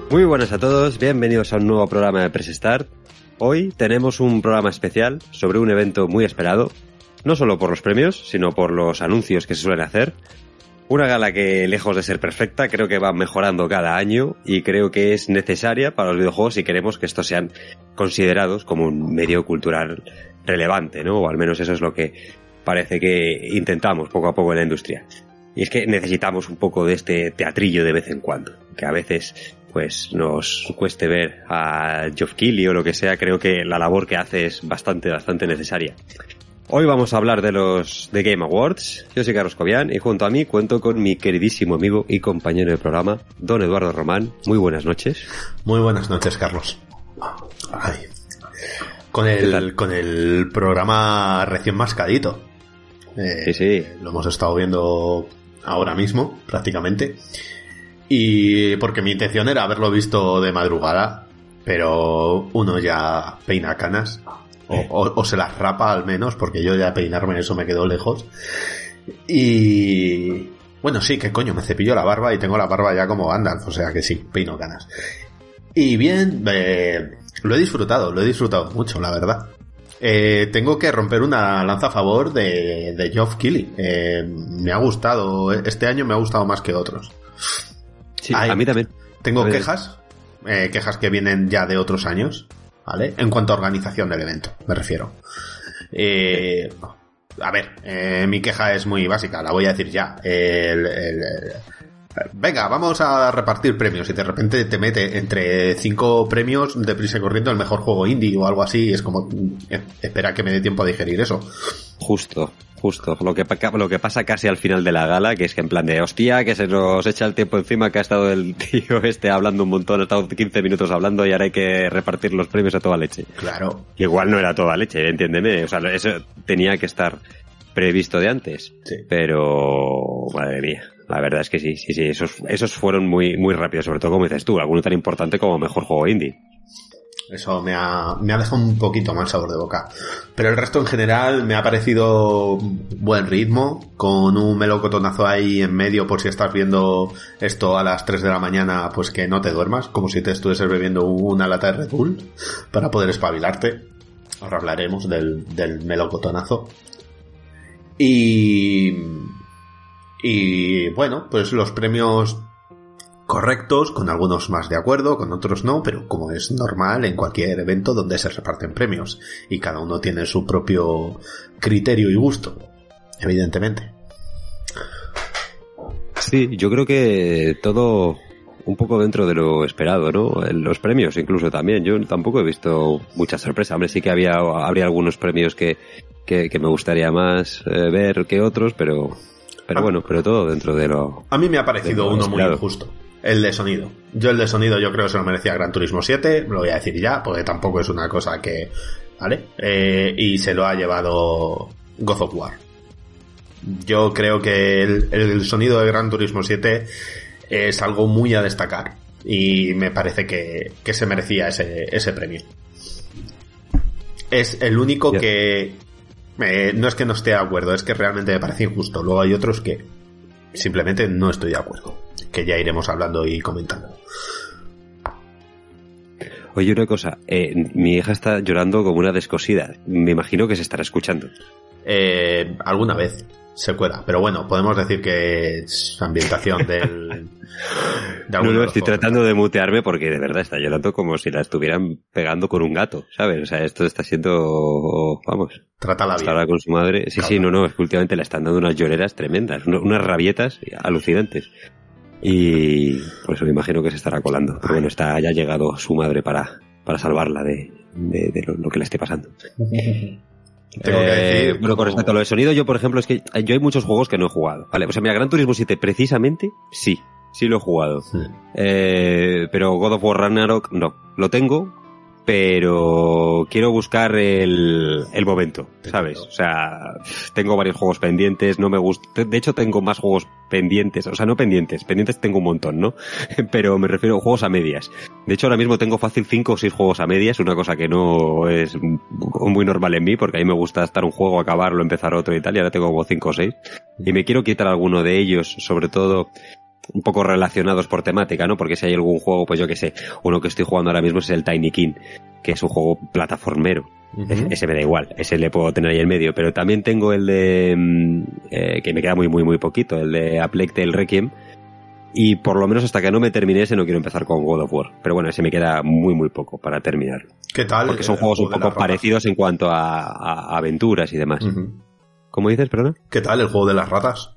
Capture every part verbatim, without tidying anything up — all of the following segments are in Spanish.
Muy buenas a todos, bienvenidos a un nuevo programa de Press Start. Hoy tenemos un programa especial sobre un evento muy esperado, no solo por los premios, sino por los anuncios que se suelen hacer. Una gala que, lejos de ser perfecta, creo que va mejorando cada año y creo que es necesaria para los videojuegos si queremos que estos sean considerados como un medio cultural relevante, ¿no? O al menos eso es lo que parece que intentamos poco a poco en la industria. Y es que necesitamos un poco de este teatrillo de vez en cuando, que a veces pues nos cueste ver a Geoff Keighley o lo que sea. Creo que la labor que hace es bastante, bastante necesaria. Hoy vamos a hablar de los The Game Awards. Yo soy Carlos Cobian y junto a mí cuento con mi queridísimo amigo y compañero de programa, don Eduardo Román. Muy buenas noches. Muy buenas noches, Carlos. Ay. Con el, con el programa recién mascadito. Eh, sí, sí. Lo hemos estado viendo ahora mismo, prácticamente. Y porque mi intención era haberlo visto de madrugada, pero uno ya peina canas, o, o, o se las rapa al menos, porque yo ya peinarme eso me quedó lejos. Y bueno, sí, que coño, me cepillo la barba y tengo la barba ya como Gandalf, o sea que sí, peino canas. Y bien, eh, lo he disfrutado, lo he disfrutado mucho, la verdad. Eh, tengo que romper una lanza a favor de, de Geoff Keighley. Eh, me ha gustado, este año me ha gustado más que otros. Sí, Ay, a mí también. Tengo quejas, eh, quejas que vienen ya de otros años, ¿vale? En cuanto a organización del evento, me refiero. Eh, a ver, eh, mi queja es muy básica, la voy a decir ya. El, el, el, venga, vamos a repartir premios y de repente te mete entre cinco premios de prisa y corriendo el mejor juego indie o algo así. Es como, eh, espera que me dé tiempo a digerir eso. Justo. Justo, lo que, lo que pasa casi al final de la gala, que es que en plan de hostia, que se nos echa el tiempo encima, que ha estado el tío este hablando un montón, ha estado quince minutos hablando y ahora hay que repartir los premios a toda leche. Claro. Igual no era toda leche, entiéndeme, o sea, eso tenía que estar previsto de antes, sí. Pero madre mía, la verdad es que sí, sí, sí, esos, esos fueron muy, muy rápidos, sobre todo como dices tú, alguno tan importante como mejor juego indie. Eso me ha, me ha dejado un poquito mal sabor de boca. Pero el resto en general me ha parecido buen ritmo, con un melocotonazo ahí en medio por si estás viendo esto a las tres de la mañana, pues que no te duermas, como si te estuvieses bebiendo una lata de Red Bull para poder espabilarte. Ahora hablaremos del, del melocotonazo. Y, y bueno, pues los premios correctos, con algunos más de acuerdo, con otros no, pero como es normal en cualquier evento donde se reparten premios y cada uno tiene su propio criterio y gusto, evidentemente. Sí, yo creo que todo un poco dentro de lo esperado, ¿no? Los premios incluso también, yo tampoco he visto mucha sorpresa. Hombre, sí que había habría algunos premios que, que, que me gustaría más eh, ver que otros, pero pero bueno, pero todo dentro de lo... A mí me ha parecido uno muy injusto. El de sonido. Yo el de sonido yo creo que se lo merecía Gran Turismo siete, lo voy a decir ya, porque tampoco es una cosa que... ¿Vale? Eh, y se lo ha llevado God of War. Yo creo que el, el sonido de Gran Turismo siete es algo muy a destacar. Y me parece que, que se merecía ese, ese premio. Es el único yeah. que... Eh, no es que no esté de acuerdo, es que realmente me parece injusto. Luego hay otros que simplemente no estoy de acuerdo, que ya iremos hablando y comentando. Oye, una cosa, eh, mi hija está llorando como una descosida. Me imagino que se estará escuchando. Eh, alguna vez se cuela, pero bueno, podemos decir que es ambientación del... De no, no, estoy juegos. Tratando de mutearme porque de verdad está llorando como si la estuvieran pegando con un gato, ¿sabes? O sea, esto está siendo... Vamos. Trátala bien. Ahora con su madre. Sí, Calma. sí, no, no, es que últimamente le están dando unas lloreras tremendas, unas rabietas alucinantes. Y por eso me imagino que se estará colando. Pero bueno, está ya llegado su madre para, para salvarla de, de, de lo, lo que le esté pasando. Tengo que decir, eh, bueno, con respecto a lo de sonido, yo por ejemplo, es que yo hay muchos juegos que no he jugado, ¿vale? O sea, mira, Gran Turismo siete precisamente, sí, sí lo he jugado. Sí. Eh, pero God of War Ragnarok, no. Lo tengo, pero quiero buscar el, el momento, ¿sabes? O sea, tengo varios juegos pendientes, no me gusta, de hecho tengo más juegos pendientes, o sea, no pendientes, pendientes tengo un montón, ¿no? Pero me refiero a juegos a medias. De hecho, ahora mismo tengo fácil cinco o seis juegos a medias, una cosa que no es muy normal en mí, porque a mí me gusta estar un juego, acabarlo, empezar otro y tal, y ahora tengo como cinco o seis. Y me quiero quitar alguno de ellos, sobre todo un poco relacionados por temática, ¿no? Porque si hay algún juego, pues yo qué sé, uno que estoy jugando ahora mismo es el Tiny King, que es un juego plataformero. Uh-huh. Es, ese me da igual, ese le puedo tener ahí en medio, pero también tengo el de eh, que me queda muy muy muy poquito, el de A Plague Tale Requiem, y por lo menos hasta que no me termine ese no quiero empezar con God of War, pero bueno, ese me queda muy muy poco para terminar. ¿Qué tal? Porque son juegos un poco parecidos en cuanto a, a aventuras y demás. Uh-huh. ¿Cómo dices, perdona? ¿Qué tal el juego de las ratas?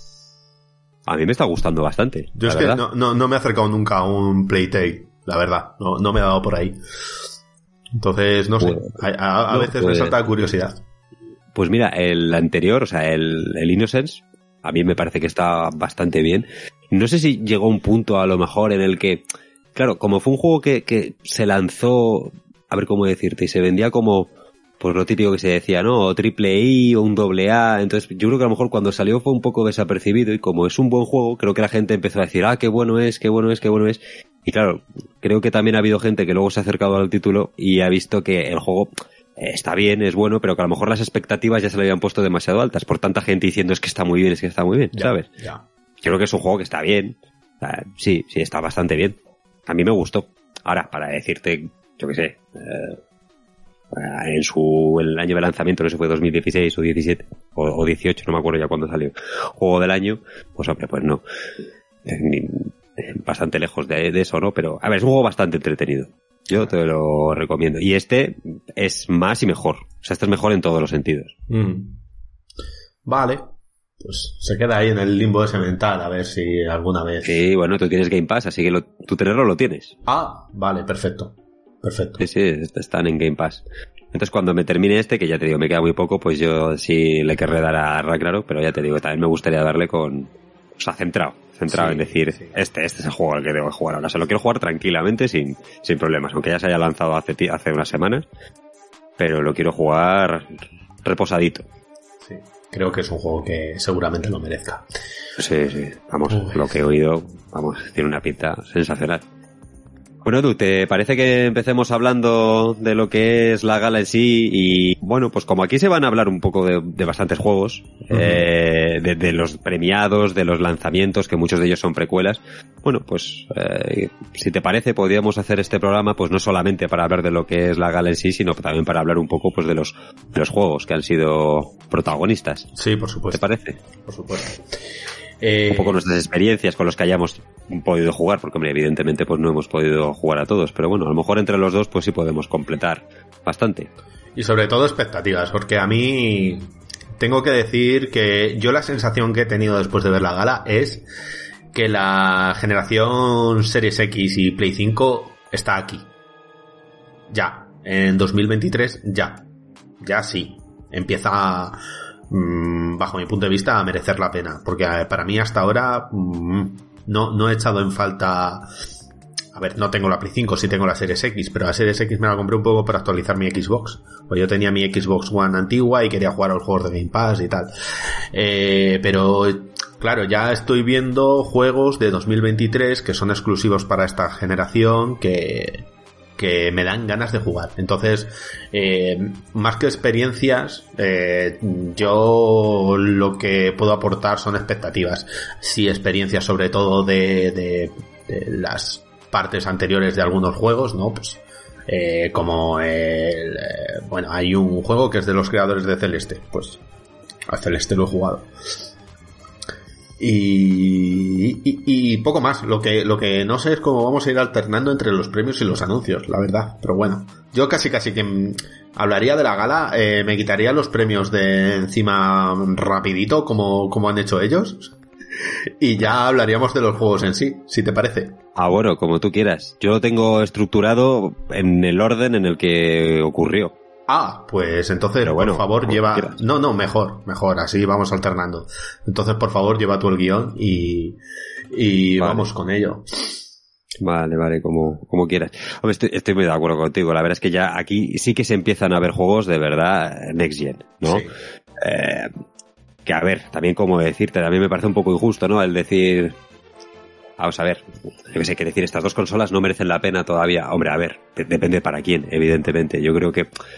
A mí me está gustando bastante. Yo es que no, no, no me he acercado nunca a un Playtale, la verdad. No, no me he dado por ahí. Entonces, no sé. Pues, a, a, a no, veces pues, me salta curiosidad. Pues mira, el anterior, o sea, el, el Innocence, a mí me parece que está bastante bien. No sé si llegó un punto a lo mejor en el que, claro, como fue un juego que, que se lanzó, a ver cómo decirte, y se vendía como... pues lo típico que se decía, ¿no? O triple I o un doble A. Entonces yo creo que a lo mejor cuando salió fue un poco desapercibido y como es un buen juego, creo que la gente empezó a decir, ah, qué bueno es, qué bueno es, qué bueno es. Y claro, creo que también ha habido gente que luego se ha acercado al título y ha visto que el juego está bien, es bueno, pero que a lo mejor las expectativas ya se le habían puesto demasiado altas por tanta gente diciendo es que está muy bien, es que está muy bien, ya, ¿sabes? Ya. Yo creo que es un juego que está bien. O sea, sí, sí, está bastante bien. A mí me gustó. Ahora, para decirte, yo qué sé... Eh, en su el año de lanzamiento, no sé si fue dos mil dieciséis o diecisiete o, o dieciocho, no me acuerdo ya cuándo salió, juego del año, pues hombre, pues no, bastante lejos de, de eso, ¿no? Pero a ver, es un juego bastante entretenido, yo te lo recomiendo, y este es más y mejor, o sea, este es mejor en todos los sentidos. Mm. Vale, pues se queda ahí en el limbo ese mental, a ver si alguna vez... Sí, bueno, tú tienes Game Pass, así que lo, tú tenerlo lo tienes. Ah, vale, perfecto. Perfecto. Sí, sí, están en Game Pass. Entonces cuando me termine este, que ya te digo, me queda muy poco, pues yo sí le querré dar a Ragnarok, pero ya te digo, también me gustaría darle con... O sea, centrado, centrado sí, en decir, sí. este este es el juego al que debo jugar ahora. O sea, lo quiero jugar tranquilamente, sin, sin problemas, aunque ya se haya lanzado hace, hace unas semanas, pero lo quiero jugar reposadito. Sí, creo que es un juego que seguramente lo merezca. Sí, sí, vamos, Uy. lo que he oído, vamos, tiene una pinta sensacional. Bueno, Edu, ¿te parece que empecemos hablando de lo que es la gala en sí? Y bueno, pues como aquí se van a hablar un poco de, de bastantes juegos, uh-huh. eh, de, de los premiados, de los lanzamientos, que muchos de ellos son precuelas, bueno, pues eh, si te parece podríamos hacer este programa pues no solamente para hablar de lo que es la gala en sí, sino también para hablar un poco pues de los, de los juegos que han sido protagonistas. Sí, por supuesto. ¿Te parece? Por supuesto. Eh... Un poco nuestras experiencias con los que hayamos podido jugar, porque hombre, evidentemente pues no hemos podido jugar a todos, pero bueno, a lo mejor entre los dos pues sí podemos completar bastante. Y sobre todo expectativas, porque a mí tengo que decir que yo la sensación que he tenido después de ver la gala es que la generación Series X y Play cinco está aquí. Ya, en dos mil veintitrés ya, ya sí, empieza a... bajo mi punto de vista a merecer la pena, porque para mí hasta ahora no, no he echado en falta, a ver, no tengo la Play cinco, sí tengo la Series X, pero la Series X me la compré un poco para actualizar mi Xbox, pues yo tenía mi Xbox One antigua y quería jugar a los juegos de Game Pass y tal, eh, pero claro, ya estoy viendo juegos de dos mil veintitrés que son exclusivos para esta generación que que me dan ganas de jugar. Entonces, eh, más que experiencias, eh, yo lo que puedo aportar son expectativas. Sí, experiencias sobre todo de, de, de las partes anteriores de algunos juegos, ¿no? Pues, eh, como el, eh, bueno, hay un juego que es de los creadores de Celeste. Pues, a Celeste lo he jugado. Y, y, y poco más. Lo que, lo que no sé es cómo vamos a ir alternando entre los premios y los anuncios, la verdad. Pero bueno, yo casi casi que m- hablaría de la gala, eh, me quitaría los premios de encima rapidito, como, como han hecho ellos. Y ya hablaríamos de los juegos en sí, si te parece. Ah, bueno, como tú quieras. Yo lo tengo estructurado en el orden en el que ocurrió. Ah, pues entonces, pero bueno, por favor, lleva... Quieras. No, no, mejor, mejor, así vamos alternando. Entonces, por favor, lleva tú el guión y, y vale. Vamos con ello. Vale, vale, como, como quieras. Hombre, estoy, estoy muy de acuerdo contigo. La verdad es que ya aquí sí que se empiezan a ver juegos de verdad next gen, ¿no? Sí. Eh, que a ver, también como decirte, a mí me parece un poco injusto, ¿no? El decir... Vamos a ver, yo que sé, que decir, estas dos consolas no merecen la pena todavía. Hombre, a ver, depende para quién, evidentemente. Yo creo que...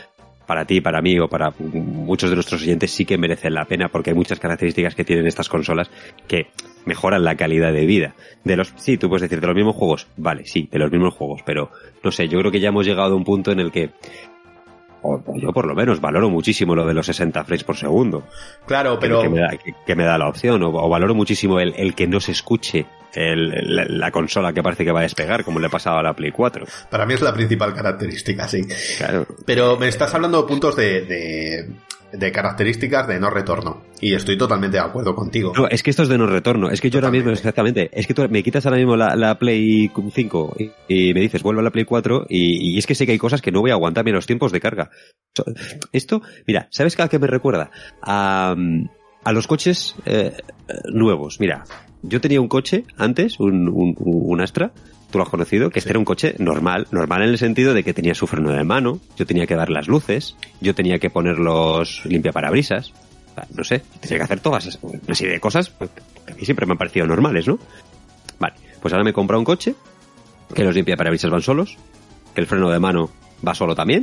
para ti, para mí o para muchos de nuestros oyentes sí que merecen la pena, porque hay muchas características que tienen estas consolas que mejoran la calidad de vida. De los, sí, tú puedes decir de los mismos juegos, vale, sí, de los mismos juegos, pero no sé, yo creo que ya hemos llegado a un punto en el que, o yo por lo menos valoro muchísimo lo de los sesenta frames por segundo. Claro, pero... Que, que, me, da, que, que me da la opción, o, o valoro muchísimo el, el que no se escuche el, el, la consola que parece que va a despegar, como le pasaba a la Play cuatro. Para mí es la principal característica, sí. Claro. Pero me estás hablando de puntos de... de... de características de no retorno. Y estoy totalmente de acuerdo contigo. No, es que esto es de no retorno. Es que yo totalmente. Ahora mismo, exactamente, es que tú me quitas ahora mismo la, la Play cinco y, y me dices, vuelve a la Play cuatro y, y es que sé que hay cosas que no voy a aguantar ni los tiempos de carga. Esto, mira, ¿sabes a qué me recuerda? A, a los coches eh, nuevos. Mira, yo tenía un coche antes, un, un, un Astra, tú lo has conocido, que sí. Este era un coche normal, normal en el sentido de que tenía su freno de mano, yo tenía que dar las luces, yo tenía que poner los limpiaparabrisas, o sea, no sé, tenía que hacer todas esas, una serie de cosas que a mí siempre me han parecido normales, ¿no? Vale, pues ahora me he comprado un coche, que los limpiaparabrisas van solos, que el freno de mano va solo también,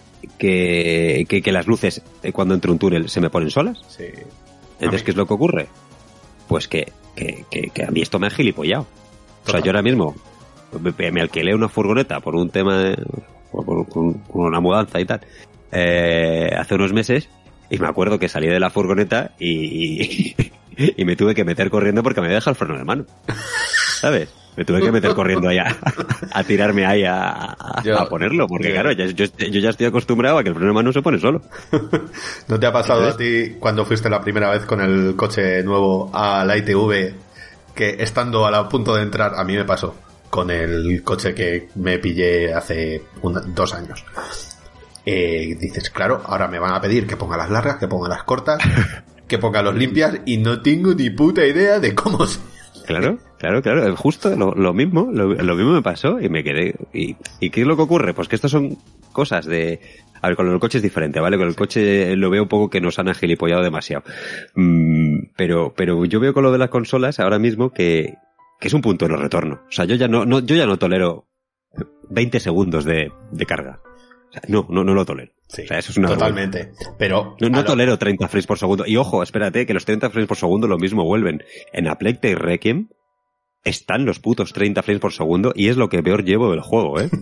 que, que, que las luces cuando entro un túnel se me ponen solas. Sí. Entonces, ¿qué es lo que ocurre? Pues que, que, que, que a mí esto me ha gilipollado. O sea, yo ahora mismo me alquilé una furgoneta por un tema de, por, por, por una mudanza y tal eh, hace unos meses y me acuerdo que salí de la furgoneta y, y, y me tuve que meter corriendo porque me había dejado el freno de mano, ¿sabes? Me tuve que meter corriendo ahí a, a tirarme ahí a, a, yo, a ponerlo porque yo, claro, ya, yo, yo ya estoy acostumbrado a que el freno de mano se pone solo. ¿No te ha pasado ¿sabes? A ti cuando fuiste la primera vez con el coche nuevo a la I T V que estando a la punto de entrar, a mí me pasó con el coche que me pillé hace una, dos años. Eh, dices, claro, ahora me van a pedir que ponga las largas, que ponga las cortas, que ponga los limpias y no tengo ni puta idea de cómo se... Claro, claro, claro, justo lo, lo mismo, lo, lo mismo me pasó y me quedé. Y, ¿Y qué es lo que ocurre? Pues que estas son cosas de... A ver, con el coche es diferente, ¿vale? Con el coche lo veo un poco que nos han agilipollado demasiado. Mm, pero, pero yo veo con lo de las consolas ahora mismo que, que es un punto de no retorno. O sea, yo ya no, no, yo ya no tolero veinte segundos de, de carga. O sea, no, no, no lo tolero. Sí, o sea, eso es una totalmente. Vergüenza. Pero no, no tolero lo... treinta frames por segundo. Y ojo, espérate, que los treinta frames por segundo lo mismo vuelven. En A Plague Tale Requiem están los putos treinta frames por segundo y es lo que peor llevo del juego, ¿eh?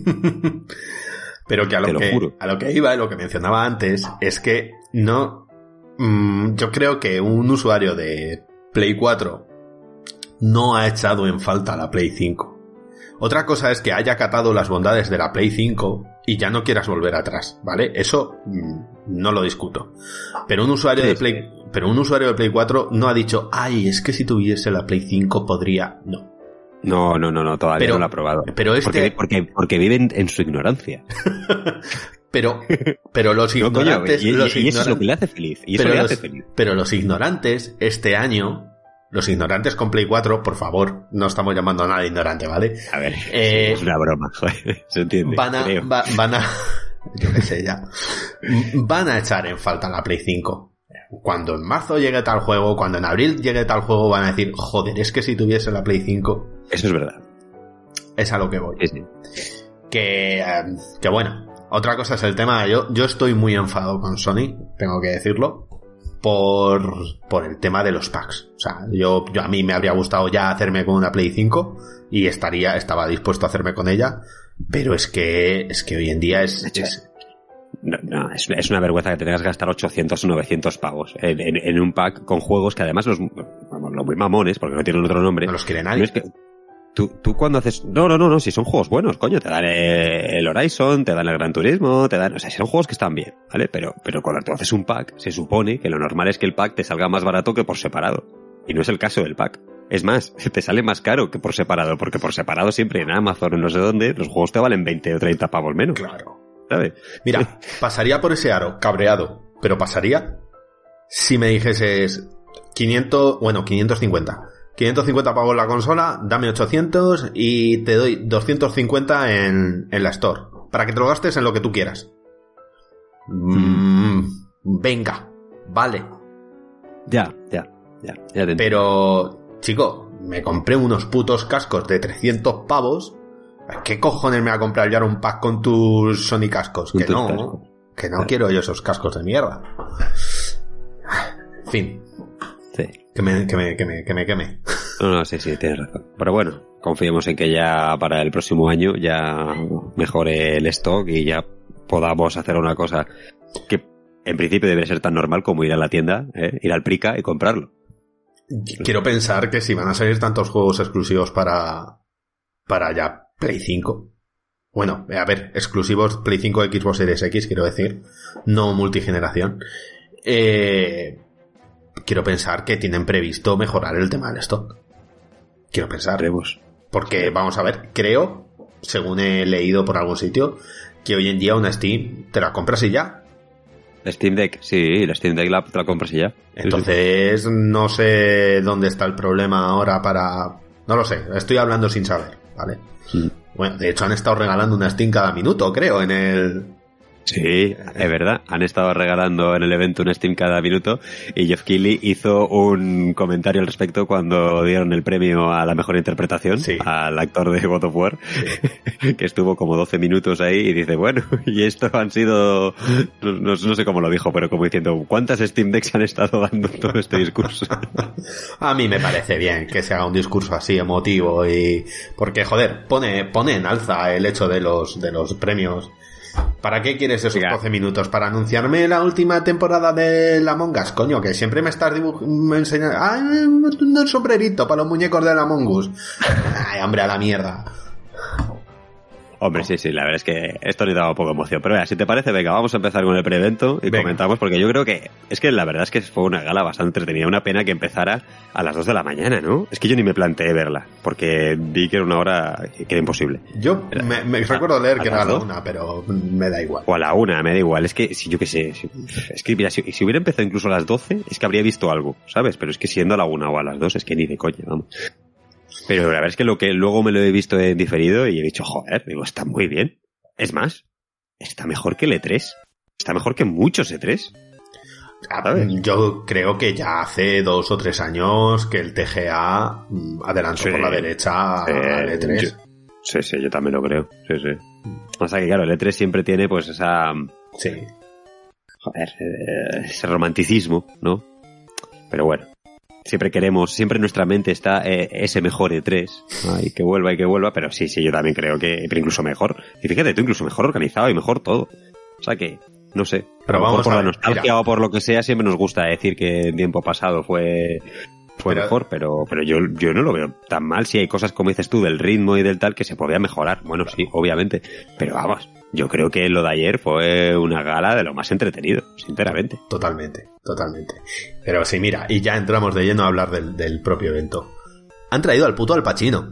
Pero que a lo, lo que juro. a lo que iba y lo que mencionaba antes es que no... Mmm, yo creo que un usuario de Play cuatro no ha echado en falta la Play cinco. Otra cosa es que haya catado las bondades de la Play cinco y ya no quieras volver atrás, ¿vale? Eso mmm, no lo discuto. Pero un usuario sí, de Play, sí. pero un usuario de Play cuatro no ha dicho, ay, es que si tuviese la Play cinco podría... No. No, no, no, no, todavía pero, no lo ha probado. Pero este... Porque, porque, porque viven en su ignorancia. pero, pero los ignorantes... No, coño, y, los y, y eso ignoran... es lo que le hace feliz. Y eso pero le los, hace feliz. Pero los ignorantes, este año... Los ignorantes con Play cuatro, por favor, no estamos llamando a nadie ignorante, ¿vale? A ver, eh, es una broma, joder, se entiende. Van a, va, van a, yo qué sé ya, van a echar en falta la Play cinco. Cuando en marzo llegue tal juego, cuando en abril llegue tal juego, van a decir, joder, es que si tuviese la Play cinco... Eso es verdad. Es a lo que voy. Sí, sí. Que, que bueno, otra cosa es el tema, yo, yo estoy muy enfadado con Sony, tengo que decirlo. Por, por el tema de los packs. O sea, yo, yo a mí me habría gustado ya hacerme con una Play cinco y estaría, estaba dispuesto a hacerme con ella, pero es que, es que hoy en día es, es... No, no, es, es una vergüenza que tengas que gastar ochocientos o novecientos pavos en, en, en un pack con juegos que además los, los muy mamones, porque no tienen otro nombre. No los quiere nadie. No es que, Tú, tú cuando haces... No, no, no, no, si son juegos buenos, coño, te dan el Horizon, te dan el Gran Turismo, te dan... O sea, son juegos que están bien, ¿vale? Pero, pero cuando tú haces un pack, se supone que lo normal es que el pack te salga más barato que por separado. Y no es el caso del pack. Es más, te sale más caro que por separado, porque por separado siempre en Amazon o no sé dónde, los juegos te valen veinte o treinta pavos menos. Claro. ¿Sabes? Mira, pasaría por ese aro, cabreado, pero pasaría si me dijeses quinientos... Bueno, quinientos cincuenta... quinientos cincuenta pavos la consola, dame ochocientos y te doy doscientos cincuenta en, en la Store. Para que te lo gastes en lo que tú quieras. Mm, venga, vale. Ya, ya, ya. ya te Pero, chico, me compré unos putos cascos de trescientos pavos. ¿Qué cojones me va a comprar yo ahora un pack con tus Sony cascos? Que no, Que no quiero yo esos cascos de mierda. En fin. Sí. Que me, que me, que me, que me queme. No, no, sí, sí, tienes razón. Pero bueno, confiemos en que ya para el próximo año ya mejore el stock y ya podamos hacer una cosa que en principio debería ser tan normal como ir a la tienda, ¿eh? Ir al Prica y comprarlo. Quiero pensar que si van a salir tantos juegos exclusivos para para ya Play cinco. Bueno, a ver, exclusivos Play cinco, Xbox Series X, quiero decir, no multigeneración. Eh, quiero pensar que tienen previsto mejorar el tema del stock. Quiero pensar. Creemos. Porque, vamos a ver, creo, según he leído por algún sitio, que hoy en día una Steam te la compras y ya. La Steam Deck, sí, la Steam Deck la, te la compras y ya. Entonces, sí, sí. No sé dónde está el problema ahora para... No lo sé, estoy hablando sin saber, ¿vale? Sí. Bueno, de hecho han estado regalando una Steam cada minuto, creo, en el... Sí, es verdad. Han estado regalando en el evento un Steam cada minuto y Jeff Keighley hizo un comentario al respecto cuando dieron el premio a la mejor interpretación, sí, al actor de God of War, sí, que estuvo como doce minutos ahí y dice, bueno, y esto han sido, no, no, no sé cómo lo dijo, pero como diciendo, ¿cuántas Steam Decks han estado dando todo este discurso? A mí me parece bien que se haga un discurso así emotivo y porque, joder, pone, pone en alza el hecho de los, de los premios. ¿Para qué quieres esos doce minutos? ¿Para anunciarme la última temporada de la Among Us? Coño, que siempre me estás dibuj- enseñando... ¡Ay, un sombrerito para los muñecos de la Among Us! ¡Ay, hombre, a la mierda! Hombre, sí, sí, la verdad es que esto le daba poca emoción. Pero vea, si te parece, venga, vamos a empezar con el preevento y venga, comentamos, porque yo creo que... Es que la verdad es que fue una gala bastante entretenida. Una pena que empezara a las dos de la mañana, ¿no? Es que yo ni me planteé verla, porque vi que era una hora que era imposible. Yo era, me, me recuerdo leer que era a la una, pero me da igual. O a la una, me da igual. Es que, si yo qué sé... Si, es que, mira, si, si hubiera empezado incluso a las doce, es que habría visto algo, ¿sabes? Pero es que siendo a la una o a las dos, es que ni de coña, vamos. Pero la verdad es que lo que luego me lo he visto en diferido y he dicho, joder, digo, está muy bien. Es más, está mejor que el E tres. Está mejor que muchos E tres. ¿Sabes? Yo creo que ya hace dos o tres años que el T G A adelantó sí, por la derecha sí, al E tres. Yo, sí, sí, yo también lo creo. Sí, sí. O sea que claro, el E tres siempre tiene pues esa... Sí. Joder, ese romanticismo, ¿no? Pero bueno. Siempre queremos, siempre en nuestra mente está eh, ese mejor E tres. Ay, que vuelva y que vuelva, pero sí, sí, yo también creo que pero incluso mejor. Y fíjate tú, incluso mejor organizado y mejor todo. O sea que, no sé. Pero vamos por a la ver, nostalgia mira. O por lo que sea, siempre nos gusta decir que el tiempo pasado fue fue pero, mejor, pero pero yo yo no lo veo tan mal. Si hay cosas, como dices tú, del ritmo y del tal, que se podía mejorar. Bueno, claro, sí, obviamente. Pero vamos, yo creo que lo de ayer fue una gala de lo más entretenido, sinceramente. Totalmente, totalmente. Pero sí, mira, y ya entramos de lleno a hablar del, del propio evento. Han traído al puto Al Pacino.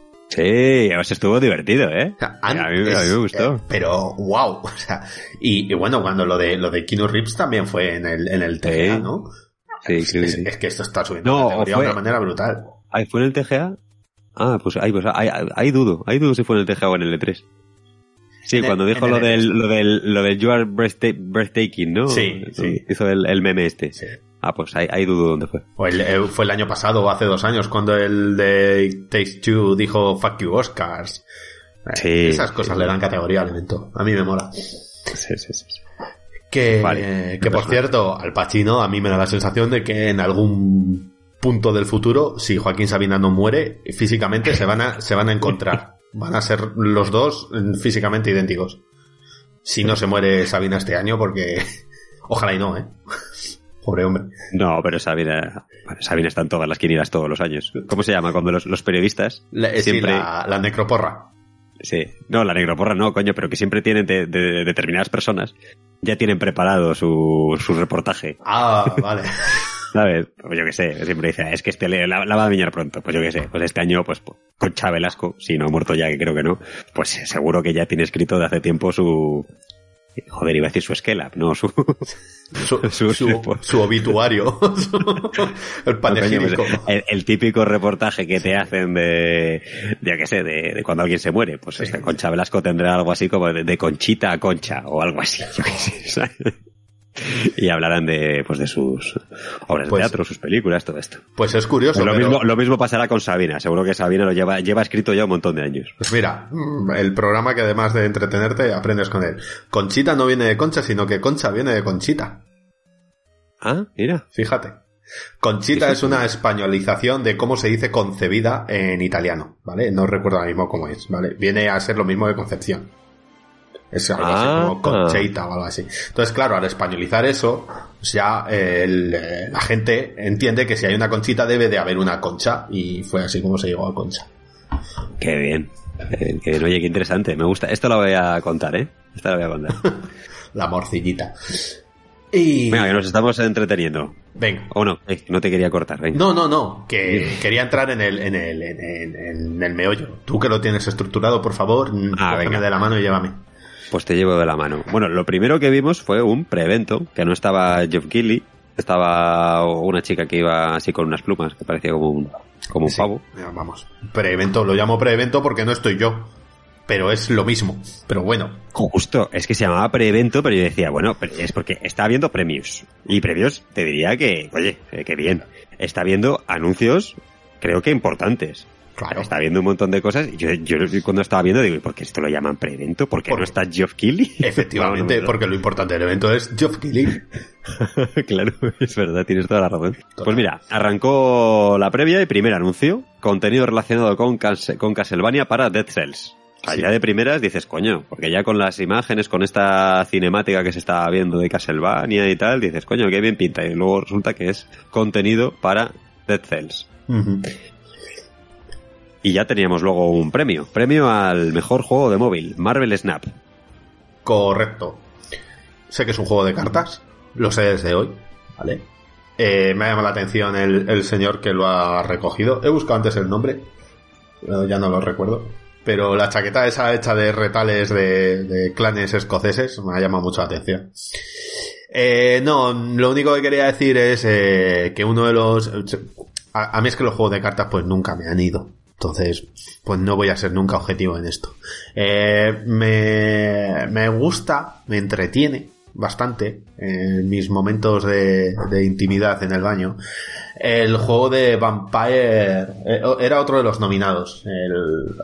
Sí, o sea, estuvo divertido, ¿eh? O sea, han, a, mí, es, a mí me gustó. Eh, pero, wow. O sea, y, y bueno, cuando lo de lo de Keanu Reeves también fue en el, en el T G A, sí, ¿no? Sí, es, sí, es, sí. es que esto está subiendo no, la categoría fue, de una manera brutal. ¿Ahí fue en el T G A? Ah, pues ahí, pues ahí, ahí dudo. Ahí dudo si fue en el T G A o en el E tres. Sí, en cuando el, dijo lo del, lo del lo del You Are Breathtaking, ¿no? Sí, sí. Hizo el, el meme este. Sí. Ah, pues ahí, ahí dudo dónde fue. O el, el, fue el año pasado o hace dos años cuando el de Takes Two dijo Fuck You Oscars. Sí. Esas cosas sí, le dan categoría al evento. A mí me mola. Sí, sí, sí. Que, vale, eh, que por cierto, Al Pacino a mí me da la sensación de que en algún punto del futuro, si Joaquín Sabina no muere, físicamente se van a, se van a encontrar. Van a ser los dos físicamente idénticos. Si no se muere Sabina este año, porque ojalá y no, ¿eh? Pobre hombre. No, pero Sabina, Sabina está en todas las quinielas todos los años. ¿Cómo se llama? Cuando los, los periodistas la, siempre... Sí, la, la necroporra. Sí, no, la necroporra no, coño, pero que siempre tienen de, de, de determinadas personas, ya tienen preparado su, su reportaje. Ah, vale. ¿Sabes? Pues yo qué sé, siempre dice, es que este la, la va a viñar pronto. Pues yo qué sé, pues este año, pues Concha Velasco, si no ha muerto ya, que creo que no, pues seguro que ya tiene escrito de hace tiempo su... Joder, iba a decir su esquela, no, su... Su, su, su, su obituario. El panegírico. No, el, el típico reportaje que te hacen de, de yo qué sé, de, de cuando alguien se muere. Pues sí. Este Concha Velasco tendrá algo así como de, de Conchita a Concha, o algo así, yo qué sé, ¿sabes? Y hablarán de, pues, de sus obras Pues- de teatro, sus películas, todo esto. Pues es curioso. Lo, pero- mismo, lo mismo pasará con Sabina. Seguro que Sabina lo lleva, lleva escrito ya un montón de años. Pues mira, mm, el programa que además de entretenerte, aprendes con él. Conchita no viene de Concha, sino que Concha viene de Conchita. Ah, mira. Fíjate. Conchita Eso es una españolización de cómo se dice concebida en italiano, ¿vale? No recuerdo ahora mismo cómo es, ¿vale? Viene a ser lo mismo de concepción. Es algo Ah. así como Concheita o algo así. Entonces, claro, al españolizar eso, pues ya eh, el, eh, la gente entiende que si hay una Conchita debe de haber una Concha, y fue así como se llegó a Concha. Qué bien. Eh, que, oye, qué interesante. Me gusta. Esto lo voy a contar, ¿eh? Esto lo voy a contar. La morcillita. Y... Venga, que nos estamos entreteniendo. Venga. O no, eh, no te quería cortar, venga. No, no, no, que quería entrar en el, en el, en, en- en el meollo. Tú que lo tienes estructurado, por favor, Ah, cógeme venga. de la mano y llévame. Pues te llevo de la mano. Bueno, lo primero que vimos fue un pre-evento, que no estaba Geoff Keighley, estaba una chica que iba así con unas plumas, que parecía como un, como un Sí, pavo. mira, vamos. Pre-evento, lo llamo pre-evento porque no estoy yo. Pero es lo mismo. Pero bueno. Justo, es que se llamaba pre-evento, pero yo decía, bueno, pero es porque está viendo premios. Y premios, te diría que, oye, eh, qué bien. Está viendo anuncios, creo que importantes. Claro. Está viendo un montón de cosas. Y yo, yo cuando estaba viendo digo, ¿y por qué esto lo llaman pre-evento? ¿Por qué Por- no está Geoff Keighley? Efectivamente, No, no, no. porque lo importante del evento es Geoff Keighley. Claro, es verdad, tienes toda la razón. Pues mira, arrancó la previa y primer anuncio, contenido relacionado con, Cas- con Castlevania para Dead Cells. O sea, Sí. ya de primeras dices, coño, porque ya con las imágenes, con esta cinemática que se está viendo de Castlevania y tal, dices, coño, qué bien pinta. Y luego resulta que es contenido para Dead Cells. Ujú. Y ya teníamos luego un premio, premio al mejor juego de móvil, Marvel Snap. Correcto. Sé que es un juego de cartas. Lo sé desde hoy. ¿Vale? Eh, me ha llamado la atención el, el señor que lo ha recogido. He buscado antes el nombre. Pero ya no lo recuerdo. Pero la chaqueta esa hecha de retales de, de clanes escoceses me ha llamado mucho la atención. Eh, no, lo único que quería decir es eh, que uno de los... A, a mí es que los juegos de cartas pues nunca me han ido. Entonces, pues no voy a ser nunca objetivo en esto. Eh, me, me gusta, me entretiene bastante en mis momentos de, de intimidad en el baño. El juego de Vampire eh, era otro de los nominados. El,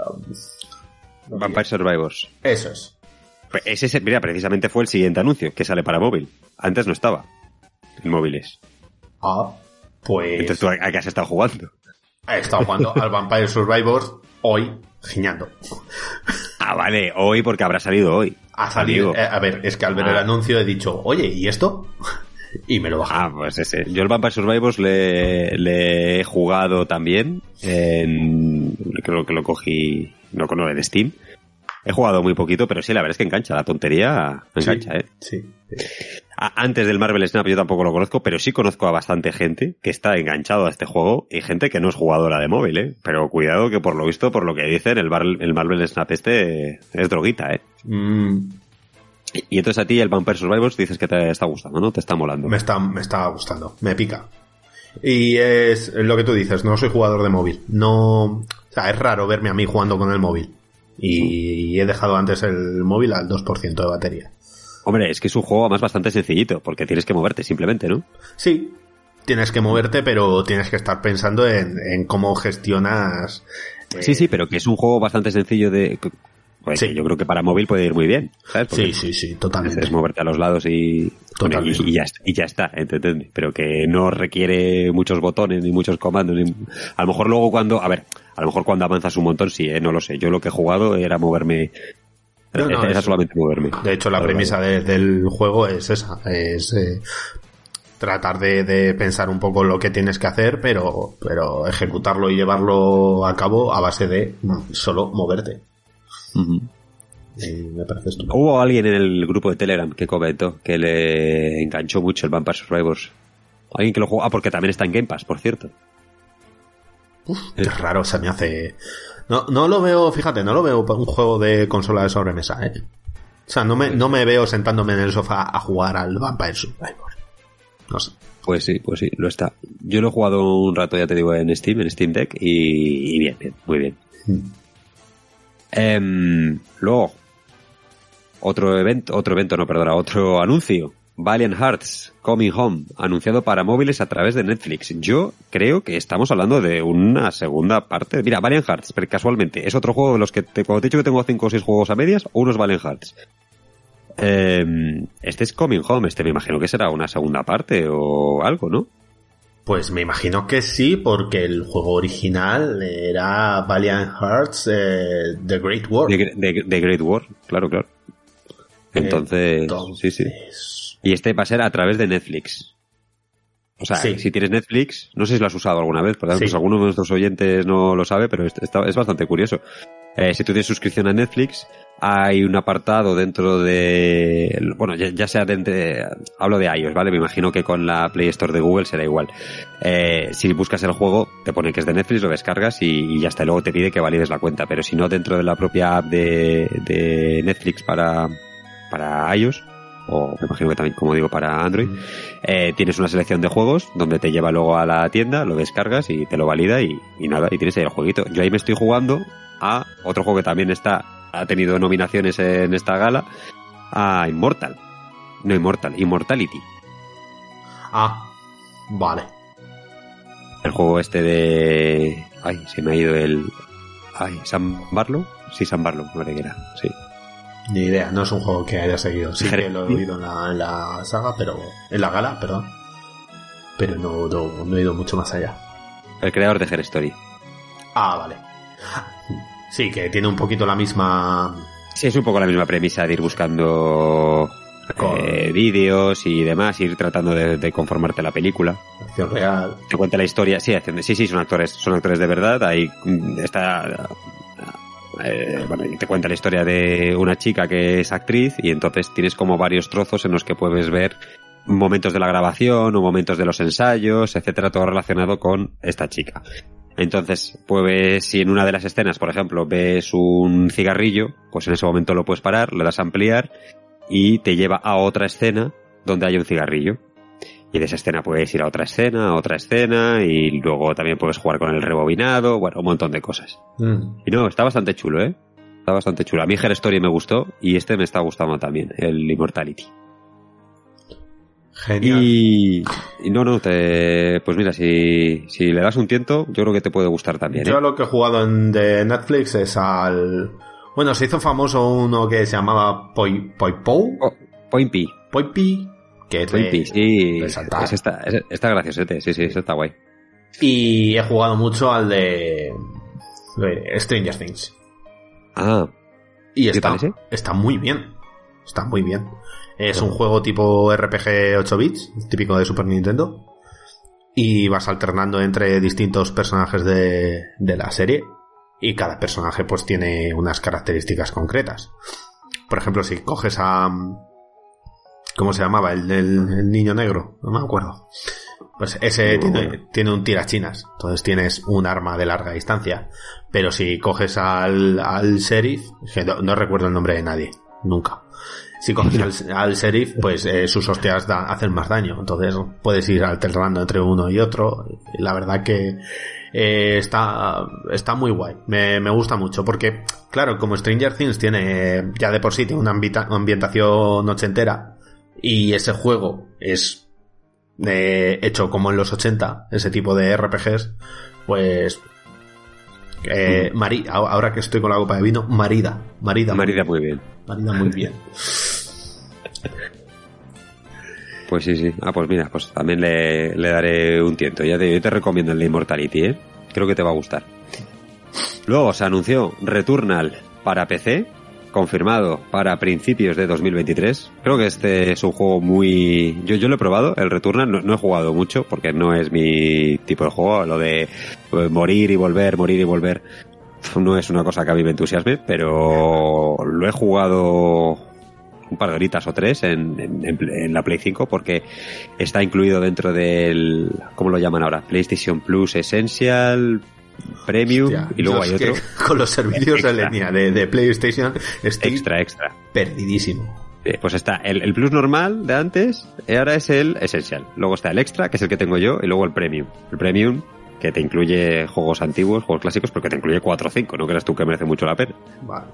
um, Vampire Survivors. Eso es. Pues ese, mira, precisamente fue el siguiente anuncio, que sale para móvil. Antes no estaba en móviles. Ah, pues Entonces tú a, a qué has estado jugando. he estado jugando al Vampire Survivors hoy, giñando. Ah, vale, hoy porque habrá salido hoy. Ha salido. Amigo. Eh, a ver, es que al ver Ah. el anuncio he dicho, oye, ¿y esto? Y me lo baja. Ah, pues ese. Yo el Vampire Survivors le, le he jugado también. En, creo que lo cogí, no no, en Steam. He jugado muy poquito, pero sí, la verdad es que engancha. La tontería engancha, sí, ¿eh? Sí. A- Antes del Marvel Snap yo tampoco lo conozco, pero sí conozco a bastante gente que está enganchado a este juego y gente que no es jugadora de móvil, ¿eh? Pero cuidado que por lo visto, por lo que dicen, el, Bar- el Marvel Snap este es droguita, ¿eh? Mm, Y entonces a ti el Vampire Survivors dices que te está gustando, ¿no? Te está molando. me está, me está gustando. Me pica. Y es lo que tú dices, no soy jugador de móvil. No, o sea, es raro verme a mí jugando con el móvil. Y he dejado antes el móvil al dos por ciento de batería. Hombre, es que es un juego además bastante sencillito, porque tienes que moverte simplemente, ¿no? Sí, tienes que moverte, pero tienes que estar pensando en, en cómo gestionas. eh, Sí, sí, pero que es un juego bastante sencillo de... Pues Sí. que yo creo que para móvil puede ir muy bien, ¿sabes? Porque Sí, sí, sí, totalmente. es moverte a los lados y, Totalmente. y, y ya, está- y ya está, ¿entendés? Pero que no requiere muchos botones ni muchos comandos. Ni... A lo mejor luego cuando... A ver, a lo mejor cuando avanzas un montón, sí, ¿eh? No lo sé. Yo lo que he jugado era moverme... No, no, era es- solamente moverme. De hecho, la Vale, premisa vale. de- del juego es esa, es eh, tratar de, de pensar un poco lo que tienes que hacer, pero, pero ejecutarlo y llevarlo a cabo a base de mm, solo moverte. Ujú. Y me parece estupendo. Hubo alguien en el grupo de Telegram que comentó que le enganchó mucho el Vampire Survivors. Alguien que lo jugó... Ah, porque también está en Game Pass, por cierto. Es raro, se me hace... No, no lo veo, fíjate, no lo veo un juego de consola de sobremesa, ¿eh? O sea, no me, no me veo sentándome en el sofá a jugar al Vampire Survivor. No sé. Pues sí, pues sí, lo está. Yo lo he jugado un rato, ya te digo, en Steam, en Steam Deck, y, y bien, bien, muy bien. Mm. Em, luego, otro evento, otro evento, no, perdona, otro anuncio. Valiant Hearts Coming Home, anunciado para móviles a través de Netflix. Yo creo que estamos hablando de una segunda parte. Mira, Valiant Hearts, pero casualmente, es otro juego de los que, te, cuando te he dicho que tengo cinco o seis juegos a medias, uno es Valiant Hearts. Eh, este es Coming Home, este me imagino que será una segunda parte o algo, ¿no? Pues me imagino que sí, porque el juego original era Valiant Hearts eh, The Great War. The, the, the Great War, claro, claro. Entonces, Entonces, sí, sí. Y este va a ser a través de Netflix. O sea, sí. Si tienes Netflix, no sé si lo has usado alguna vez, porque sí. Pues alguno de nuestros oyentes no lo sabe, pero está, es bastante curioso. Eh, si tú tienes suscripción a Netflix, hay un apartado dentro de... Bueno, ya, ya sea dentro de... Hablo de iOS, ¿vale? Me imagino que con la Play Store de Google será igual. Eh, si buscas el juego, te pone que es de Netflix, lo descargas y, y ya está. Luego te pide que valides la cuenta. Pero si no, dentro de la propia app de, de Netflix para, para iOS, o me imagino que también, como digo, para Android, eh, tienes una selección de juegos donde te lleva luego a la tienda, lo descargas y te lo valida y, y nada, y tienes ahí el jueguito. Yo ahí me estoy jugando a otro juego que también está ha tenido nominaciones en esta gala, a Immortal. No Immortal, Immortality. Ah, vale. El juego este de... Ay, se me ha ido el... Ay, ¿Sam Barlow? Sí, Sam Barlow, me parece que era, sí. Ni idea, no es un juego que haya seguido. Sí que lo he oído en la, en la saga, pero... En la gala, perdón. Pero no, no, no he ido mucho más allá. El creador de Her Story. Ah, vale. Sí, que tiene un poquito la misma... Sí, es un poco la misma premisa de ir buscando eh, vídeos y demás, ir tratando de, de conformarte la película. Acción real. Te cuenta la historia. Sí, sí, sí, son actores, son actores de verdad. Ahí está... Eh, bueno, te cuenta la historia de una chica que es actriz y entonces tienes como varios trozos en los que puedes ver momentos de la grabación o momentos de los ensayos, etcétera, todo relacionado con esta chica. Entonces, pues si en una de las escenas, por ejemplo, ves un cigarrillo, pues en ese momento lo puedes parar, le das a ampliar y te lleva a otra escena donde hay un cigarrillo. Y de esa escena puedes ir a otra escena, a otra escena, y luego también puedes jugar con el rebobinado, bueno, un montón de cosas. Mm. Y no, está bastante chulo, ¿eh? Está bastante chulo. A mí Her Story me gustó y este me está gustando también, el Immortality. Genial. Y, y no, no, te, pues mira, si, si le das un tiento, yo creo que te puede gustar también, ¿eh? Yo lo que he jugado en de Netflix es al... Bueno, se hizo famoso uno que se llamaba Poi, Poi Pou. Oh, Poimpi. Poimpi. Que es Poimpi, de, sí. De saltar. Es esta, es, está graciosete, sí, sí, eso está guay. Y he jugado mucho al de, de Stranger Things. Ah. Y está, está muy bien. Está muy bien. Es un juego tipo R P G ocho bits, típico de Super Nintendo. Y vas alternando entre distintos personajes de, de la serie. Y cada personaje pues tiene unas características concretas. Por ejemplo, si coges a... ¿Cómo se llamaba? El del el niño negro. No me acuerdo. Pues ese no, tiene, bueno. tiene un tirachinas. Entonces tienes un arma de larga distancia. Pero si coges al, al sheriff... Que no, no recuerdo el nombre de nadie. Nunca. Si coges al, al sheriff, pues eh, sus hostias da, hacen más daño. Entonces puedes ir alternando entre uno y otro. Y la verdad que eh, está está muy guay. Me, me gusta mucho porque, claro, como Stranger Things tiene ya de por sí tiene una ambita, ambientación ochentera y ese juego es eh, hecho como en los ochenta, ese tipo de R P Gs, pues... Eh, Mari, ahora que estoy con la copa de vino, marida, marida, marida muy bien, marida muy bien. Pues sí, sí. Ah, pues mira, pues también le, le daré un tiento. Ya te, yo te recomiendo el de Immortality, ¿eh? Creo que te va a gustar. Luego se anunció Returnal para P C, confirmado para principios de dos mil veintitrés. Creo que este es un juego muy... Yo, yo lo he probado, el Returnal, no, no he jugado mucho porque no es mi tipo de juego, lo de morir y volver, morir y volver. No es una cosa que a mí me entusiasme, pero lo he jugado un par de horitas o tres en, en, en la Play cinco porque está incluido dentro del... ¿Cómo lo llaman ahora? PlayStation Plus Essential... Premium. Hostia, y luego hay otro con los servicios de línea de, de PlayStation estoy extra extra perdidísimo. Eh, pues está el, el Plus normal de antes y ahora es el Essential, luego está el Extra que es el que tengo yo y luego el Premium el Premium que te incluye juegos antiguos, juegos clásicos, porque te incluye cuatro o cinco, no creas tú que merece mucho la pena. Vale.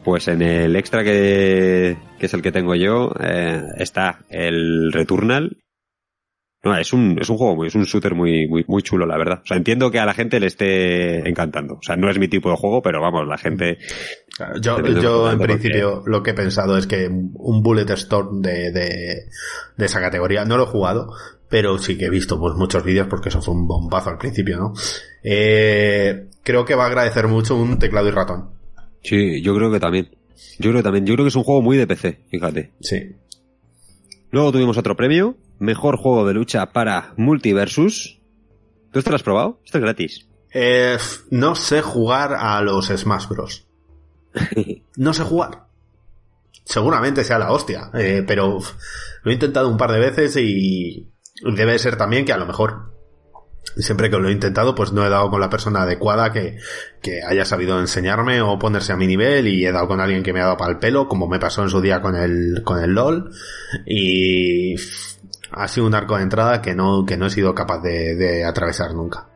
Pues en el extra que, que es el que tengo yo, eh, está el Returnal. No, es un, es un juego, muy, es un shooter muy, muy, muy chulo, la verdad. O sea, entiendo que a la gente le esté encantando. O sea, no es mi tipo de juego, pero vamos, la gente... Claro, yo, yo en principio porque... lo que he pensado es que un Bullet Storm de, de, de esa categoría, no lo he jugado, pero sí que he visto pues muchos vídeos porque eso fue un bombazo al principio, ¿no? Eh, creo que va a agradecer mucho un teclado y ratón. Sí, yo creo que también. Yo creo que también. Yo creo que es un juego muy de P C, fíjate. Sí. Luego tuvimos otro premio. Mejor juego de lucha para Multiversus. ¿Tú esto lo has probado? Esto es gratis. Eh, no sé jugar a los Smash Bros. No sé jugar. Seguramente sea la hostia. Eh, pero lo he intentado un par de veces y debe ser también que a lo mejor siempre que lo he intentado pues no he dado con la persona adecuada que, que haya sabido enseñarme o ponerse a mi nivel, y he dado con alguien que me ha dado para el pelo, como me pasó en su día con el, con el LOL, y ha sido un arco de entrada que no, que no he sido capaz de, de atravesar nunca.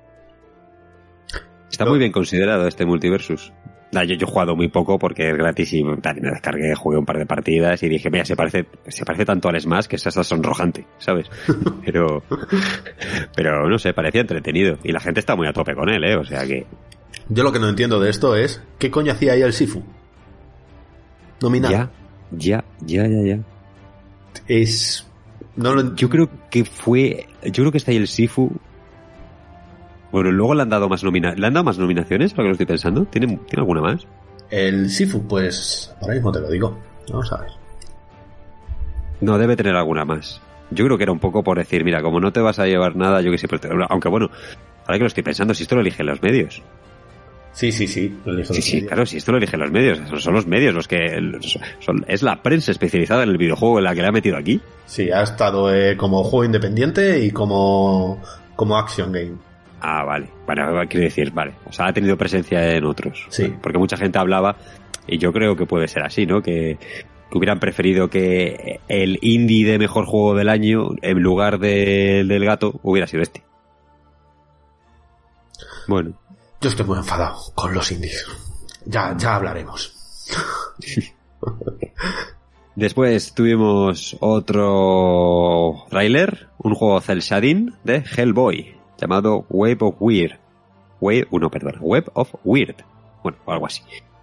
Está muy bien considerado este Multiversus. Yo, yo he jugado muy poco porque es gratis y tal, me descargué, jugué un par de partidas y dije, mira, se parece, se parece tanto al Smash que es hasta sonrojante, ¿sabes? Pero, pero no sé, parecía entretenido y la gente está muy a tope con él, ¿eh? O sea que... Yo lo que no entiendo de esto es, ¿qué coño hacía ahí el Sifu? Nominado. Ya, ya, ya, ya, ya. Es... No lo... Yo creo que fue, yo creo que está ahí el Sifu. Bueno, luego le han dado más nomina... ¿Le han dado más nominaciones? Lo que lo estoy pensando. ¿Tiene, ¿Tiene alguna más? El Sifu, pues... Ahora mismo te lo digo. Vamos a ver. No, debe tener alguna más. Yo creo que era un poco por decir, mira, como no te vas a llevar nada, yo que sé... Aunque bueno, ahora que lo estoy pensando, si esto lo eligen los medios. Sí, sí, sí. Lo eligen sí, los sí, medios. Claro, si esto lo eligen los medios. Son, son los medios los que... Son, es la prensa especializada en el videojuego la que le ha metido aquí. Sí, ha estado eh, como juego independiente y como, como action game. Ah, vale. Bueno, quiero decir, vale. O sea, ha tenido presencia en otros. Sí. Porque mucha gente hablaba, y yo creo que puede ser así, ¿no? Que, que hubieran preferido que el indie de mejor juego del año, en lugar de, del gato, hubiera sido este. Bueno. Yo estoy muy enfadado con los indies. Ya, ya hablaremos. Después tuvimos otro tráiler, un juego cel shading de Hellboy, llamado Web of Weird. Web, uno, perdón, Web of Weird. Bueno, o algo así.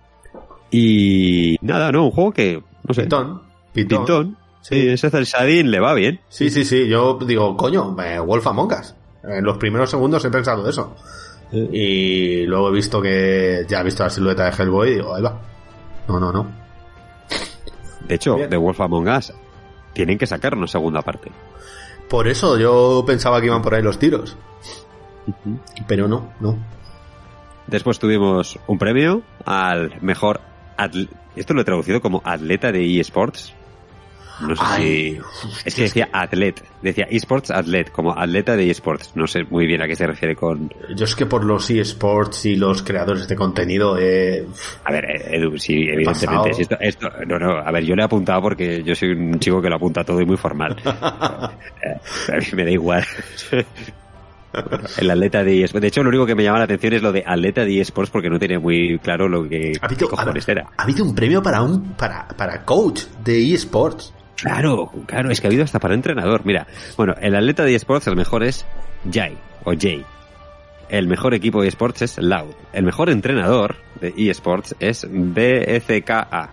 Y nada, no, un juego que, no sé. Pintón. Pintón. Pintón. Sí, sí, ese cel shading le va bien. Sí, sí, sí. Yo digo, coño, eh, Wolf Among Us. En los primeros segundos he pensado eso. Sí. Y luego he visto que ya he visto la silueta de Hellboy y digo, ahí va. No, no, no. De hecho, bien. The Wolf Among Us tienen que sacar una segunda parte. Por eso yo pensaba que iban por ahí los tiros. Uh-huh. Pero no, no. Después tuvimos un premio al mejor atle- esto lo he traducido como atleta de eSports. No sé Ay, si... Es que decía atlet. Decía eSports atlet, como atleta de eSports. No sé muy bien a qué se refiere con... Yo es que por los eSports y los creadores de contenido... Eh... A ver, Edu, sí, evidentemente. Si esto, esto, no, no, a ver, yo le he apuntado porque yo soy un chico que lo apunta todo y muy formal. A mí me da igual. Bueno, el atleta de eSports. De hecho, lo único que me llama la atención es lo de atleta de eSports porque no tiene muy claro lo que ¿Ha habido, qué cojones ha, era. Ha habido un premio para un para, para coach de eSports. Claro, claro, es que ha habido hasta para entrenador. Mira, bueno, el atleta de eSports, el mejor es Jay o Jay. El mejor equipo de eSports es Loud. El mejor entrenador de eSports es B F K A.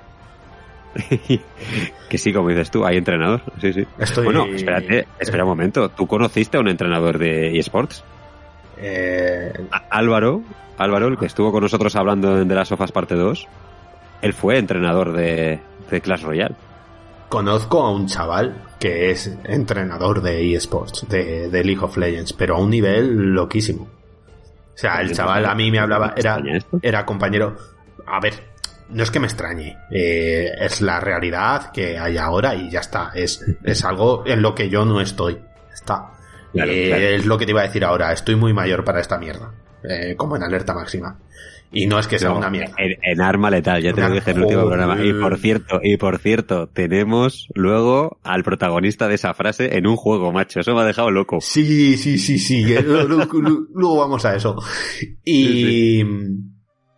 Que sí, como dices tú, hay entrenador. Sí, sí. Estoy... Bueno, espérate, espera un momento. ¿Tú conociste a un entrenador de eSports? Eh... Álvaro, Álvaro, el que estuvo con nosotros hablando en The Last of Us parte dos, él fue entrenador de, de Clash Royale. Conozco a un chaval que es entrenador de eSports, de, de League of Legends, pero a un nivel loquísimo. O sea, el chaval a mí me hablaba, era, era compañero... A ver, no es que me extrañe, eh, es la realidad que hay ahora y ya está. Es, es algo en lo que yo no estoy. Está. Claro, eh, claro. Es lo que te iba a decir ahora, estoy muy mayor para esta mierda. Eh, como en alerta máxima. Y no es que sea no, una mierda. En, en arma letal, ya te una lo dije en el último programa. Y por cierto, y por cierto, tenemos luego al protagonista de esa frase en un juego, macho. Eso me ha dejado loco. Sí, sí, sí, sí. luego, luego vamos a eso. Y... Sí, sí.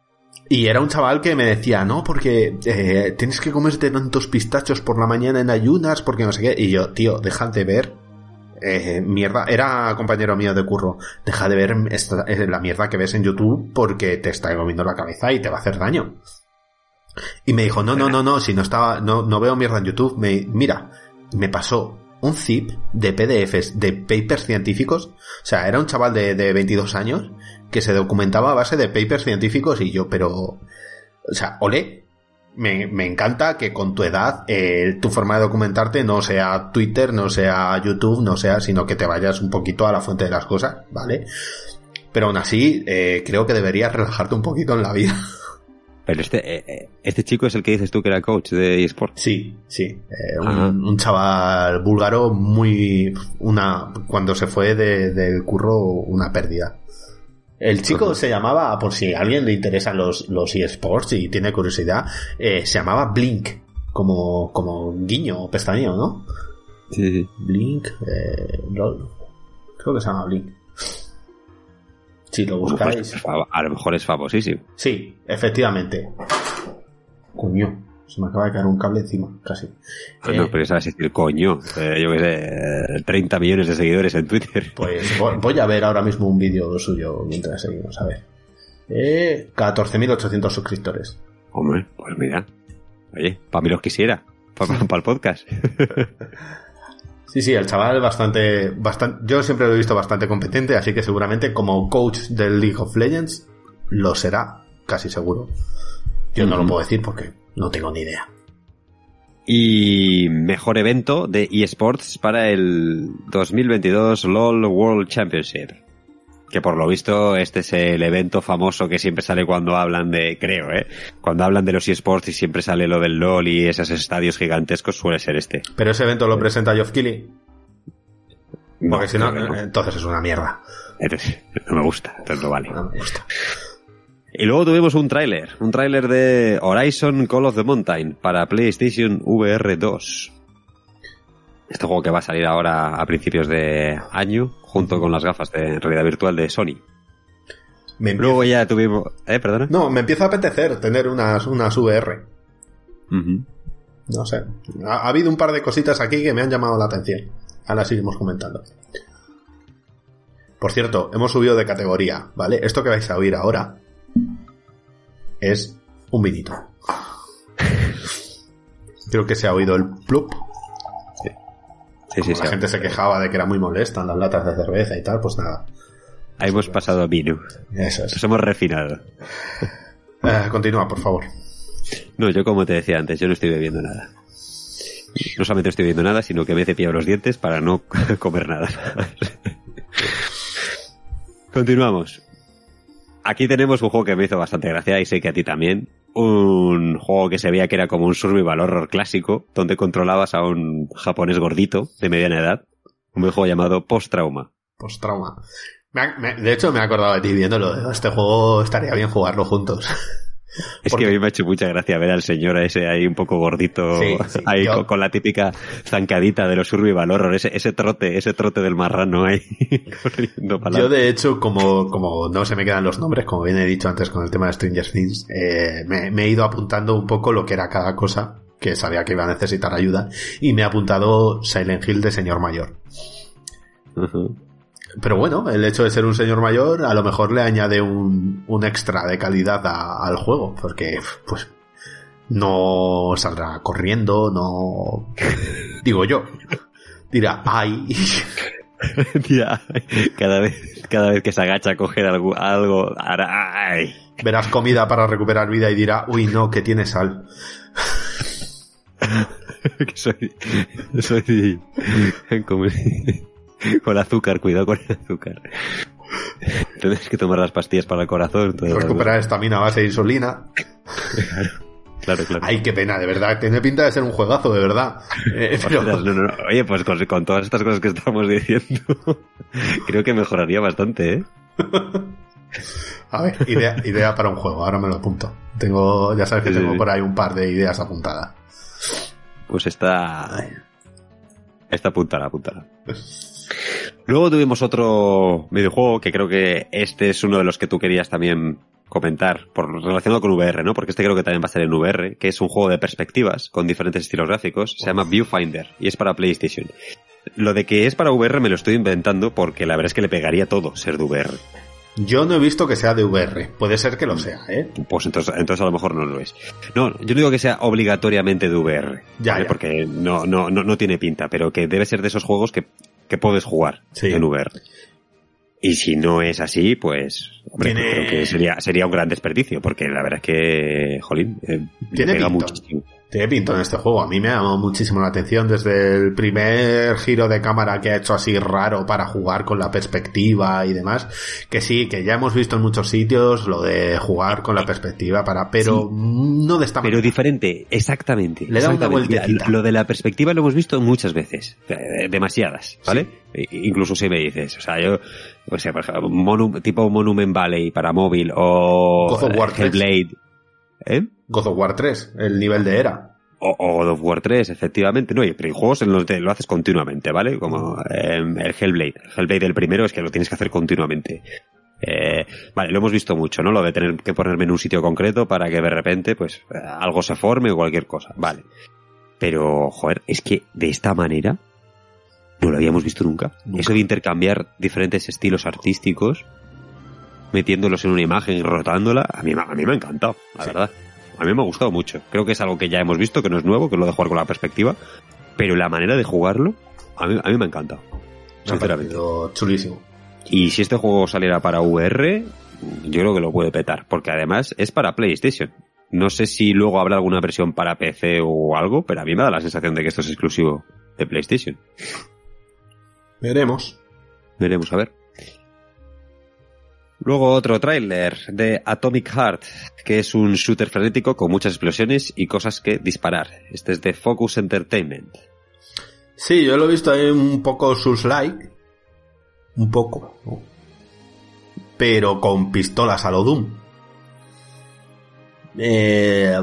Y era un chaval que me decía, no, porque eh, tienes que comerte tantos pistachos por la mañana en ayunas, porque no sé qué. Y yo, tío, deja de ver eh, mierda. Era compañero mío de curro. Deja de ver esta, eh, la mierda que ves en YouTube porque te está comiendo la cabeza y te va a hacer daño. Y me dijo, no, no, no, no, si no estaba, no, no veo mierda en YouTube. Me, mira, me pasó un zip de P D Fs, de papers científicos. O sea, era un chaval de, de veintidós años que se documentaba a base de papers científicos y yo, pero... O sea, ole, me, me encanta que con tu edad eh, tu forma de documentarte no sea Twitter, no sea YouTube, no sea, sino que te vayas un poquito a la fuente de las cosas, ¿vale? Pero aún así, eh, creo que deberías relajarte un poquito en la vida. Pero este eh, este chico es el que dices tú que era coach de eSport. Sí, sí. Eh, un, un chaval búlgaro muy... una cuando se fue de, del curro, una pérdida. El chico uh-huh. se llamaba, por si a alguien le interesan los, los eSports y tiene curiosidad, eh, se llamaba Blink, como, como guiño o pestañeo, ¿no? Sí, sí. Blink, eh, LOL. Creo que se llama Blink. Si lo buscáis. A lo mejor es famosísimo. Sí, efectivamente. Coño, se me acaba de caer un cable encima, casi. Ah, eh, no, pero sabes decir coño. Eh, yo que sé, treinta millones de seguidores en Twitter. Pues voy a ver ahora mismo un vídeo suyo mientras seguimos, a ver. Eh, catorce mil ochocientos suscriptores. Hombre, pues mira. Oye, para mí los quisiera. Para pa, pa el podcast. Sí, sí, el chaval bastante, bastante... Yo siempre lo he visto bastante competente, así que seguramente como coach del League of Legends lo será, casi seguro. Yo uh-huh. no lo puedo decir porque no tengo ni idea. Y mejor evento de eSports para el dos mil veintidós LOL World Championship. Que por lo visto este es el evento famoso que siempre sale cuando hablan de, creo, ¿eh? Cuando hablan de los eSports y siempre sale lo del LOL y esos estadios gigantescos, suele ser este. ¿Pero ese evento lo presenta Geoff Keighley? Porque no, si no, no, entonces es una mierda. Entonces, no me gusta, entonces no vale. No me gusta. Y luego tuvimos un tráiler, un tráiler de Horizon Call of the Mountain para PlayStation V R dos. Este juego que va a salir ahora a principios de año, junto con las gafas de realidad virtual de Sony. Me Luego empieza... ya tuvimos... ¿Eh? ¿Perdona? No, me empieza a apetecer tener unas, unas V R. Uh-huh. No sé. Ha, ha habido un par de cositas aquí que me han llamado la atención. Ahora seguimos comentando. Por cierto, hemos subido de categoría, ¿vale? Esto que vais a oír ahora es un vinito. Creo que se ha oído el plup. Sí, sí, la sí. gente se quejaba de que era muy molesta en las latas de cerveza y tal, pues nada. Ahí hemos pasado a vino. Eso es. Nos hemos refinado. Eh, continúa, por favor. No, yo como te decía antes, yo no estoy bebiendo nada. No solamente no estoy bebiendo nada, sino que me he cepillado los dientes para no comer nada. Continuamos. Aquí tenemos un juego que me hizo bastante gracia y sé que a ti también. Un juego que se veía que era como un survival horror clásico, donde controlabas a un japonés gordito de mediana edad. Un juego llamado Post-Trauma. Post-Trauma. Me ha, me, de hecho, me he acordado de ti viéndolo. Este juego estaría bien jugarlo juntos. Es Porque... que a mí me ha hecho mucha gracia ver al señor ese ahí un poco gordito, sí, sí, ahí yo... con, con la típica zancadita de los survival horror, ese, ese trote, ese trote del marrano ahí corriendo para Yo de hecho, como, como no se me quedan los nombres, como bien he dicho antes con el tema de Stranger Things, eh, me, me he ido apuntando un poco lo que era cada cosa, que sabía que iba a necesitar ayuda, y me he apuntado Silent Hill de señor mayor. Uh-huh. Pero bueno, el hecho de ser un señor mayor a lo mejor le añade un, un extra de calidad a, al juego, porque pues no saldrá corriendo, no... Digo yo. Dirá, ay. Dirá, cada vez, cada vez que se agacha a coger algo, algo hará, ay. Verás comida para recuperar vida y dirá, uy no, que tiene sal. Que soy... Soy... como... Con azúcar, cuidado con el azúcar. Tienes que tomar las pastillas para el corazón. Recuperar estamina a base de insulina. Claro, claro, claro. Ay, qué pena, de verdad. Tiene pinta de ser un juegazo, de verdad. Eh, pero... no, no, no. Oye, pues con, con todas estas cosas que estamos diciendo, creo que mejoraría bastante, ¿eh? A ver, idea, idea para un juego. Ahora me lo apunto. Tengo, ya sabes que sí, tengo sí. por ahí un par de ideas apuntadas. Pues está... Esta apuntará, apuntará. Luego tuvimos otro videojuego que creo que este es uno de los que tú querías también comentar, por relacionado con V R, ¿no? Porque este creo que también va a ser en V R, que es un juego de perspectivas con diferentes estilos gráficos. Se llama Viewfinder y es para PlayStation. Lo de que es para V R me lo estoy inventando porque la verdad es que le pegaría todo ser de V R. Yo no he visto que sea de V R. Puede ser que lo sea, ¿eh? Pues entonces, entonces a lo mejor no lo es. No, yo no digo que sea obligatoriamente de V R. Ya, ¿vale? ya. Porque no, no, no, no tiene pinta, pero que debe ser de esos juegos que, que puedes jugar sí. en V R. Y si no es así, pues, hombre, Tiene... creo que sería, sería un gran desperdicio, porque la verdad es que, jolín, eh, Tiene pega pinta. muchísimo. Tiene pinta en este juego. A mí me ha llamado muchísimo la atención desde el primer giro de cámara que ha hecho así raro para jugar con la perspectiva y demás. Que sí, que ya hemos visto en muchos sitios lo de jugar con la perspectiva para, pero sí, no de esta manera. Pero diferente, exactamente. Le da una vueltita. vueltecita. Lo de la perspectiva lo hemos visto muchas veces, demasiadas, ¿vale? Sí. Incluso si me dices, o sea, yo, o sea, por ejemplo, Monu, tipo Monument Valley para móvil o God of War Hellblade, ¿eh? God of War tres, el nivel de era. O, o God of War tres, efectivamente, no, pero hay juegos en los que lo haces continuamente, ¿vale? Como eh, el Hellblade. El Hellblade el primero es que lo tienes que hacer continuamente. Eh, vale, lo hemos visto mucho, ¿no? Lo de tener que ponerme en un sitio concreto para que de repente, pues, algo se forme o cualquier cosa, vale. Pero, joder, es que de esta manera no lo habíamos visto nunca. nunca. Eso de intercambiar diferentes estilos artísticos, metiéndolos en una imagen y rotándola, a mí, a mí me ha encantado, la sí. verdad. A mí me ha gustado mucho. Creo que es algo que ya hemos visto, que no es nuevo, que es lo de jugar con la perspectiva. Pero la manera de jugarlo, a mí, a mí me ha encantado. Sinceramente. Chulísimo. Y si este juego saliera para V R, yo creo que lo puede petar. Porque además es para PlayStation. No sé si luego habrá alguna versión para P C o algo, pero a mí me da la sensación de que esto es exclusivo de PlayStation. Veremos. Veremos, a ver. Luego otro tráiler de Atomic Heart, que es un shooter frenético con muchas explosiones y cosas que disparar. Este es de Focus Entertainment. Sí, yo lo he visto ahí un poco Souls-like. Un poco. ¿no? Pero con pistolas a lo Doom. Eh,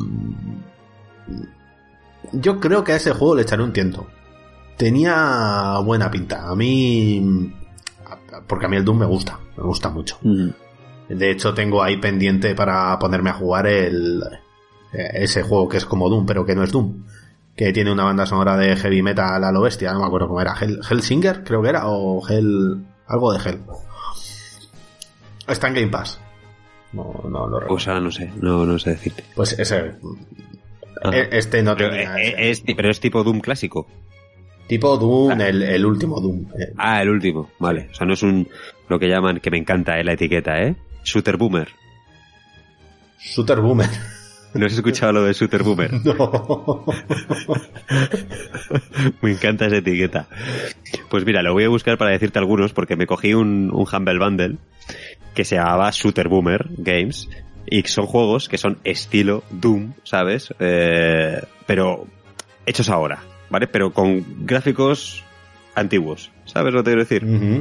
yo creo que a ese juego le echaré un tiento. Tenía buena pinta. A mí... Porque a mí el Doom me gusta, me gusta mucho. Mm. De hecho, tengo ahí pendiente para ponerme a jugar el ese juego que es como Doom, pero que no es Doom. Que tiene una banda sonora de heavy metal a lo bestia, no me acuerdo cómo era. Hell, Hellsinger, creo que era, o Hell... Algo de Hell. Está en Game Pass. No, no lo recuerdo. O sea, no sé, no, no sé decirte. Pues ese... Ah. Este no pero tenía... Es, es, pero es tipo Doom clásico. Tipo Doom, ah. el, el último Doom. Ah, el último, vale. O sea, no es un... Lo que llaman, que me encanta, ¿eh? La etiqueta, ¿eh? Shooter Boomer. Shooter Boomer. ¿No has escuchado lo de Shooter Boomer? No. Me encanta esa etiqueta. Pues mira, lo voy a buscar para decirte algunos, porque me cogí un, un Humble Bundle que se llamaba Shooter Boomer Games, y son juegos que son estilo Doom, ¿sabes? Eh, pero hechos ahora. ¿Vale? Pero con gráficos antiguos. ¿Sabes lo que te quiero decir? Uh-huh.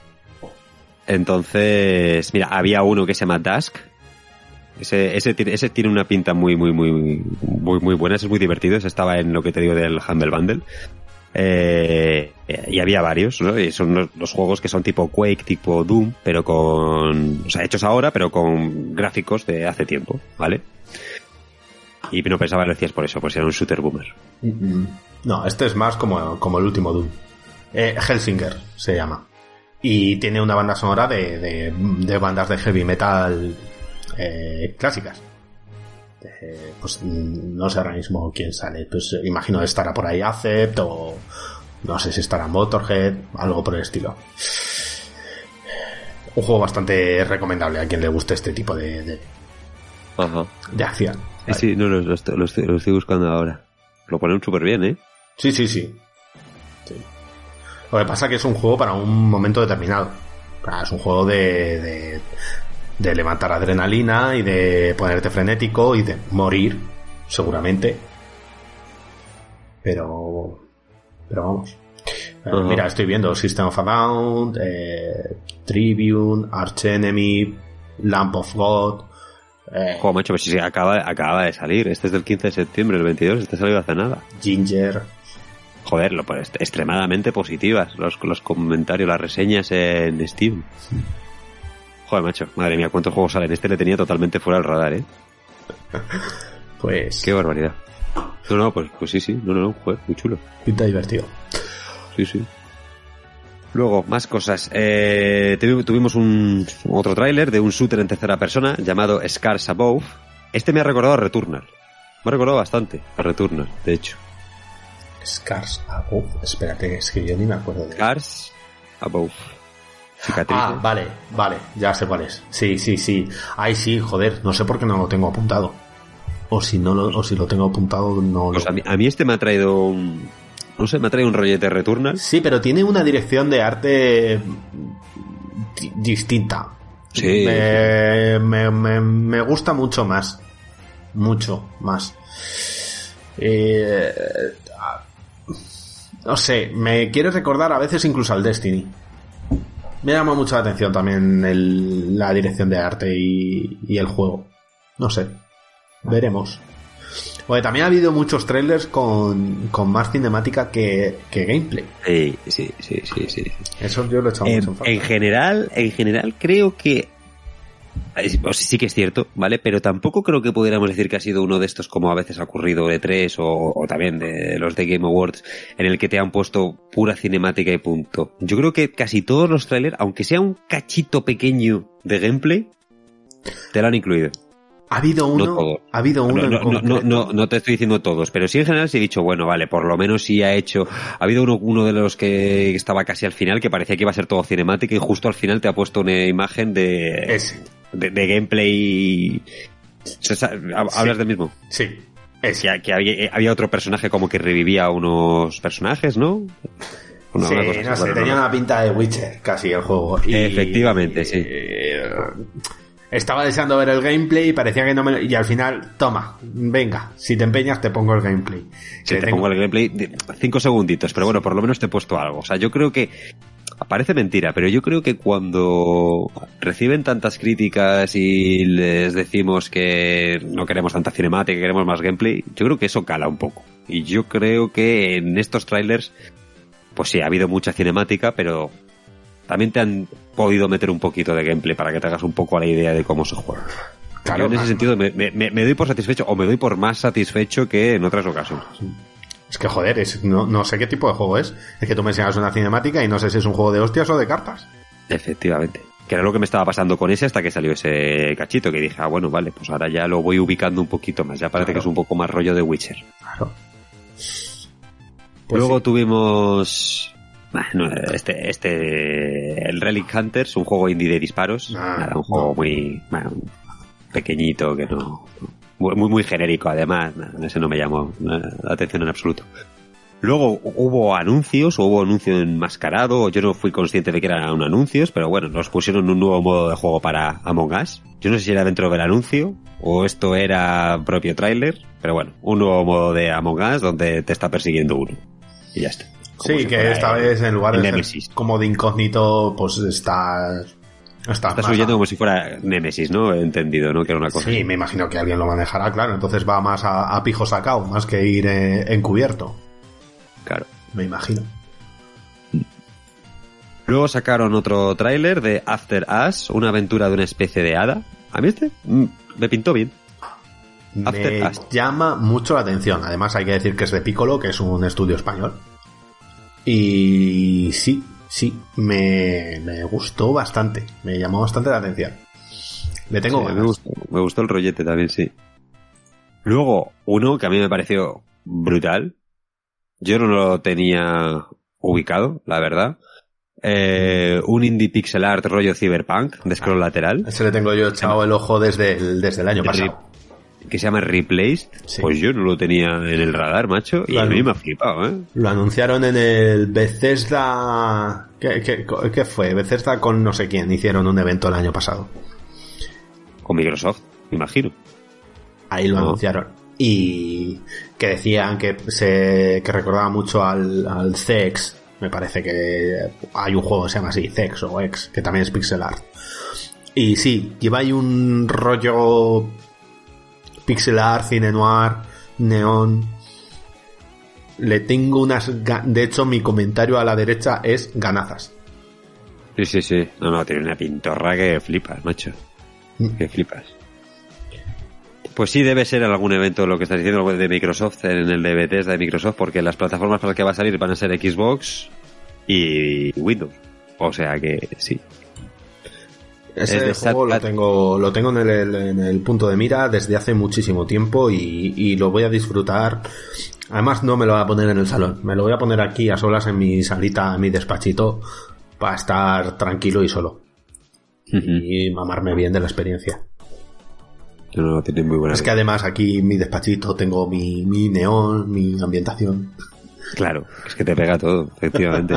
Entonces, mira, había uno que se llama Dusk. Ese, ese, ese tiene una pinta muy, muy, muy, muy, muy buena. Ese es muy divertido. Ese estaba en lo que te digo del Humble Bundle. Eh, y había varios, ¿no? Y son los, los juegos que son tipo Quake, tipo Doom, pero con... O sea, hechos ahora, pero con gráficos de hace tiempo, ¿vale? Y no pensaba que lo decías por eso, pues era un Shooter Boomer. No, este es más como, como el último Doom. Eh, Hellsinger se llama. Y tiene una banda sonora de, de, de bandas de heavy metal eh, clásicas. Eh, pues no sé ahora mismo quién sale. Pues imagino estará por ahí Acept o no sé si estará Motorhead, algo por el estilo. Un juego bastante recomendable a quien le guste este tipo de... de Ajá. De acción. Sí, sí, no, lo, lo, estoy, lo, estoy, lo estoy buscando ahora. Lo ponen súper bien, ¿eh? Sí, sí, sí, sí. Lo que pasa es que es un juego para un momento determinado. Es un juego de, de, de levantar adrenalina y de ponerte frenético y de morir, seguramente. Pero... Pero vamos. Uh-huh. Mira, estoy viendo System of a Down, eh, Tribune, Arch Enemy, Lamp of God... Eh, Joder, macho, pues si acaba, acaba de salir. Este es del quince de septiembre, el veintidós. Este salió hace nada. Ginger. Joder, lo, pues, extremadamente positivas los, los comentarios, las reseñas en Steam. Joder, macho, madre mía, cuántos juegos salen. Este le tenía totalmente fuera del radar, ¿eh? Pues... Qué barbaridad. No, no, pues, pues sí, sí. No, no, no, joder, muy chulo. Pinta divertido. Sí, sí. Luego, más cosas. Eh, tuvimos un otro tráiler de un shooter en tercera persona llamado Scars Above. Este me ha recordado a Returnal. Me ha recordado bastante a Returnal, de hecho. Scars Above. Espérate, es que yo ni me acuerdo de Scars Above. Cicatrices. Ah, vale, vale, ya sé cuál es. Sí, sí, sí. Ay, sí, joder, no sé por qué no lo tengo apuntado. O si no lo, o si lo tengo apuntado, no pues lo... a mí, a mí este me ha traído un... No sé, me ha traído un rollete Returnal. Sí, pero tiene una dirección de arte di- distinta. Sí. Me, me, me, me gusta mucho más. Mucho más. Eh, no sé, me quiere recordar a veces incluso al Destiny. Me llama mucho la atención también el, la dirección de arte y, y el juego. No sé. Veremos. Porque también ha habido muchos trailers con, con más cinemática que, que gameplay. Sí, sí, sí, sí, sí. Eso yo lo he echado En, mucho en falta. en general, en general creo que pues sí que es cierto, ¿vale? Pero tampoco creo que pudiéramos decir que ha sido uno de estos como a veces ha ocurrido de tres o, o también de los de Game Awards en el que te han puesto pura cinemática y punto. Yo creo que casi todos los trailers, aunque sea un cachito pequeño de gameplay, te lo han incluido. Ha habido uno, No todos. ha habido uno no, en no, no, no, no te estoy diciendo todos, pero sí en general sí he dicho, bueno, vale, por lo menos sí ha hecho... Ha habido uno, uno de los que estaba casi al final, que parecía que iba a ser todo cinemática y justo al final te ha puesto una imagen de... Ese. De, de gameplay... ¿Hablas Sí. del mismo? Sí, ese. Que, que había, había otro personaje como que revivía a unos personajes, ¿no? Una, sí, una cosa no así, sé, bueno, tenía no. una pinta de Witcher casi el juego. Y, Efectivamente, sí. eh, estaba deseando ver el gameplay y parecía que no me... Y al final, toma, venga, si te empeñas te pongo el gameplay. Sí, Que te tengo- pongo el gameplay de cinco segunditos, pero bueno, por lo menos te he puesto algo. O sea, yo creo que parece mentira, pero yo creo que cuando reciben tantas críticas y les decimos que no queremos tanta cinemática, que queremos más gameplay, yo creo que eso cala un poco. Y yo creo que en estos trailers, pues sí, ha habido mucha cinemática, pero también te han podido meter un poquito de gameplay para que te hagas un poco a la idea de cómo se juega. Claro, Yo en ese ah, sentido me, me, me doy por satisfecho, o me doy por más satisfecho que en otras ocasiones. Es que joder, es, no, no sé qué tipo de juego es. Es que tú me enseñas una cinemática y no sé si es un juego de hostias o de cartas. Efectivamente. Que era lo que me estaba pasando con ese hasta que salió ese cachito, que dije, ah, bueno, vale, pues ahora ya lo voy ubicando un poquito más. Ya parece Claro. que es un poco más rollo de Witcher. Claro. Luego sí. tuvimos... Bueno, este, este... El Relic Hunters, un juego indie de disparos. Ah, Nada, un juego no. muy... Bueno, pequeñito, que no... Muy, muy, muy genérico, además. Nada, ese no me llamó la atención en absoluto. Luego hubo anuncios, o hubo anuncio enmascarado, yo no fui consciente de que eran anuncios, pero bueno, nos pusieron un nuevo modo de juego para Among Us. Yo no sé si era dentro del anuncio, o esto era propio tráiler, pero bueno, un nuevo modo de Among Us donde te está persiguiendo uno. Y ya está. Como Sí, si que fuera esta el- vez en lugar el de ser Nemesis. como de incógnito, pues está... Está Estás más huyendo a- como si fuera Nemesis, ¿no? He entendido, ¿no? Que era una cosa. Sí, me imagino que alguien lo manejará, claro. Entonces va más a, a pijo sacao, más que ir eh, encubierto. Claro. Me imagino. Luego sacaron otro tráiler de After Us, una aventura de una especie de hada. A mí este mm, me pintó bien. After Me Us. llama mucho la atención. Además hay que decir que es de Piccolo, que es un estudio español. Y sí, sí, me, me gustó bastante. Me llamó bastante la atención. Le tengo Sí, me ganas. gustó, me gustó el rollete también, sí. Luego, uno que a mí me pareció brutal. Yo no lo tenía ubicado, la verdad. Eh, un indie pixel art rollo cyberpunk de scroll lateral Ese le tengo yo echado el ojo desde el, desde el año pasado. que se llama Replaced. Sí. Pues yo no lo tenía en el radar, macho, y Lo a mí anun- me ha flipado, ¿eh? Lo anunciaron en el Bethesda... ¿Qué, qué, qué fue? Bethesda con no sé quién. Hicieron un evento el año pasado. Con Microsoft, me imagino. Ahí lo Oh. anunciaron. Y que decían que se que recordaba mucho al, al C X. Me parece que hay un juego que se llama así, C X o X, que también es pixel art. Y sí, lleva ahí un rollo pixel art, cine noir, neón. Le tengo unas... ga- De hecho, mi comentario a la derecha es ganazas. Sí, sí, sí. No, no, tiene una pintorra que flipas, macho. Que flipas. Pues sí, debe ser en algún evento lo que estás diciendo de Microsoft, en el de Bethesda de Microsoft, porque las plataformas para las que va a salir van a ser Xbox y Windows. O sea que sí. Ese juego lo tengo, lo tengo en el, en el punto de mira desde hace muchísimo tiempo y, y lo voy a disfrutar. Además no me lo voy a poner en el salón, me lo voy a poner aquí a solas en mi salita, en mi despachito, para estar tranquilo y solo. Uh-huh. Y mamarme bien de la experiencia. No, no, tiene muy buena. Es que además aquí en mi despachito tengo mi, mi neón, mi ambientación. Claro, es que te pega todo, efectivamente.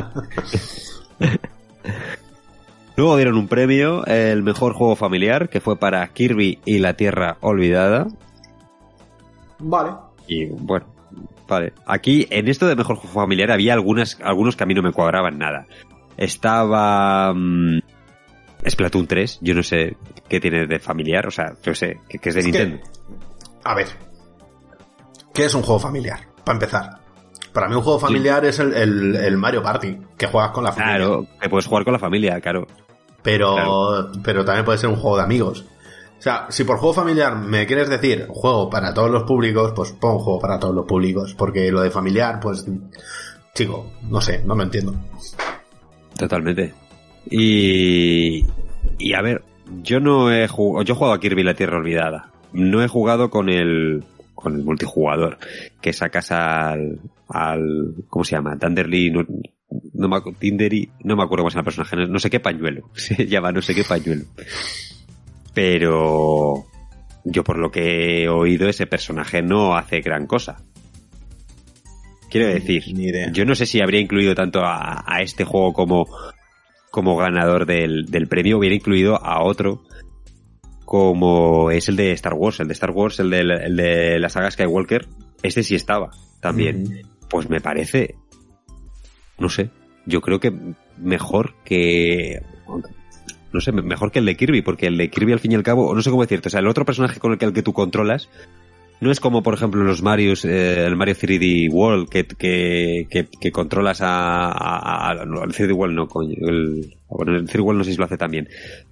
Luego dieron un premio, el mejor juego familiar, que fue para Kirby y la Tierra Olvidada. Vale. Y bueno, vale. Aquí, en esto de mejor juego familiar, había algunas, algunos que a mí no me cuadraban nada. Estaba um, Splatoon tres, yo no sé qué tiene de familiar, o sea, yo sé, que, que es de es Nintendo. Que, a ver, ¿qué es un juego familiar? Para empezar. Para mí un juego familiar sí. es el, el, el Mario Party, que juegas con la familia. Claro, que puedes jugar con la familia, claro. Pero, claro. pero también puede ser un juego de amigos. O sea, si por juego familiar me quieres decir juego para todos los públicos, pues pon juego para todos los públicos. Porque lo de familiar, pues, chico, no sé, no lo entiendo. Totalmente. Y, y a ver, yo no he jugado, yo he jugado a Kirby la Tierra Olvidada. No he jugado con el, con el multijugador, que sacas al, al, ¿cómo se llama? Thunderly, no, no me, Tindery, no me acuerdo cómo se llama el personaje, no sé qué pañuelo, se llama no sé qué pañuelo. Pero yo por lo que he oído, ese personaje no hace gran cosa. Quiero decir, ni idea. Yo no sé si habría incluido tanto a, a este juego como, como ganador del, del premio, hubiera incluido a otro como es el de Star Wars, el de Star Wars, el de, el de la saga Skywalker. Este sí estaba también. Mm. Pues me parece, no sé, yo creo que mejor que... No sé, mejor que el de Kirby, porque el de Kirby al fin y al cabo, no sé cómo decirte, o sea, el otro personaje con el que, el que tú controlas no es como, por ejemplo, los Marios, eh, el Mario tres D World, que, que, que, que controlas a, a, a, no, el tres D World no, coño, el, bueno, el tres D World no sé si lo hace también.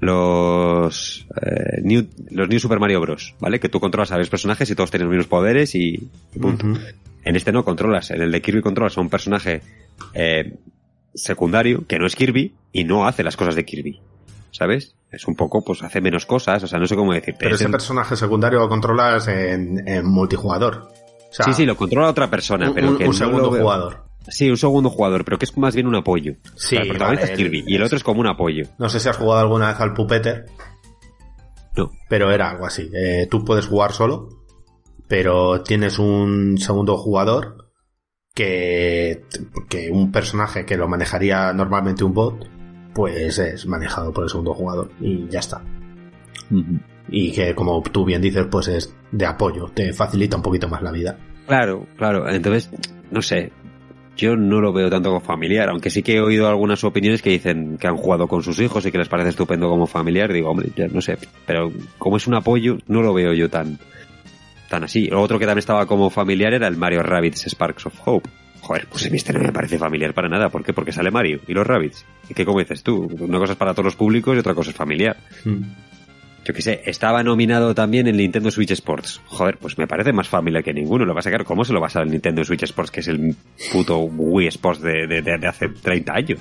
Los, eh, New, los New Super Mario Bros, ¿vale? Que tú controlas a los personajes y todos tienen los mismos poderes y, y punto. Uh-huh. En este no controlas, en el de Kirby controlas a un personaje, eh, secundario, que no es Kirby, y no hace las cosas de Kirby. ¿Sabes? Es un poco, pues hace menos cosas, o sea, no sé cómo decirte. Pero ese en... personaje secundario lo controlas en, en multijugador. O sea, sí, sí, lo controla otra persona, un, pero que un no segundo lo veo... jugador. Sí, un segundo jugador, pero que es más bien un apoyo. Sí, o sea, el protagonista vale, es Kirby, y el otro es como un apoyo. No sé si has jugado alguna vez al Pupeter. No. Pero era algo así. Eh, tú puedes jugar solo, pero tienes un segundo jugador que, que un personaje que lo manejaría normalmente un bot, pues es manejado por el segundo jugador y ya está. Uh-huh. Y que, como tú bien dices, pues es de apoyo, te facilita un poquito más la vida. Claro, claro. Entonces, no sé, yo no lo veo tanto como familiar, aunque sí que he oído algunas opiniones que dicen que han jugado con sus hijos y que les parece estupendo como familiar. Digo, hombre, ya no sé, pero como es un apoyo, no lo veo yo tan, tan así. Lo otro que también estaba como familiar era el Mario Rabbids Sparks of Hope. Joder, pues a mí este no me parece familiar para nada. ¿Por qué? Porque sale Mario y los Rabbids. ¿Y qué, como dices tú? Una cosa es para todos los públicos y otra cosa es familiar. Mm. Yo qué sé, estaba nominado también en Nintendo Switch Sports. Joder, pues me parece más familiar que ninguno. Lo va a sacar, ¿cómo se lo va a sacar el Nintendo Switch Sports? Que es el puto Wii Sports de, de, de, de hace treinta años.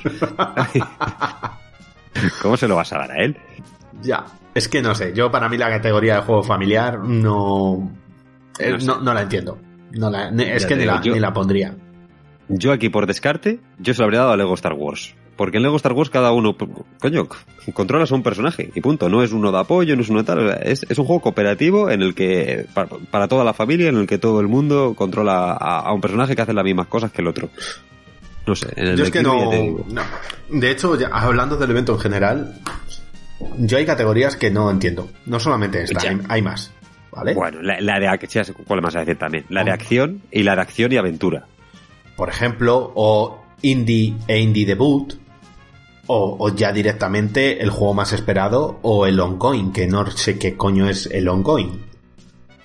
¿Cómo se lo vas a dar a él? Ya, es que no sé. Yo, para mí, la categoría de juego familiar no... Eh, no, no, no la entiendo. No la, es ya que ni la, yo... ni la pondría. Yo aquí, por descarte, yo se lo habría dado a Lego Star Wars. Porque en Lego Star Wars cada uno, coño, controlas a un personaje y punto. No es uno de apoyo, no es uno de tal. Es, es un juego cooperativo en el que, para, para toda la familia, en el que todo el mundo controla a, a un personaje que hace las mismas cosas que el otro. No sé. En el yo es que no, no. De hecho, ya, hablando del evento en general, yo hay categorías que no entiendo. No solamente esta, hay, hay más. ¿Vale? Bueno, la, la de acción, ¿cuál más a decir también? La de acción y la de acción y aventura. Por ejemplo, o indie e indie debut, o, o ya directamente el juego más esperado, o el ongoing, que no sé qué coño es el ongoing.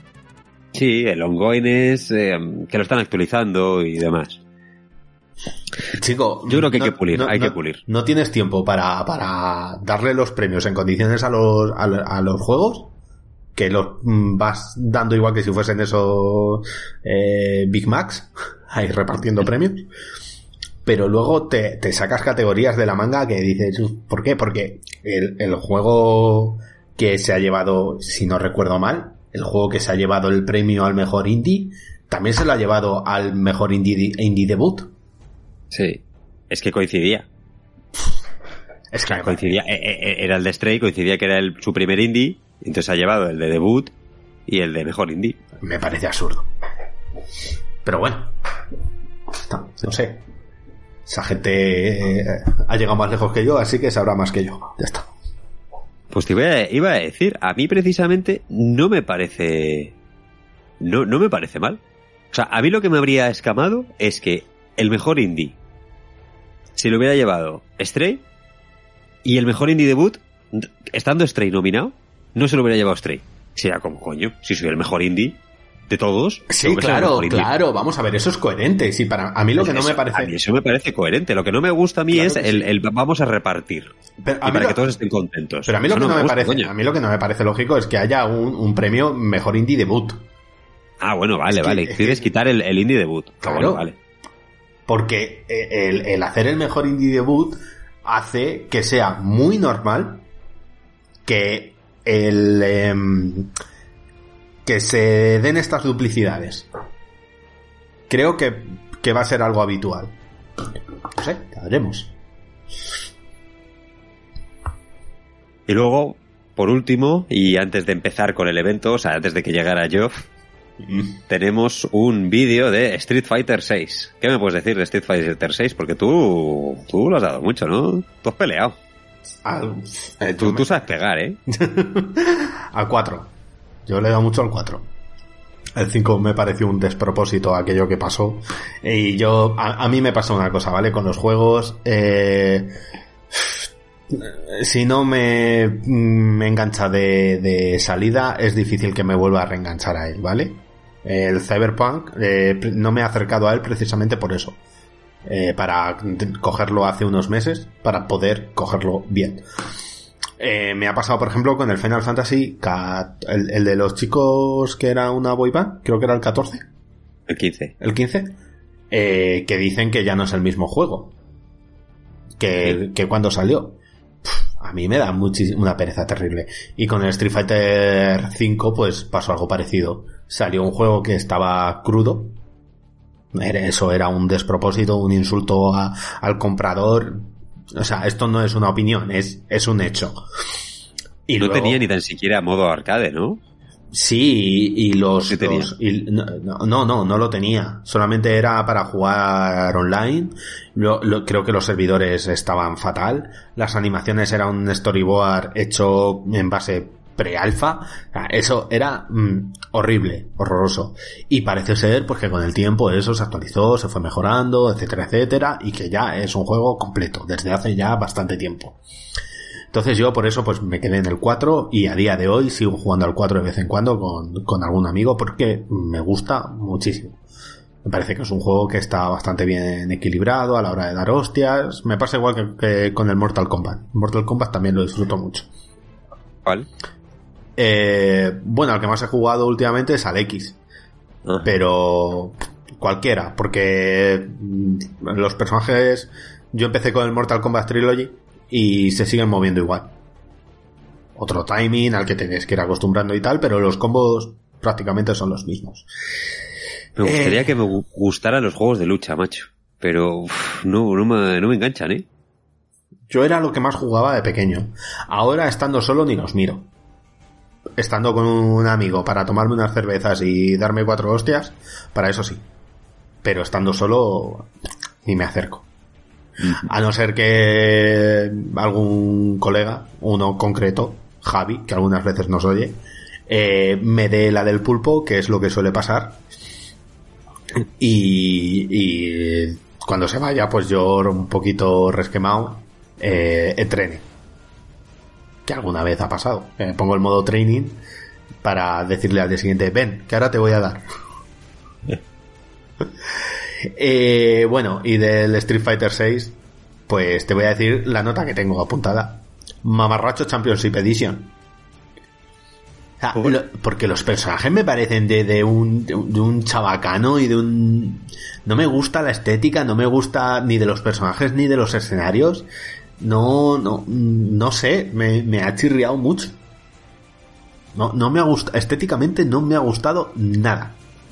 Sí, el ongoing es eh, que lo están actualizando y demás. Chico, yo creo que no, hay que pulir, no, hay no, que pulir. ¿No tienes tiempo para, para darle los premios en condiciones a los, a, a los juegos? Que los vas dando igual que si fuesen esos eh, Big Macs, ahí repartiendo premios. Pero luego te, te sacas categorías de la manga que dices, ¿por qué? Porque el, el juego que se ha llevado, si no recuerdo mal, el juego que se ha llevado el premio al mejor indie, también se lo ha llevado al mejor indie, indie debut. Sí, es que coincidía. Es que coincidía, era el de Stray, coincidía que era el, su primer indie, entonces ha llevado el de debut y el de mejor indie. Me parece absurdo. Pero bueno, no, no sé. Esa gente eh, ha llegado más lejos que yo, así que sabrá más que yo. Ya está. Pues te iba a, iba a decir, a mí precisamente no me parece... No, no me parece mal. O sea, a mí lo que me habría escamado es que el mejor indie, si lo hubiera llevado Stray, y el mejor indie debut, estando Stray nominado, no se lo hubiera llevado Stray. Sería como, coño, si soy el mejor indie de todos. Sí, claro, claro, vamos a ver, eso es coherente. Sí, para a mí lo que no me parece... A mí eso me parece coherente. Lo que no me gusta a mí claro es el, sí. el vamos a repartir. Pero a y mí para lo... que todos estén contentos. Pero a mí lo eso que no, no me, me gusta, parece, coño. a mí lo que no me parece lógico es que haya un, un premio mejor indie debut. Ah, bueno, vale, es que, vale. es Quieres que... quitar el, el indie debut. Claro. Bueno, vale. Porque el, el hacer el mejor indie debut hace que sea muy normal que el eh, que se den estas duplicidades. Creo que, que va a ser algo habitual. No sé, ya veremos. Y luego, por último, y antes de empezar con el evento, o sea, antes de que llegara Geoff, tenemos un vídeo de Street Fighter seis. ¿Qué me puedes decir de Street Fighter seis? Porque tú, tú lo has dado mucho, ¿no? Tú has peleado. Al, eh, tú, me... tú sabes pegar, ¿eh? Al cuatro. Yo le he dado mucho al cuatro. El cinco me pareció un despropósito aquello que pasó. Y yo, a, a mí me pasa una cosa, ¿vale? Con los juegos, eh, si no me, me engancha de, de salida, es difícil que me vuelva a reenganchar a él, ¿vale? El Cyberpunk, eh, no me he acercado a él precisamente por eso. Eh, para cogerlo hace unos meses, para poder cogerlo bien. Eh, me ha pasado, por ejemplo, con el Final Fantasy, el, el de los chicos que era una boy band, creo que era el catorce. El quince. El quince. Eh, que dicen que ya no es el mismo juego que, que cuando salió. Pff, a mí me da muchis- una pereza terrible. Y con el Street Fighter cinco, pues pasó algo parecido. Salió un juego que estaba crudo. Eso era un despropósito, un insulto a, al comprador. O sea, esto no es una opinión, es, es un hecho. Y no luego, tenía ni tan siquiera modo arcade, ¿no? Sí, y, y los... ¿Qué tenía? los y, no, no, no, no lo tenía. Solamente era para jugar online. Lo, lo, creo que los servidores estaban fatal. Las animaciones eran un storyboard hecho en base pre-alfa. Eso era mm, horrible, horroroso. Y parece ser pues que con el tiempo eso se actualizó, se fue mejorando, etcétera, etcétera, y que ya es un juego completo desde hace ya bastante tiempo. Entonces yo por eso pues me quedé en el cuatro y a día de hoy sigo jugando al cuatro de vez en cuando con, con algún amigo porque me gusta muchísimo. Me parece que es un juego que está bastante bien equilibrado a la hora de dar hostias. Me pasa igual que, que con el Mortal Kombat. Mortal Kombat también lo disfruto mucho. ¿Cuál? Eh, bueno, el que más he jugado últimamente es al X. Ah. Pero cualquiera, porque los personajes... Yo empecé con el Mortal Kombat Trilogy y se siguen moviendo igual. Otro timing al que tienes que ir acostumbrando y tal, pero los combos prácticamente son los mismos. Me gustaría eh... que me gustaran los juegos de lucha, macho. Pero uf, no, no, me, no me enganchan, ¿eh? Yo era lo que más jugaba de pequeño. Ahora, estando solo, ni los miro. Estando con un amigo para tomarme unas cervezas y darme cuatro hostias, para eso sí. Pero estando solo, ni me acerco. A no ser que algún colega, uno concreto, Javi, que algunas veces nos oye, eh, me dé la del pulpo, que es lo que suele pasar. Y, y cuando se vaya, pues yo un poquito resquemado, eh, entrene. Que alguna vez ha pasado. Me eh, pongo el modo training para decirle al día siguiente, ven, que ahora te voy a dar. Eh, bueno, y del Street Fighter seis, pues te voy a decir la nota que tengo apuntada. Mamarracho Championship Edition. O sea, lo, porque los personajes me parecen de, de, un, de un chabacano y de un... No me gusta la estética, no me gusta ni de los personajes ni de los escenarios. No, no, no sé, me, me ha chirriado mucho. No, no me ha gustado, estéticamente no me ha gustado nada.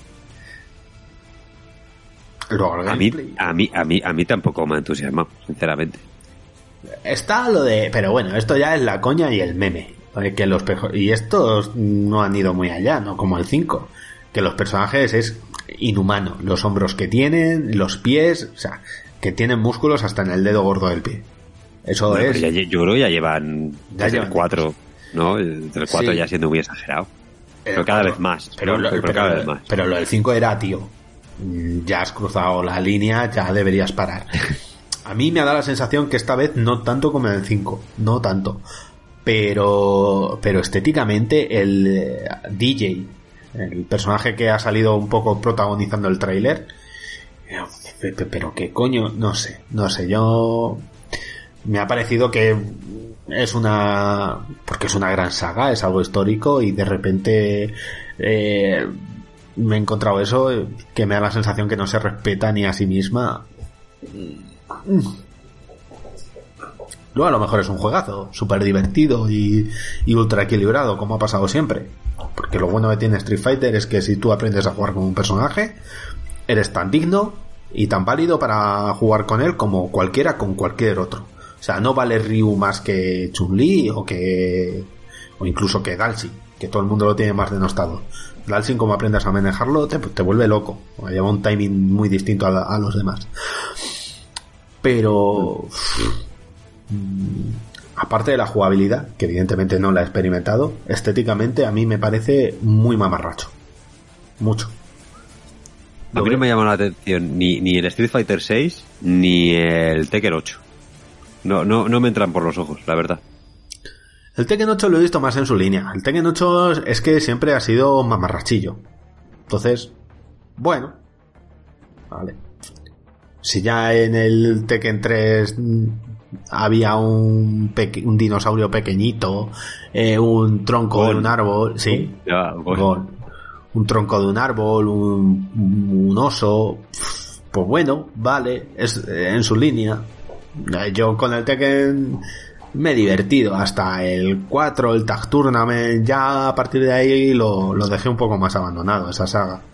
Luego, a mí, a mí, a mí, a mí tampoco me ha entusiasmado, sinceramente. Está lo de, pero bueno, esto ya es la coña y el meme, que los y estos no han ido muy allá, no como el cinco, que los personajes es inhumano, los hombros que tienen, los pies, o sea, que tienen músculos hasta en el dedo gordo del pie. Eso bueno, es. Ya, yo creo que ya llevan ya desde llevan el cuatro, ¿no? Desde el cuatro sí. Ya siendo muy exagerado. Pero, pero cada vez más. Pero, ¿no? lo, pero, pero, cada pero, vez más. Pero lo del cinco era, tío, ya has cruzado la línea, ya deberías parar. A mí me ha dado la sensación que esta vez no tanto como en el cinco, no tanto. Pero, pero estéticamente el D J, el personaje que ha salido un poco protagonizando el tráiler, pero qué coño, no sé, no sé, yo me ha parecido que es una, porque es una gran saga, es algo histórico y de repente eh, me he encontrado eso que me da la sensación que no se respeta ni a sí misma. Luego a lo mejor es un juegazo súper divertido y, y ultra equilibrado, como ha pasado siempre, porque lo bueno que tiene Street Fighter es que si tú aprendes a jugar con un personaje eres tan digno y tan válido para jugar con él como cualquiera con cualquier otro. O sea, no vale Ryu más que Chun-Li o que o incluso que Dalsin, que todo el mundo lo tiene más denostado. Dalsin, como aprendas a manejarlo, te, te vuelve loco, lleva un timing muy distinto a, a los demás. Pero mmm, aparte de la jugabilidad, que evidentemente no la he experimentado, estéticamente a mí me parece muy mamarracho, mucho. A mí no me llama la atención ni, ni el Street Fighter seis ni el Tekken ocho. No, no, no me entran por los ojos, la verdad. El Tekken ocho lo he visto más en su línea. El Tekken ocho es que siempre ha sido mamarrachillo. Entonces, bueno, vale. Si ya en el Tekken tres había un, peque- un dinosaurio pequeñito, eh, un tronco Gol. de un árbol, sí, ya, Gol. Gol. un tronco de un árbol, un, un oso, pues bueno, vale, es en su línea. Yo con el Tekken me he divertido hasta el cuatro, el Tag Tournament, ya a partir de ahí lo, lo dejé un poco más abandonado, esa saga.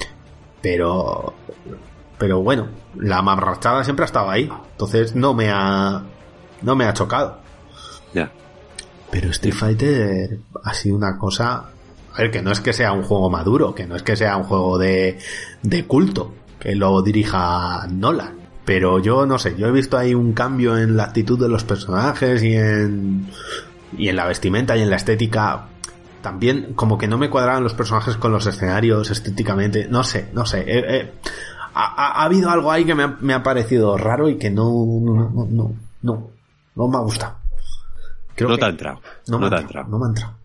Pero, pero bueno, la mamarrachada siempre ha estado ahí, entonces no me ha, no me ha chocado. Ya. Pero Street Fighter ha sido una cosa, a ver, que no es que sea un juego maduro, que no es que sea un juego de, de culto, que lo dirija Nolan. Pero yo no sé, yo he visto ahí un cambio en la actitud de los personajes y en y en la vestimenta y en la estética. También como que no me cuadraban los personajes con los escenarios estéticamente. No sé, no sé. Eh, eh, ha, ha habido algo ahí que me ha, me ha parecido raro y que no no no no, no, no me ha gustado. Creo no que te ha entrado. No, no me te ha ha entrado. entrado. No me ha entrado.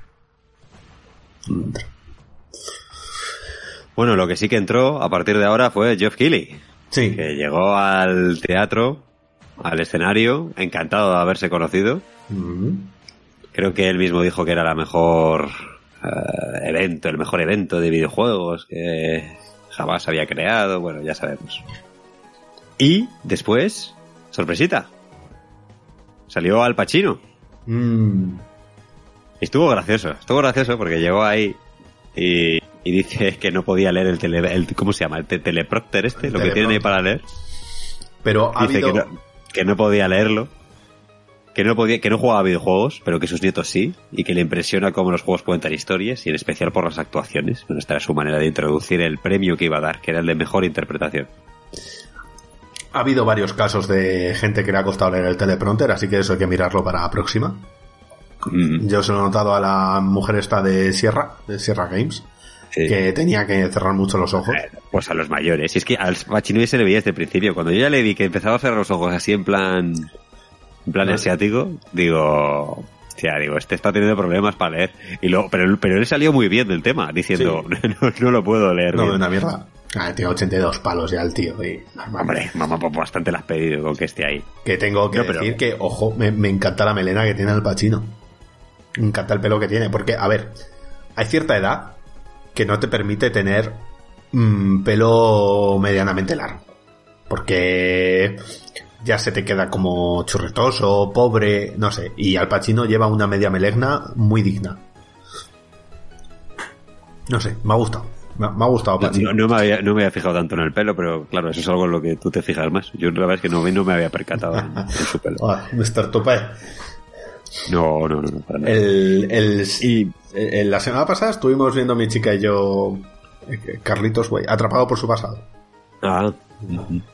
No me ha entrado. Bueno, lo que sí que entró a partir de ahora fue Geoff Keighley. Sí. Que llegó al teatro, al escenario, encantado de haberse conocido. Mm-hmm. Creo que él mismo dijo que era la mejor uh, evento, el mejor evento de videojuegos que jamás había creado. Bueno, ya sabemos. Y después, sorpresita, salió Al Pacino. Mm. Y estuvo gracioso, estuvo gracioso porque llegó ahí y... Y dice que no podía leer el tele... El, ¿Cómo se llama? El te, teleprompter este, el lo que tienen ahí para leer. Pero ha dice habido... que, no, que no podía leerlo. Que no podía, que no jugaba a videojuegos, pero que sus nietos sí. Y que le impresiona cómo los juegos cuentan historias, y en especial por las actuaciones. Bueno, esta era su manera de introducir el premio que iba a dar, que era el de mejor interpretación. Ha habido varios casos de gente que le ha costado leer el teleprompter, así que eso hay que mirarlo para la próxima. Mm. Yo se lo he notado a la mujer esta de Sierra, de Sierra Games. Sí. Que tenía que cerrar mucho los ojos. Pues a los mayores. Y es que al Pacino se le veía desde el principio. Cuando yo ya le vi que empezaba a cerrar los ojos así en plan en plan ¿no? asiático, digo, tía, digo, este está teniendo problemas para leer. Y luego, pero, pero él salió muy bien del tema, diciendo, sí. no, no lo puedo leer. No, bien. una mierda. Ah, tiene ochenta y dos palos ya el tío. Y... Hombre, mamá, pues bastante la has pedido con que esté ahí. Que tengo que no, decir pero... que, ojo, me, me encanta la melena que tiene Al Pacino. Me encanta el pelo que tiene. Porque, a ver, hay cierta edad que no te permite tener mmm, pelo medianamente largo. Porque ya se te queda como churretoso, pobre, no sé. Y Al Pacino lleva una media melena muy digna. No sé, me ha gustado. Me, me ha gustado Pacino. No, no, me había, no me había fijado tanto en el pelo, pero claro, eso es algo en lo que tú te fijas más. Yo la verdad es que no, no me había percatado en, en su pelo. Ah, mister Tupé. No, no, no, no, para nada. El, el, y el, la semana pasada estuvimos viendo mi chica y yo Carlitos Way, Atrapado por su pasado. Ah. Uh-huh.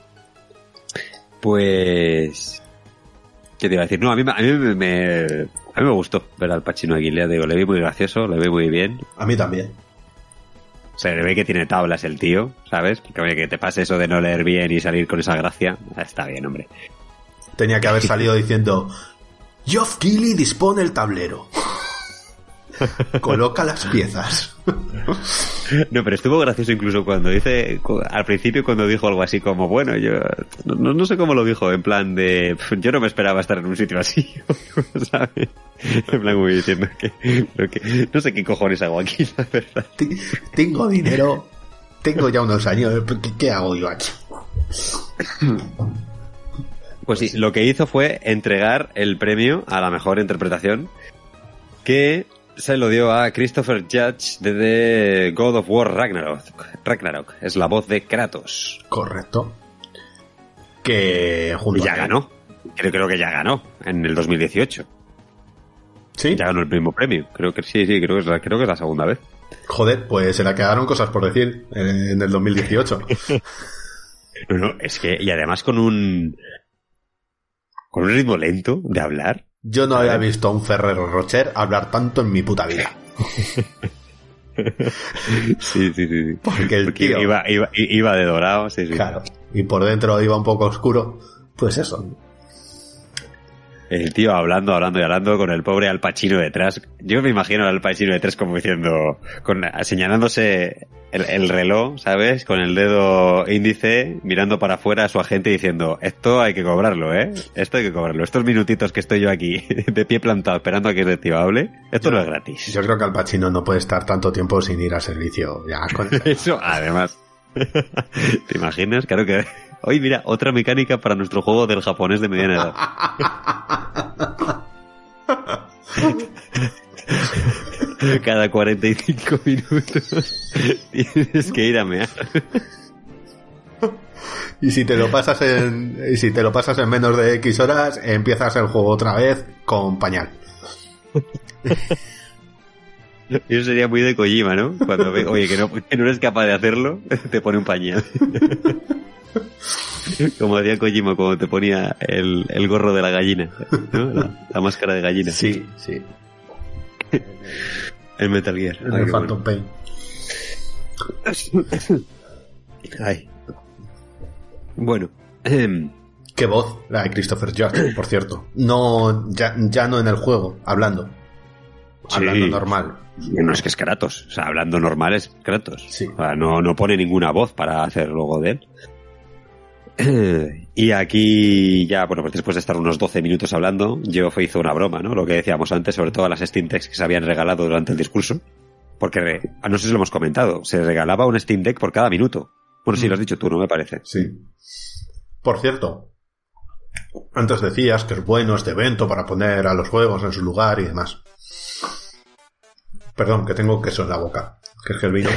Pues... ¿Qué te iba a decir? No, a mí, a mí me, me, a mí me gustó ver al Pacino aquí. Le digo, le vi muy gracioso, le vi muy bien. A mí también. O sea, le ve que tiene tablas el tío, ¿sabes? Porque oye, que te pase eso de no leer bien y salir con esa gracia. Está bien, hombre. Tenía que haber salido diciendo... Geoff Keighley dispone el tablero. Coloca las piezas. No, pero estuvo gracioso incluso cuando dice, al principio cuando dijo algo así como, bueno, yo no, no sé cómo lo dijo, en plan de, yo no me esperaba estar en un sitio así, ¿sabes? En plan muy diciendo que, que no sé qué cojones hago aquí, la verdad. Tengo dinero, tengo ya unos años, ¿qué, qué hago yo aquí? Pues sí, lo que hizo fue entregar el premio a la mejor interpretación, que se lo dio a Christopher Judge de The God of War Ragnarok. Ragnarok es la voz de Kratos. Correcto. Que junto y ya a ganó. Creo, creo que ya ganó en el dos mil dieciocho. ¿Sí? Ya ganó el mismo premio. Creo que sí, sí, creo que es la, creo que es la segunda vez. Joder, pues se la quedaron cosas por decir en el dos mil dieciocho. No, no, es que, y además con un... con un ritmo lento de hablar. Yo no había visto a un Ferrero Rocher hablar tanto en mi puta vida. Sí, sí, sí, sí. Porque el Porque tío... Iba, iba, iba de dorado, sí, sí. Claro. Y por dentro iba un poco oscuro. Pues eso. El tío hablando, hablando y hablando con el pobre Al Pacino detrás. Yo me imagino al Pacino detrás como diciendo, con, señalándose el, el reloj, ¿sabes? Con el dedo índice, mirando para afuera a su agente diciendo, esto hay que cobrarlo, ¿eh? Esto hay que cobrarlo. Estos minutitos que estoy yo aquí de pie plantado esperando a que este tío hable, esto yo, no es gratis. Yo creo que Al Pacino no puede estar tanto tiempo sin ir al servicio. Ya, con eso, además. ¿Te imaginas? Claro que... Hoy, mira, otra mecánica para nuestro juego del japonés de mediana edad. Cada cuarenta y cinco minutos tienes que ir a mear. Y si te lo pasas en y si te lo pasas en menos de X horas, empiezas el juego otra vez con pañal. Eso sería muy de Kojima, ¿no? Cuando ve, oye, que no, que no eres capaz de hacerlo, te pone un pañal. Como decía Kojima cuando te ponía el, el gorro de la gallina, ¿no? La, la máscara de gallina. Sí, sí. El Metal Gear. El Ay, Phantom bueno. Pain. Ay. Bueno. Qué voz, la de Christopher Judge, por cierto. No, ya, ya no en el juego, hablando. Hablando sí. Normal. No es que es Kratos, o sea, hablando normal es Kratos. Sí. O sea, no, no pone ninguna voz para hacer luego de él. Y aquí ya, bueno, pues después de estar unos doce minutos hablando, Geoff hizo una broma, ¿no? Lo que decíamos antes, sobre todo a las Steam Decks que se habían regalado durante el discurso. Porque, no sé si lo hemos comentado, se regalaba un Steam Deck por cada minuto. Bueno, sí, lo has dicho tú, ¿no? Me parece. Sí. Por cierto, antes decías que es bueno este evento para poner a los juegos en su lugar y demás. Perdón, que tengo queso en la boca, que es que el vino.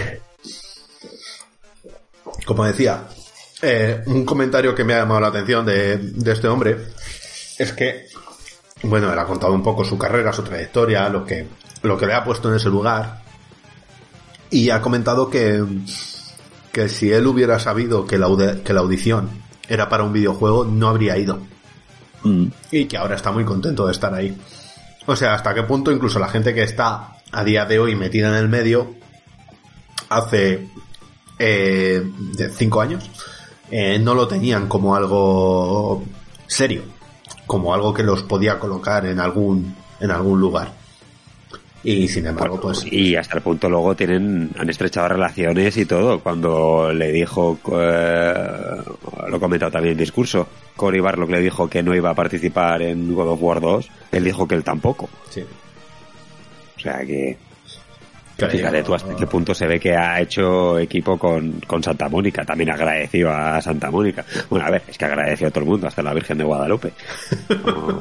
Como decía, eh, un comentario que me ha llamado la atención de, de este hombre es que, bueno, él ha contado un poco su carrera, su trayectoria, lo que, lo que le ha puesto en ese lugar, y ha comentado que, que si él hubiera sabido que la, que la audición era para un videojuego, no habría ido. Mm. Y que ahora está muy contento de estar ahí. O sea, hasta qué punto incluso la gente que está a día de hoy metida en el medio hace eh, de cinco años eh, no lo tenían como algo serio, como algo que los podía colocar en algún en algún lugar. Y sin embargo, pues... Y hasta el punto luego tienen han estrechado relaciones y todo. Cuando le dijo, eh, lo he comentado también en discurso, Cory Barlog le dijo que no iba a participar en God of War dos, él dijo que él tampoco. Sí. O sea que... Claro, fíjate tú hasta qué punto se ve que ha hecho equipo con, con Santa Mónica. También agradeció a Santa Mónica. Bueno, a ver, es que agradeció a todo el mundo, hasta la Virgen de Guadalupe. Como,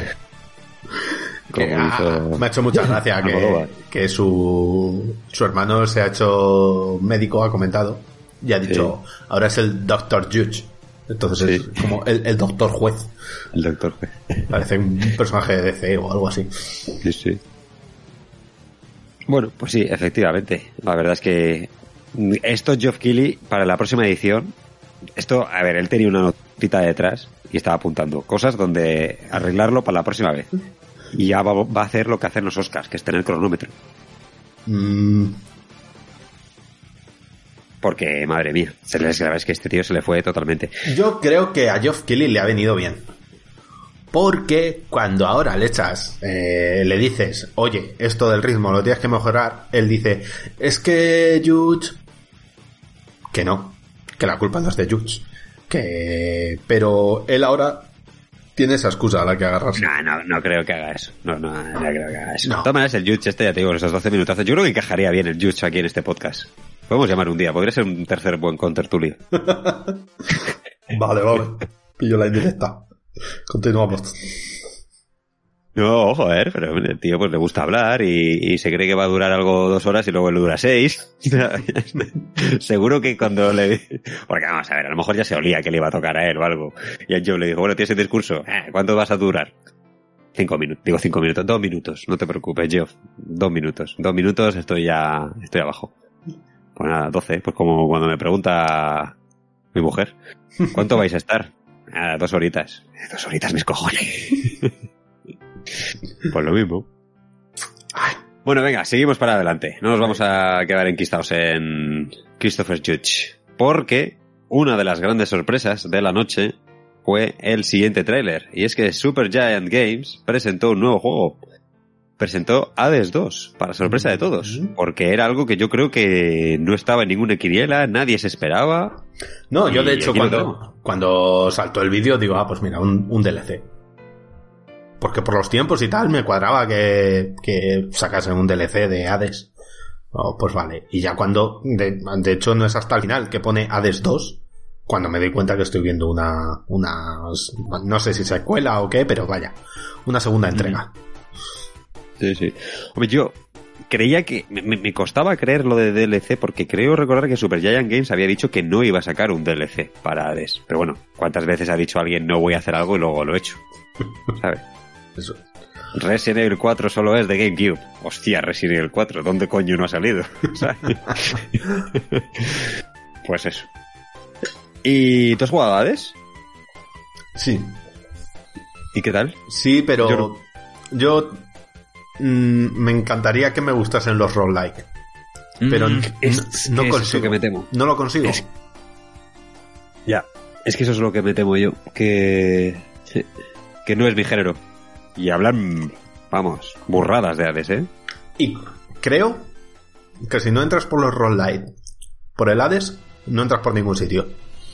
que, como hizo... ah, me ha hecho mucha gracia que, que su, su hermano se ha hecho médico, ha comentado, y ha dicho, sí. Ahora es el doctor Judge. Entonces sí. Es como el, el doctor juez. El doctor juez. Parece un personaje de D C o algo así. Sí, sí. Bueno, pues sí, efectivamente. La verdad es que esto Geoff Keighley para la próxima edición, esto, a ver, él tenía una notita detrás y estaba apuntando cosas donde arreglarlo para la próxima vez. Y ya va, va a hacer lo que hacen los Oscars, que es tener cronómetro. Mm. Porque, madre mía, se le, la verdad es que este tío se le fue totalmente. Yo creo que a Geoff Keighley le ha venido bien. Porque cuando ahora le echas, eh, le dices, oye, esto del ritmo lo tienes que mejorar, él dice, es que Judge, que no, que la culpa no es de Judge, que, pero él ahora tiene esa excusa a la que agarrarse. No, no, no creo que haga eso. No, no, no creo que haga eso. No. De todas maneras, el Judge este, ya te digo, esos doce minutazos, yo creo que encajaría bien el Judge aquí en este podcast. Podemos llamar un día, podría ser un tercer buen contertulio. Vale, vale, pillo la indirecta. Continuamos. No, joder, pero el tío pues le gusta hablar y, y se cree que va a durar algo dos horas y luego le dura seis. Seguro que cuando le... Porque vamos a ver, a lo mejor ya se olía que le iba a tocar a él o algo. Y a Joe le dijo, bueno, tienes el discurso, eh, ¿cuánto vas a durar? Cinco minutos, digo cinco minutos, dos minutos, no te preocupes, Geoff, dos minutos, dos minutos estoy ya, estoy abajo. Pues nada, doce, pues como cuando me pregunta mi mujer, ¿cuánto vais a estar? Ah, dos horitas. Dos horitas mis cojones. Pues lo mismo. Ay. Bueno, venga, seguimos para adelante. No nos vamos a quedar enquistados en Christopher Judge. Porque una de las grandes sorpresas de la noche fue el siguiente tráiler. Y es que Supergiant Games presentó un nuevo juego. Presentó Hades dos, para sorpresa de todos, porque era algo que yo creo que no estaba en ninguna quiniela, nadie se esperaba. No, yo de hecho cuando, cuando saltó el vídeo digo, ah, pues mira, un, un D L C. Porque por los tiempos y tal me cuadraba que, que sacasen un D L C de Hades. Oh, pues vale. Y ya cuando, de, de hecho no es hasta el final que pone Hades dos, cuando me doy cuenta que estoy viendo una, una, no sé si secuela o qué, pero vaya, una segunda entrega. Mm. Sí, sí. Hombre, yo creía que... Me, me costaba creer lo de D L C porque creo recordar que Supergiant Games había dicho que no iba a sacar un D L C para Hades. Pero bueno, ¿cuántas veces ha dicho alguien no voy a hacer algo y luego lo he hecho? ¿Sabes? Eso. Resident Evil cuatro solo es de GameCube. Hostia, Resident Evil cuatro, ¿dónde coño no ha salido? ¿Sabes? Pues eso. ¿Y tú has jugado a Hades? Sí. ¿Y qué tal? Sí, pero... Yo... yo... me encantaría que me gustasen los roguelike, pero mm, es, no, no es consigo. Eso que me temo. No lo consigo. Es... Ya, es que eso es lo que me temo yo, que que no es mi género. Y hablan, vamos, burradas de Hades, ¿eh? Y creo que si no entras por los roguelike, por el Hades, no entras por ningún sitio.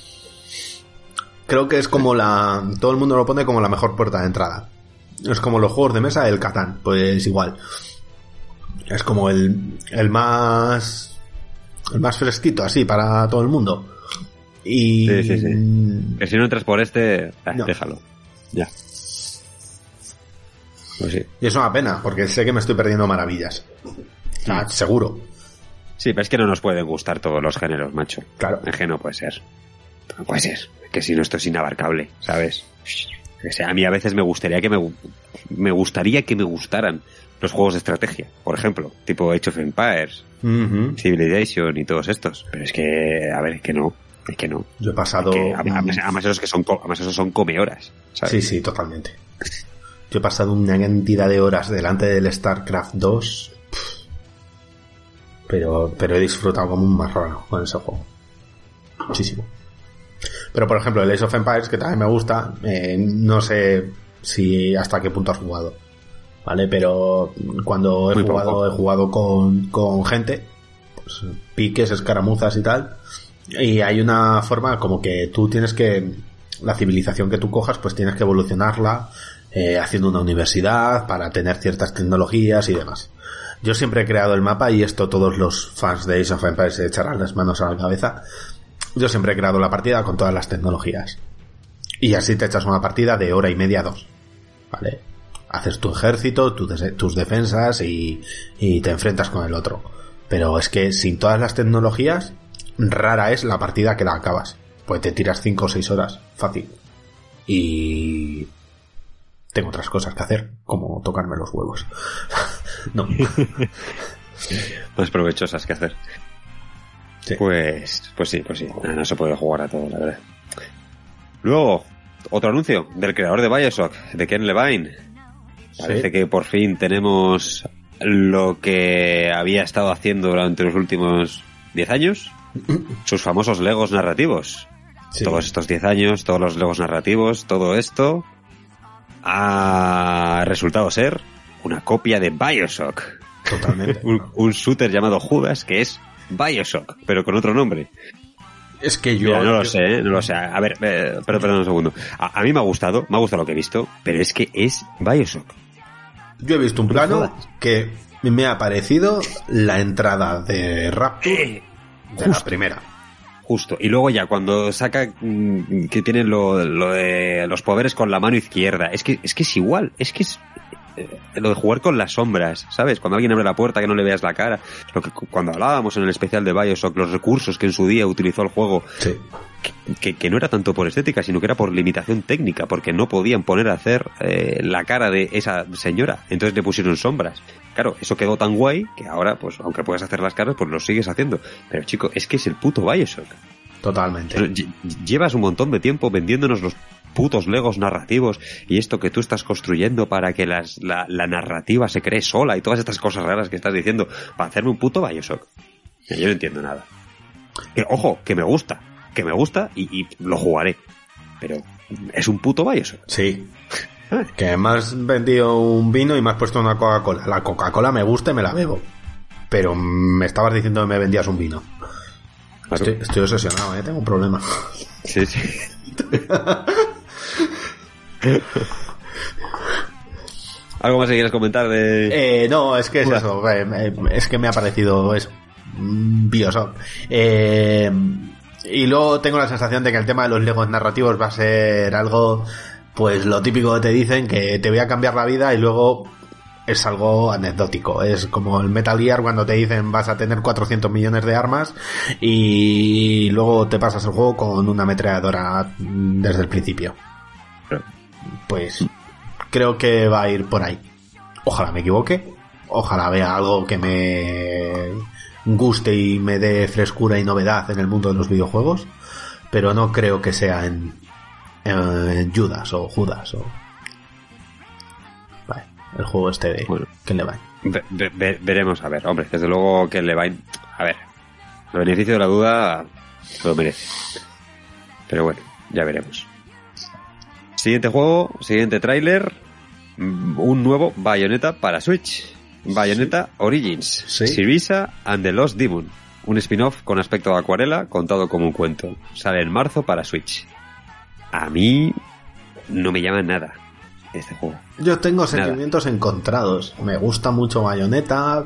Creo que es como la... Todo el mundo lo pone como la mejor puerta de entrada. Es como los juegos de mesa del Catán, pues igual. Es como el, el más el más fresquito, así, para todo el mundo. Y... Sí, sí, sí. Que si no entras por este, eh, no. Déjalo. Ya. Pues sí. Y es una pena, porque sé que me estoy perdiendo maravillas. O sea, sí. Seguro. Sí, pero es que no nos pueden gustar todos los géneros, macho. Claro. Es que no puede ser. No puede ser. Que si no, esto es inabarcable, ¿sabes? O sea, a mí a veces me gustaría que me, me gustaría que me gustaran los juegos de estrategia, por ejemplo, tipo Age of Empires, uh-huh. Civilization y todos estos. Pero es que, a ver, es que no, es que no. Yo he pasado... Que, además, además, esos que son, además esos son come horas, ¿sabes? Sí, sí, totalmente. Yo he pasado una cantidad de horas delante del StarCraft dos, pero, pero he disfrutado como un marrano con ese juego. Muchísimo. Pero por ejemplo el Age of Empires, que también me gusta, eh, no sé si hasta qué punto has jugado ¿vale? Pero cuando he Muy jugado, poco. he jugado con, con gente, pues piques, escaramuzas y tal, y hay una forma como que tú tienes que, la civilización que tú cojas, pues tienes que evolucionarla, eh, haciendo una universidad para tener ciertas tecnologías y demás. Yo siempre he creado el mapa, y esto todos los fans de Age of Empires se echarán las manos a la cabeza. Yo siempre he creado la partida con todas las tecnologías. Y así te echas una partida de hora y media, dos. ¿Vale? Haces tu ejército, tu des- tus defensas y, y te enfrentas con el otro. Pero es que sin todas las tecnologías, rara es la partida que la acabas. Pues te tiras cinco o seis horas. Fácil. Y... tengo otras cosas que hacer, como tocarme los huevos. No. Más provechosas que hacer. Sí. Pues, pues sí, pues sí. No, no se puede jugar a todo, la verdad. Luego, otro anuncio del creador de BioShock, de Ken Levine. Parece Sí. que por fin tenemos lo que había estado haciendo durante los últimos diez años. Sus famosos Legos narrativos. Sí. Todos estos diez años, todos los Legos narrativos, todo esto ha resultado ser una copia de BioShock. Totalmente. un, un shooter llamado Judas que es BioShock, pero con otro nombre. Es que yo... Mira, no lo yo- sé, ¿eh? No lo sé. A ver, eh, pero perdón un segundo. A, a mí me ha gustado, me ha gustado lo que he visto, pero es que es BioShock. Yo he visto un No plano jodas. que me ha parecido la entrada de Rapture Eh, de la justo. primera. Justo. Y luego ya cuando saca mm, que tiene lo, lo de los poderes con la mano izquierda, es que es que es igual, es que es eh, lo de jugar con las sombras, ¿sabes? Cuando alguien abre la puerta que no le veas la cara. Lo que cu- cuando hablábamos en el especial de BioShock, los recursos que en su día utilizó el juego, Sí. que, que, que no era tanto por estética, sino que era por limitación técnica, porque no podían poner a hacer eh, la cara de esa señora, entonces le pusieron sombras. Claro, eso quedó tan guay que ahora, pues aunque puedas hacer las caras, pues lo sigues haciendo. Pero chico, es que es el puto BioShock. Totalmente. Lle- Llevas un montón de tiempo vendiéndonos los putos Legos narrativos y esto que tú estás construyendo para que las, la, la narrativa se cree sola y todas estas cosas raras que estás diciendo para hacerme un puto BioShock. Yo no entiendo nada. Que, ojo, que me gusta, que me gusta y, y lo jugaré. Pero es un puto BioShock. Sí. Que me has vendido un vino y me has puesto una Coca-Cola. La Coca-Cola me gusta y me la bebo. Pero me estabas diciendo que me vendías un vino. Claro. Estoy, estoy obsesionado, ¿eh? Tengo un problema. Sí, sí. ¿Algo más que quieras comentar de...? Eh, no, es que es Ura. eso. eh, eh, es que me ha parecido eso. Mm, BioShock. Eh, y luego tengo la sensación de que el tema de los Legos narrativos va a ser algo, pues lo típico que te dicen, que te voy a cambiar la vida y luego es algo anecdótico. Es como el Metal Gear cuando te dicen vas a tener cuatrocientos millones de armas y luego te pasas el juego con una ametralladora mm, desde el principio. Pues creo que va a ir por ahí. Ojalá me equivoque. Ojalá vea algo que me guste y me dé frescura y novedad en el mundo de los videojuegos. Pero no creo que sea en, en Judas o Judas o... Vale, el juego este de... Bueno. ¿Qué le va? Ve- ve- ve- veremos, a ver, hombre, desde luego que Levine, a ver, el beneficio de la duda lo merece. Pero bueno, ya veremos. Siguiente juego, siguiente tráiler, mm, un nuevo Bayonetta para Switch. Bayonetta Origins, Sí. Syriza and the Lost Demon. Un spin-off con aspecto de acuarela contado como un cuento. Sale en marzo para Switch. A mí no me llama nada este juego. Yo tengo sentimientos encontrados. Me gusta mucho Bayonetta.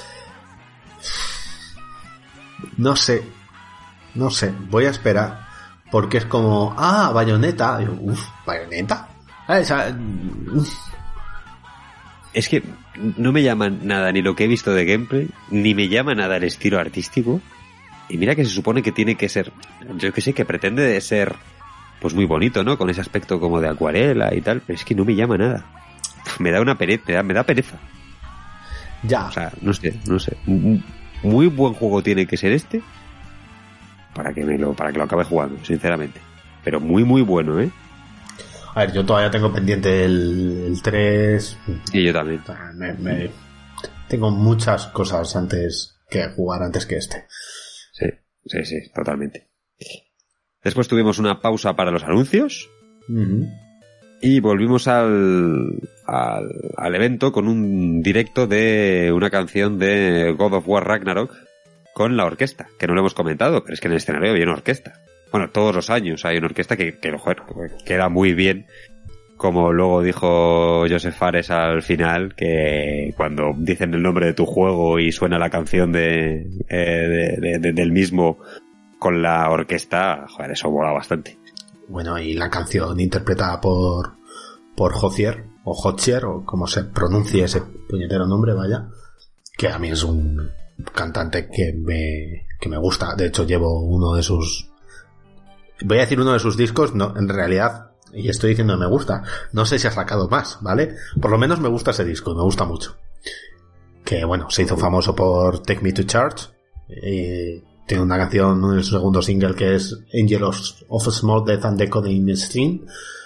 No sé. No sé. Voy a esperar. Porque es como... Ah, Bayonetta. Digo, uf, ¿Bayonetta? Ah, esa- uf. Es que no me llama nada ni lo que he visto de gameplay, ni me llama nada el estilo artístico. Y mira que se supone que tiene que ser, yo que sé, que pretende ser pues muy bonito, ¿no? Con ese aspecto como de acuarela y tal, pero es que no me llama nada. Me da una pereza, me da, me da pereza. Ya. O sea, no sé, no sé. Un muy buen juego tiene que ser este para que me lo, para que lo acabe jugando, sinceramente. Pero muy muy bueno, ¿eh? A ver, yo todavía tengo pendiente el, el tres. Y yo también. Me- me- tengo muchas cosas antes que jugar antes que este. Sí, sí, sí, totalmente. Después tuvimos una pausa para los anuncios Ujú. Y volvimos al, al, al evento con un directo de una canción de God of War Ragnarok con la orquesta, que no lo hemos comentado, pero es que en el escenario había una orquesta. Bueno, todos los años hay una orquesta que, que joder, queda muy bien. Como luego dijo Joseph Fares al final, que cuando dicen el nombre de tu juego y suena la canción de, eh, de, de, de del mismo con la orquesta, joder, eso mola bastante. Bueno, y la canción interpretada por por Hozier, o Hozier, o como se pronuncie ese puñetero nombre, vaya, que a mí es un cantante que me, que me gusta. De hecho, llevo uno de sus... Voy a decir uno de sus discos, no, en realidad, y estoy diciendo me gusta, no sé si ha sacado más, ¿vale? Por lo menos me gusta ese disco, y me gusta mucho. Que, bueno, se hizo famoso por Take Me to Church, y... tiene una canción en su segundo single que es Angel of, of Small Death and Decoding Stream.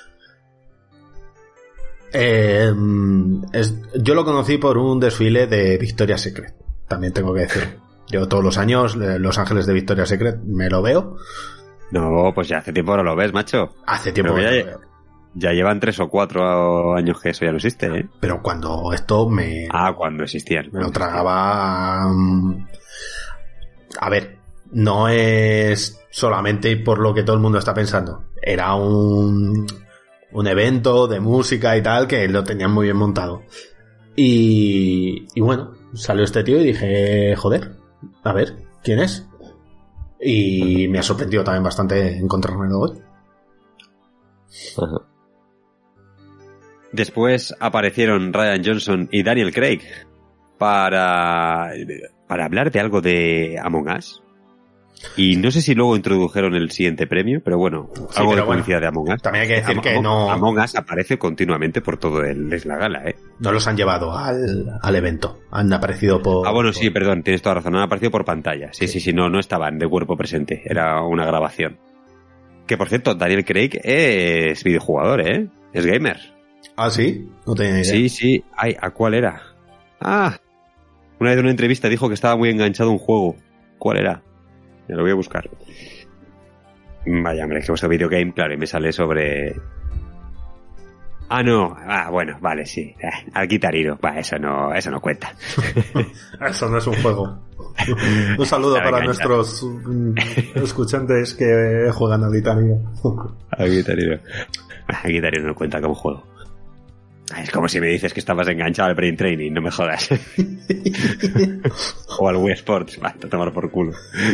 Eh, es, yo lo conocí por un desfile de Victoria's Secret, también tengo que decir. Yo todos los años Los Ángeles de Victoria's Secret me lo veo. No, pues ya hace tiempo no lo ves, macho. Hace tiempo que ya, no lo veo. Ya llevan tres o cuatro años que eso ya no existe, ¿eh? Pero cuando esto me... Ah, cuando existían. Me lo tragaba... Um, a ver... No es solamente por lo que todo el mundo está pensando. Era un, un evento de música y tal que lo tenían muy bien montado. Y, y bueno, salió este tío y dije, joder, a ver, ¿quién es? Y me ha sorprendido también bastante encontrármelo hoy. Ajá. Después aparecieron Ryan Johnson y Daniel Craig para, para hablar de algo de Among Us. Y no sé si luego introdujeron el siguiente premio, pero bueno, sí, algo pero de publicidad bueno, de Among Us. También hay que decir Am- que no... Among Us aparece continuamente por todo el es la gala, ¿eh? No los han llevado al, al evento, han aparecido por... Ah, bueno, por... sí, perdón, tienes toda razón, han aparecido por pantalla. Sí, sí, sí, sí, no, no estaban de cuerpo presente, era una grabación. Que por cierto, Daniel Craig es videojugador, ¿eh? Es gamer. Ah, ¿sí? No tenía idea. Sí, sí, ay, ¿a cuál era? Ah, una vez en una entrevista dijo que estaba muy enganchado a un juego. ¿Cuál era? Me lo voy a buscar. Vaya, hombre, que he puesto video game, claro, y me sale sobre... Ah, no. Ah, bueno, vale, sí. Al Guitar Hero. Va, eso no, eso no cuenta. Eso no es un juego. Un saludo para enganchado. Nuestros escuchantes que juegan al Guitar Hero. Al Guitar Hero. Al Guitar Hero no cuenta como juego. Es como si me dices que estabas enganchado al Brain Training, no me jodas. O al Wii Sports, va, a tomar por culo.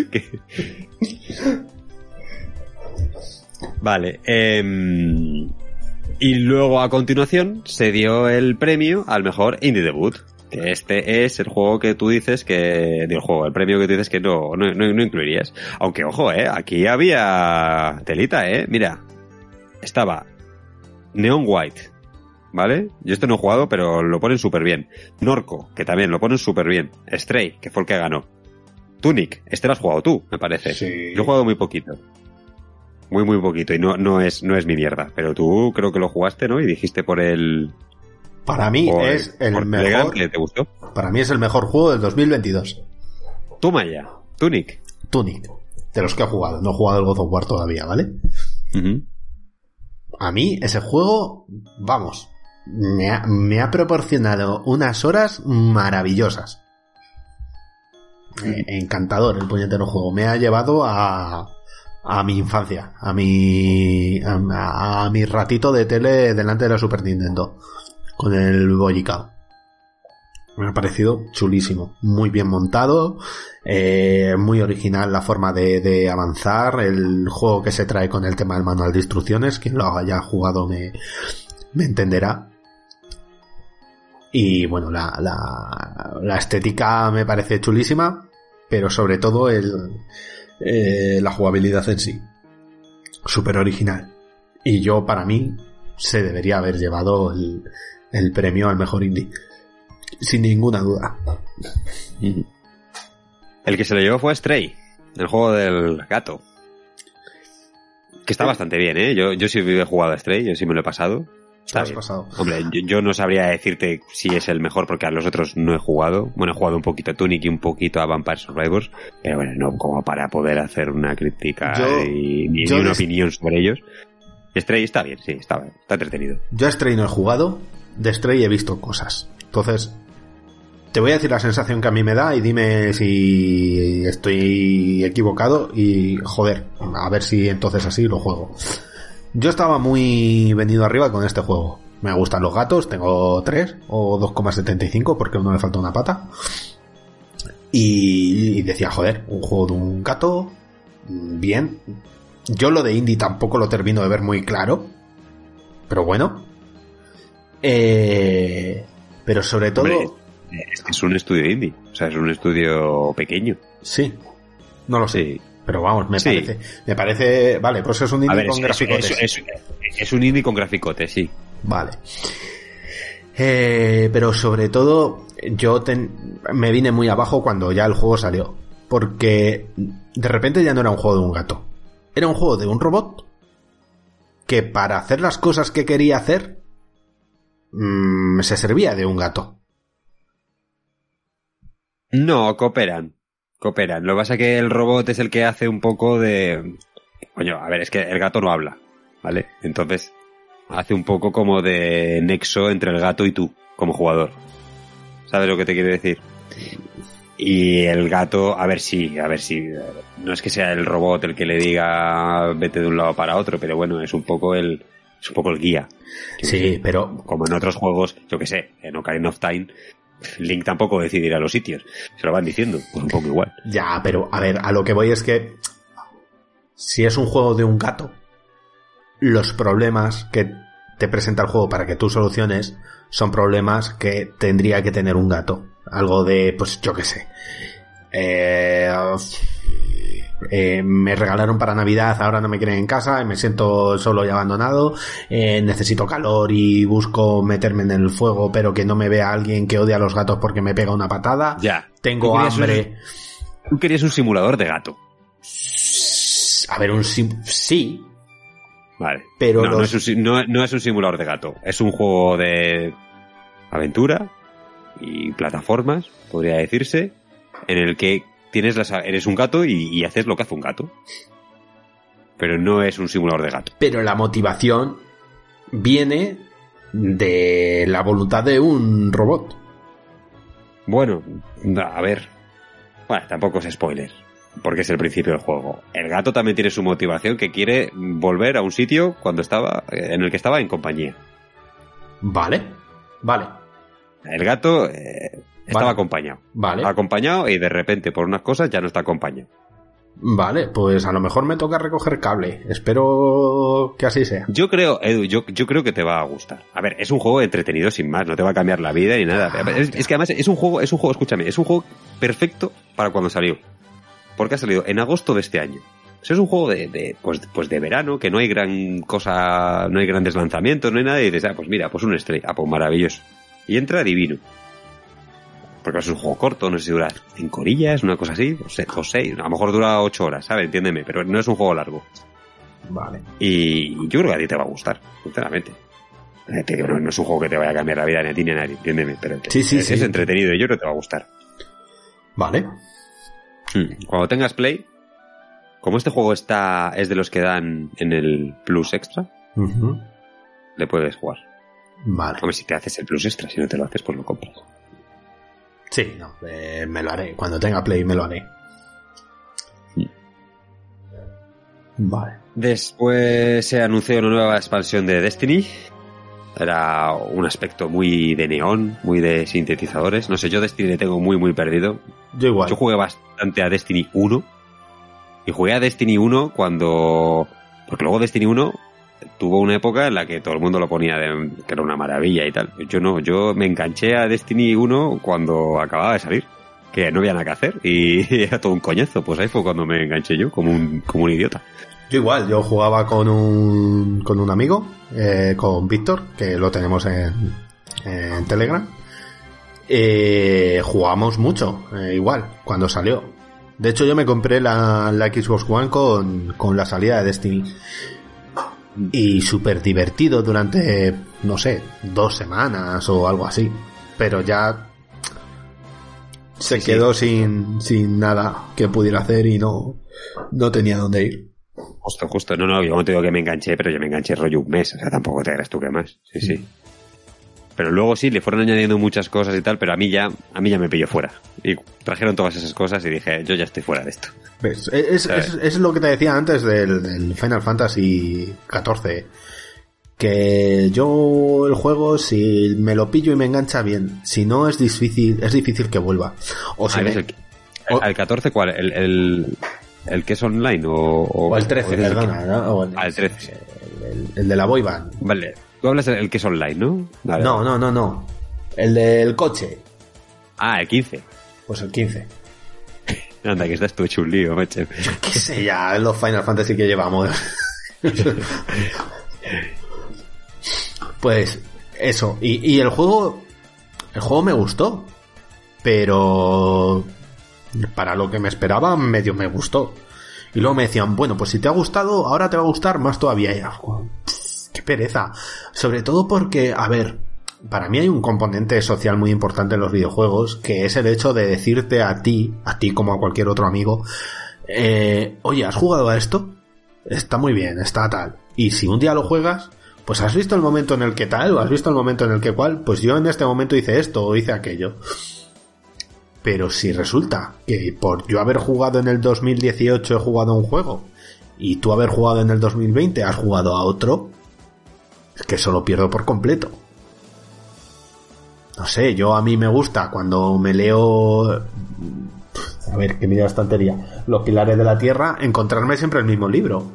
Vale, eh, y luego a continuación se dio el premio al mejor indie debut. Que este es el juego que tú dices que... El juego, el premio que tú dices que no, no, no, no incluirías. Aunque, ojo, eh, aquí había telita, eh. Mira, estaba Neon White, ¿vale? Yo este no he jugado, pero lo ponen súper bien. Norco, que también lo ponen súper bien. Stray, que fue el que ganó. Tunic, este lo has jugado tú, me parece. Sí. Yo he jugado muy poquito. Muy, muy poquito. Y no, no es, no es mi mierda. Pero tú creo que lo jugaste, ¿no? Y dijiste por el... Para mí por, es el por mejor... ¿Te gustó? Para mí es el mejor juego del dos mil veintidós. Toma ya. Tunic. Tunic. De los que he jugado. No he jugado el God of War todavía, ¿vale? Uh-huh. A mí ese juego, vamos... Me ha, me ha proporcionado unas horas maravillosas. Eh, encantador el puñetero juego. Me ha llevado a, a mi infancia, a mi, a, a mi ratito de tele delante de la Super Nintendo, con el Boyicao. Me ha parecido chulísimo, muy bien montado, eh, muy original la forma de, de avanzar, el juego que se trae con el tema del manual de instrucciones, quien lo haya jugado me, me entenderá. Y bueno, la, la, la estética me parece chulísima, pero sobre todo el, eh, la jugabilidad en sí. Súper original. Y yo, para mí, se debería haber llevado el, el premio al mejor indie. Sin ninguna duda. El que se lo llevó fue Stray, el juego del gato. Que está bastante bien, ¿eh? Yo, yo sí he jugado a Stray, yo sí me lo he pasado. ¿Te has pasado? Hombre, yo, yo no sabría decirte si es el mejor porque a los otros no he jugado. Bueno, he jugado un poquito a Tunic y un poquito a Vampire Survivors, pero bueno, no como para poder hacer una crítica yo, y, ni, ni una des... opinión sobre ellos. Stray está bien, sí, está, está entretenido. Yo a Stray no he jugado, de Stray he visto cosas. Entonces, te voy a decir la sensación que a mí me da y dime si estoy equivocado y, joder, a ver si entonces así lo juego. Yo estaba muy venido arriba con este juego. Me gustan los gatos, tengo tres o dos coma setenta y cinco porque a uno le falta una pata. Y decía, joder, un juego de un gato, bien. Yo lo de indie tampoco lo termino de ver muy claro, pero bueno. Eh, pero sobre todo... Hombre, es, es un estudio indie, o sea, es un estudio pequeño. Sí, no lo sé. Sí. Pero vamos, me sí. parece, me parece, vale, pues es un indie ver, con es, graficotes. Es, es, es, es un indie con graficotes, sí. Vale. Eh, pero sobre todo, yo ten, me vine muy abajo cuando ya el juego salió. Porque de repente ya no era un juego de un gato. Era un juego de un robot que para hacer las cosas que quería hacer, mmm, se servía de un gato. No, cooperan. Cooperan. Lo que pasa es que el robot es el que hace un poco de... Coño, a ver, es que el gato no habla, ¿vale? Entonces, hace un poco como de nexo entre el gato y tú, como jugador. ¿Sabes lo que te quiere decir? Y el gato, a ver si, a ver si... No es que sea el robot el que le diga vete de un lado para otro, pero bueno, es un poco el... Es un poco el guía. Sí, pero... Como en otros juegos, yo que sé, en Ocarina of Time... Link tampoco decide ir a los sitios, se lo van diciendo, pues un poco igual. Ya, pero a ver, a lo que voy es que si es un juego de un gato, los problemas que te presenta el juego para que tú soluciones son problemas que tendría que tener un gato. Algo de, pues yo qué sé. Eh, eh, me regalaron para Navidad, ahora no me quieren en casa, me siento solo y abandonado, eh, necesito calor y busco meterme en el fuego, pero que no me vea alguien que odia a los gatos porque me pega una patada. Ya. Tengo hambre. Un, tú querías un simulador de gato. A ver, un sim... sí. Vale. Pero no, los... no, es un, no, no es un simulador de gato. Es un juego de aventura y plataformas, podría decirse, en el que tienes las, eres un gato y, y haces lo que hace un gato. Pero no es un simulador de gato. Pero la motivación viene de la voluntad de un robot. Bueno, a ver. Bueno, tampoco es spoiler, porque es el principio del juego. El gato también tiene su motivación, que quiere volver a un sitio cuando estaba, en el que estaba en compañía. Vale, vale. El gato eh, estaba vale. acompañado. Vale. Acompañado y de repente por unas cosas ya no está acompañado. Vale, pues a lo mejor me toca recoger cable. Espero que así sea. Yo creo, Edu, yo, yo creo que te va a gustar. A ver, es un juego entretenido sin más, no te va a cambiar la vida ni nada. Ah, es, es que además es un juego, es un juego, escúchame, es un juego perfecto para cuando salió. Porque ha salido en agosto de este año. O sea, es un juego de, de, pues, pues de verano, que no hay gran cosa, no hay grandes lanzamientos, no hay nada, y dices, ah, pues mira, pues un Stray, ah, pues maravilloso. Y entra divino. Porque es un juego corto, no sé si dura cinco horillas, una cosa así, o seis, o seis, a lo mejor dura ocho horas, ¿sabes? Entiéndeme, pero no es un juego largo. Vale. Y yo creo que a ti te va a gustar, sinceramente. Te digo, no, no es un juego que te vaya a cambiar la vida ni a ti ni a nadie, entiéndeme, pero te, sí, sí, es, sí. es entretenido y yo creo que te va a gustar. Vale. Cuando tengas Play, como este juego está es de los que dan en el Plus Extra, uh-huh. le puedes jugar. Vale. Hombre, si te haces el Plus Extra, si no te lo haces, pues lo compras. Sí, no, eh, me lo haré. Cuando tenga Play me lo haré. Sí. Vale. Después se anunció una nueva expansión de Destiny. Era un aspecto muy de neón, muy de sintetizadores. No sé, yo Destiny le tengo muy, muy perdido. Yo igual. Yo jugué bastante a Destiny uno. Y jugué a Destiny uno cuando... Porque luego Destiny uno tuvo una época en la que todo el mundo lo ponía de, que era una maravilla y tal. Yo no, yo me enganché a Destiny uno cuando acababa de salir, que no había nada que hacer y era todo un coñazo. Pues ahí fue cuando me enganché yo, como un, como un idiota. Yo igual, yo jugaba con un, con un amigo, eh, con Víctor, que lo tenemos en, en Telegram. Eh, jugamos mucho, eh, igual, cuando salió. De hecho, yo me compré la, la Xbox One con, con la salida de Destiny. Y súper divertido durante, no sé, dos semanas o algo así. Pero ya se sí, quedó sí. sin, sin nada que pudiera hacer y no, no tenía dónde ir. Justo, justo. No, no, yo no te digo que me enganché, pero yo me enganché rollo un mes. O sea, tampoco te creas tú que más. Sí, sí. Mm. Pero luego sí, le fueron añadiendo muchas cosas y tal, pero a mí ya a mí ya me pilló fuera. Y trajeron todas esas cosas y dije, yo ya estoy fuera de esto. ¿Ves? Es, es, es lo que te decía antes del, del Final Fantasy catorce. Que yo el juego, si me lo pillo y me engancha bien, si no es difícil, es difícil que vuelva. O sea, me... el, el, ¿el catorce cuál? ¿El, el, el que es online? O, o, o el trece, o perdona, que... ¿no? O el, ah, el trece. El, el, el de la boyband. Vale. Tú hablas del que es online, ¿no? Vale. No, no, no, no. El del coche. Ah, el quince. Pues el quince. Anda, que estás tú hecho un lío, macho. Yo qué sé ya, los Final Fantasy que llevamos. Pues eso. Y, y el juego... El juego me gustó. Pero... para lo que me esperaba, medio me gustó. Y luego me decían, bueno, pues si te ha gustado, ahora te va a gustar más todavía. Ya, qué pereza. Sobre todo porque, a ver, para mí hay un componente social muy importante en los videojuegos, que es el hecho de decirte a ti, a ti como a cualquier otro amigo, eh, oye, ¿has jugado a esto? Está muy bien, está tal. Y si un día lo juegas, pues has visto el momento en el que tal, o has visto el momento en el que cual, pues yo en este momento hice esto o hice aquello. Pero si resulta que por yo haber jugado en el dos mil dieciocho he jugado a un juego, y tú haber jugado en el dos mil veinte has jugado a otro, es que eso lo pierdo por completo. No sé, yo a mí me gusta cuando me leo... A ver, que mira la estantería. Los pilares de la tierra, encontrarme siempre el mismo libro.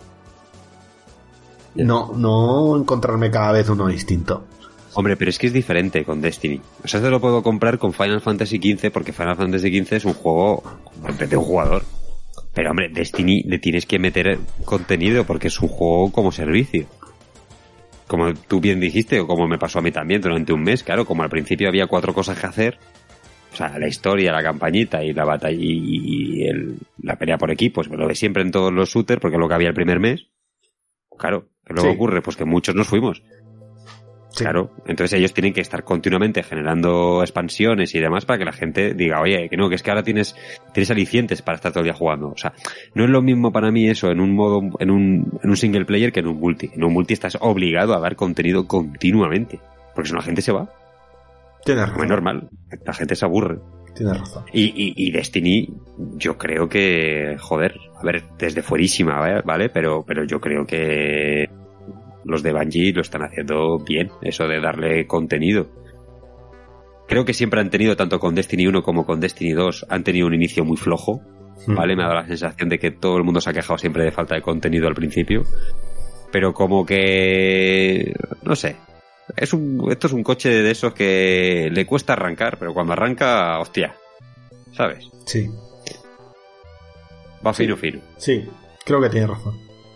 No, no encontrarme cada vez uno distinto. Hombre, pero es que es diferente con Destiny. O sea, esto lo puedo comprar con Final Fantasy quince, porque Final Fantasy quince es un juego de un jugador. Pero, hombre, Destiny le tienes que meter contenido porque es un juego como servicio. Como tú bien dijiste, o como me pasó a mí también durante un mes, claro, como al principio había cuatro cosas que hacer, o sea, la historia, la campañita y la batalla y el, la pelea por equipos, lo de siempre en todos los shooters, porque es lo que había el primer mes. Claro, ¿qué luego sí ocurre? Pues que muchos nos fuimos. Sí. Claro, entonces ellos tienen que estar continuamente generando expansiones y demás para que la gente diga, oye, que no, que es que ahora tienes tienes alicientes para estar todo el día jugando. O sea, no es lo mismo para mí eso en un modo, en un, en un single player que en un multi. En un multi estás obligado a dar contenido continuamente, porque si no la gente se va. Tienes razón. No es normal, la gente se aburre. Tienes razón. Y, y, y Destiny, yo creo que, joder, a ver, desde fuerísima, ¿vale? Pero, pero yo creo que los de Bungie lo están haciendo bien, eso de darle contenido. Creo que siempre han tenido, tanto con Destiny uno como con Destiny dos, han tenido un inicio muy flojo, ¿vale? Me ha dado la sensación de que todo el mundo se ha quejado siempre de falta de contenido al principio, pero como que, no sé, es un, esto es un coche de esos que le cuesta arrancar, pero cuando arranca, hostia, ¿sabes? Sí. Va fino, fino. Sí, creo que tienes razón.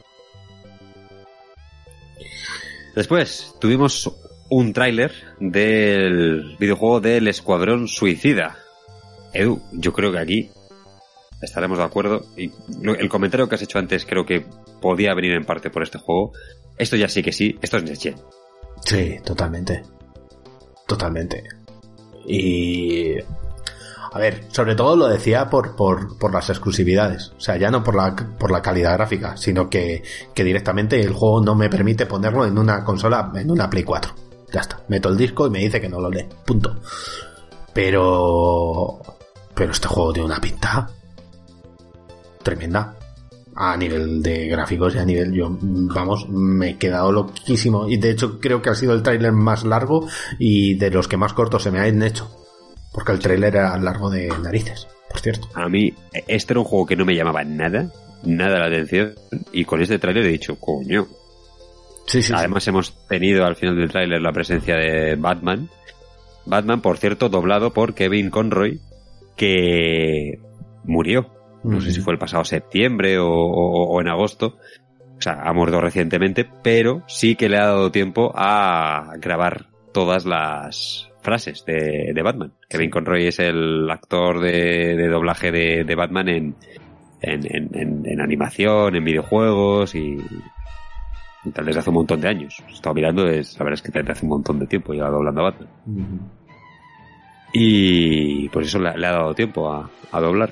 Después tuvimos un tráiler del videojuego del Escuadrón Suicida. Edu, yo creo que aquí estaremos de acuerdo. Y el comentario que has hecho antes creo que podía venir en parte por este juego. Esto ya sí que sí, esto es Next Gen. Sí, totalmente. Totalmente. Y... a ver, sobre todo lo decía por, por, por las exclusividades. O sea, ya no por la, por la calidad gráfica, sino que, que directamente el juego no me permite ponerlo en una consola, en una Play cuatro. Ya está. Meto el disco y me dice que no lo lee. Punto. Pero... pero este juego tiene una pinta tremenda. A nivel de gráficos y a nivel... yo, vamos, me he quedado loquísimo. Y de hecho creo que ha sido el tráiler más largo y de los que más cortos se me han hecho. Porque el tráiler era largo de narices, por cierto. A mí, este era un juego que no me llamaba nada, nada la atención, y con este tráiler he dicho, coño. Sí, sí, Además sí. hemos tenido al final del tráiler la presencia de Batman. Batman, por cierto, doblado por Kevin Conroy, que murió. No mm. sé si fue el pasado septiembre o, o, o en agosto. O sea, ha muerto recientemente, pero sí que le ha dado tiempo a grabar todas las frases de, de Batman. Kevin Conroy es el actor de, de doblaje de, de Batman en, en, en, en, en animación, en videojuegos y, y tal desde hace un montón de años. He estado mirando, es, la verdad es que desde hace un montón de tiempo lleva doblando a Batman. Uh-huh. Y por eso le, le ha dado tiempo a, a doblarlo.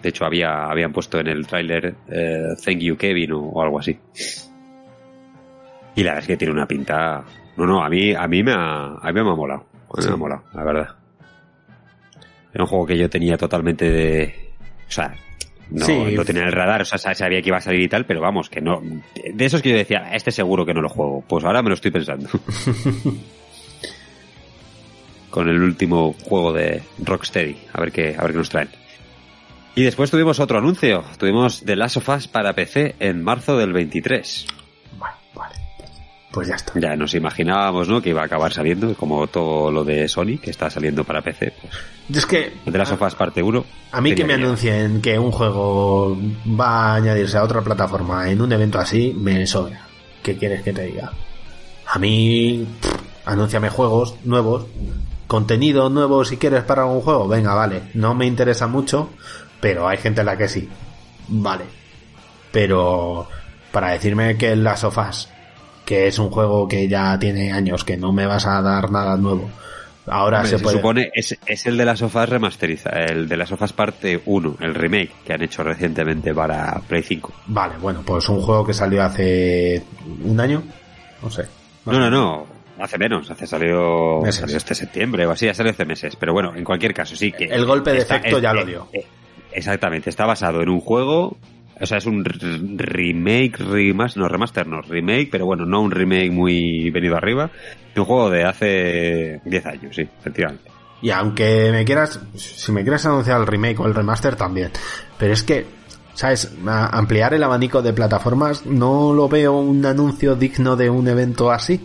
De hecho, había habían puesto en el tráiler eh, Thank you Kevin o, o algo así. Y la verdad es que tiene una pinta... No, no, a mí, a mí me ha, a mí me ha molado. A mí sí. me ha molado, la verdad. Era un juego que yo tenía totalmente de... O sea, no sí. lo tenía en el radar, o sea, sabía que iba a salir y tal, pero vamos, que no... De esos que yo decía, este seguro que no lo juego. Pues ahora me lo estoy pensando. Con el último juego de Rocksteady. A ver qué, a ver qué nos traen. Y después tuvimos otro anuncio. Tuvimos The Last of Us para P C en marzo del veintitrés. Vale, vale. Pues ya está. Ya nos imaginábamos, ¿no?, que iba a acabar saliendo, como todo lo de Sony, que está saliendo para P C. Pues, es que... The Last of Us parte uno. A mí que me anuncien que un juego va a añadirse a otra plataforma en un evento así, me sobra. ¿Qué quieres que te diga? A mí... Pff, anúnciame juegos nuevos, contenido nuevo si quieres para algún juego. Venga, vale. No me interesa mucho... Pero hay gente a la que sí. Vale. Pero para decirme que el Last of Us, que es un juego que ya tiene años, que no me vas a dar nada nuevo, ahora Hombre, se, se puede... supone, es, es el de Last of Us remasterizado, el de Last of Us parte uno, el remake que han hecho recientemente para Play cinco. Vale, bueno, pues un juego que salió hace un año, no sé. No, no, no. Hace menos, hace salió, salió este septiembre o así, ya salió hace meses. Pero bueno, en cualquier caso, sí que... El golpe de está, efecto es, ya es, lo dio. Es, exactamente, está basado en un juego, o sea, es un remake, remaster, no, remaster no, remake, pero bueno, no un remake muy venido arriba, de un juego de hace diez años, sí, efectivamente. Y aunque me quieras, si me quieres anunciar el remake o el remaster también, pero es que, ¿sabes? Ampliar el abanico de plataformas no lo veo un anuncio digno de un evento así.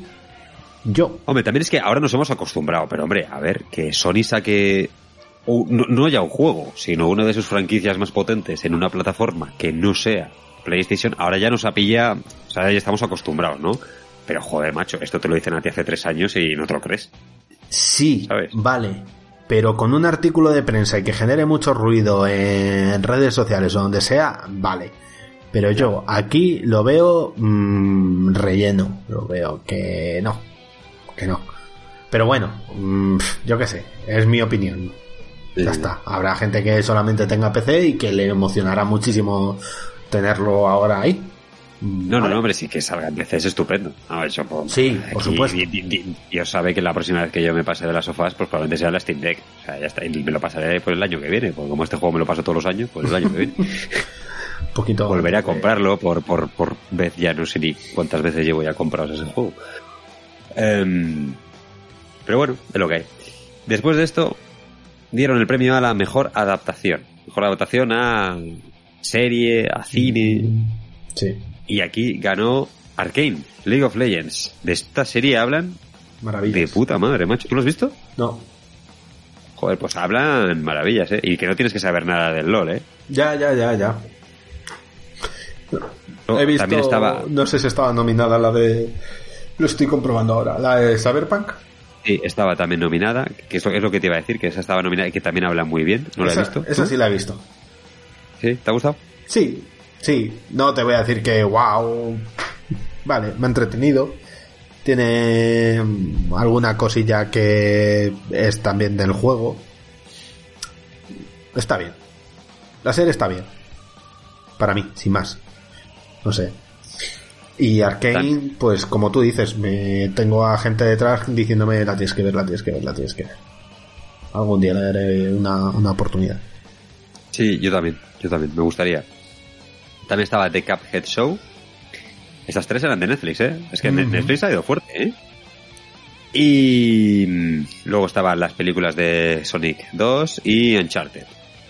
Yo. Hombre, también es que ahora nos hemos acostumbrado, pero hombre, a ver, que Sony saque... No, no ya un juego, sino una de sus franquicias más potentes en una plataforma que no sea PlayStation, ahora ya nos apilla, o sea, ya estamos acostumbrados, ¿no? Pero joder, macho, esto te lo dicen a ti hace tres años y no te lo crees. Sí, ¿sabes? Vale, pero con un artículo de prensa y que genere mucho ruido en redes sociales o donde sea, vale. Pero yo aquí lo veo mmm, relleno, lo veo que no, que no. Pero bueno, mmm, yo qué sé, es mi opinión. Ya está. Habrá gente que solamente tenga P C y que le emocionará muchísimo tenerlo ahora ahí. No, vale. no, no, hombre, sí que salga en P C es estupendo. No, eso, pues, sí, por aquí, supuesto. Dios sabe que la próxima vez que yo me pase de las sofás, pues probablemente sea la Steam Deck. O sea, ya está. Y me lo pasaré pues el año que viene. Porque como este juego me lo paso todos los años, pues el año que viene. Un poquito. Volveré a comprarlo por, por, por vez. Ya no sé ni cuántas veces llevo ya comprados ese juego. Um, pero bueno, es lo que hay. Después de esto, dieron el premio a la mejor adaptación. Mejor adaptación a serie, a cine. Sí. Y aquí ganó Arcane, League of Legends. De esta serie hablan maravillas. De puta madre, macho. ¿Tú lo has visto? No. Joder, pues hablan maravillas, ¿eh? Y que no tienes que saber nada del LoL, ¿eh? Ya, ya, ya, ya. No, he visto... También estaba... No sé si estaba nominada la de... Lo estoy comprobando ahora. ¿La de Cyberpunk? Sí, estaba también nominada, que es lo, es lo que te iba a decir, que esa estaba nominada y que también habla muy bien. ¿No esa, la he visto? Esa ¿tú? Sí la he visto. ¿Sí? ¿Te ha gustado? Sí, sí. No te voy a decir que wow. Vale, me ha entretenido. Tiene alguna cosilla que es también del juego. Está bien. La serie está bien. Para mí, sin más. No sé. Y Arcane, pues como tú dices, me tengo a gente detrás diciéndome la tienes que ver, la tienes que ver, la tienes que ver. Algún día le daré una, una oportunidad. Sí, yo también, yo también, me gustaría. También estaba The Cuphead Show. Estas tres eran de Netflix, ¿eh? Es que mm-hmm. Netflix ha ido fuerte, ¿eh? Y luego estaban las películas de Sonic dos y Uncharted.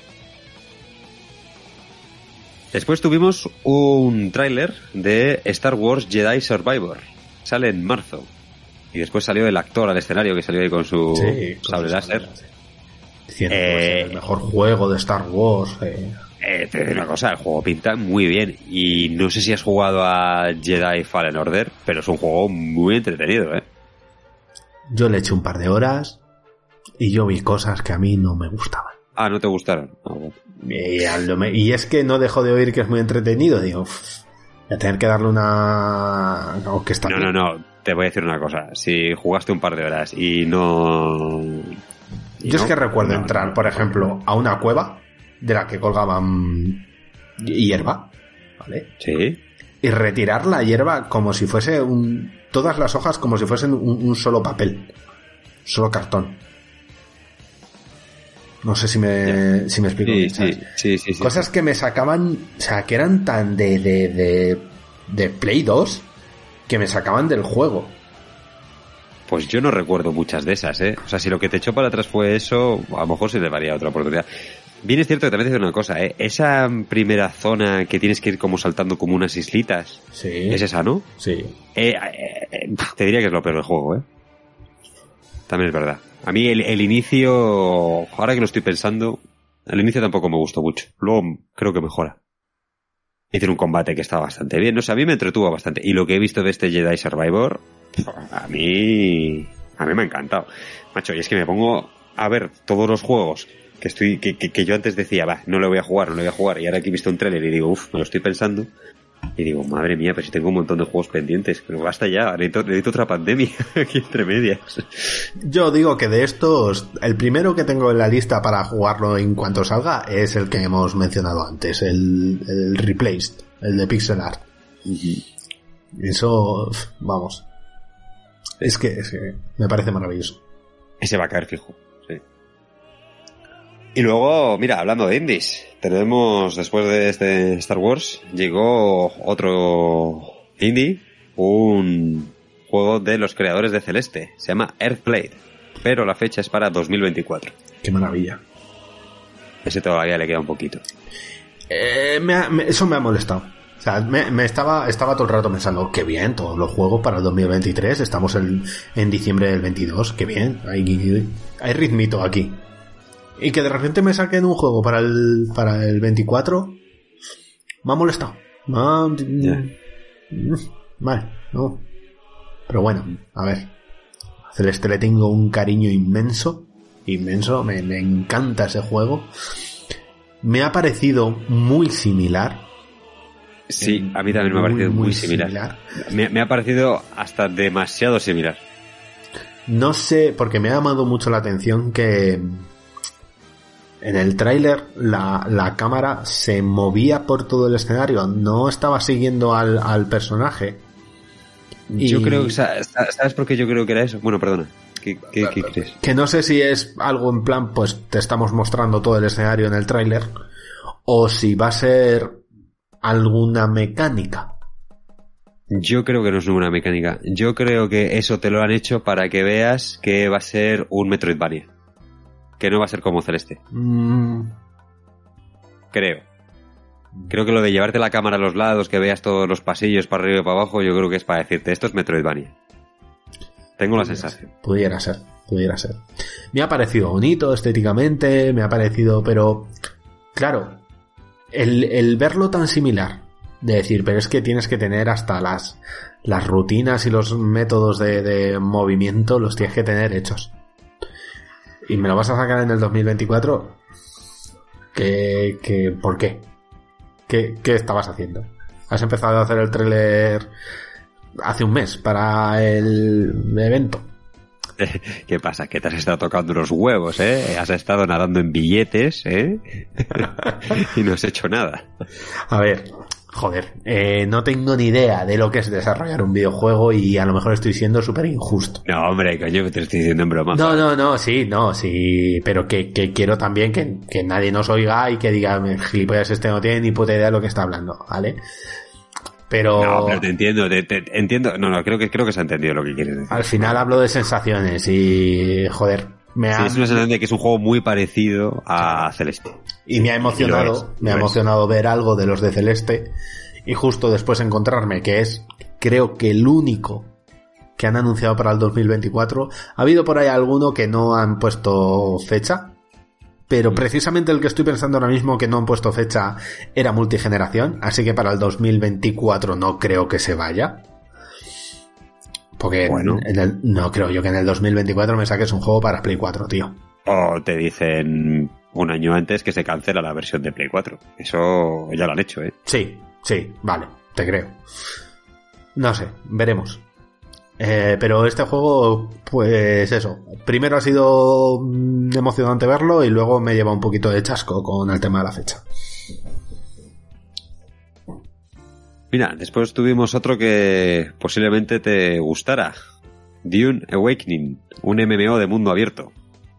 Después tuvimos un tráiler de Star Wars Jedi Survivor. Sale en marzo. Y después salió el actor al escenario que salió ahí con su sí, con sable láser. Diciendo eh, que es el mejor juego de Star Wars. Eh. Eh, te digo una cosa, el juego pinta muy bien. Y no sé si has jugado a Jedi Fallen Order, pero es un juego muy entretenido, ¿eh? Yo le eché un par de horas y yo vi cosas que a mí no me gustaban. Ah, ¿no te gustaron? Ah, bueno. Y, y es que no dejo de oír que es muy entretenido. Digo, uff, voy a tener que darle una... No, que está no, no, no. Te voy a decir una cosa. Si jugaste un par de horas y no... Y Yo no, es que recuerdo no, entrar, no, por no, ejemplo, no. a una cueva de la que colgaban hierba, ¿vale? Sí. Y retirar la hierba como si fuese un... todas las hojas como si fuesen un, un solo papel, solo cartón. No sé si me, si me explico. Sí, bien, sí, sí, sí, sí. Cosas que me sacaban, o sea, que eran tan de, de, de, de Play dos que me sacaban del juego. Pues yo no recuerdo muchas de esas, ¿eh? O sea, si lo que te echó para atrás fue eso, a lo mejor se te daría otra oportunidad. Bien es cierto que también te digo una cosa, ¿eh? Esa primera zona que tienes que ir como saltando como unas islitas, Sí. ¿es esa, no? Sí. Eh, eh, eh, te diría que es lo peor del juego, ¿eh? También es verdad. A mí el, el inicio, ahora que lo estoy pensando, el inicio tampoco me gustó mucho. Luego creo que mejora. Y tiene un combate que está bastante bien. No sé, a mí me entretuvo bastante. Y lo que he visto de este Jedi Survivor, a mí, a mí me ha encantado. Macho, y es que me pongo a ver todos los juegos que estoy, que, que, que yo antes decía, va, no le voy a jugar, no le voy a jugar. Y ahora que he visto un tráiler y digo, uff, me lo estoy pensando. Y digo, madre mía, pero si tengo un montón de juegos pendientes, pero basta ya, necesito, necesito otra pandemia aquí entre medias. Yo digo que de estos, el primero que tengo en la lista para jugarlo en cuanto salga es el que hemos mencionado antes, el, el Replaced, el de Pixel Art. Eso, vamos, es que, es que me parece maravilloso. Ese va a caer fijo, sí. Y luego, mira, hablando de indies, tenemos, después de este Star Wars, llegó otro indie, un juego de los creadores de Celeste, se llama Earthblade, pero la fecha es para dos mil veinticuatro. Qué maravilla. Ese todavía le queda un poquito. Eh, me ha, me, eso me ha molestado. O sea, me, me estaba, estaba todo el rato pensando, qué bien, todos los juegos para el dos mil veintitrés, estamos en, en diciembre del veintidós, qué bien, hay, hay ritmito aquí. Y que de repente me saquen un juego para el para el veinticuatro, me ha molestado. Me ha... yeah. Vale, no. Pero bueno, a ver. A Celeste le tengo un cariño inmenso. Inmenso, me, me encanta ese juego. Me ha parecido muy similar. Sí, a mí también me ha parecido muy, muy similar. similar. Me, me ha parecido hasta demasiado similar. No sé, porque me ha llamado mucho la atención que en el tráiler la, la cámara se movía por todo el escenario, no estaba siguiendo al, al personaje. Y... Yo creo que... ¿Sabes por qué yo creo que era eso? Bueno, perdona. ¿Qué, qué, qué crees? Que no sé si es algo en plan, pues te estamos mostrando todo el escenario en el tráiler, o si va a ser alguna mecánica. Yo creo que no es ninguna mecánica. Yo creo que eso te lo han hecho para que veas que va a ser un Metroidvania. Que no va a ser como Celeste. Mm. Creo. Creo que lo de llevarte la cámara a los lados, que veas todos los pasillos para arriba y para abajo, yo creo que es para decirte, esto es Metroidvania. Tengo la sensación. Ser, pudiera ser, pudiera ser. Me ha parecido bonito estéticamente, me ha parecido, pero claro, el, el verlo tan similar, de decir, pero es que tienes que tener hasta las, las rutinas y los métodos de, de movimiento, los tienes que tener hechos. ¿Y me lo vas a sacar en el dos mil veinticuatro? ¿Qué, qué, ¿Por qué? ¿Qué, ¿Qué estabas haciendo? ¿Has empezado a hacer el tráiler hace un mes para el evento? ¿Qué pasa? Que te has estado tocando los huevos, ¿eh? Has estado nadando en billetes, ¿eh? Y no has hecho nada. A ver, joder, eh, no tengo ni idea de lo que es desarrollar un videojuego y a lo mejor estoy siendo súper injusto. No, hombre, coño, te estoy diciendo en broma. No, no, no, sí, no, sí, pero que, que quiero también que, que nadie nos oiga y que diga, gilipollas, este no tiene ni puta idea de lo que está hablando, ¿vale? Pero... No, pero te entiendo, te, te entiendo. No, no, creo que creo que se ha entendido lo que quieres decir. Al final hablo de sensaciones y, joder, me ha... Sí, es una sensación de que es un juego muy parecido a Celeste. Y me ha emocionado, me ha emocionado ver algo de los de Celeste y justo después encontrarme que es, creo que el único que han anunciado para el dos mil veinticuatro. Ha habido por ahí alguno que no han puesto fecha, pero precisamente el que estoy pensando ahora mismo que no han puesto fecha era multigeneración, así que para el dos mil veinticuatro no creo que se vaya. Porque bueno, en el, no creo yo que en el dos mil veinticuatro me saques un juego para Play cuatro, tío. O te dicen un año antes que se cancela la versión de Play cuatro. Eso ya lo han hecho, ¿eh? Sí, sí, vale, te creo. No sé, veremos. Eh, pero este juego, pues eso. Primero ha sido emocionante verlo y luego me lleva un poquito de chasco con el tema de la fecha. Mira, después tuvimos otro que posiblemente te gustara. Dune Awakening, un M M O de mundo abierto.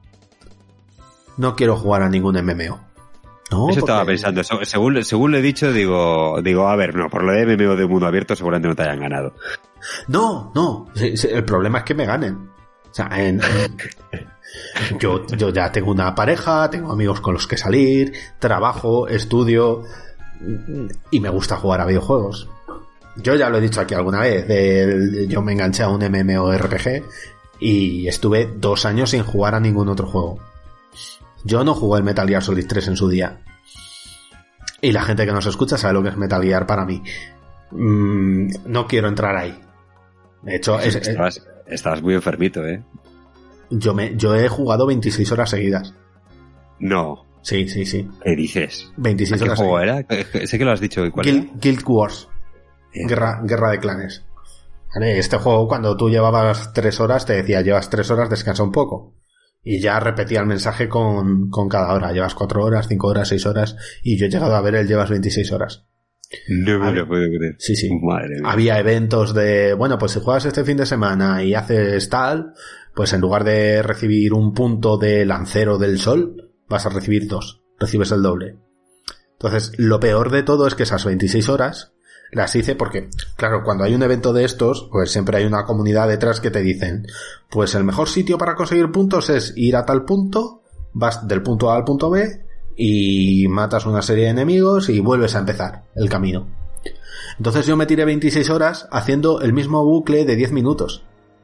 No quiero jugar a ningún M M O. No, Eso porque... estaba pensando. Según, según le he dicho, digo, digo, a ver, no, por lo de M M O de mundo abierto seguramente no te hayan ganado. No, no. El problema es que me ganen. O sea, en, en... yo, yo ya tengo una pareja, tengo amigos con los que salir, trabajo, estudio y me gusta jugar a videojuegos. Yo ya lo he dicho aquí alguna vez. De, yo me enganché a un MMORPG y estuve dos años sin jugar a ningún otro juego. Yo no jugué el Metal Gear Solid tres en su día. Y la gente que nos escucha sabe lo que es Metal Gear para mí. Mm, no quiero entrar ahí. De hecho, es, estabas, estabas muy enfermito, ¿eh? Yo, me, yo he jugado veintiséis horas seguidas. No. Sí, sí, sí. ¿Qué dices? veintiséis ¿Qué horas juego seguidas. era? Sé que lo has dicho. ¿Cuál Guild, era? Guild Wars. Eh. Guerra, guerra de clanes. ¿Vale? Este juego, cuando tú llevabas tres horas, te decía, llevas tres horas, descansa un poco. Y ya repetía el mensaje con, con cada hora. Llevas cuatro horas, cinco horas, seis horas. Y yo he llegado a ver el llevas veintiséis horas. No me lo puedo creer. Sí, sí. Madre mía. Había eventos de, bueno, pues si juegas este fin de semana y haces tal, pues en lugar de recibir un punto de lancero del sol, vas a recibir dos. Recibes el doble. Entonces, lo peor de todo es que esas veintiséis horas las hice porque, claro, cuando hay un evento de estos, pues siempre hay una comunidad detrás que te dicen, pues el mejor sitio para conseguir puntos es ir a tal punto, vas del punto A al punto B y matas una serie de enemigos y vuelves a empezar el camino. Entonces yo me tiré veintiséis horas haciendo el mismo bucle de diez minutos.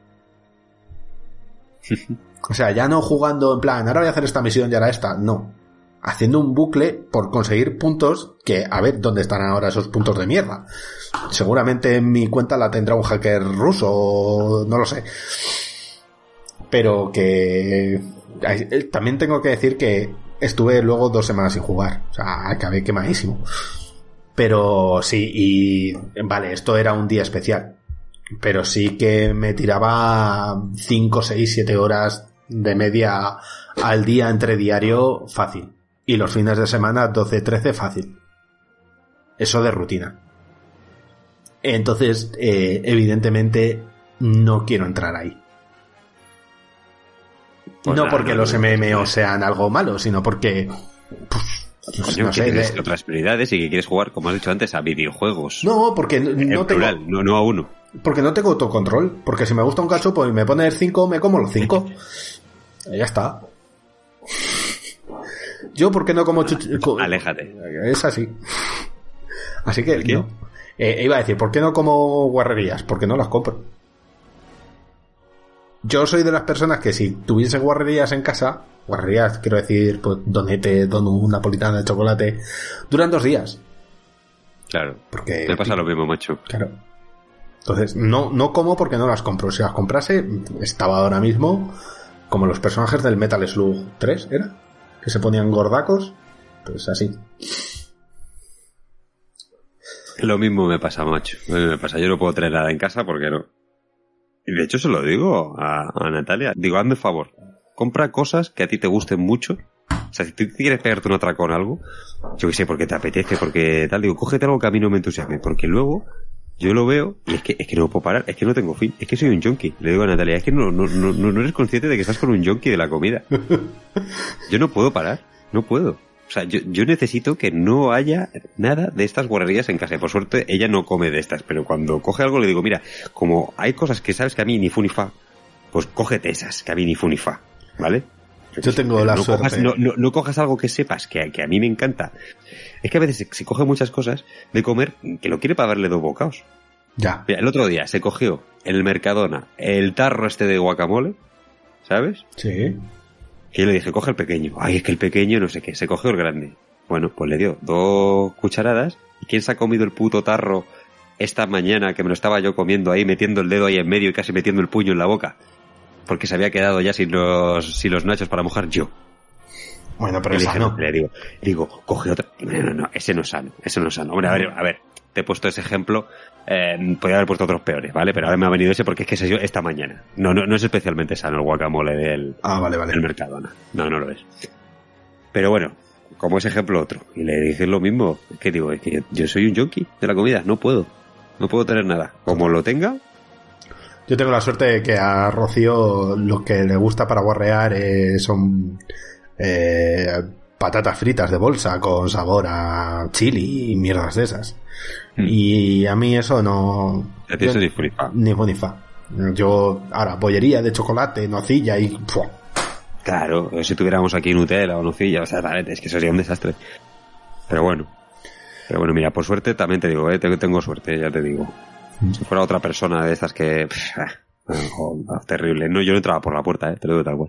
O sea, ya no jugando en plan, ahora voy a hacer esta misión y ahora esta, no. Haciendo un bucle por conseguir puntos que, a ver, ¿dónde están ahora esos puntos de mierda? Seguramente en mi cuenta la tendrá un hacker ruso o no lo sé. Pero que... También tengo que decir que estuve luego dos semanas sin jugar. O sea, acabé quemadísimo. Pero sí, y... Vale, esto era un día especial. Pero sí que me tiraba cinco, seis, siete horas de media al día entre diario fácil. Y los fines de semana doce, trece fácil. Eso de rutina. Entonces, eh, evidentemente, no quiero entrar ahí. Pues no nada, porque no, los M M O no. sean algo malo, sino porque... Pues, Coño, no sé, que tienes de... otras prioridades y que quieres jugar, como has dicho antes, a videojuegos. No, porque no, en no plural, tengo... no, no a uno. Porque no tengo autocontrol. Porque si me gusta un cachopo y me pone el cinco, me como los cinco. Ya está. Yo, ¿por qué no como chuch... Aléjate. Es así. Así que, no. Eh, iba a decir, ¿por qué no como guarrerías? Porque no las compro. Yo soy de las personas que si tuviese guarrerías en casa, guarrerías, quiero decir, pues donete, donut, napolitana de chocolate, duran dos días. Claro. Porque me pasa lo mismo, macho. Claro. Entonces, no, no como porque no las compro. Si las comprase, estaba ahora mismo como los personajes del Metal Slug tres, ¿era? Que se ponían gordacos, pues así. Lo mismo me pasa, macho. Me pasa, yo no puedo traer nada en casa porque no. Y de hecho se lo digo a, a Natalia. Digo, hazme favor, compra cosas que a ti te gusten mucho. O sea, si tú quieres pegarte un atracón o algo, yo qué sé, porque te apetece, porque tal, digo, cógete algo que a mí no me entusiasme, porque luego yo lo veo y es que es que no puedo parar, es que no tengo fin, es que soy un junkie. Le digo a Natalia, es que no, no, no, no eres consciente de que estás con un junkie de la comida. Yo no puedo parar, no puedo. O sea, yo, yo necesito que no haya nada de estas guarrerías en casa. Por suerte, ella no come de estas, pero cuando coge algo le digo, mira, como hay cosas que sabes que a mí ni fu ni fa, pues cógete esas, que a mí ni fu ni fa, ¿vale? Yo tengo la no suerte. Cojas, no, no, no cojas algo que sepas, que, que a mí me encanta. Es que a veces se, se coge muchas cosas de comer que lo quiere para darle dos bocados. Ya. Mira, el otro día se cogió en el Mercadona el tarro este de guacamole, ¿sabes? Sí. Y yo le dije, coge el pequeño. Ay, es que el pequeño no sé qué. Se cogió el grande. Bueno, pues le dio dos cucharadas. ¿Y quién se ha comido el puto tarro esta mañana que me lo estaba yo comiendo ahí, metiendo el dedo ahí en medio y casi metiendo el puño en la boca? Porque se había quedado ya sin los, sin los nachos para mojar yo. Bueno, pero es sano. sano. Le digo, digo, coge otra. No, no, no, ese no es sano, ese no es sano. Hombre, a ver, a ver, te he puesto ese ejemplo, eh, podría haber puesto otros peores, ¿vale? Pero ahora me ha venido ese porque es que ese yo esta mañana. No, no, no es especialmente sano el guacamole del, ah, vale, vale. del Mercadona. No, no lo es. Pero bueno, como ese ejemplo otro. Y le dije lo mismo, que digo, es que yo soy un junkie de la comida, no puedo. No puedo tener nada. Como lo tenga... Yo tengo la suerte de que a Rocío lo que le gusta para guarrear eh, son eh, patatas fritas de bolsa con sabor a chili y mierdas de esas. Mm. Y a mí eso no... A ti eso ni funifa. Ni funifa. Yo, ahora, bollería de chocolate, nocilla y... ¡pua! Claro, si tuviéramos aquí Nutella o nocilla, o sea, es que eso sería un desastre. Pero bueno. Pero bueno, mira, por suerte también te digo, eh, tengo suerte, ya te digo. Si fuera otra persona de estas que... Pff, oh, terrible. No, yo no entraba por la puerta, eh, te lo digo tal cual.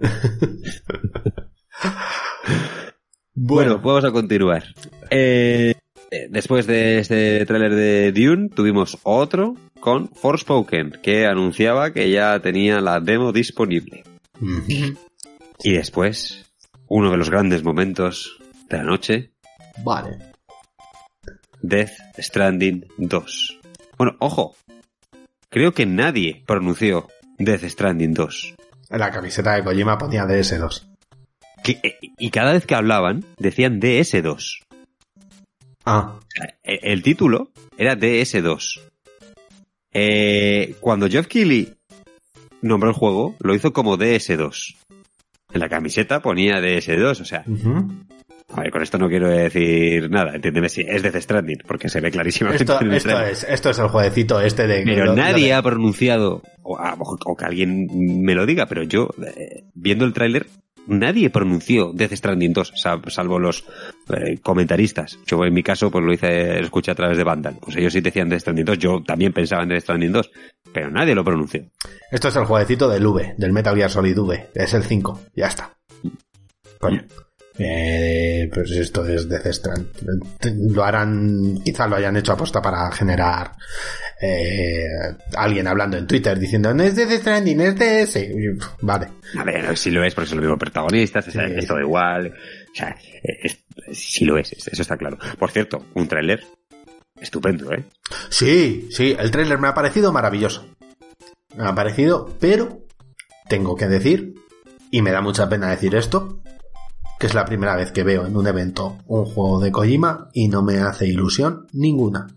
Bueno, bueno, vamos a continuar. Eh, después de este tráiler de Dune, tuvimos otro con Forspoken, que anunciaba que ya tenía la demo disponible. Mm-hmm. Y después, uno de los grandes momentos de la noche. Vale. Death Stranding dos. Bueno, ojo, creo que nadie pronunció Death Stranding dos. En la camiseta de Kojima ponía D S dos. Que, y cada vez que hablaban decían D S dos. Ah. El, el título era D S dos. Eh, cuando Geoff Keighley nombró el juego, lo hizo como D S dos. En la camiseta ponía D S dos, o sea... Uh-huh. A ver, con esto no quiero decir nada, entiéndeme si es Death Stranding, porque se ve clarísimamente. Esto, esto, es, esto es el jueguecito este de... Pero lo, nadie lo de... ha pronunciado, o, a, o que alguien me lo diga, pero yo, eh, viendo el tráiler, nadie pronunció Death Stranding dos, sal, salvo los eh, comentaristas. Yo en mi caso, pues lo hice, lo escuché a través de Vandal. Pues ellos sí decían Death Stranding dos, yo también pensaba en Death Stranding dos, pero nadie lo pronunció. Esto es el jueguecito del V, del Metal Gear Solid V, es el cinco, ya está. Coño. Eh, pues esto es Death Stranding. Lo harán, quizás lo hayan hecho aposta para generar eh, alguien hablando en Twitter diciendo no es Death Stranding, es D S. Vale. A ver, si lo es porque son los mismos protagonistas, sí. Es todo igual. O sea, es, si lo es, eso está claro. Por cierto, un tráiler estupendo, ¿eh? Sí, sí, el tráiler me ha parecido maravilloso. Me ha parecido, pero tengo que decir, y me da mucha pena decir esto, que es la primera vez que veo en un evento un juego de Kojima y no me hace ilusión ninguna.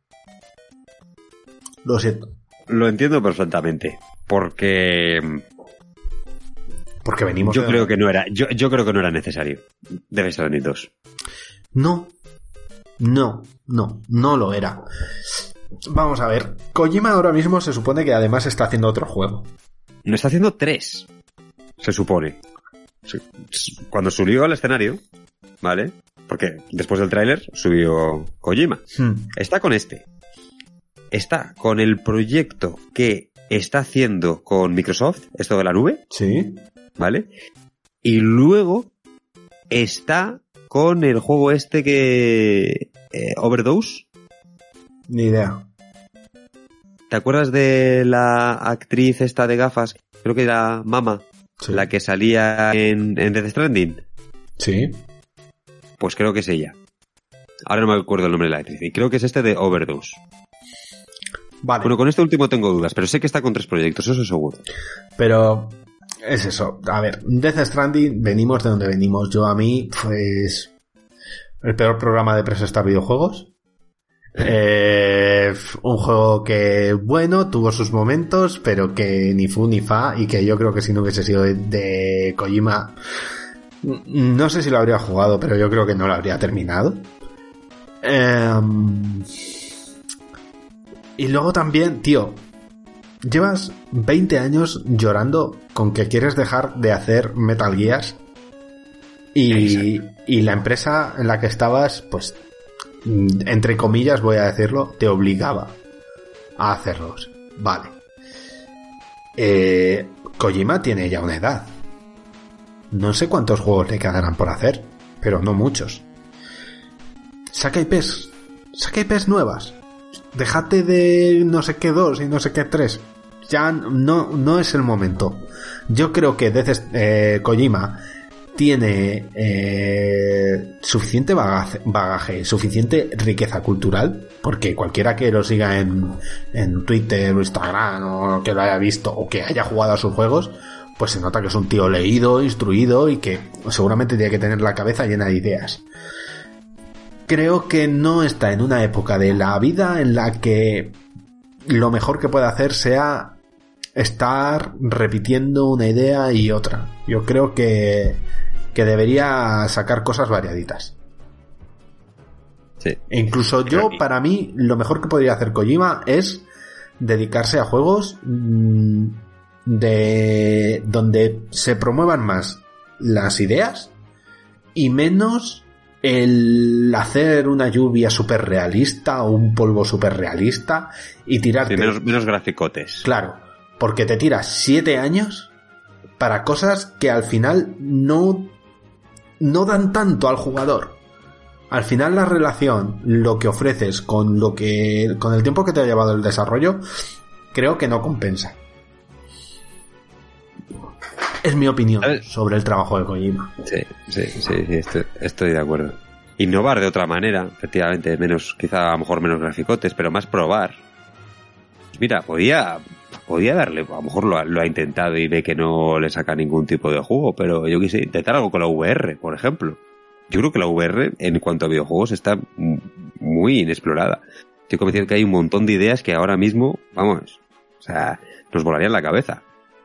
Lo siento. Lo entiendo perfectamente, porque... Porque venimos... Yo de... creo que no era, yo, yo creo que no era necesario. Debe ser en dos. No, no, no, no lo era. Vamos a ver, Kojima ahora mismo se supone que además está haciendo otro juego. No está haciendo tres, se supone. Cuando subió al escenario, ¿vale? Porque después del tráiler subió Kojima. Hmm. Está con este. Está con el proyecto que está haciendo con Microsoft, esto de la nube. Sí. ¿Vale? Y luego está con el juego este que... Eh, Overdose. Ni idea. ¿Te acuerdas de la actriz esta de gafas? Creo que era Mama. Sí. La que salía en, en Death Stranding. Sí. Pues creo que es ella. Ahora no me acuerdo el nombre de la actriz. Y creo que es este de Overdose. Vale. Bueno, con este último tengo dudas, pero sé que está con tres proyectos, eso seguro. Pero es eso. A ver, Death Stranding, venimos de donde venimos. Yo a mí, pues... el peor programa de Press Start videojuegos. Eh, un juego que, bueno, tuvo sus momentos, pero que ni fu ni fa, y que yo creo que si no hubiese sido de, de Kojima, no sé si lo habría jugado, pero yo creo que no lo habría terminado. Eh, y luego también, tío, llevas veinte años llorando con que quieres dejar de hacer Metal Gears y, y la empresa en la que estabas, pues, entre comillas voy a decirlo, te obligaba a hacerlos. Vale. Eh, Kojima tiene ya una edad. No sé cuántos juegos le quedarán por hacer, pero no muchos. Saca I Ps. Saca I Ps nuevas. Déjate de no sé qué dos y no sé qué tres. Ya no, no es el momento. Yo creo que Death, eh, Kojima tiene eh, suficiente bagaje, bagaje, suficiente riqueza cultural, porque cualquiera que lo siga en, en Twitter o Instagram o que lo haya visto o que haya jugado a sus juegos, pues se nota que es un tío leído, instruido y que seguramente tiene que tener la cabeza llena de ideas. Creo que no está en una época de la vida en la que lo mejor que puede hacer sea estar repitiendo una idea y otra. Yo creo que, que debería sacar cosas variaditas. Sí. E incluso yo, para mí, lo mejor que podría hacer Kojima es dedicarse a juegos mmm, de donde se promuevan más las ideas y menos el hacer una lluvia súper realista o un polvo súper realista y tirarte... Sí, menos, menos graficotes. Claro, porque te tiras siete años para cosas que al final no, no dan tanto al jugador. Al final la relación, lo que ofreces con lo que, con el tiempo que te ha llevado el desarrollo, creo que no compensa. Es mi opinión sobre el trabajo de Kojima. Sí, sí, sí, sí estoy, estoy de acuerdo. Innovar de otra manera, efectivamente, menos, quizá a lo mejor menos graficotes, pero más probar. Mira, podía, podía darle, a lo mejor lo ha, lo ha intentado y ve que no le saca ningún tipo de juego, pero yo quise intentar algo con la V R, por ejemplo. Yo creo que la V R, en cuanto a videojuegos, está muy inexplorada. Estoy convencido que hay un montón de ideas que ahora mismo, vamos, o sea, nos volarían la cabeza.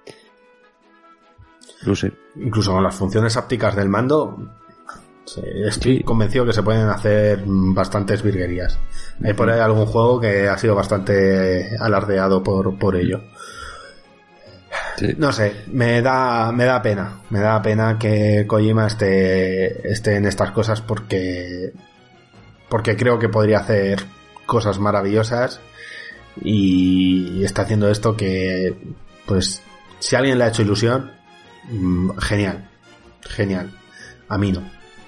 No sé. Incluso con las funciones ápticas del mando, estoy sí. convencido que se pueden hacer bastantes virguerías. Hay por ahí algún juego que ha sido bastante alardeado por, por ello. Sí. No sé, me da, me da pena. Me da pena que Kojima esté, esté en estas cosas porque, porque creo que podría hacer cosas maravillosas y está haciendo esto que, pues, si a alguien le ha hecho ilusión, genial, genial. A mí no.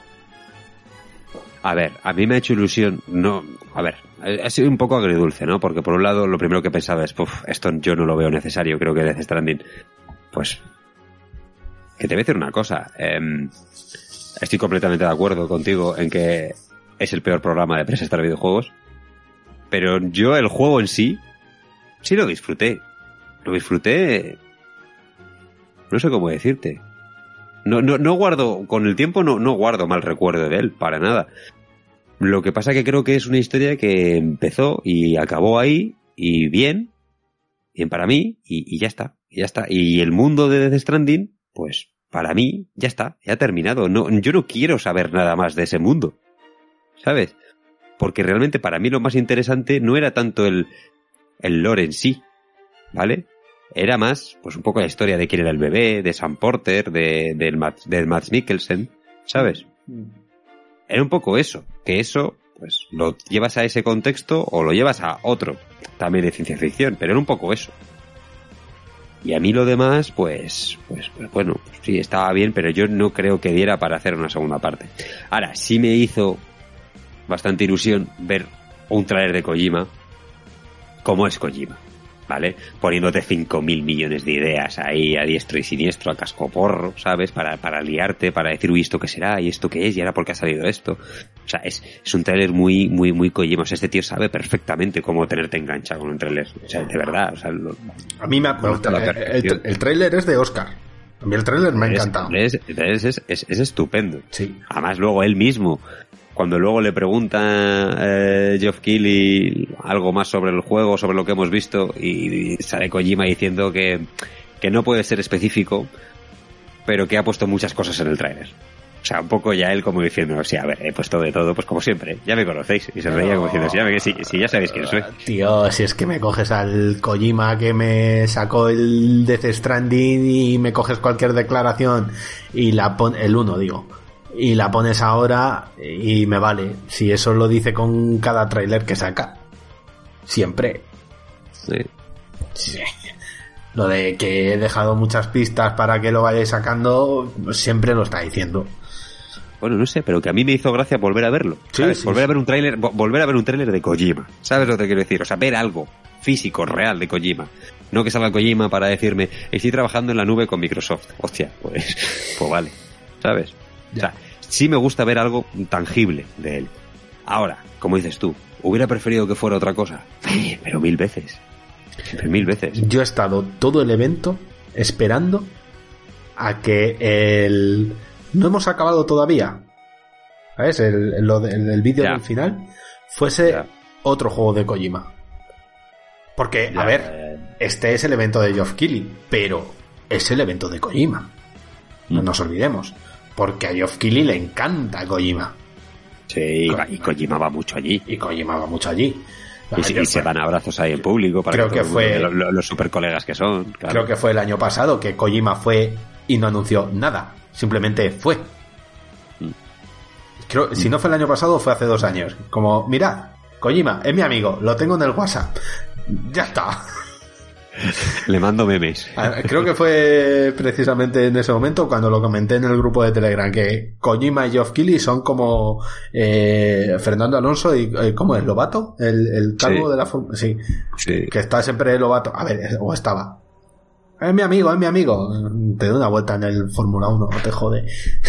A ver, a mí me ha hecho ilusión, no, a ver, ha sido un poco agridulce, ¿no? Porque por un lado lo primero que pensaba es, puf, esto yo no lo veo necesario, creo que Death Stranding, pues, que te voy a decir una cosa, eh, estoy completamente de acuerdo contigo en que es el peor programa de Presestar videojuegos, pero yo el juego en sí, sí lo disfruté, lo disfruté... No sé cómo decirte. No, no, no guardo, con el tiempo no, no guardo mal recuerdo de él, para nada. Lo que pasa que creo que es una historia que empezó y acabó ahí, y bien, bien para mí, y, y ya está, y ya está. Y el mundo de Death Stranding, pues, para mí, ya está, ya ha terminado. No, yo no quiero saber nada más de ese mundo, ¿sabes? Porque realmente para mí lo más interesante no era tanto el, el lore en sí, ¿vale? Era más, pues un poco la historia de quién era el bebé, de Sam Porter, de, del Mads, del Mads Mikkelsen, ¿sabes? Era un poco eso, que eso, pues lo llevas a ese contexto o lo llevas a otro, también de ciencia ficción, pero era un poco eso. Y a mí lo demás, pues, pues, pues bueno, pues sí, estaba bien, pero yo no creo que diera para hacer una segunda parte. Ahora, sí me hizo bastante ilusión ver un tráiler de Kojima, como es Kojima. ¿Vale? Poniéndote cinco mil millones de ideas ahí a diestro y siniestro, a cascoporro, ¿sabes? Para, para liarte, para decir, uy, ¿esto qué será? ¿Y esto qué es? ¿Y ahora por qué ha salido esto? O sea, es, es un tráiler muy, muy, muy Kojima. O sea, este tío sabe perfectamente cómo tenerte enganchado con un tráiler. O sea, de verdad. O sea, lo, a mí me ha gustado. El, el, el tráiler es de Oscar. A mí el tráiler me ha encantado. Es, el tráiler es, es, es, es estupendo. Sí. Además, luego él mismo, cuando luego le pregunta eh, Geoff Keighley algo más sobre el juego, sobre lo que hemos visto, y, y sale Kojima diciendo que, que no puede ser específico, pero que ha puesto muchas cosas en el tráiler. O sea, un poco ya él como diciendo, sí, a ver, he puesto de todo, pues como siempre, ya me conocéis. Y se reía como diciendo, sí, ya, me, sí, sí, ya sabéis quién soy. Tío, si es que me coges al Kojima que me sacó el Death Stranding y me coges cualquier declaración y la pon el uno, digo, y la pones ahora y me vale. Si eso lo dice con cada tráiler que saca. Siempre. Sí. Sí. Lo de que he dejado muchas pistas para que lo vayáis sacando, siempre lo está diciendo. Bueno, no sé, pero que a mí me hizo gracia volver a verlo. Sí, ¿sabes? sí, volver sí. a ver un tráiler, volver a ver un tráiler de Kojima. ¿Sabes lo que quiero decir? O sea, ver algo físico, real de Kojima. No que salga Kojima para decirme, estoy trabajando en la nube con Microsoft. Hostia, pues, pues vale. ¿sabes? Ya. O sea, sí me gusta ver algo tangible de él. Ahora, como dices tú, hubiera preferido que fuera otra cosa, pero mil veces. Pero mil veces. Yo he estado todo el evento esperando a que el... No hemos acabado todavía, ¿sabes? El, el, el, el vídeo del final fuese ya. Otro juego de Kojima. Porque, ya, a ver, eh... este es el evento de Geoff Keighley, pero es el evento de Kojima. No mm. nos olvidemos. Porque a Geoff Keighley le encanta Kojima. Sí, Kojima. Y Kojima va mucho allí. Y Kojima va mucho allí. Y, y se dan abrazos ahí en público para creo que, que fue los, los super colegas que son. Claro. Creo que fue el año pasado que Kojima fue y no anunció nada. Simplemente fue. Mm. Creo, mm. Si no fue el año pasado, fue hace dos años. Como, mirad, Kojima es mi amigo, lo tengo en el WhatsApp. Ya está. Le mando memes. Creo que fue precisamente en ese momento cuando lo comenté en el grupo de Telegram, que Kojima y Geoff Keighley son como eh, Fernando Alonso y eh, ¿cómo es? ¿Lobato? El, el calvo sí. de la Fórmula sí. sí. Que está siempre Lobato. A ver, o estaba. Es mi amigo, es mi amigo. Te doy una vuelta en el Fórmula uno, no te jode.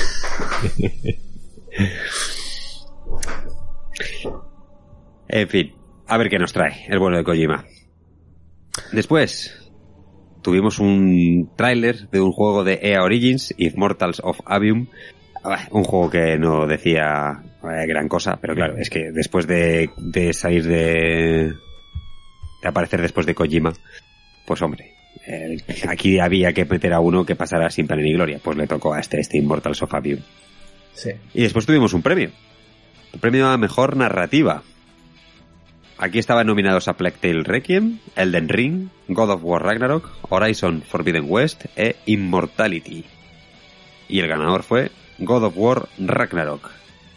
En fin, a ver qué nos trae el bueno de Kojima. Después tuvimos un tráiler de un juego de E A Origins, Immortals of Avium, un juego que no decía eh, gran cosa, pero claro, es que después de, de salir de, de aparecer después de Kojima, pues hombre, eh, aquí había que meter a uno que pasara sin pena ni gloria, pues le tocó a este, este Immortals of Avium. Sí. Y después tuvimos un premio, un premio a mejor narrativa. Aquí estaban nominados a Plague Tale Requiem, Elden Ring, God of War Ragnarok, Horizon Forbidden West e Immortality. Y el ganador fue God of War Ragnarok.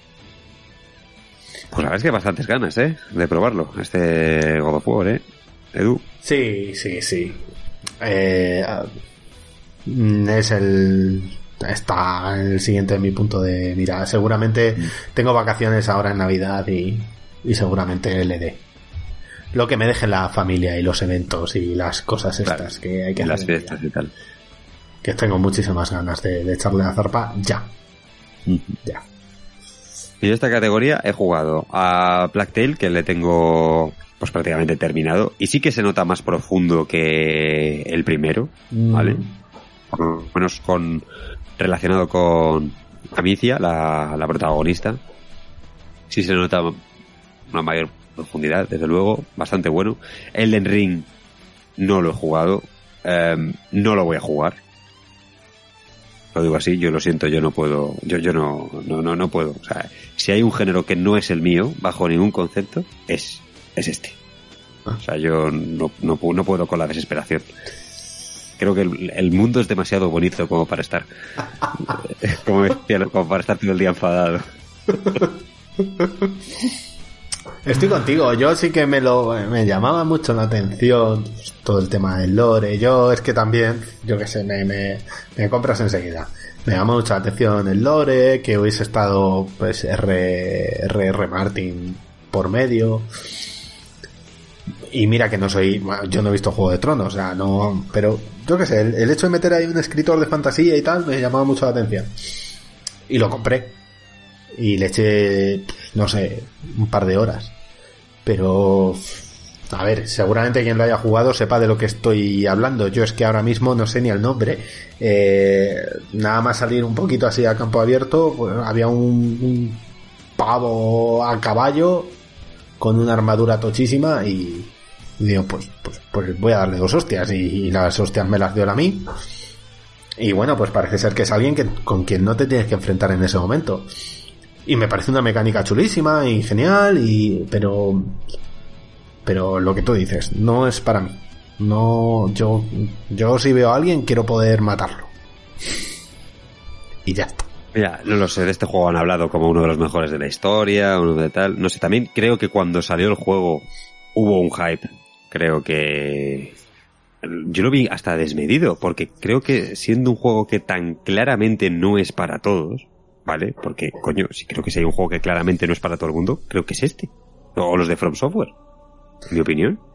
Pues la verdad es que bastantes ganas, ¿eh? De probarlo, este God of War, ¿eh? Edu. Sí, sí, sí. Eh, es el... Está el siguiente en mi punto de mira. Seguramente mm. tengo vacaciones ahora en Navidad y, y seguramente le dé. Lo que me deje la familia y los eventos y las cosas estas claro, que hay que hacer. Las fiestas y tal. Que tengo muchísimas ganas de, de echarle la zarpa ya. Mm. Ya. Y en esta categoría he jugado a Plague Tale, que le tengo pues prácticamente terminado. Y sí que se nota más profundo que el primero, mm. ¿vale? Por lo menos con, relacionado con Amicia, la, la protagonista. Sí se nota una mayor profundidad, desde luego, bastante bueno. Elden Ring no lo he jugado, eh, no lo voy a jugar. Lo digo así, yo lo siento, yo no puedo, yo yo no no no no puedo. O sea, si hay un género que no es el mío, bajo ningún concepto, es es este. O sea, yo no no, no puedo con la desesperación. Creo que el, el mundo es demasiado bonito como para estar como, como para estar todo el día enfadado. Estoy contigo, yo sí que me lo me llamaba mucho la atención todo el tema del lore. Yo es que también, yo que sé, me, me, me compras enseguida. Me llama mucho la atención el lore, que hubiese estado pues R R Martin por medio. Y mira que no soy, yo no he visto Juego de Tronos, o sea, no, pero yo que sé, el, el hecho de meter ahí un escritor de fantasía y tal me llamaba mucho la atención. Y lo compré. Y le eché, no sé, un par de horas. Pero, a ver, seguramente quien lo haya jugado sepa de lo que estoy hablando. Yo es que ahora mismo no sé ni el nombre. Eh, nada más salir un poquito así a campo abierto, pues había un, un pavo a caballo con una armadura tochísima y, y digo, pues, pues, pues voy a darle dos hostias. Y, y las hostias me las dio él a mí. Y bueno, pues parece ser que es alguien que, con quien no te tienes que enfrentar en ese momento. Y me parece una mecánica chulísima y genial, y pero pero lo que tú dices, no es para mí. No, yo yo si veo a alguien quiero poder matarlo. Y ya está. Mira, no lo sé, de este juego han hablado como uno de los mejores de la historia, uno de tal, no sé, también creo que cuando salió el juego hubo un hype. Creo que yo lo vi hasta desmedido, porque creo que siendo un juego que tan claramente no es para todos, ¿vale? Porque, coño, si creo que si hay un juego que claramente no es para todo el mundo, creo que es este. O los de From Software, en mi opinión.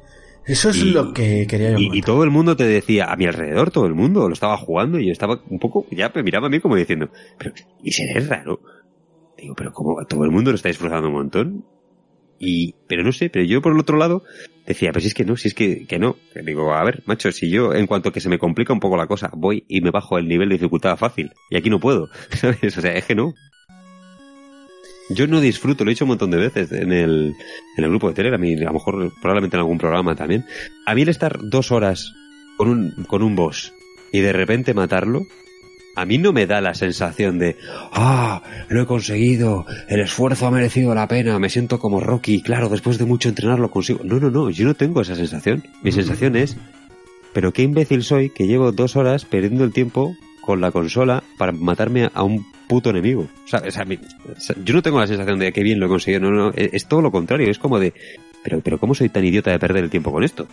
Eso es y, lo que quería yo. Y, y todo el mundo te decía, a mi alrededor, todo el mundo lo estaba jugando y yo estaba un poco, ya me miraba a mí como diciendo, pero, ¿y seré raro? Digo, pero ¿cómo? Todo el mundo lo está disfrutando un montón. Y, pero no sé, pero yo por el otro lado decía, pues si es que no, si es que, que no. Digo, a ver, macho, si yo en cuanto que se me complica un poco la cosa, voy y me bajo el nivel de dificultad a fácil. Y aquí no puedo, ¿sabes? O sea, es que no. Yo no disfruto, lo he dicho un montón de veces en el, en el grupo de Telegram y a lo mejor probablemente en algún programa también. A mí el estar dos horas con un, con un boss y de repente matarlo, a mí no me da la sensación de ¡ah! Lo he conseguido, el esfuerzo ha merecido la pena, me siento como Rocky, claro, después de mucho entrenar lo consigo. No, no, no, yo no tengo esa sensación. Mi sensación es, pero qué imbécil soy que llevo dos horas perdiendo el tiempo con la consola para matarme a un puto enemigo. O sea, o sea, mi, o sea, yo no tengo la sensación de que bien lo he conseguido, no, no, es, es todo lo contrario, es como de, pero, pero ¿cómo soy tan idiota de perder el tiempo con esto?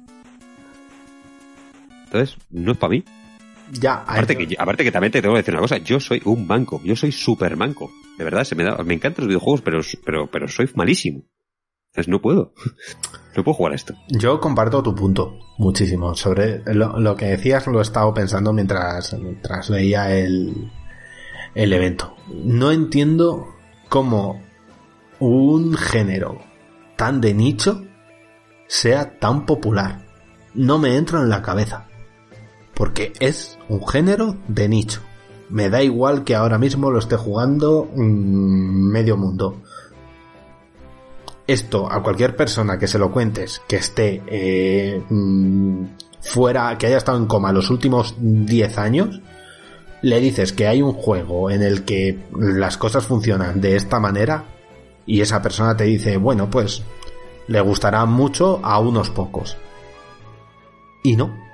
Entonces, no es para mí. Ya, aparte que, aparte que también te tengo que decir una cosa, yo soy un manco, yo soy súper manco, de verdad, se me da, me encantan los videojuegos, pero, pero, pero soy malísimo. Entonces no puedo, no puedo jugar a esto. Yo comparto tu punto muchísimo. Sobre lo, lo que decías lo he estado pensando mientras, mientras veía el, el evento. No entiendo cómo un género tan de nicho sea tan popular. No me entra en la cabeza. Porque es un género de nicho. Me da igual que ahora mismo lo esté jugando mmm, medio mundo. Esto a cualquier persona que se lo cuentes, que esté eh, mmm, fuera, que haya estado en coma los últimos diez años, le dices que hay un juego en el que las cosas funcionan de esta manera y esa persona te dice, bueno, pues le gustará mucho a unos pocos. Y no.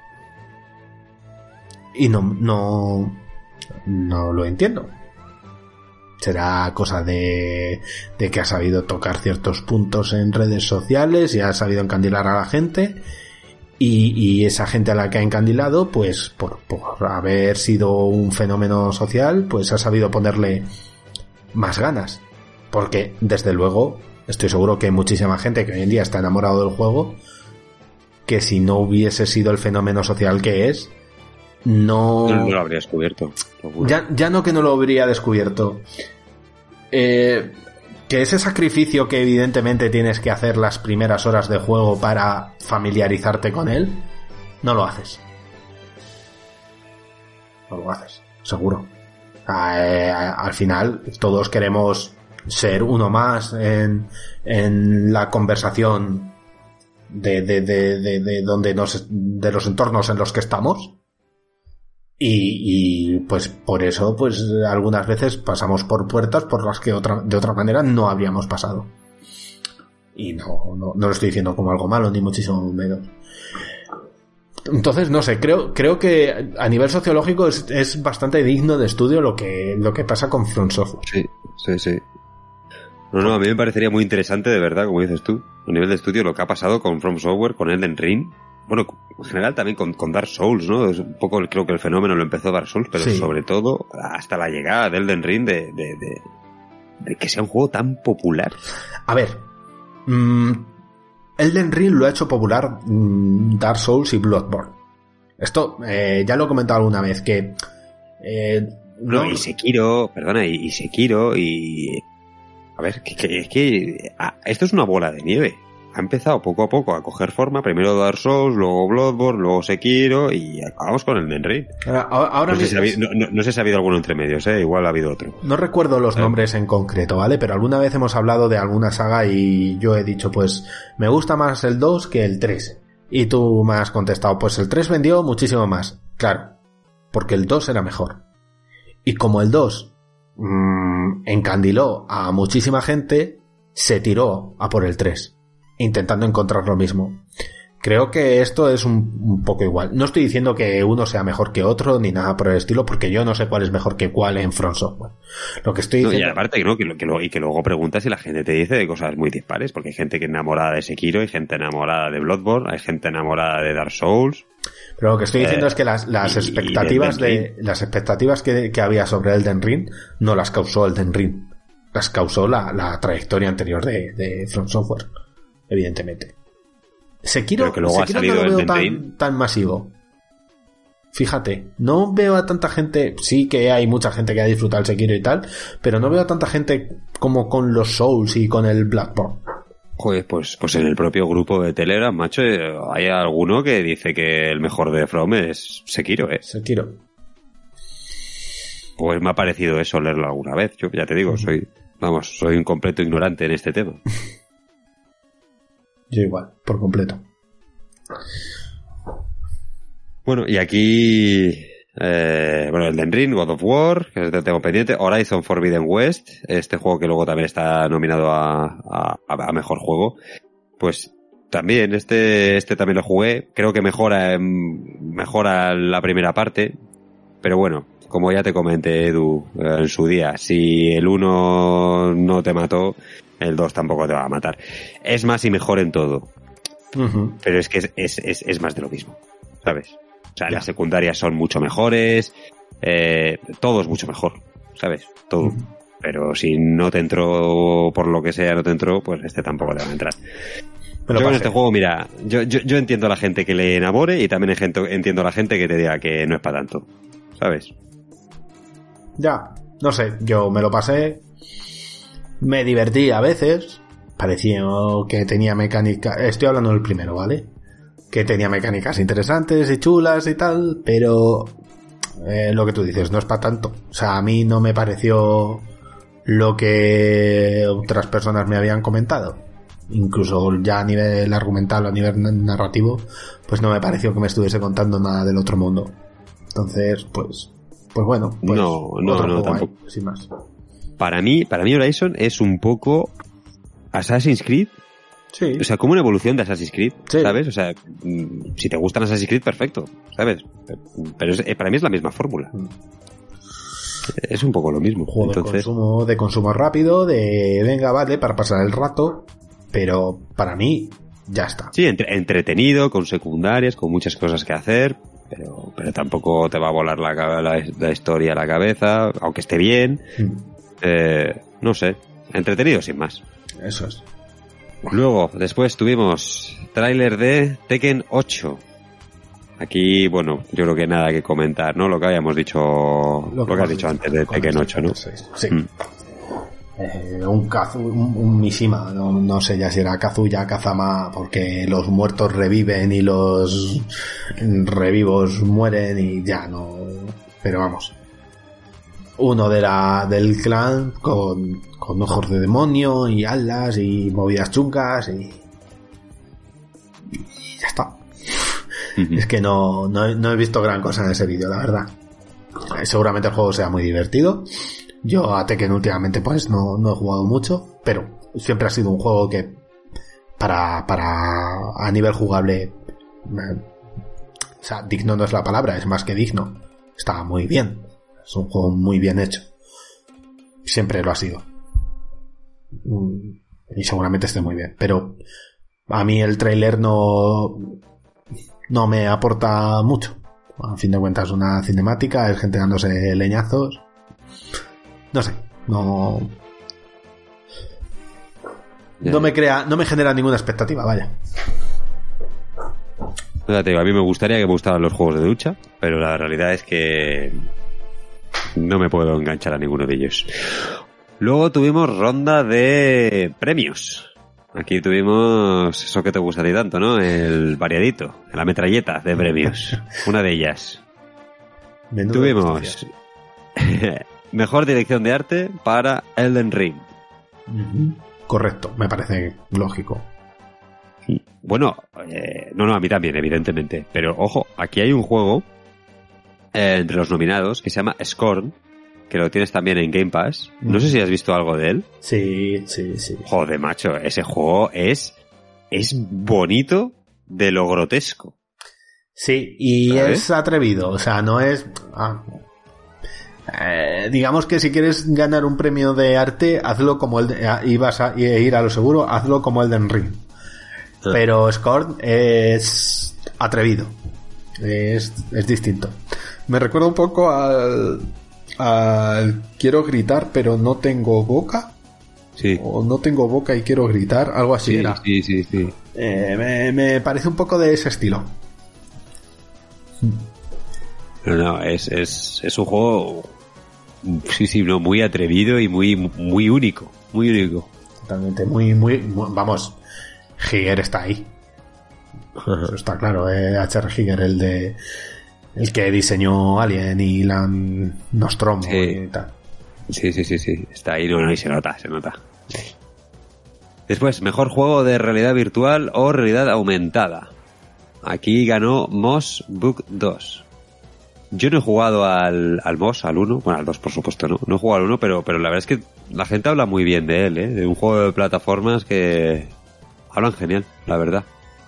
Y no, no, no lo entiendo. Será cosa de, de que ha sabido tocar ciertos puntos en redes sociales y ha sabido encandilar a la gente. Y, y esa gente a la que ha encandilado, pues por, por haber sido un fenómeno social, pues ha sabido ponerle más ganas. Porque, desde luego, estoy seguro que hay muchísima gente que hoy en día está enamorado del juego, que si no hubiese sido el fenómeno social que es, No, no lo habría descubierto. Ya, ya no que no lo habría descubierto. Eh, que ese sacrificio que evidentemente tienes que hacer las primeras horas de juego para familiarizarte con él, no lo haces. No lo haces, seguro. Eh, al final, todos queremos ser uno más en, en la conversación de, de, de, de, de donde nos, de los entornos en los que estamos. Y, y pues por eso pues algunas veces pasamos por puertas por las que otra, de otra manera no habríamos pasado. Y no, no, no lo estoy diciendo como algo malo, ni muchísimo menos. Entonces, no sé, creo, creo que a nivel sociológico es, es bastante digno de estudio lo que, lo que pasa con From Software. Sí, sí, sí. No, no, a mí me parecería muy interesante, de verdad, como dices tú, a nivel de estudio, lo que ha pasado con From Software, con Elden Ring. Bueno, en general también con, con Dark Souls, ¿no? Es un poco, creo que el fenómeno lo empezó Dark Souls, pero sí, sobre todo hasta la llegada de Elden Ring de, de, de, de que sea un juego tan popular. A ver, mmm, Elden Ring lo ha hecho popular mmm, Dark Souls y Bloodborne. Esto eh, ya lo he comentado alguna vez, que... Eh, no, no, y Sekiro, perdona, y, y Sekiro y... A ver, que, que, es que ah, esto es una bola de nieve. Ha empezado poco a poco a coger forma, primero Dark Souls, luego Bloodborne, luego Sekiro y acabamos con el Elden Ring. Ahora, ahora no, sé si ha habido, no, no, no sé si ha habido alguno entre medios, ¿eh? Igual ha habido otro. No recuerdo los ¿Eh? nombres en concreto, ¿vale? Pero alguna vez hemos hablado de alguna saga y yo he dicho, pues, me gusta más el dos que el tres. Y tú me has contestado, pues el tres vendió muchísimo más. Claro, porque el dos era mejor. Y como el dos mmm, encandiló a muchísima gente, se tiró a por el tres. Intentando encontrar lo mismo. Creo que esto es un, un poco igual. No estoy diciendo que uno sea mejor que otro ni nada por el estilo, porque yo no sé cuál es mejor que cuál en From Software. Lo que estoy diciendo... No, y aparte ¿no? que, lo, que lo, y que luego preguntas y la gente te dice de cosas muy dispares, porque hay gente que enamorada de Sekiro, hay gente enamorada de Bloodborne, hay gente enamorada de Dark Souls. Pero lo que estoy diciendo eh, es que las, las y, expectativas y de, de las expectativas que, que había sobre Elden Ring no las causó Elden Ring, las causó la, la trayectoria anterior de, de From Software. Evidentemente. Sekiro, pero que luego Sekiro ha salido no lo veo el tan, Ring. tan masivo. Fíjate, no veo a tanta gente, sí que hay mucha gente que ha disfrutado el Sekiro y tal, pero no veo a tanta gente como con los Souls y con el Bloodborne. Joder, pues, pues en el propio grupo de Telegram, macho, hay alguno que dice que el mejor de From es Sekiro, ¿eh? Sekiro. Pues me ha parecido eso leerlo alguna vez. Yo ya te digo, soy, vamos, soy un completo ignorante en este tema. Yo igual, por completo. Bueno, y aquí, eh, bueno, el Elden Ring, God of War, que es el tengo pendiente, Horizon Forbidden West, este juego que luego también está nominado a, a, a mejor juego, pues también, este, este también lo jugué, creo que mejora, mejora la primera parte, pero bueno, como ya te comenté, Edu, en su día, si el uno no te mató, el dos tampoco te va a matar. Es más y mejor en todo, uh-huh. Pero es que es, es, es, es más de lo mismo, ¿sabes? O sea, ya. Las secundarias son mucho mejores, eh, todo es mucho mejor, ¿sabes? Todo. Uh-huh. Pero si no te entró, por lo que sea, no te entró, pues este tampoco te va a entrar. Yo en este juego, mira, yo, yo, yo entiendo a la gente que le enamore y también entiendo a la gente que te diga que no es para tanto, ¿sabes? Ya, no sé, yo me lo pasé, me divertí a veces, parecía que tenía mecánica, estoy hablando del primero, ¿vale? Que tenía mecánicas interesantes y chulas y tal, pero eh, lo que tú dices, no es para tanto. O sea, a mí no me pareció lo que otras personas me habían comentado. Incluso ya a nivel argumental o a nivel narrativo, pues no me pareció que me estuviese contando nada del otro mundo. Entonces, pues, pues bueno. Pues no, no, no, tampoco. Ahí, sin más. Para mí, para mí Horizon es un poco Assassin's Creed. Sí. O sea, como una evolución de Assassin's Creed, sí. ¿sabes? O sea, si te gustan Assassin's Creed, perfecto, ¿sabes? Pero es, para mí es la misma fórmula. Mm. Es un poco lo mismo. Juego Entonces... de, consumo, de consumo rápido, de venga, vale, para pasar el rato, pero para mí ya está. Sí, entre, entretenido, con secundarias, con muchas cosas que hacer, pero, pero tampoco te va a volar la, la, la historia a la cabeza, aunque esté bien. Mm. Eh, no sé, entretenido sin más. Eso es. Luego, después tuvimos tráiler de Tekken ocho. Aquí, bueno, yo creo que nada que comentar, ¿no? Lo que habíamos dicho, lo que, lo que has dicho antes de Tekken ocho, ¿no? Sí. Mm. Eh, un, Kazu, un, un Mishima, no, no sé ya si era Kazuya, Kazama, porque los muertos reviven y los revivos mueren y ya no... Pero vamos... Uno de la, del clan con, con ojos de demonio y alas y movidas chungas y, y ya está. Uh-huh. Es que no, no, no he visto gran cosa en ese vídeo, la verdad. Seguramente el juego sea muy divertido. Yo a Tekken últimamente pues no, no he jugado mucho, pero siempre ha sido un juego que para, para a nivel jugable, o sea, digno no es la palabra, es más que digno. Está muy bien. Es un juego muy bien hecho. Siempre lo ha sido. Y seguramente esté muy bien. Pero a mí el tráiler no, no me aporta mucho. A fin de cuentas, una cinemática, es gente dándose leñazos. No sé, no... No me crea, no me genera ninguna expectativa, vaya. Ya te digo, a mí me gustaría que me gustaran los juegos de lucha, pero la realidad es que no me puedo enganchar a ninguno de ellos. Luego tuvimos ronda de premios. Aquí tuvimos eso que te gusta a ti tanto, ¿no? El variadito, la metralleta de premios. Una de ellas. Menudo tuvimos mejor dirección de arte para Elden Ring. Uh-huh. Correcto, me parece lógico. Bueno, eh, no, no, a mí también, evidentemente. Pero ojo, aquí hay un juego eh, entre los nominados que se llama Scorn, que lo tienes también en Game Pass. No sé si has visto algo de él. Sí, sí, sí. Joder, macho, ese juego es es bonito de lo grotesco. Sí, y ¿sabes? Es atrevido, o sea, no es... Ah, eh, digamos que si quieres ganar un premio de arte, hazlo como el de, y vas a ir a lo seguro, hazlo como Elden Ring. Ah. Pero Scorn es atrevido, es, es distinto. Me recuerda un poco al... al quiero gritar pero no tengo boca. Sí. O no tengo boca y quiero gritar, algo así sí, era. Sí, sí, sí. Eh, me, me parece un poco de ese estilo. No, no, es, es, es un juego, sí, sí, no, muy atrevido y muy, muy único, muy único. Totalmente, muy, muy, muy vamos, Giger está ahí. Eso está claro, eh, H R Giger, el de, el que diseñó Alien y la Nostromo sí. y tal. Sí, sí, sí, sí, está ahí, no, no, y se nota, se nota. Después, mejor juego de realidad virtual o realidad aumentada. Aquí ganó Moss Book dos. Yo no he jugado al, al Moss, al uno, bueno, al dos por supuesto no, no he jugado al uno, pero, pero la verdad es que la gente habla muy bien de él, ¿eh? De un juego de plataformas que hablan genial, la verdad.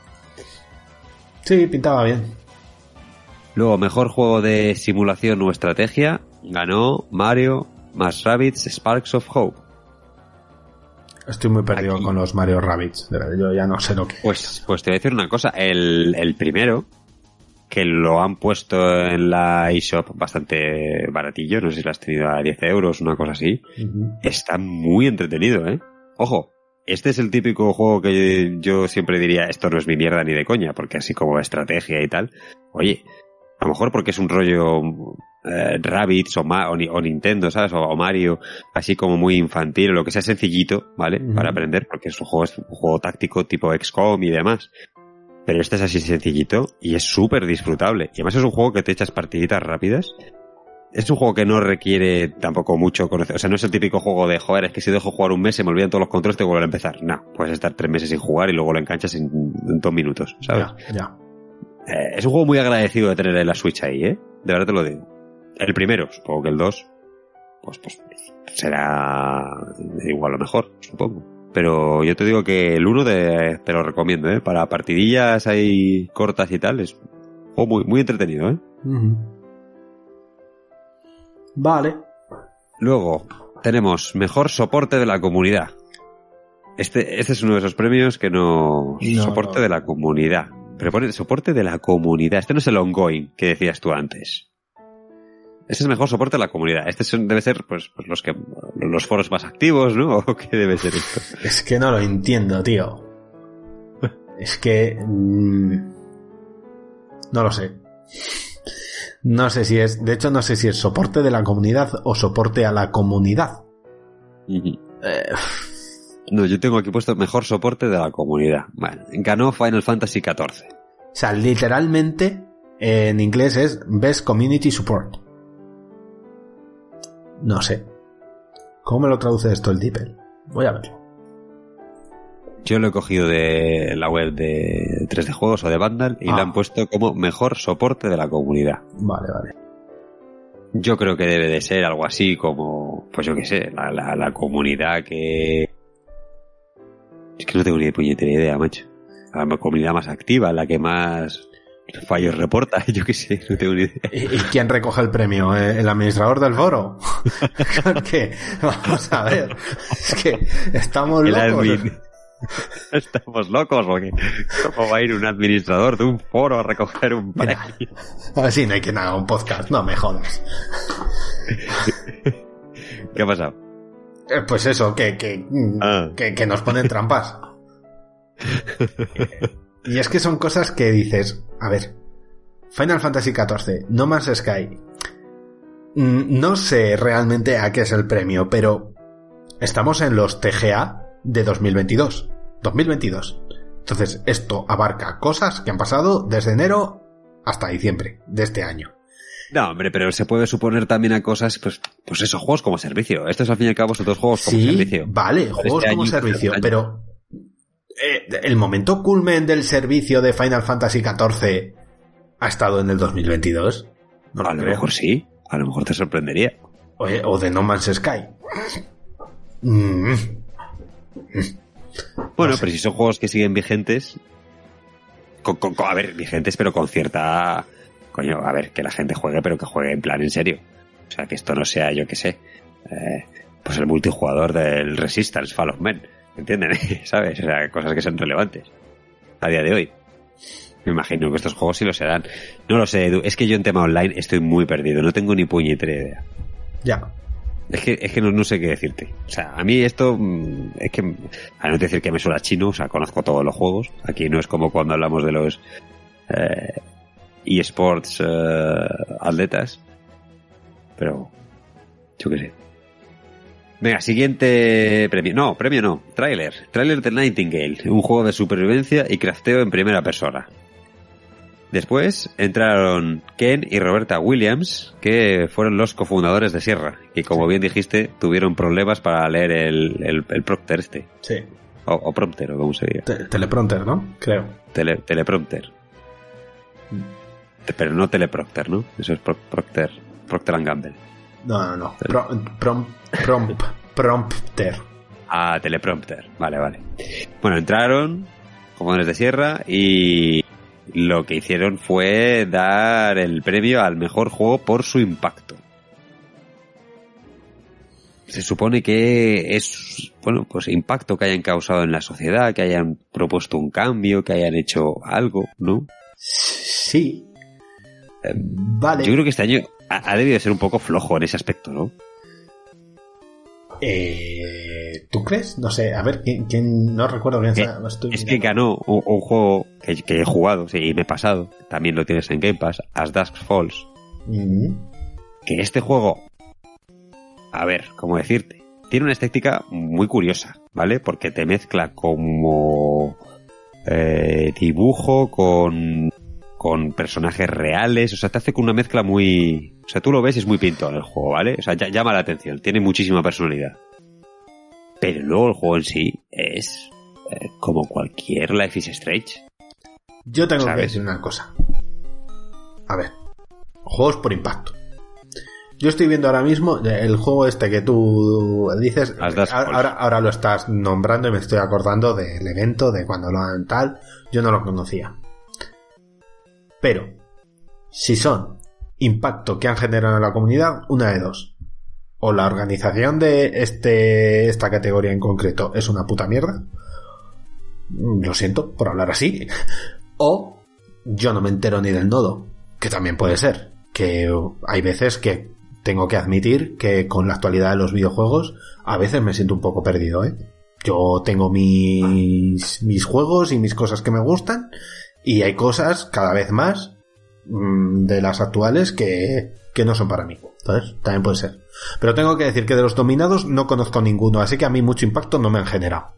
Sí, pintaba bien. Luego, mejor juego de simulación o estrategia, ganó Mario más Rabbids Sparks of Hope. Estoy muy perdido Aquí. con los Mario Rabbids, de verdad, yo ya no sé lo que... Pues, pues te voy a decir una cosa, el, el primero, que lo han puesto en la eShop bastante baratillo, no sé si lo has tenido a diez euros, una cosa así, Uh-huh. está muy entretenido, ¿eh? Ojo, este es el típico juego que yo siempre diría, esto no es mi mierda ni de coña, porque así como estrategia y tal, oye, a lo mejor porque es un rollo eh, Rabbids o, Ma- o, o Nintendo, ¿sabes? O, o Mario, así como muy infantil, o lo que sea sencillito, ¿vale? Uh-huh. Para aprender, porque es un juego, es un juego táctico tipo X COM y demás. Pero este es así sencillito y es súper disfrutable. Y además es un juego que te echas partiditas rápidas. Es un juego que no requiere tampoco mucho conocer. O sea, no es el típico juego de, joder, es que si dejo jugar un mes se me olvidan todos los controles, tengo que volver a empezar. No, puedes estar tres meses sin jugar y luego lo enganchas en, en dos minutos, ¿sabes? Ya, ya. Eh, es un juego muy agradecido de tener en la Switch ahí, ¿eh? De verdad te lo digo. El primero, supongo que el dos, pues, pues será igual o mejor, supongo. Pero yo te digo que el uno te, te lo recomiendo, ¿eh? Para partidillas ahí cortas y tal, es un juego muy, muy entretenido, ¿eh? Uh-huh. Vale. Luego tenemos mejor soporte de la comunidad. Este, este es uno de esos premios que no... no soporte no. de la comunidad. Pero pone soporte de la comunidad. Este no es el ongoing que decías tú antes. Este es el mejor soporte de la comunidad. Este son, debe ser, pues, pues los que los foros más activos, ¿no? ¿O qué debe ser esto? Es que no lo entiendo, tío. Es que... Mmm, no lo sé. No sé si es... De hecho, no sé si es soporte de la comunidad o soporte a la comunidad. Uh-huh. Eh... No, yo tengo aquí puesto mejor soporte de la comunidad. Bueno, ganó Final Fantasy catorce. O sea, literalmente en inglés es Best Community Support. No sé. ¿Cómo me lo traduce esto el DeepL? Voy a verlo. Yo lo he cogido de la web de tres D Juegos o de Vandal y ah. lo han puesto como mejor soporte de la comunidad. Vale, vale. Yo creo que debe de ser algo así como, pues yo qué sé, la, la, la comunidad que... Es que no tengo ni puñetera idea, macho. La comunidad más activa, la que más fallos reporta, yo qué sé, no tengo ni idea. ¿Y, y quién recoge el premio? ¿El administrador del foro? ¿Qué? Vamos a ver. Es que estamos el locos. Admin. ¿Estamos locos o qué? ¿Cómo va a ir un administrador de un foro a recoger un premio? A ver si no hay quien haga un podcast. No me jodas. ¿Qué ha pasado? Eh, pues eso, que, que, ah. que, que nos ponen trampas. Y es que son cosas que dices, a ver, Final Fantasy catorce, No Man's Sky, no sé realmente a qué es el premio, pero estamos en los T G A de dos mil veintidós. dos mil veintidós. Entonces, esto abarca cosas que han pasado desde enero hasta diciembre de este año. No, hombre, pero se puede suponer también a cosas, pues, pues eso, juegos como servicio. Estos al fin y al cabo son dos juegos como sí, servicio. Vale, juegos este como servicio, pero eh, el momento culmen del servicio de Final Fantasy catorce ha estado en el dos mil veintidós. No a lo creo. mejor sí, a lo mejor te sorprendería. Oye, o de No Man's Sky. Mm. Bueno, no sé. Pero si son juegos que siguen vigentes, con, con, con, a ver, vigentes, pero con cierta... Coño, a ver, que la gente juegue, pero que juegue en plan en serio. O sea, que esto no sea, yo qué sé, eh, pues el multijugador del Resistance, Fall of Men. ¿Entienden? ¿Sabes? O sea, cosas que son relevantes a día de hoy. Me imagino que estos juegos sí lo serán. No lo sé, Edu. Es que yo en tema online estoy muy perdido. No tengo ni puñetera idea. Ya. Es que, es que no, no sé qué decirte. O sea, a mí esto es que, a no decir que me suena chino, o sea, conozco todos los juegos. Aquí no es como cuando hablamos de los eh, eSports eh, atletas. Pero, yo qué sé. Venga, siguiente premio. No, premio no. Tráiler. Tráiler de Nightingale. Un juego de supervivencia y crafteo en primera persona. Después entraron Ken y Roberta Williams, que fueron los cofundadores de Sierra, y como bien dijiste, tuvieron problemas para leer el, el, el prompter este. Sí. O, o prompter, o como se diga. Te- teleprompter, ¿no? Creo. Tele, teleprompter. Pero no teleprompter, ¿no? Eso es pro, Procter, Procter and Gamble. No, no, no. Pro, prom, prom, prompter. Ah, teleprompter. Vale, vale. Bueno, entraron cofundadores de Sierra y lo que hicieron fue dar el premio al mejor juego por su impacto. Se supone que es, bueno, pues impacto que hayan causado en la sociedad, que hayan propuesto un cambio, que hayan hecho algo, ¿no? Sí. Eh, vale. Yo creo que este año ha, ha debido ser un poco flojo en ese aspecto, ¿no? Eh, ¿Tú crees? No sé, a ver, ¿quién, quién no recuerdo quién Eh, está- no estoy es que mirando. ganó un, un juego que, que he jugado, sí, y me he pasado, también lo tienes en Game Pass, As Dusk Falls, Mm. que este juego, a ver, ¿cómo decirte? Tiene una estética muy curiosa, ¿vale? Porque te mezcla como eh, dibujo con, con personajes reales, o sea, te hace con una mezcla muy... O sea, tú lo ves y es muy pintón el juego, ¿vale? O sea, ya- llama la atención, tiene muchísima personalidad. Pero luego el juego en sí es eh, como cualquier Life is Strange. Yo tengo ¿Sabes? que decir una cosa. A ver, juegos por impacto. Yo estoy viendo ahora mismo el juego este que tú dices. As Dusk Falls. Ahora, ahora lo estás nombrando y me estoy acordando del evento, de cuando lo han tal. Yo no lo conocía. Pero, si son impacto que han generado en la comunidad, una de dos. O la organización de este esta categoría en concreto es una puta mierda. Lo siento por hablar así. O yo no me entero ni del nodo, que también puede ser. Que hay veces que tengo que admitir que con la actualidad de los videojuegos a veces me siento un poco perdido, ¿eh? Yo tengo mis, mis juegos y mis cosas que me gustan y hay cosas cada vez más mmm, de las actuales que, que no son para mí. Entonces, también puede ser. Pero tengo que decir que de los dominados no conozco ninguno, así que a mí mucho impacto no me han generado.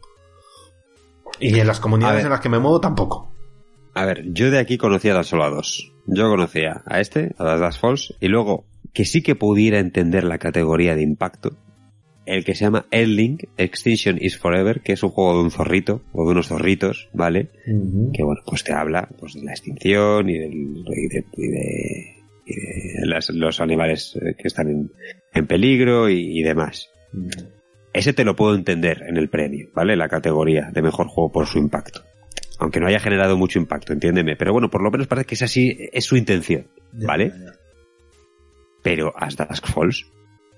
Y en las comunidades en las que me muevo tampoco. A ver, yo de aquí conocía tan solo a dos. Yo conocía a este, a las Dusk Falls, y luego, que sí que pudiera entender la categoría de impacto, el que se llama Endling, Extinction is Forever, que es un juego de un zorrito, o de unos zorritos, ¿vale? Uh-huh. Que bueno, pues te habla pues de la extinción y, del, y de, y de, y de las, los animales que están en, en peligro y, y demás. Uh-huh. Ese te lo puedo entender en el premio, ¿vale? La categoría de mejor juego por su impacto. Aunque no haya generado mucho impacto, entiéndeme. Pero bueno, por lo menos parece que es así, es su intención, ¿vale? Ya, ya, ya. Pero As Dusk Falls,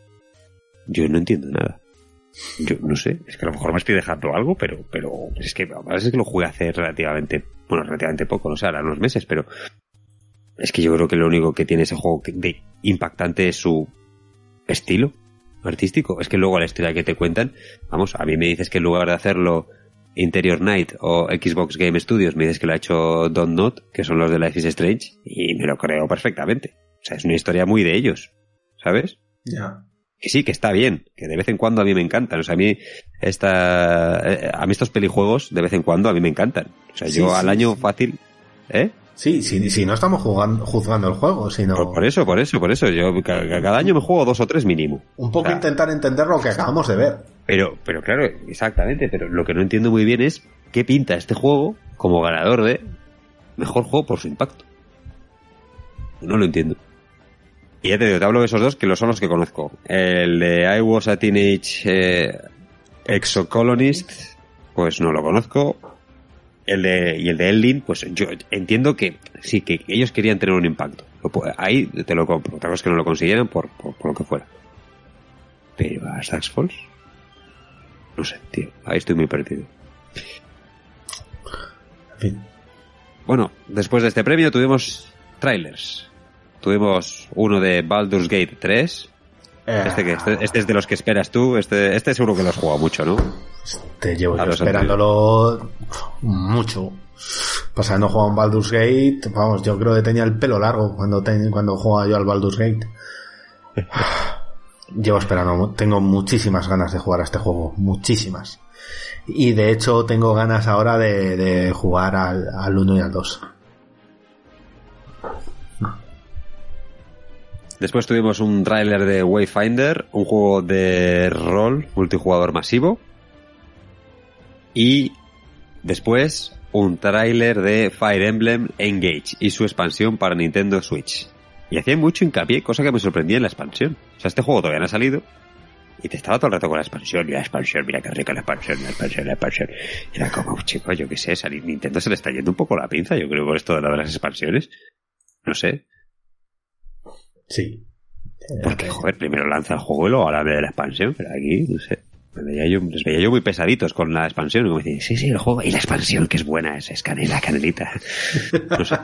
yo no entiendo nada. Yo no sé, es que a lo mejor me estoy dejando algo, pero pero es que a veces que lo jugué hace relativamente, bueno, relativamente poco, no sé, ahora unos meses, pero es que yo creo que lo único que tiene ese juego de impactante es su estilo artístico. Es que luego la historia que te cuentan, vamos, a mí me dices que en lugar de hacerlo Interior Night o Xbox Game Studios, me dices que lo ha hecho Don't Not, que son los de Life is Strange, y me lo creo perfectamente. O sea, es una historia muy de ellos, ¿sabes? Ya. Que sí, que está bien, que de vez en cuando a mí me encantan. O sea, a mí esta, a mí estos pelijuegos de vez en cuando a mí me encantan. O sea, Sí, yo sí, al año sí. fácil, ¿eh? Sí, sí, sí, no estamos jugando, juzgando el juego, sino Por, por eso, por eso, por eso. Yo ca- ca- cada año me juego dos o tres mínimo. un poco O sea, intentar entender lo que acabamos de ver. Pero, pero claro, exactamente. Pero lo que no entiendo muy bien es qué pinta este juego como ganador de mejor juego por su impacto. No lo entiendo. Y ya te digo, te hablo de esos dos que los son los que conozco. El de I Was a Teenage eh, Exocolonist, pues no lo conozco. El de, y el de Endling, pues yo entiendo que sí, que ellos querían tener un impacto. Ahí te lo compro. Otra cosa es que no lo consiguieran por, por, por lo que fuera. Pero a As Dusk Falls, no sé, tío. Ahí estoy muy perdido. En fin. Bueno, después de este premio tuvimos trailers. Tuvimos uno de Baldur's Gate tres, Eh, ¿Este que este, este es de los que esperas tú. Este, este seguro que lo has jugado mucho, ¿no? Este llevo yo esperándolo mucho. Pasando jugaba un Baldur's Gate, vamos, yo creo que tenía el pelo largo cuando, ten, cuando jugaba yo al Baldur's Gate. Llevo esperando, tengo muchísimas ganas de jugar a este juego, muchísimas. Y de hecho tengo ganas ahora de, de jugar al, al uno y al dos. Después tuvimos un tráiler de Wayfinder, un juego de rol multijugador masivo. Y después un tráiler de Fire Emblem Engage y su expansión para Nintendo Switch. Y hacía mucho hincapié, cosa que me sorprendía en la expansión. O sea, este juego todavía no ha salido y te estaba todo el rato con la expansión y la expansión, mira qué rica la expansión, la expansión, la expansión. Y era como, chico, yo qué sé, salir Nintendo se le está yendo un poco la pinza, yo creo, con esto de las expansiones. No sé. Sí. Porque, joder, primero lanza el juego y luego habla de la expansión, pero aquí, no sé. Me veía yo, les veía yo muy pesaditos con la expansión. Y me decían, sí, sí, el juego y la expansión, que es buena, es, es canela, canelita. No sé.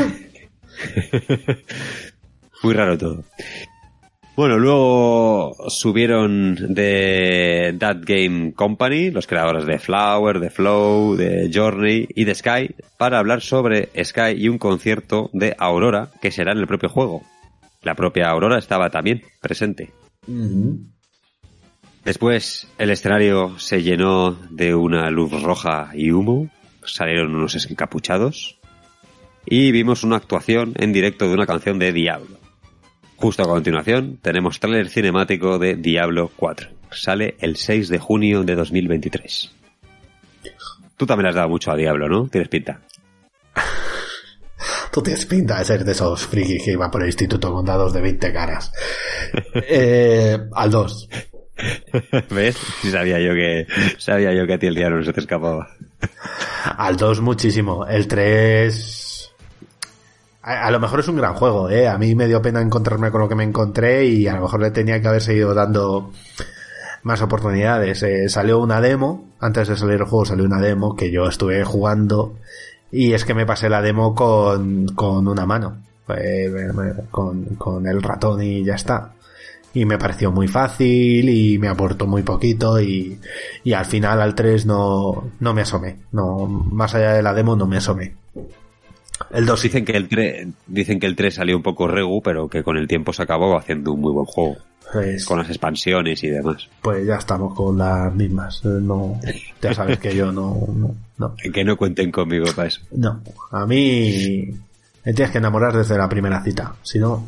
Muy raro todo. Bueno, luego subieron de That Game Company, los creadores de Flower, de Flow, de Journey y de Sky, para hablar sobre Sky y un concierto de Aurora que será en el propio juego. La propia Aurora estaba también presente. Uh-huh. Después el escenario se llenó de una luz roja y humo, salieron unos encapuchados y vimos una actuación en directo de una canción de Diablo. Justo a continuación tenemos tráiler cinemático de Diablo cuatro. Sale el seis de junio de dos mil veintitrés. Tú también le has dado mucho a Diablo, ¿no? Tienes pinta. Tú tienes pinta de ser de esos frikis que iban por el instituto con dados de veinte caras. eh, al dos. ¿Ves? Sí, sabía yo que sabía yo que a ti el diablo no se te escapaba. Al dos muchísimo. El tres... A, a lo mejor es un gran juego, ¿eh? A mí me dio pena encontrarme con lo que me encontré y a lo mejor le tenía que haber seguido dando más oportunidades. Eh, salió una demo, antes de salir el juego salió una demo que yo estuve jugando y es que me pasé la demo con, con una mano, eh, con, con el ratón y ya está. Y me pareció muy fácil y me aportó muy poquito y, y al final al tres no, no me asomé. No, más allá de la demo no me asomé. El dos dicen que el tres, dicen que el tres salió un poco regu, pero que con el tiempo se acabó haciendo un muy buen juego. Pues, con las expansiones y demás. Pues ya estamos con las mismas. No, ya sabes que yo no, no, no. Que no cuenten conmigo para eso. No, a mí me tienes que enamorar desde la primera cita, si no...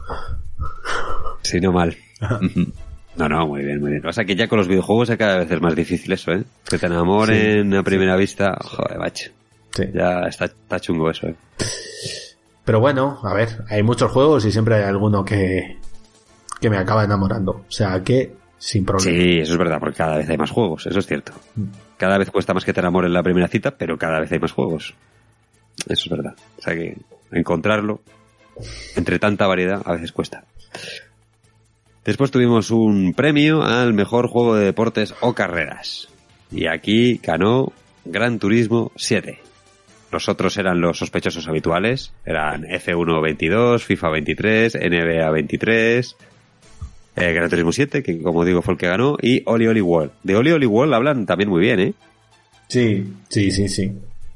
Si no, mal. No, no, muy bien, muy bien. O sea que ya con los videojuegos ya cada vez es más difícil eso, ¿eh? Que te enamoren sí, a primera sí. vista. Joder, macho. Sí. Ya está, está chungo eso, ¿eh? Pero bueno, a ver, hay muchos juegos y siempre hay alguno que, que me acaba enamorando. O sea que, sin problema. Sí, eso es verdad, porque cada vez hay más juegos, eso es cierto. Cada vez cuesta más que te enamoren en la primera cita, pero cada vez hay más juegos. Eso es verdad. O sea que encontrarlo, entre tanta variedad, a veces cuesta. Después tuvimos un premio al mejor juego de deportes o carreras. Y aquí ganó Gran Turismo siete. Los otros eran los sospechosos habituales. Eran F uno veintidós, FIFA veintitrés, N B A veintitrés, eh, Gran Turismo siete, que como digo fue el que ganó, y Oli Oli World. De Oli Oli World hablan también muy bien, ¿eh? Sí, sí, sí, sí.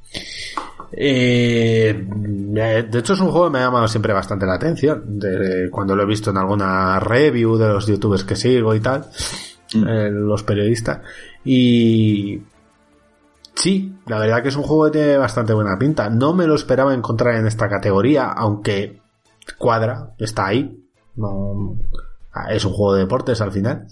Eh, de hecho es un juego que me ha llamado siempre bastante la atención. De, cuando lo he visto en alguna review de los youtubers que sigo y tal, mm. eh, los periodistas. Y... sí, la verdad que es un juego que tiene bastante buena pinta. No me lo esperaba encontrar en esta categoría, aunque cuadra, está ahí. No, es un juego de deportes al final.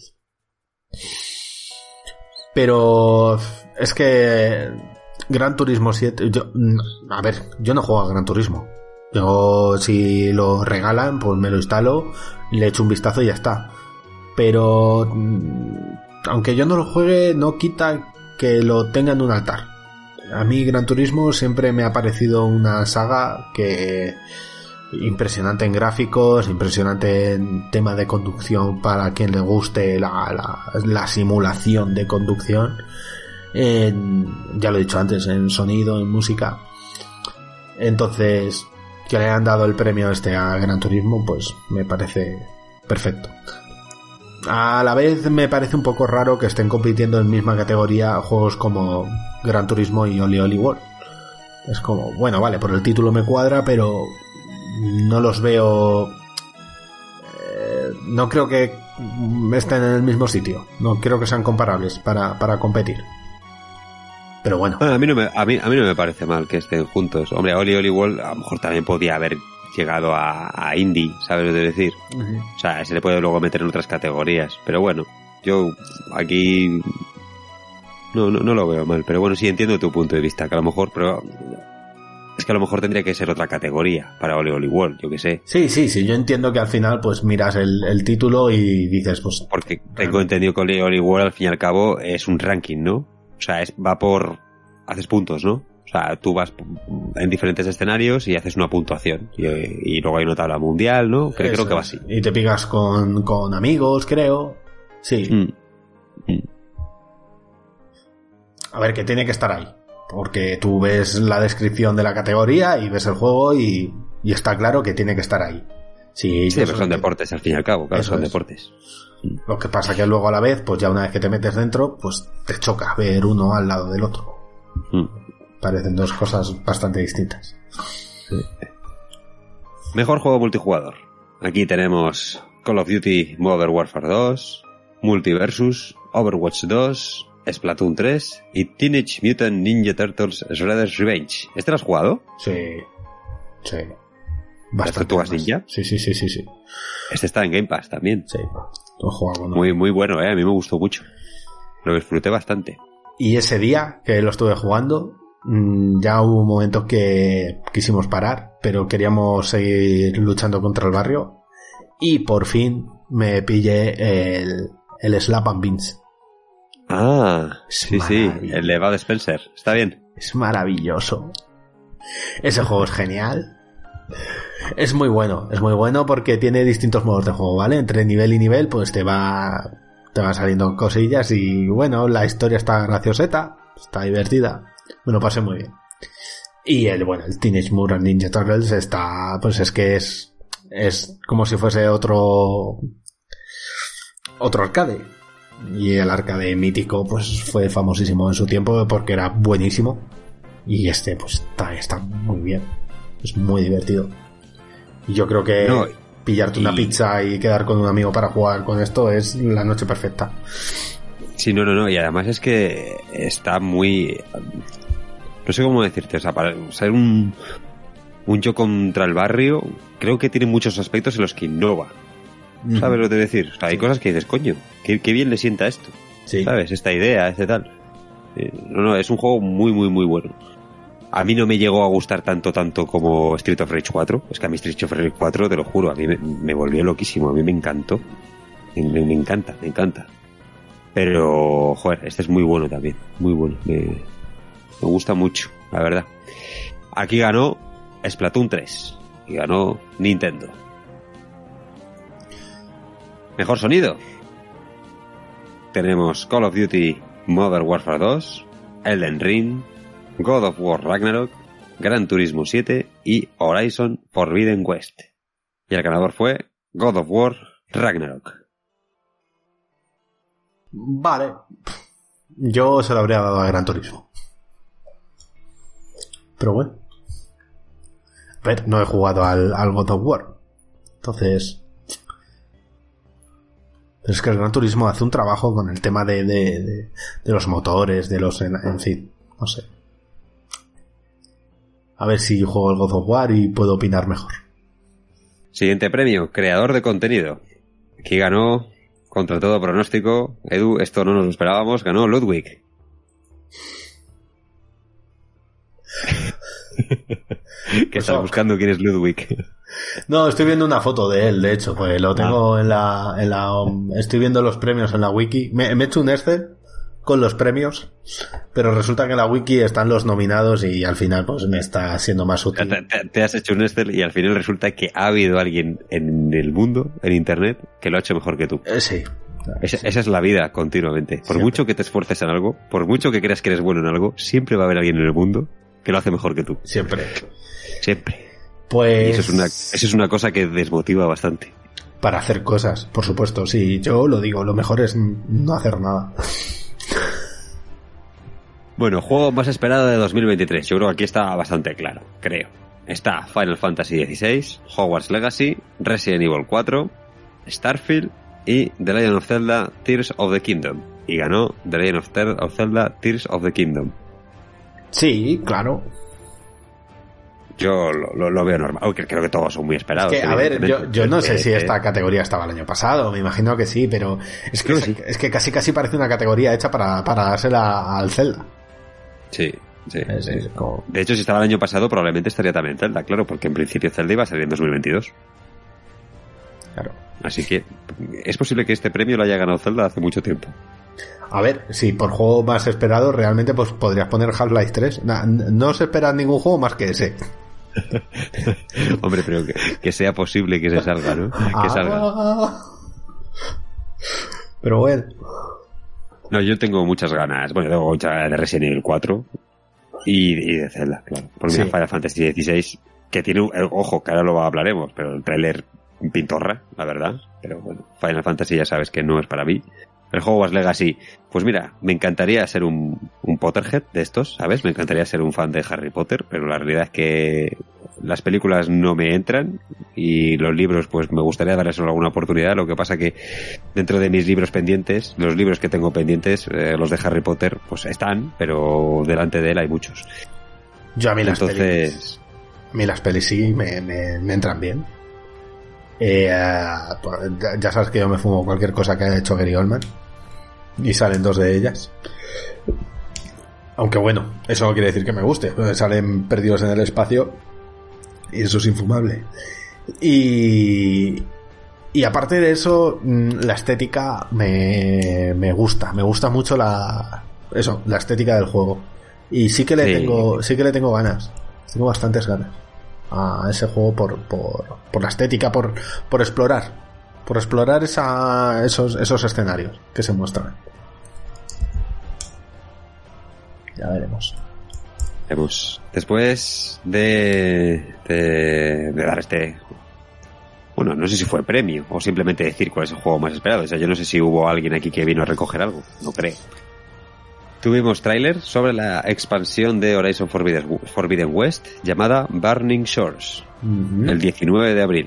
Pero es que Gran Turismo siete... Yo, a ver, yo no juego a Gran Turismo. Yo, si lo regalan, pues me lo instalo, le echo un vistazo y ya está. Pero aunque yo no lo juegue, no quita que lo tenga en un altar. A mí Gran Turismo siempre me ha parecido una saga que impresionante en gráficos, impresionante en tema de conducción para quien le guste la, la, la simulación de conducción, en, ya lo he dicho antes, en sonido, en música. Entonces, que le han dado el premio este a Gran Turismo, pues me parece perfecto. A la vez me parece un poco raro que estén compitiendo en misma categoría juegos como Gran Turismo y Oli Oli World. Es como, bueno, vale, por el título me cuadra, pero no los veo... Eh, no creo que estén en el mismo sitio. No creo que sean comparables para, para competir. Pero bueno. Bueno, a mí no me, a mí, a mí no me parece mal que estén juntos. Hombre, Oli Oli World a lo mejor también podía haber llegado a, a indie, ¿sabes lo que decir? Uh-huh. O sea, se le puede luego meter en otras categorías. Pero bueno, yo aquí no, no, no lo veo mal. Pero bueno, sí entiendo tu punto de vista, que a lo mejor, pero es que a lo mejor tendría que ser otra categoría para Oli Oli World, yo que sé. Sí, sí, sí, yo entiendo que al final pues miras el, el título y dices, pues... Porque tengo entendido que Oli Oli World al fin y al cabo es un ranking, ¿no? O sea, es, va por... haces puntos, ¿no? O sea, tú vas en diferentes escenarios y haces una puntuación. Y, y luego hay una tabla mundial, ¿no? Creo, creo que va así. Y te pigas con, con amigos, creo. Sí. Mm. Mm. A ver, que tiene que estar ahí. Porque tú ves la descripción de la categoría y ves el juego y, y está claro que tiene que estar ahí. Sí, sí, pero son deportes, al fin y al cabo. Claro, son es. deportes. Lo que pasa que luego a la vez, pues ya una vez que te metes dentro, pues te choca ver uno al lado del otro. Mm. Parecen dos cosas bastante distintas. Sí. Mejor juego multijugador. Aquí tenemos Call of Duty Modern Warfare dos, Multiversus, Overwatch dos, Splatoon tres y Teenage Mutant Ninja Turtles Shredder's Revenge. ¿Este lo has jugado? Sí. Sí. ¿Las Tortugas Ninja? Sí, sí, sí, sí, sí. Este está en Game Pass también. Sí. Lo he jugado, ¿no? Muy, muy bueno, ¿eh? A mí me gustó mucho. Lo disfruté bastante. Y ese día que lo estuve jugando, ya hubo momentos que quisimos parar, pero queríamos seguir luchando contra el barrio. Y por fin me pillé el, el Slap and Beans. Ah, es sí, sí, el de Bud Spencer. Está bien. Es maravilloso. Ese juego es genial. Es muy bueno, es muy bueno porque tiene distintos modos de juego, ¿vale? Entre nivel y nivel, pues te va, te van saliendo cosillas y bueno, la historia está gracioseta, está divertida. Me lo pasé muy bien. Y el, bueno, el Teenage Mutant Ninja Turtles está, pues es que es, es como si fuese otro, otro arcade. Y el arcade mítico, pues fue famosísimo en su tiempo porque era buenísimo. Y este, pues está, está muy bien. Es muy divertido. Y yo creo que no, pillarte y... una pizza y quedar con un amigo para jugar con esto es la noche perfecta. Sí, no, no, no. Y además es que está muy... No sé cómo decirte. O sea, para ser un, un yo contra el barrio, creo que tiene muchos aspectos en los que innova. Mm. ¿Sabes lo que te decir? O sea, hay sí. cosas que dices, coño, qué, qué bien le sienta esto. Sí. ¿Sabes? Esta idea, este tal. No, no, es un juego muy, muy, muy bueno. A mí no me llegó a gustar tanto, tanto como Street of Rage cuatro. Es que a mí Street of Rage cuatro, te lo juro, a mí me, me volvió loquísimo. A mí me encantó. Me, me encanta, me encanta. Pero, joder, este es muy bueno también. Muy bueno. Me, me gusta mucho, la verdad. Aquí ganó Splatoon tres. Y ganó Nintendo. Mejor sonido. Tenemos Call of Duty Modern Warfare dos, Elden Ring, God of War Ragnarok, Gran Turismo siete y Horizon Forbidden West. Y el ganador fue God of War Ragnarok. Vale. Yo se lo habría dado a Gran Turismo. Pero bueno. A ver, no he jugado al, al God of War. Entonces... Pero es que el Gran Turismo hace un trabajo con el tema de, de, de, de los motores, de los... En, en fin, no sé. A ver si juego el God of War y puedo opinar mejor. Siguiente premio, creador de contenido. Aquí ganó, contra todo pronóstico, Edu, esto no nos lo esperábamos, ganó Ludwig. ¿Qué estás buscando? ¿Quién es Ludwig? No, estoy viendo una foto de él, de hecho, pues lo tengo ah. en la, en la, um, estoy viendo los premios en la wiki. Me, me he hecho un Excel con los premios, pero resulta que en la wiki están los nominados y al final pues me está siendo más útil. Te, te, te has hecho un Excel y al final resulta que ha habido alguien en el mundo, en internet, que lo ha hecho mejor que tú. Eh, sí. Esa, esa es la vida continuamente. Por siempre. Mucho que te esfuerces en algo, por mucho que creas que eres bueno en algo, siempre va a haber alguien en el mundo que lo hace mejor que tú. Siempre. Siempre. Pues... Y eso es una, eso es una cosa que desmotiva bastante. para hacer cosas, por supuesto. Sí, yo lo digo, lo mejor es no hacer nada. Bueno, juego más esperado de dos mil veintitrés. Yo creo que aquí está bastante claro, creo. Está Final Fantasy dieciséis, Hogwarts Legacy, Resident Evil cuatro, Starfield y The Legend of Zelda Tears of the Kingdom. Y ganó The Legend of, Ter- of Zelda Tears of the Kingdom. Sí, claro. Yo lo, lo, lo veo normal, aunque creo que todos son muy esperados. Es que, a ver, yo, yo no sé si esta categoría estaba el año pasado, me imagino que sí, pero es que, sí. es que casi casi parece una categoría hecha para, para dársela al Zelda. Sí, sí. Es, sí. es como... De hecho, si estaba el año pasado, probablemente estaría también Zelda, claro, porque en principio Zelda iba a salir en dos mil veintidós. Claro. Así que es posible que este premio lo haya ganado Zelda hace mucho tiempo. A ver, si por juego más esperado, realmente pues podrías poner Half-Life tres. No, no se espera ningún juego más que ese. Hombre, pero que, que sea posible que se salga, ¿no? Que ah, salga. Pero bueno. No, yo tengo muchas ganas. Bueno, tengo muchas ganas de Resident Evil cuatro y, y de Zelda, claro. Por mí, sí. Final Fantasy dieciséis, que tiene un... Ojo, que ahora lo hablaremos, pero el trailer pintorra, la verdad. Pero bueno, Final Fantasy ya sabes que no es para mí. El Hogwarts Legacy, pues mira, me encantaría ser un, un Potterhead de estos, ¿sabes? Me encantaría ser un fan de Harry Potter, pero la realidad es que las películas no me entran y los libros, pues me gustaría darles alguna oportunidad. Lo que pasa que dentro de mis libros pendientes, los libros que tengo pendientes, eh, los de Harry Potter, pues están, pero delante de él hay muchos. Yo a mí las Entonces... pelis, a mí las pelis sí me, me, me entran bien. Eh, uh, ya sabes que yo me fumo cualquier cosa que haya hecho Gary Oldman. Y salen dos de ellas. Aunque bueno, eso no quiere decir que me guste. Salen perdidos en el espacio y eso es infumable. Y y aparte de eso, la estética me, me gusta. Me gusta mucho la eso, la estética del juego. Y sí que le sí. tengo sí que le tengo ganas. Tengo bastantes ganas a ese juego por por, por la estética, por por explorar. Por explorar esa, esos, esos escenarios que se muestran. Ya veremos. Veremos. Después de, de, de dar este... Bueno, no sé si fue premio o simplemente decir cuál es el juego más esperado. O sea, yo no sé si hubo alguien aquí que vino a recoger algo. No creo. Tuvimos tráiler sobre la expansión de Horizon Forbidden, Forbidden West llamada Burning Shores. Uh-huh. El diecinueve de abril.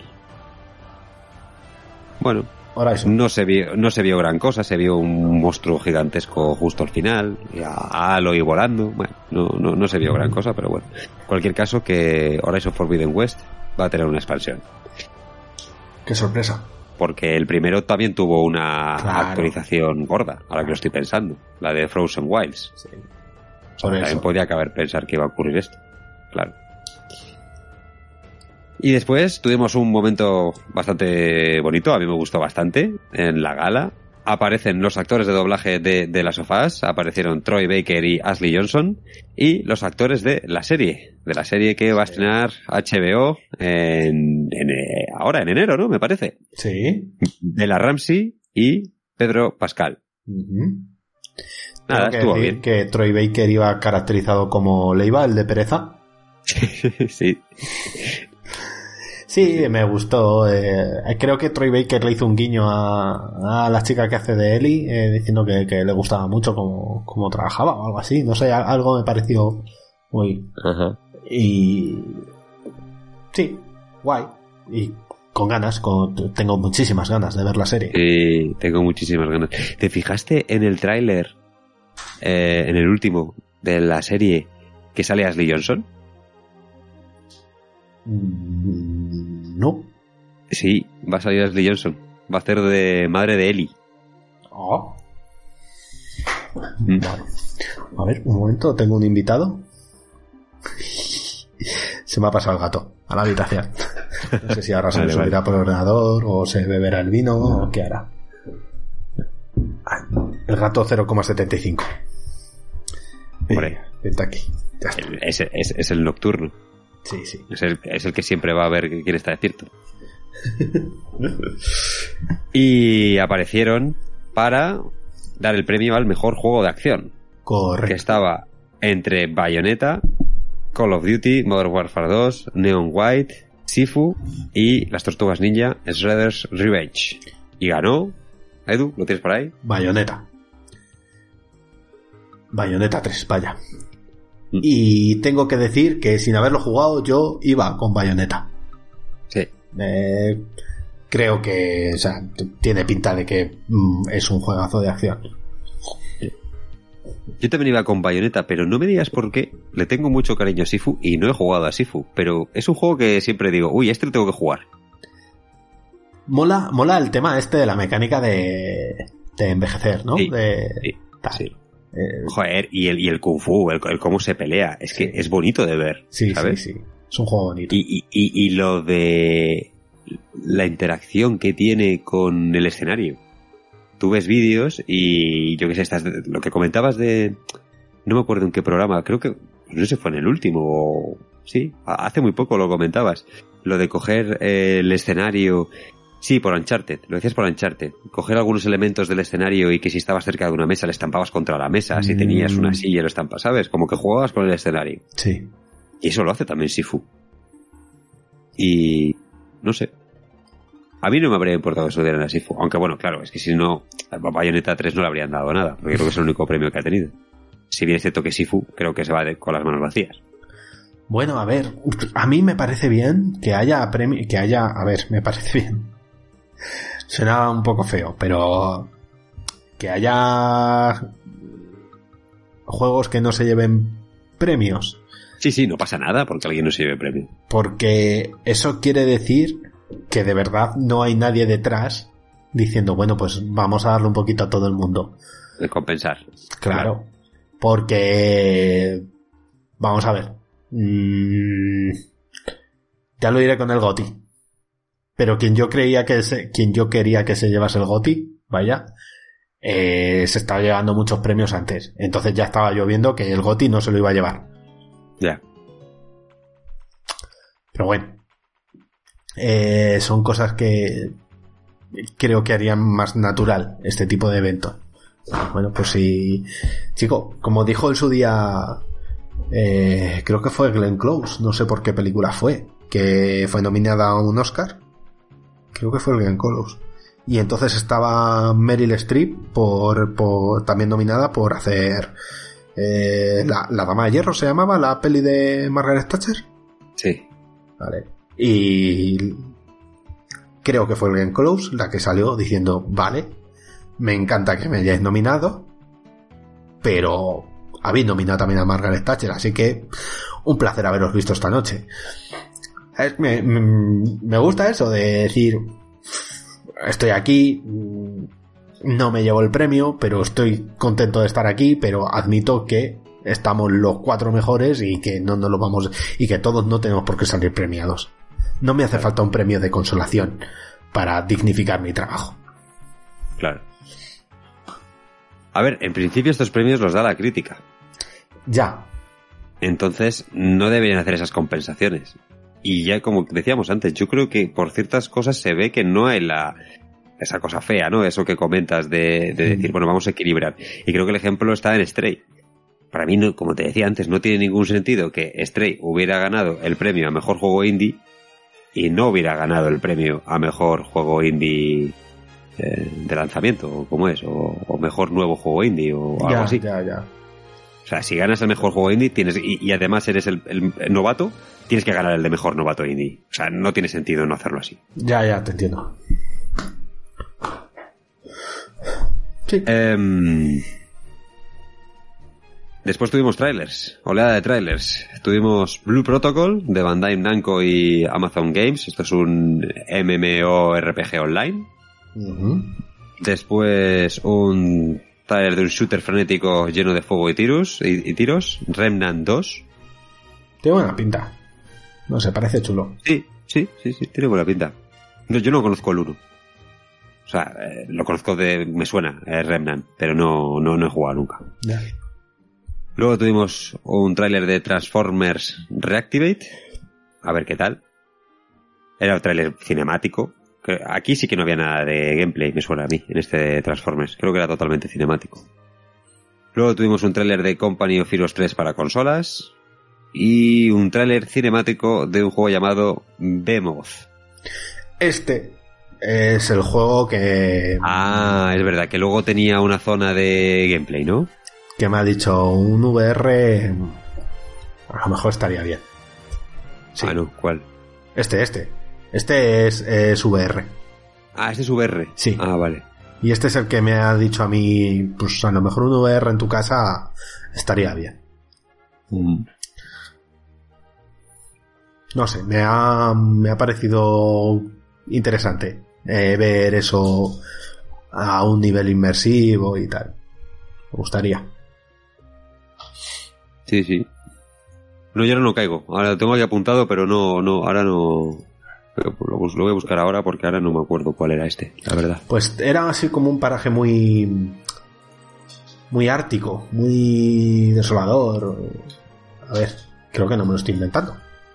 Bueno, no se vio, no se vio gran cosa, se vio un monstruo gigantesco justo al final, a Aloy volando, bueno, no, no, no se vio gran cosa, pero bueno. En cualquier caso, que Horizon Forbidden West va a tener una expansión. ¡Qué sorpresa! Porque el primero también tuvo una claro. actualización gorda, ahora que lo estoy pensando, la de Frozen Wilds. Sí. O sea, también podía caber pensar que iba a ocurrir esto, claro. Y después tuvimos un momento bastante bonito, a mí me gustó bastante, en la gala. Aparecen los actores de doblaje de, de Last of Us, aparecieron Troy Baker y Ashley Johnson, y los actores de la serie, de la serie que va a estrenar H B O en, en, ahora, en enero, ¿no? Me parece. Sí. Bella Ramsey y Pedro Pascal. Uh-huh. Nada, Tengo estuvo que decir bien. Que Troy Baker iba caracterizado como Leiva, el de pereza. Sí. Sí, me gustó. Eh, creo que Troy Baker le hizo un guiño a, a la chica que hace de Ellie, eh, diciendo que, que le gustaba mucho cómo, cómo trabajaba o algo así. No sé, algo me pareció muy... Ajá. Y... Sí, guay. Y con ganas, con, tengo muchísimas ganas de ver la serie. Sí, tengo muchísimas ganas. ¿Te fijaste en el tráiler, eh, en el último de la serie, que sale Ashley Johnson? No. Sí, va a salir Ashley Johnson. Va a hacer de madre de Ellie. Oh. Mm. Vale. A ver, un momento, tengo un invitado. Se me ha pasado el gato a la habitación. No sé si ahora se vale, me subirá vale. por el ordenador o se beberá el vino o qué hará. El gato cero coma setenta y cinco. Hombre, vente aquí. Ya está. Es, es, es el nocturno. Sí, sí. Es el, es el que siempre va a ver quién está despierto. Y aparecieron para dar el premio al mejor juego de acción. Correcto. Que estaba entre Bayonetta, Call of Duty, Modern Warfare dos, Neon White Sifu y las Tortugas Ninja Shredder's Revenge. Y ganó, Edu, ¿lo tienes por ahí? Bayonetta. Bayonetta tres, vaya. Mm. Y tengo que decir que sin haberlo jugado yo iba con Bayonetta. Sí. Eh, creo que, o sea, tiene pinta de que mm, es un juegazo de acción. Yo también iba con Bayonetta, pero no me digas por qué. Le tengo mucho cariño a Sifu y no he jugado a Sifu, pero es un juego que siempre digo, uy, este lo tengo que jugar. Mola, mola el tema este de la mecánica de, de envejecer, ¿no? Sí, de, sí, sí. Eh, Joder, y el, y el Kung Fu, el, el cómo se pelea, es que sí. Es bonito de ver, sí, ¿sabes? Sí, sí, es un juego bonito. Y, y, y, y lo de la interacción que tiene con el escenario. Tú ves vídeos y yo qué sé, estás, lo que comentabas de... No me acuerdo en qué programa, creo que... No sé si fue en el último o... Sí, hace muy poco lo comentabas. Lo de coger eh, el escenario... Sí, por Uncharted, lo decías por Uncharted. Coger algunos elementos del escenario y que si estabas cerca de una mesa le estampabas contra la mesa, mm. si tenías una silla lo estampas, ¿sabes? Como que jugabas con el escenario. Sí. Y eso lo hace también Sifu. Y... no sé. A mí no me habría importado eso de la Sifu. Aunque bueno, claro, es que si no, a Bayonetta tres no le habrían dado nada, porque creo que es el único premio que ha tenido. Si bien es cierto que Sifu creo que se va de, con las manos vacías. Bueno, a ver, a mí me parece bien que haya premio, que haya, a ver, me parece bien. Suena un poco feo, pero que haya juegos que no se lleven premios. Sí, sí, no pasa nada porque alguien no se lleve premio. Porque eso quiere decir que de verdad no hay nadie detrás diciendo, bueno, pues vamos a darle un poquito a todo el mundo. De compensar. Claro. Claro. Porque vamos a ver. Mmm, ya lo diré con el GOTY. Pero quien yo creía que se, quien yo quería que se llevase el GOTY, vaya, eh, se estaba llevando muchos premios antes. Entonces ya estaba yo viendo que el GOTY no se lo iba a llevar. Ya. Pero bueno. Eh, son cosas que creo que harían más natural este tipo de evento. Bueno, pues sí, chico, como dijo en su día, eh, creo que fue Glenn Close, no sé por qué película fue, que fue nominada a un Oscar. Creo que fue Glenn Close. Y entonces estaba Meryl Streep por, por también nominada por hacer eh, la, la Dama de Hierro, ¿se llamaba la peli de Margaret Thatcher? Sí. Vale. Y creo que fue Glenn Close la que salió diciendo, vale, me encanta que me hayáis nominado, pero habéis nominado también a Margaret Thatcher, así que un placer haberos visto esta noche. Es, me, me, me gusta eso de decir, estoy aquí, no me llevo el premio, pero estoy contento de estar aquí, pero admito que estamos los cuatro mejores y que no nos lo vamos, y que todos no tenemos por qué salir premiados. No me hace falta un premio de consolación para dignificar mi trabajo. Claro. A ver, en principio estos premios los da la crítica. Ya. Entonces no deberían hacer esas compensaciones. Y ya como decíamos antes, yo creo que por ciertas cosas se ve que no hay la esa cosa fea, ¿no? Eso que comentas de, de decir, bueno, vamos a equilibrar. Y creo que el ejemplo está en Stray. Para mí, no, como te decía antes, no tiene ningún sentido que Stray hubiera ganado el premio a Mejor Juego Indie y no hubiera ganado el premio a Mejor Juego Indie eh, de lanzamiento, o como es, o, o Mejor Nuevo Juego Indie, o ya, algo así. Ya, ya. O sea, si ganas el Mejor Juego Indie tienes y, y además eres el, el, el novato, tienes que ganar el de Mejor Novato Indie. O sea, no tiene sentido no hacerlo así. Ya, ya, te entiendo. Sí. Eh, Después tuvimos trailers, oleada de trailers. Tuvimos Blue Protocol de Bandai Namco y Amazon Games. Esto es un MMORPG online. Uh-huh. Después un trailer de un shooter frenético lleno de fuego y tiros, y, y tiros. Remnant dos. Tiene buena pinta. No sé, parece chulo. Sí, sí, sí, sí, tiene buena pinta. No, yo no conozco el uno. O sea, eh, lo conozco de... me suena, eh, Remnant, pero no, no, no he jugado nunca. Ya. Luego tuvimos un tráiler de Transformers Reactivate. A ver qué tal. Era un tráiler cinemático. Aquí sí que no había nada de gameplay, me suena a mí, en este de Transformers. Creo que era totalmente cinemático. Luego tuvimos un tráiler de Company of Heroes tres para consolas. y un tráiler cinemático de un juego llamado Behemoth. Este es el juego que... Ah, es verdad, que luego tenía una zona de gameplay, ¿no? Que me ha dicho un V R... A lo mejor estaría bien. Sí. Ah, no, ¿cuál? Este, este. Este es, es V R. Ah, este es V R. Sí. Ah, vale. Y este es el que me ha dicho a mí, pues a lo mejor un V R en tu casa estaría bien. Mm. No sé, me ha, me ha parecido interesante eh, ver eso a un nivel inmersivo y tal. Me gustaría. Sí, sí. No, yo ahora no caigo. Ahora lo tengo aquí apuntado, pero no, no, ahora no... Lo, lo voy a buscar ahora porque ahora no me acuerdo cuál era este, la verdad. Pues era así como un paraje muy... muy ártico, muy desolador. A ver, creo que no me lo estoy inventando.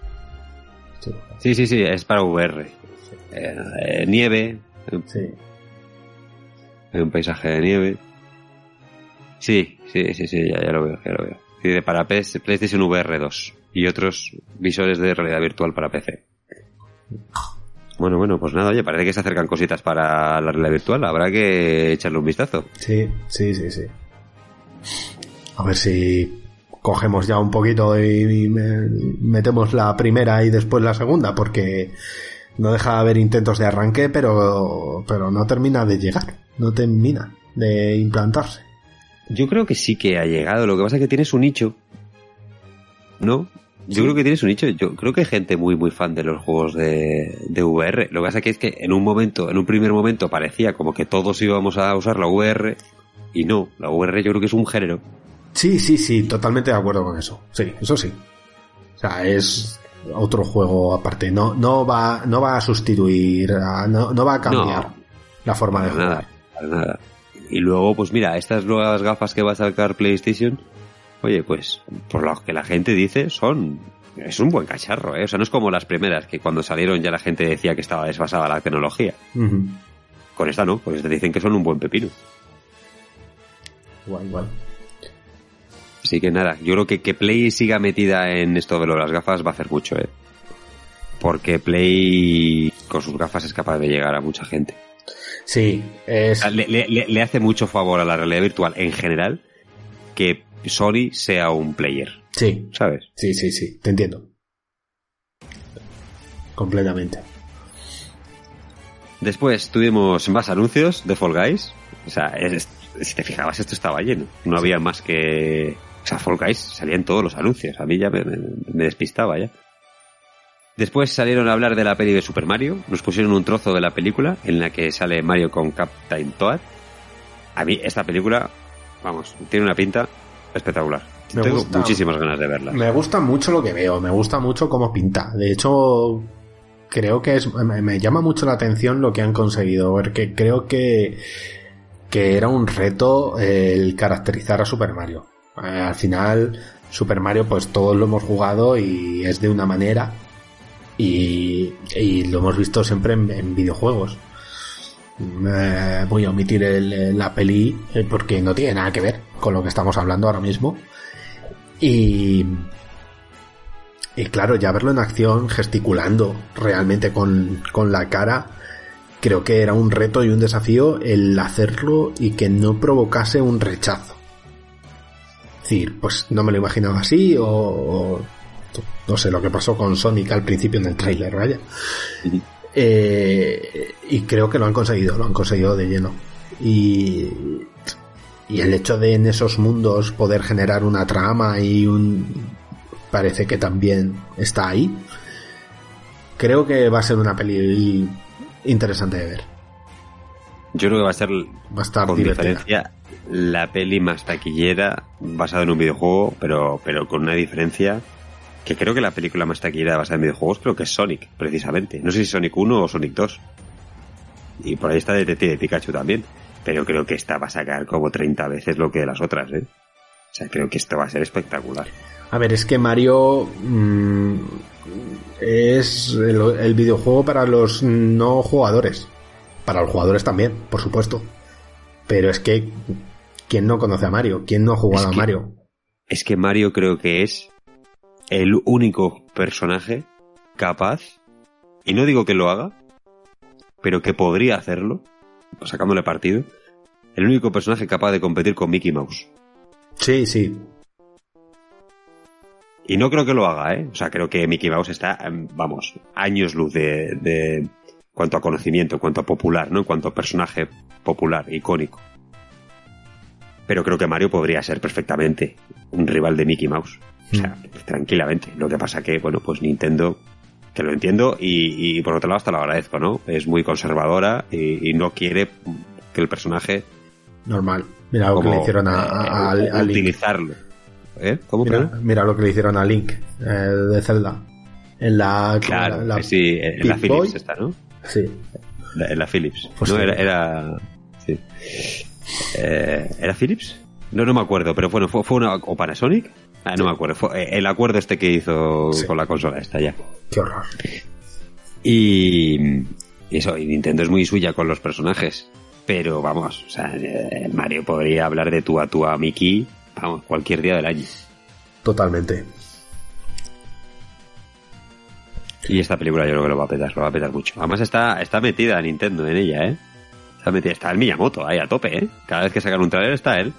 Sí, sí, sí, es para V R. Eh, eh, nieve. Sí. Hay un paisaje de nieve. Sí, sí, sí, sí, ya, ya lo veo, ya lo veo. Sí, de para P S, PlayStation V R dos y otros visores de realidad virtual para P C. Bueno, bueno, pues nada, oye, parece que se acercan cositas para la realidad virtual. Habrá que echarle un vistazo. Sí, sí, sí, sí. A ver si cogemos ya un poquito y metemos la primera y después la segunda, porque no deja de haber intentos de arranque, pero, pero no termina de llegar, no termina de implantarse. Yo creo que sí que ha llegado, lo que pasa es que tiene su nicho, ¿no? Yo sí. creo que tiene su nicho, yo creo que hay gente muy muy fan de los juegos de, de V R, lo que pasa es que es que en un momento, en un primer momento parecía como que todos íbamos a usar la V R, y no, la V R yo creo que es un género. Sí, sí, sí, totalmente de acuerdo con eso. Sí, eso sí. O sea, es otro juego aparte. No, no va, no va a sustituir, no, no va a cambiar no, la forma de jugar. Nada, para nada. Y luego, pues mira, estas nuevas gafas que va a sacar PlayStation, oye, pues por lo que la gente dice, son es un buen cacharro, ¿eh? O sea, no es como las primeras, que cuando salieron ya la gente decía que estaba desfasada la tecnología. Uh-huh. Con esta no, pues te dicen que son un buen pepino. Guay, guay. Así que nada, yo creo que que Play siga metida en esto de las gafas va a hacer mucho, ¿eh? Porque Play con sus gafas es capaz de llegar a mucha gente. Sí, es... Le, le, le hace mucho favor a la realidad virtual en general que Sony sea un player. Sí. ¿Sabes? Sí, sí, sí, te entiendo. Completamente. Después tuvimos más anuncios de Fall Guys. O sea, es, si te fijabas, esto estaba lleno. No había más que... O sea, Fall Guys salía en todos los anuncios. A mí ya me, me, me despistaba ya. Después salieron a hablar de la peli de Super Mario. Nos pusieron un trozo de la película en la que sale Mario con Captain Toad. A mí esta película, vamos, tiene una pinta espectacular. Me Tengo gusta, muchísimas ganas de verla. Me gusta mucho lo que veo. Me gusta mucho cómo pinta. De hecho, creo que es me, me llama mucho la atención lo que han conseguido. Porque creo que, que era un reto el caracterizar a Super Mario. Eh, al final, Super Mario, pues todos lo hemos jugado y es de una manera. Y, y lo hemos visto siempre en, en videojuegos. Eh, voy a omitir el, la peli porque no tiene nada que ver con lo que estamos hablando ahora mismo. Y, y claro, ya verlo en acción, gesticulando realmente con, con la cara, creo que era un reto y un desafío el hacerlo y que no provocase un rechazo. Es decir, pues no me lo imaginaba así o... o no sé lo que pasó con Sonic al principio en el tráiler, vaya. Uh-huh. Eh, y creo que lo han conseguido, lo han conseguido de lleno. Y, y el hecho de en esos mundos poder generar una trama y un... parece que también está ahí. Creo que va a ser una peli interesante de ver. Yo creo que va a ser, va a estar con divertida. Diferencia, la peli más taquillera basada en un videojuego, pero, pero con una diferencia... Que creo que la película más taquillera basada en videojuegos creo que es Sonic, precisamente. No sé si Sonic uno o Sonic dos. Y por ahí está Detective Pikachu también. Pero creo que esta va a sacar como treinta veces lo que de las otras, ¿eh? O sea, creo que esto va a ser espectacular. A ver, es que Mario mmm, es el, el videojuego para los no jugadores. Para los jugadores también, por supuesto. Pero es que ¿quién no conoce a Mario? ¿Quién no ha jugado es que, a Mario? Es que Mario creo que es el único personaje capaz, y no digo que lo haga, pero que podría hacerlo, sacándole partido, el único personaje capaz de competir con Mickey Mouse. Sí, sí. Y no creo que lo haga, ¿eh? O sea, creo que Mickey Mouse está, vamos, años luz de, de cuanto a conocimiento, en cuanto a popular, ¿no? En cuanto a personaje popular, icónico. Pero creo que Mario podría ser perfectamente un rival de Mickey Mouse. O sea, mm. tranquilamente. Lo que pasa que, bueno, pues Nintendo, que lo entiendo, y, y por otro lado hasta lo agradezco, ¿no? Es muy conservadora y, y no quiere que el personaje... Normal. Mira lo que le hicieron a, a, a, a, a utilizarlo. ¿Eh? ¿Cómo? Mira, mira lo que le hicieron a Link, eh, de Zelda. En la... Claro, la, la sí, en la Philips Boy. Está, ¿no? Sí. La, en la Philips. Pues no, sí. era... era sí. Eh, ¿Era Philips? No, no me acuerdo, pero bueno, fue, fue una... ¿O Panasonic? Ah, no sí. me acuerdo. Fue el acuerdo este que hizo sí. con la consola esta ya. Qué horror. Y... Eso, y Nintendo es muy suya con los personajes. Pero vamos, o sea, Mario podría hablar de tú a tú a Mickey, vamos, cualquier día del año. Totalmente. Y esta película yo creo que lo va a petar, lo va a petar mucho. Además está, está metida Nintendo en ella, ¿eh? Está metida, está el Miyamoto ahí a tope, ¿eh? Cada vez que sacan un trailer está él.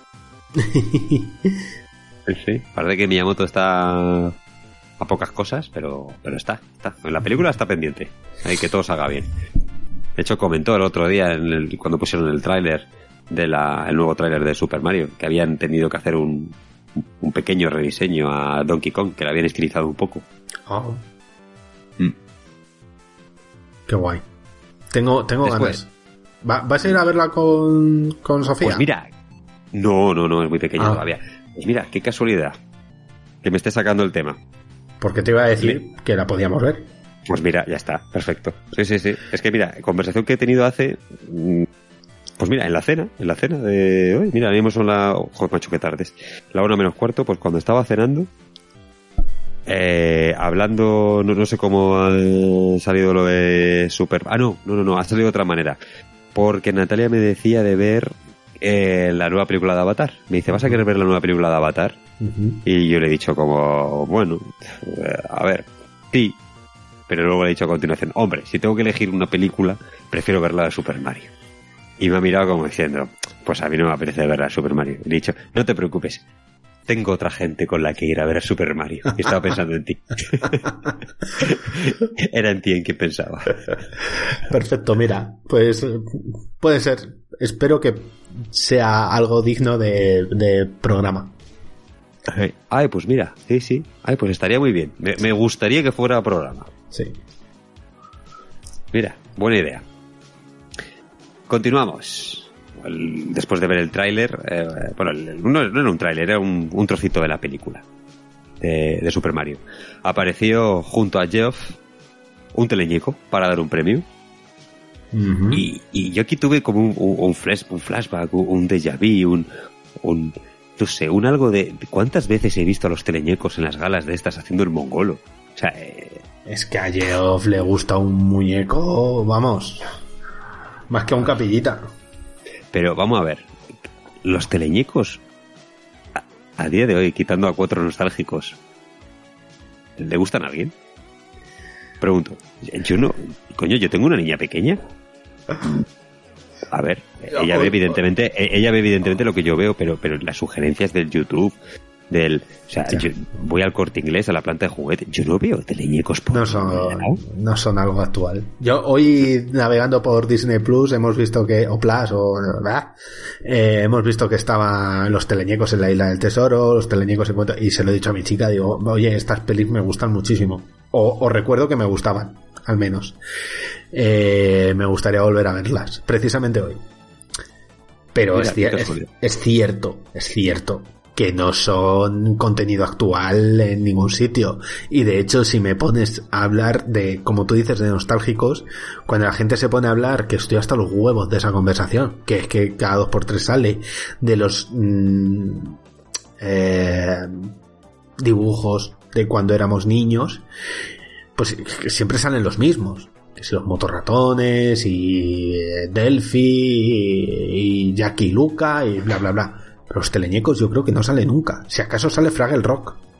Sí, parece que Miyamoto está a pocas cosas, pero, pero está, está. En la película está pendiente. Hay que todo salga bien. De hecho, comentó el otro día, en el, cuando pusieron el tráiler, de la, el nuevo tráiler de Super Mario, que habían tenido que hacer un, un pequeño rediseño a Donkey Kong, que lo habían estilizado un poco. Oh. Mm. Qué guay. Tengo, tengo Después, ganas. ¿Va, ¿Vas a ir a verla con, con Sofía? Pues mira, no, no, no, es muy pequeña ah. todavía. Pues mira, qué casualidad que me esté sacando el tema. Porque te iba a decir Me... que la podíamos ver. Pues mira, ya está, perfecto. Sí, sí, sí. Es que mira, conversación que he tenido hace... Pues mira, en la cena, en la cena de hoy, mira, mismo son la... Joder, macho, qué tardes. La una menos cuarto, pues cuando estaba cenando, eh, hablando, no, no sé cómo ha salido lo de Super... Ah, no, no, no, no, ha salido de otra manera. Porque Natalia me decía de ver eh, la nueva película de Avatar. Me dice, ¿vas a querer ver la nueva película de Avatar? Uh-huh. Y yo le he dicho como, bueno, a ver, sí. Pero luego le he dicho a continuación, hombre, si tengo que elegir una película, prefiero ver la de Super Mario. Y me ha mirado como diciendo, pues a mí no me apetece ver la de Super Mario. Le he dicho, no te preocupes, tengo otra gente con la que ir a ver a Super Mario. Y estaba pensando en ti. Era en ti en quien pensaba. Perfecto, mira, pues puede ser. Espero que sea algo digno de, de programa. Ay, pues mira, sí, sí. Ay, pues estaría muy bien. Me, me gustaría que fuera programa. Sí. Mira, buena idea. Continuamos. El, después de ver el tráiler, eh, bueno, el, no, no era un tráiler, era un, un trocito de la película de, de Super Mario. Apareció junto a Geoff un teleñeco para dar un premio. Uh-huh. Y, y yo aquí tuve como un, un, un, flash, un flashback, un déjà vu, un, un, no sé, un algo de... ¿Cuántas veces he visto a los teleñecos en las galas de estas haciendo el mongolo? O sea... Eh, es que a Geoff le gusta un muñeco, vamos, más que a un capillita. Pero vamos a ver, los teleñecos, a, a día de hoy, quitando a cuatro nostálgicos, ¿le gustan a alguien? Pregunto. Yo no... Coño, yo tengo una niña pequeña. A ver, ella ve evidentemente, ella ve evidentemente lo que yo veo, pero, pero las sugerencias del YouTube, del, o sea, yo voy al Corte Inglés, a la planta de juguetes, yo no veo teleñecos por no son, ¿no? no son algo actual. Yo hoy navegando por Disney Plus hemos visto que, o Plus, o ¿verdad? Eh, hemos visto que estaban los teleñecos en la Isla del Tesoro, los teleñecos en cuanto, y se lo he dicho a mi chica, digo, oye, estas pelis me gustan muchísimo, o, o recuerdo que me gustaban, al menos. Eh, me gustaría volver a verlas, precisamente hoy. Pero Mira, es, cier- es, es cierto, es cierto que no son contenido actual en ningún sitio. Y de hecho, si me pones a hablar de, como tú dices, de nostálgicos, cuando la gente se pone a hablar, que estoy hasta los huevos de esa conversación, que es que cada dos por tres sale, de los mmm, eh, dibujos de cuando éramos niños, pues siempre salen los mismos. Que si los motorratones y Delphi y, y Jackie y Luca y bla bla bla. Pero los teleñecos yo creo que no sale nunca. Si acaso sale Fraggle Rock.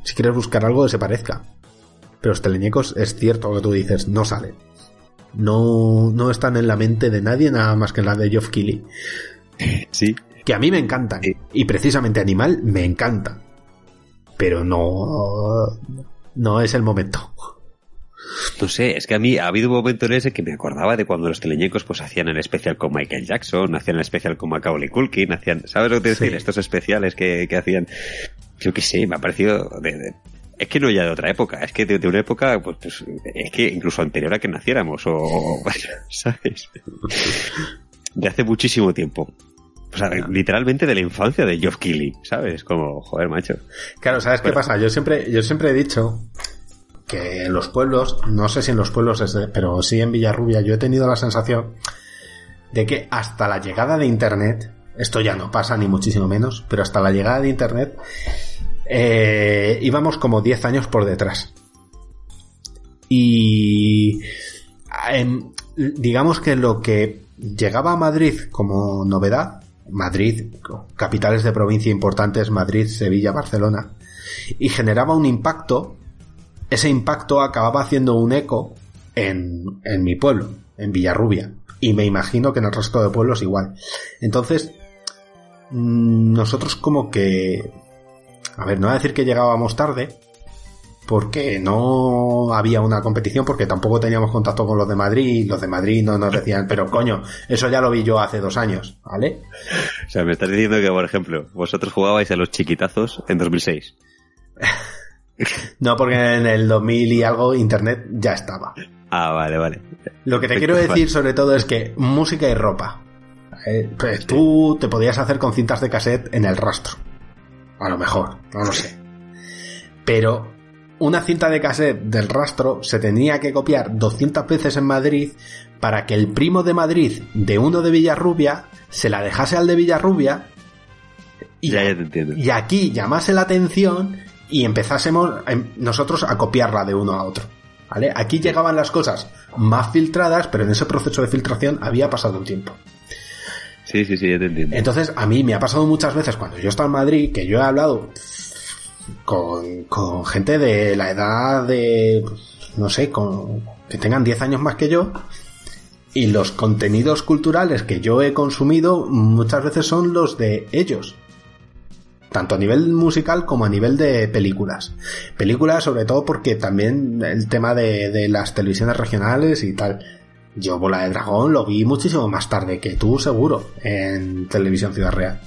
Si quieres buscar algo que se parezca. Pero los teleñecos, es cierto lo que tú dices, no salen. No, no están en la mente de nadie, nada más que en la de Geoff Keighley. Sí. Que a mí me encantan. Sí. Y precisamente Animal me encanta. Pero no... No es el momento. No sé, es que a mí ha habido un momento en ese que me acordaba de cuando los teleñecos pues hacían el especial con Michael Jackson, hacían el especial con Macaulay Culkin, hacían, ¿sabes lo que te decir? Sí. Estos especiales que, que hacían, yo qué sé, me ha parecido de, de, es que no ya de otra época, es que de, de una época, pues, pues es que incluso anterior a que naciéramos, o, ¿sabes? De hace muchísimo tiempo. O sea, literalmente de la infancia de Geoff Keighley, ¿sabes? Como, joder, macho. Claro, ¿sabes Pero, qué pasa? Yo siempre, yo siempre he dicho que en los pueblos, no sé si en los pueblos, es de, pero sí en Villarrubia, yo he tenido la sensación de que hasta la llegada de Internet, esto ya no pasa ni muchísimo menos, pero hasta la llegada de Internet eh, íbamos como diez años por detrás. Y en, digamos que lo que llegaba a Madrid como novedad, Madrid, capitales de provincia importantes, Madrid, Sevilla, Barcelona, y generaba un impacto. Ese impacto acababa haciendo un eco en, en mi pueblo, en Villarrubia. Y me imagino que en el resto de pueblos igual. Entonces, nosotros como que... A ver, no voy a decir que llegábamos tarde, porque no había una competición, porque tampoco teníamos contacto con los de Madrid. Los de Madrid no nos decían, pero coño, eso ya lo vi yo hace dos años, ¿vale? O sea, me estás diciendo que, por ejemplo, vosotros jugabais a los chiquitazos en dos mil seis. No, porque en el dos mil y algo Internet ya estaba. Ah, vale, vale. Lo que te quiero decir sobre todo es que música y ropa. Eh, pues tú te podías hacer con cintas de cassette en el rastro. A lo mejor, no lo sé. Pero una cinta de cassette del rastro se tenía que copiar doscientas veces en Madrid para que el primo de Madrid de uno de Villarrubia se la dejase al de Villarrubia y, ya, ya te entiendo. Y aquí llamase la atención y empezásemos nosotros a copiarla de uno a otro, ¿vale? Aquí llegaban las cosas más filtradas, pero en ese proceso de filtración había pasado un tiempo. Sí, sí, sí, ya te entiendo. Entonces, a mí me ha pasado muchas veces cuando yo estaba en Madrid, que yo he hablado con, con gente de la edad de, no sé, con, que tengan diez años más que yo, y los contenidos culturales que yo he consumido muchas veces son los de ellos. Tanto a nivel musical como a nivel de películas. Películas sobre todo porque también el tema de, de las televisiones regionales y tal. Yo Bola de Dragón lo vi muchísimo más tarde que tú, seguro, en Televisión Ciudad Real.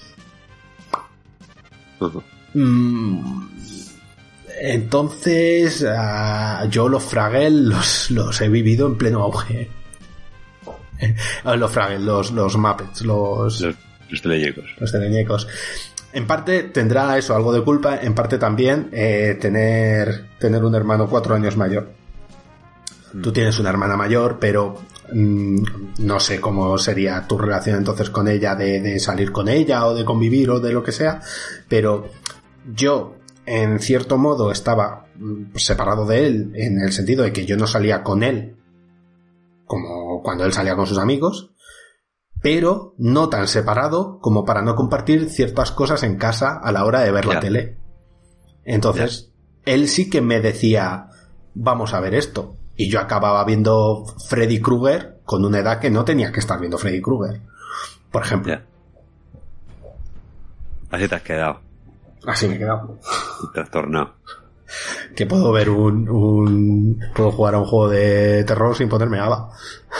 Uh-huh. Mm, entonces, uh, yo los Fraggle los, los he vivido en pleno auge. los Fraggle, los, los Muppets, los... Los, los teleñecos. Los teleñecos. En parte tendrá eso, algo de culpa, en parte también eh, tener, tener un hermano cuatro años mayor. Mm. Tú tienes una hermana mayor, pero mmm, no sé cómo sería tu relación entonces con ella, de, de salir con ella o de convivir o de lo que sea, pero yo en cierto modo estaba separado de él en el sentido de que yo no salía con él como cuando él salía con sus amigos, pero no tan separado como para no compartir ciertas cosas en casa a la hora de ver yeah. la tele. Entonces, yeah. él sí que me decía, vamos a ver esto. Y yo acababa viendo Freddy Krueger con una edad que no tenía que estar viendo Freddy Krueger, por ejemplo. Yeah. Así te has quedado. Así me he quedado. Trastornado. Que puedo ver un, un... Puedo jugar a un juego de terror sin ponerme ABBA.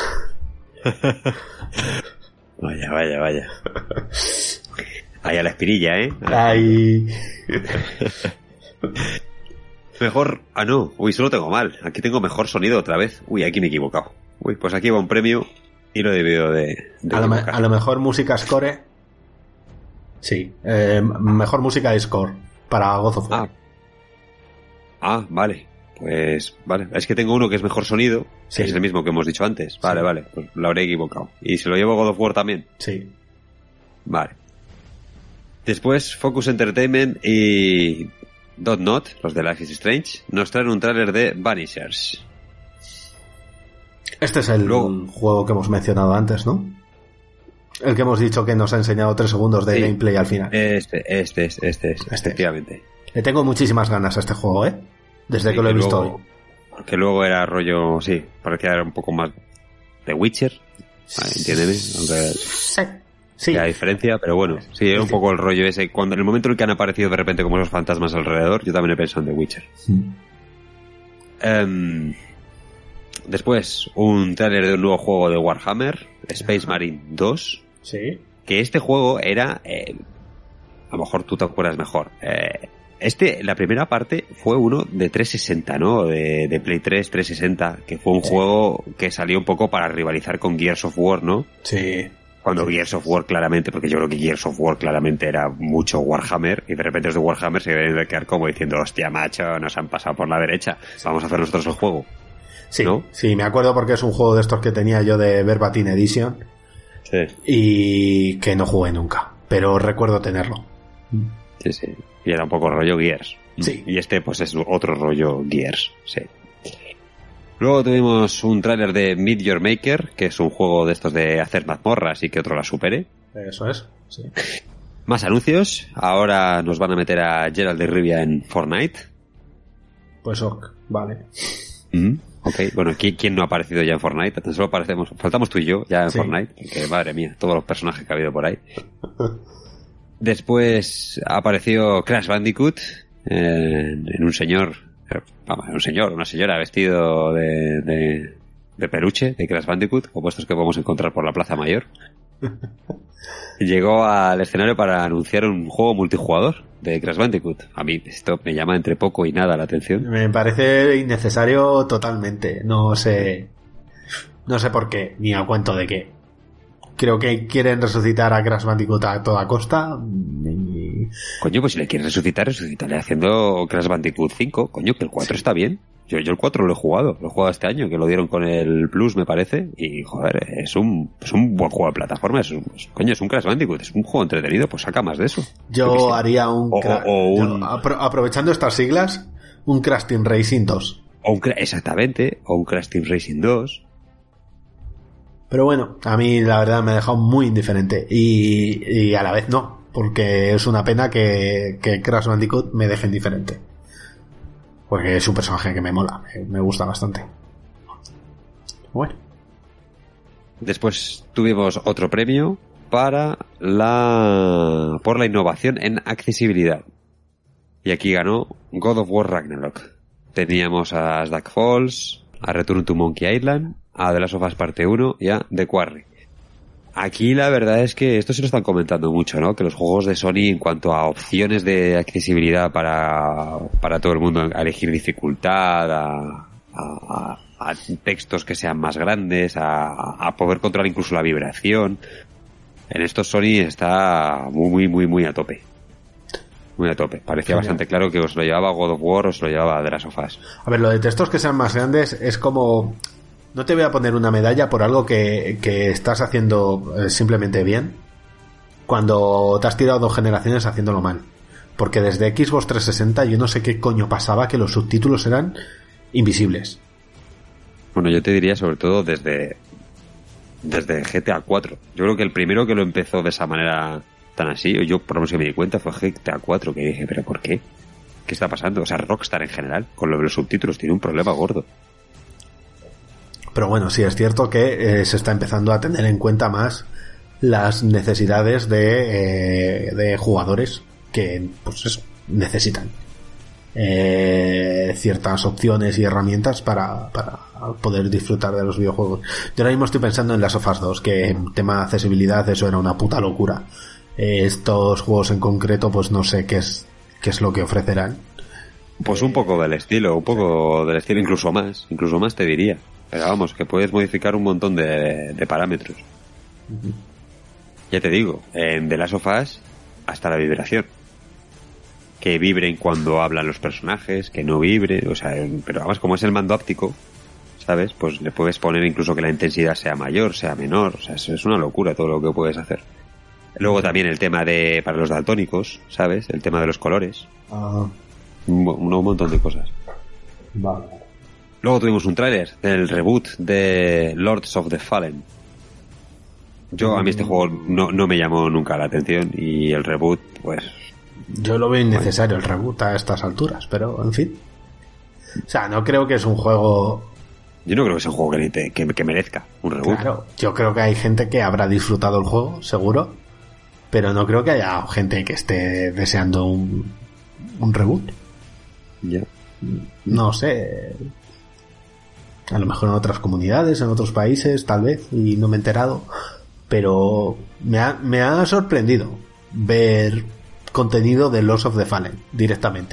Vaya, vaya, vaya. Ahí a la espirilla, ¿eh? Ahí. Mejor... Ah, no. Uy, solo tengo mal. Aquí tengo mejor sonido otra vez. Uy, aquí me he equivocado. Uy, pues aquí va un premio y lo he debido de... de a, lo me, a lo mejor música score. Sí. Eh, mejor música de score para God of War. Ah. ah, vale. Pues vale, es que tengo uno que es mejor sonido, sí. que es el mismo que hemos dicho antes. Vale, sí. vale, pues lo habré equivocado. ¿Y se lo llevo God of War también? Sí. Vale. Después, Focus Entertainment y Dot Not, los de Life is Strange, nos traen un tráiler de Vanishers. Este es el Luego, juego que hemos mencionado antes, ¿no? El que hemos dicho que nos ha enseñado tres segundos de sí, gameplay al final. Este, este es, este es, este efectivamente. Le tengo muchísimas ganas a este juego, ¿eh? Desde sí, que lo he visto luego, hoy. Porque luego era rollo, sí, parecía era un poco más de Witcher, entiéndeme, aunque sí, sí. hay diferencia, pero bueno, sí, era un poco el rollo ese. Cuando en el momento en el que han aparecido de repente como esos fantasmas alrededor, yo también he pensado en The Witcher. Sí. Um, después, un tráiler de un nuevo juego de Warhammer, Space Marine dos. Sí. Que este juego era, eh, a lo mejor tú te acuerdas mejor. Eh, este, la primera parte fue uno de trescientos sesenta, ¿no? De, de Play tres, trescientos sesenta, que fue un sí. juego que salió un poco para rivalizar con Gears of War, ¿no? Sí. Cuando sí. Gears of War claramente, porque yo creo que Gears of War claramente era mucho Warhammer, y de repente los de Warhammer se deben de quedar como diciendo, hostia, macho, nos han pasado por la derecha, vamos a hacer nosotros el juego. Sí, ¿no? Sí, me acuerdo porque es un juego de estos que tenía yo de Verbatim Edition. Sí. Y que no jugué nunca, pero recuerdo tenerlo. Sí, sí. Y era un poco rollo Gears. Sí. Y este, pues, es otro rollo Gears. Sí. Luego tuvimos un tráiler de Meet Your Maker, que es un juego de estos de hacer mazmorras y que otro la supere. Eso es, sí. Más anuncios. Ahora nos van a meter a Geralt de Rivia en Fortnite. Pues ok, vale. Mm-hmm. Ok, bueno, ¿quién, ¿quién no ha aparecido ya en Fortnite? Tan solo aparecemos, faltamos tú y yo ya en sí. Fortnite, que madre mía, todos los personajes que ha habido por ahí. Después apareció Crash Bandicoot eh, en un señor, vamos, un señor, una señora vestido de, de, de peluche de Crash Bandicoot, como estos que podemos encontrar por la Plaza Mayor. Llegó al escenario para anunciar un juego multijugador de Crash Bandicoot. A mí esto me llama entre poco y nada la atención. Me parece innecesario totalmente. No sé, no sé por qué, ni a cuento de qué. Creo que quieren resucitar a Crash Bandicoot a toda costa. Y... Coño, pues si le quieren resucitar, resucitarle haciendo Crash Bandicoot cinco. Coño, que el cuatro sí. está bien. Yo, yo el cuatro lo he jugado, lo he jugado este año, que lo dieron con el Plus, me parece, y joder, es un, es un buen juego de plataforma, es un, es, coño, es un Crash Bandicoot, es un juego entretenido, pues saca más de eso. Yo, yo haría un, o, o, o un... Yo, apro- aprovechando estas siglas, un Crash Team Racing dos. O un, exactamente, o un Crash Team Racing dos. Pero bueno, a mí la verdad me ha dejado muy indiferente, y, y a la vez no, porque es una pena que, que Crash Bandicoot me deje indiferente. Porque es un personaje que me mola, me gusta bastante. Bueno. Después tuvimos otro premio para la por la innovación en accesibilidad. Y aquí ganó God of War Ragnarok. Teníamos a Dark Falls, a Return to Monkey Island, a The Last of Us Parte uno y a The Quarry. Aquí la verdad es que esto se lo están comentando mucho, ¿no? Que los juegos de Sony en cuanto a opciones de accesibilidad para, para todo el mundo, a elegir dificultad, a, a, a textos que sean más grandes, a, a poder controlar incluso la vibración. En esto Sony está muy, muy, muy, muy a tope. Muy a tope. Parecía Genial. Bastante claro que os lo llevaba God of War o os lo llevaba The Last of Us. A ver, lo de textos que sean más grandes es como... No te voy a poner una medalla por algo que, que estás haciendo eh, simplemente bien cuando te has tirado dos generaciones haciéndolo mal. Porque desde Xbox trescientos sesenta yo no sé qué coño pasaba que los subtítulos eran invisibles. Bueno, yo te diría sobre todo desde desde G T A cuatro. Yo creo que el primero que lo empezó de esa manera tan así, yo por lo menos que me di cuenta, fue G T A cuatro, que dije, ¿pero por qué? ¿Qué está pasando? O sea, Rockstar en general, con lo de los subtítulos, tiene un problema gordo. Pero bueno, sí es cierto que eh, se está empezando a tener en cuenta más las necesidades de, eh, de jugadores que pues eso, necesitan eh, ciertas opciones y herramientas para, para poder disfrutar de los videojuegos. Yo ahora mismo estoy pensando en Last of Us dos, que en tema de accesibilidad eso era una puta locura. Eh, estos juegos en concreto pues no sé qué es, qué es lo que ofrecerán. Pues un poco del estilo, un poco sí. del estilo, incluso más, incluso más te diría. Pero vamos, que puedes modificar un montón de, de parámetros. Uh-huh. Ya te digo, en The Last of Us hasta la vibración. Que vibren cuando hablan los personajes, que no vibren, o sea, pero además como es el mando áptico, ¿sabes? Pues le puedes poner incluso que la intensidad sea mayor, sea menor, o sea, es una locura todo lo que puedes hacer. Luego también el tema de, para los daltónicos, ¿sabes? El tema de los colores. Uh-huh. Un, un montón de cosas. Vale. Luego tuvimos un tráiler del reboot de Lords of the Fallen. Yo, a mí este juego no, no me llamó nunca la atención y el reboot, pues, Yo lo veo innecesario el reboot a estas alturas, pero en fin. O sea, no creo que es un juego... Yo no creo que sea un juego que, te, que, que merezca un reboot. Claro, yo creo que hay gente que habrá disfrutado el juego, seguro, pero no creo que haya gente que esté deseando un, un reboot. Ya. No sé. A lo mejor en otras comunidades, en otros países, tal vez, y no me he enterado. Pero me ha, me ha sorprendido ver contenido de Lords of the Fallen directamente.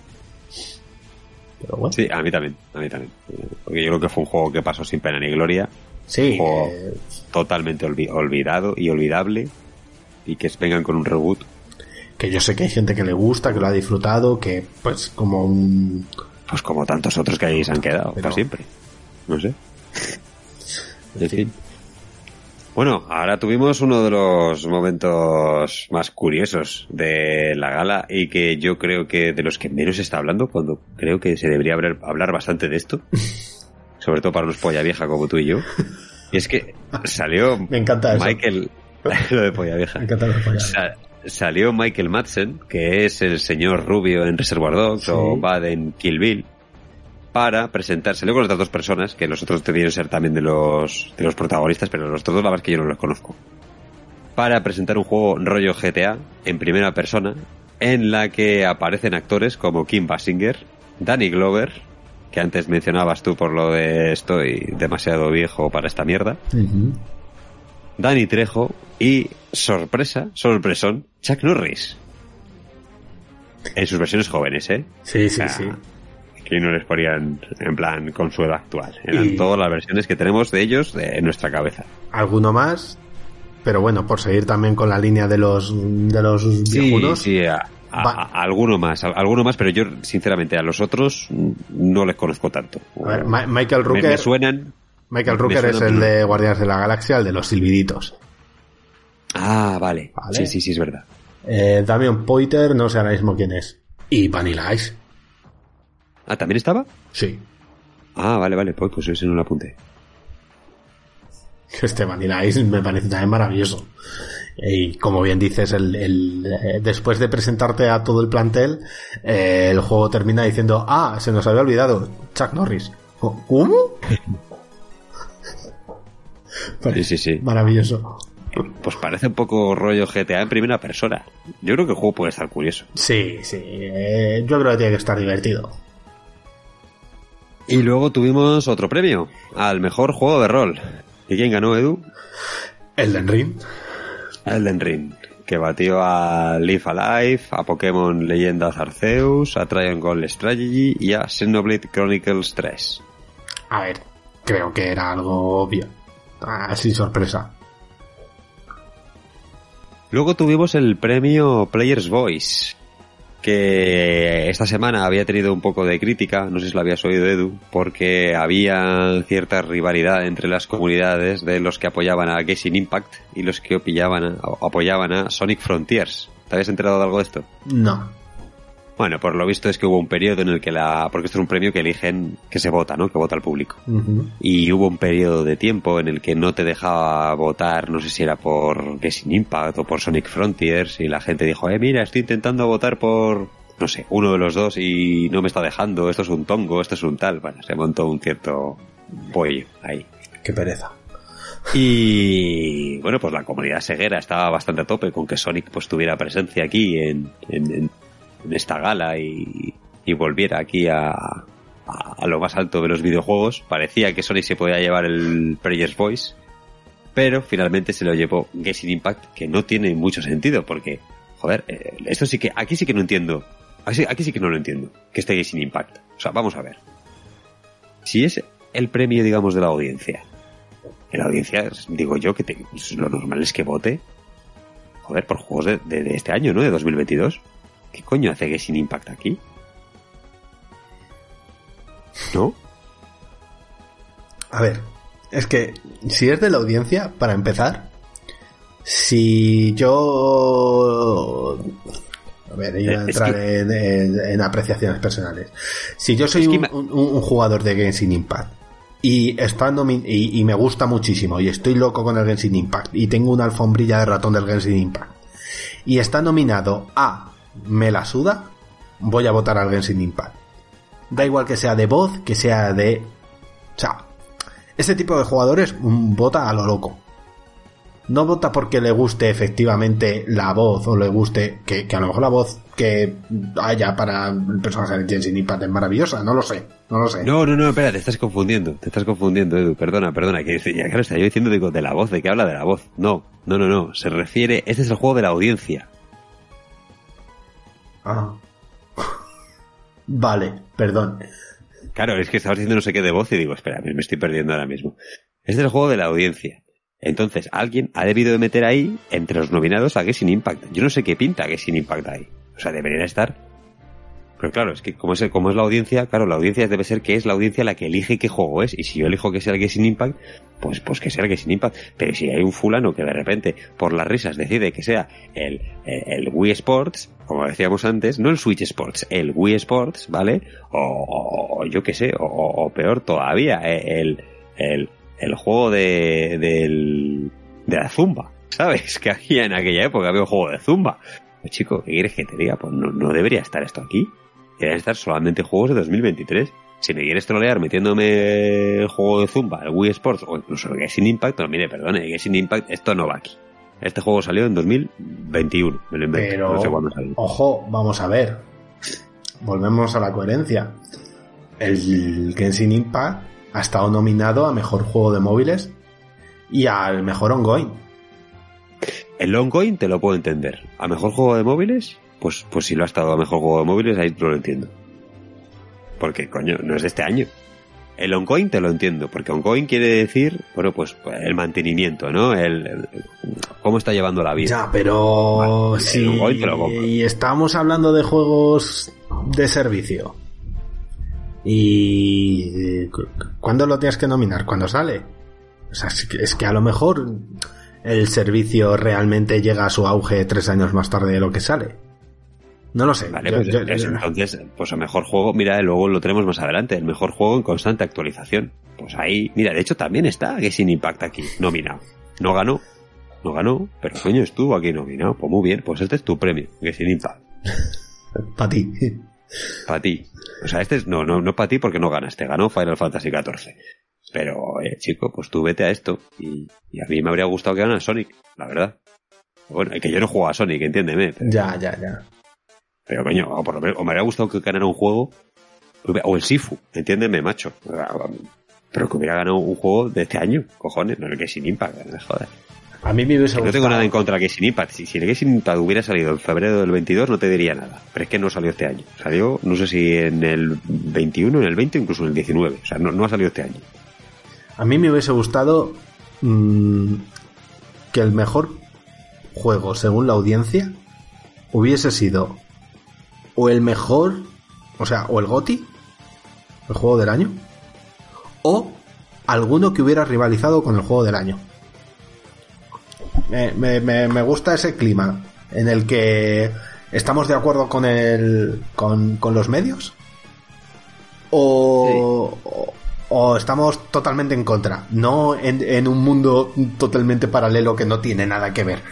Pero bueno. Sí, a mí también, a mí también. Porque yo creo que fue un juego que pasó sin pena ni gloria. Sí. Un juego Eh... totalmente olvi- olvidado y olvidable. Y que vengan con un reboot. Que yo sé que hay gente que le gusta, que lo ha disfrutado, que pues como un... Pues como tantos otros que ahí se han quedado, Pero... para siempre. No sé. En fin. Bueno, ahora tuvimos uno de los momentos más curiosos de la gala y que yo creo que de los que menos se está hablando, cuando creo que se debería hablar, hablar bastante de esto, sobre todo para unos polla vieja como tú y yo. Y es que salió Me encanta eso. Michael, lo de polla vieja. Me encanta lo de polla. Sa- salió Michael Madsen, que es el señor rubio en Reservoir Dogs, sí, o Bad en Kill Bill, para presentar, salió con otras dos personas, que los otros debieron ser también de los de los protagonistas, pero los otros dos la verdad es que yo no los conozco, para presentar un juego rollo G T A en primera persona, en la que aparecen actores como Kim Basinger, Danny Glover, que antes mencionabas tú por lo de estoy demasiado viejo para esta mierda, uh-huh. Danny Trejo y, sorpresa, sorpresón, Chuck Norris. En sus versiones jóvenes, ¿eh? Sí, sí, o sea, sí. Que no les ponían en plan con su edad actual. Eran y... todas las versiones que tenemos de ellos de, en nuestra cabeza. Alguno más, pero bueno, por seguir también con la línea de los de los sí, viejunos. Sí, a, a, a, alguno más, a, alguno más, pero yo sinceramente a los otros no les conozco tanto. A ver, Ma- Michael Rooker. Me, me suenan. Michael Rooker es el de Guardianes de la Galaxia, el de los silbiditos. Ah, vale. vale. Sí, sí, sí, es verdad. Eh, Damian Poiter, no sé ahora mismo quién es. Y Vanilla Ice. Ah, ¿también estaba? Sí. Ah, vale, vale, pues, pues ese no lo apunté. Este Vanilla Ice me parece también maravilloso. Y como bien dices, el, el, eh, después de presentarte a todo el plantel, eh, el juego termina diciendo, ah, se nos había olvidado, Chuck Norris. ¿Cómo? Sí, sí, sí. Maravilloso. Pues parece un poco rollo G T A en primera persona. Yo creo que el juego puede estar curioso. Sí, sí. Eh, yo creo que tiene que estar divertido. Y luego tuvimos otro premio al mejor juego de rol. ¿Y quién ganó, Edu? Elden Ring. Elden Ring, que batió a Live Alive, a Pokémon Leyendas Arceus, a Triangle Strategy y a Xenoblade Chronicles tres. A ver, creo que era algo obvio. Así sorpresa. Luego tuvimos el premio Player's Voice, que esta semana había tenido un poco de crítica, no sé si lo habías oído, Edu, porque había cierta rivalidad entre las comunidades de los que apoyaban a Genshin Impact y los que apoyaban a, apoyaban a Sonic Frontiers. ¿Te habías enterado de algo de esto? No. Bueno, por lo visto es que hubo un periodo en el que la... Porque esto es un premio que eligen, que se vota, ¿no? Que vota el público. Uh-huh. Y hubo un periodo de tiempo en el que no te dejaba votar, no sé si era por Genshin Impact o por Sonic Frontiers, y la gente dijo, eh, mira, estoy intentando votar por, no sé, uno de los dos y no me está dejando, esto es un tongo, esto es un tal. Bueno, se montó un cierto pollo ahí. Qué pereza. Y bueno, pues la comunidad seguera estaba bastante a tope con que Sonic pues tuviera presencia aquí en... en, en en esta gala y, y volviera aquí a, a, a lo más alto de los videojuegos. Parecía que Sonic se podía llevar el Player's Voice, pero finalmente se lo llevó Genshin Impact, que no tiene mucho sentido porque, joder, eh, esto sí que, aquí sí que no entiendo, aquí, aquí sí que no lo entiendo, que esté Genshin Impact. O sea, vamos a ver, si es el premio, digamos, de la audiencia, en la audiencia, digo yo, que te, lo normal es que vote, joder, por juegos de, de, de este año, ¿no? De dos mil veintidós. ¿Qué coño hace Genshin Impact aquí? ¿No? A ver, es que si es de la audiencia, para empezar, si yo... A ver, yo voy a entrar que... en, en, en apreciaciones personales. Si yo soy es que... un, un, un jugador de Genshin Impact y, está nomin- y, y me gusta muchísimo y estoy loco con el Genshin Impact y tengo una alfombrilla de ratón del Genshin Impact y está nominado a me la suda, voy a votar al Genshin Impact. Da igual que sea de voz, que sea de... O sea, ese tipo de jugadores mm, vota a lo loco. No vota porque le guste efectivamente la voz o le guste... Que, que a lo mejor la voz que haya para el personaje de Genshin Impact es maravillosa, no lo sé, no lo sé. No, no, no, espera, te estás confundiendo, te estás confundiendo, Edu, perdona, perdona, que ya claro, está yo diciendo digo, de la voz, ¿de qué habla de la voz? No, no, no, no, se refiere, este es el juego de la audiencia. Ah. Vale, perdón. Claro, es que estabas diciendo no sé qué de voz y digo, espera, me estoy perdiendo ahora mismo. Este es el juego de la audiencia. Entonces, alguien ha debido de meter ahí, entre los nominados, a Genshin Impact. Yo no sé qué pinta Genshin Impact ahí. O sea, debería estar. Pero claro, es que como es, como es la audiencia, claro, la audiencia debe ser que es la audiencia la que elige qué juego es. Y si yo elijo que sea el Genshin Impact, pues, pues que sea el Genshin Impact. Pero si hay un fulano que de repente, por las risas, decide que sea el, el, el Wii Sports, como decíamos antes, no el Switch Sports, el Wii Sports, ¿vale? O, o, o yo qué sé, o, o peor todavía, el, el, el juego de, del, de la Zumba, ¿sabes? Que había en aquella época, había un juego de Zumba. Pues chico, ¿qué quieres que te diga? Pues no, no debería estar esto aquí. Deberían estar solamente juegos de dos mil veintitrés. Si me quieres trolear metiéndome el juego de Zumba, el Wii Sports o incluso el Genshin Impact, pero mire, perdone, el Genshin Impact, esto no va aquí. Este juego salió en dos mil veintiuno, me lo invento, pero, no sé cuándo salió. Ojo, vamos a ver. Volvemos a la coherencia. El Genshin Impact ha estado nominado a Mejor Juego de Móviles y al Mejor Ongoing. El ongoing te lo puedo entender. ¿A mejor juego de móviles? Pues, pues si lo ha estado a mejor juego de móviles, ahí lo entiendo. Porque, coño, no es de este año. El ongoing te lo entiendo, porque ongoing quiere decir, bueno, pues el mantenimiento, ¿no? El, el cómo está llevando la vida. Ya, pero vale, si ongoing te lo compro. Y estamos hablando de juegos de servicio. ¿Y cuándo lo tienes que nominar? ¿Cuándo sale? O sea, es que a lo mejor el servicio realmente llega a su auge tres años más tarde de lo que sale. No lo sé. Vale, yo, pues yo, eso, yo, entonces, pues el mejor juego, mira, luego lo tenemos más adelante, el mejor juego en constante actualización. Pues ahí, mira, de hecho también está Genshin Impact aquí, nominado. No ganó, no ganó, pero coño, estuvo aquí nominado. Pues muy bien, pues este es tu premio, Genshin Impact. Para ti. Para ti. O sea, este es, no, no, no para ti porque no ganaste, ganó Final Fantasy catorce. Pero, eh, chico, pues tú vete a esto. Y, y a mí me habría gustado que ganara Sonic, la verdad. Bueno, que yo no juego a Sonic, entiéndeme. Pero, ya, ya, ya. Pero, coño, o, por lo menos, o me habría gustado que ganara un juego. O el Sifu, entiéndeme, macho. Pero que hubiera ganado un juego de este año, cojones, no el Genshin Impact, no me jodas. A mí me hubiese gustado. No tengo nada en contra del Genshin Impact. Si, si el Genshin Impact hubiera salido en febrero del veintidós, no te diría nada. Pero es que no salió este año. Salió, no sé si en el veintiuno, en el veinte, incluso en el diecinueve. O sea, no, no ha salido este año. A mí me hubiese gustado mmm, que el mejor juego, según la audiencia, hubiese sido o el mejor, o sea, o el GOTY, el juego del año, o alguno que hubiera rivalizado con el juego del año. Me, me, me, me gusta ese clima en el que estamos de acuerdo con el con, con los medios o, sí. o o estamos totalmente en contra, no en, en un mundo totalmente paralelo que no tiene nada que ver.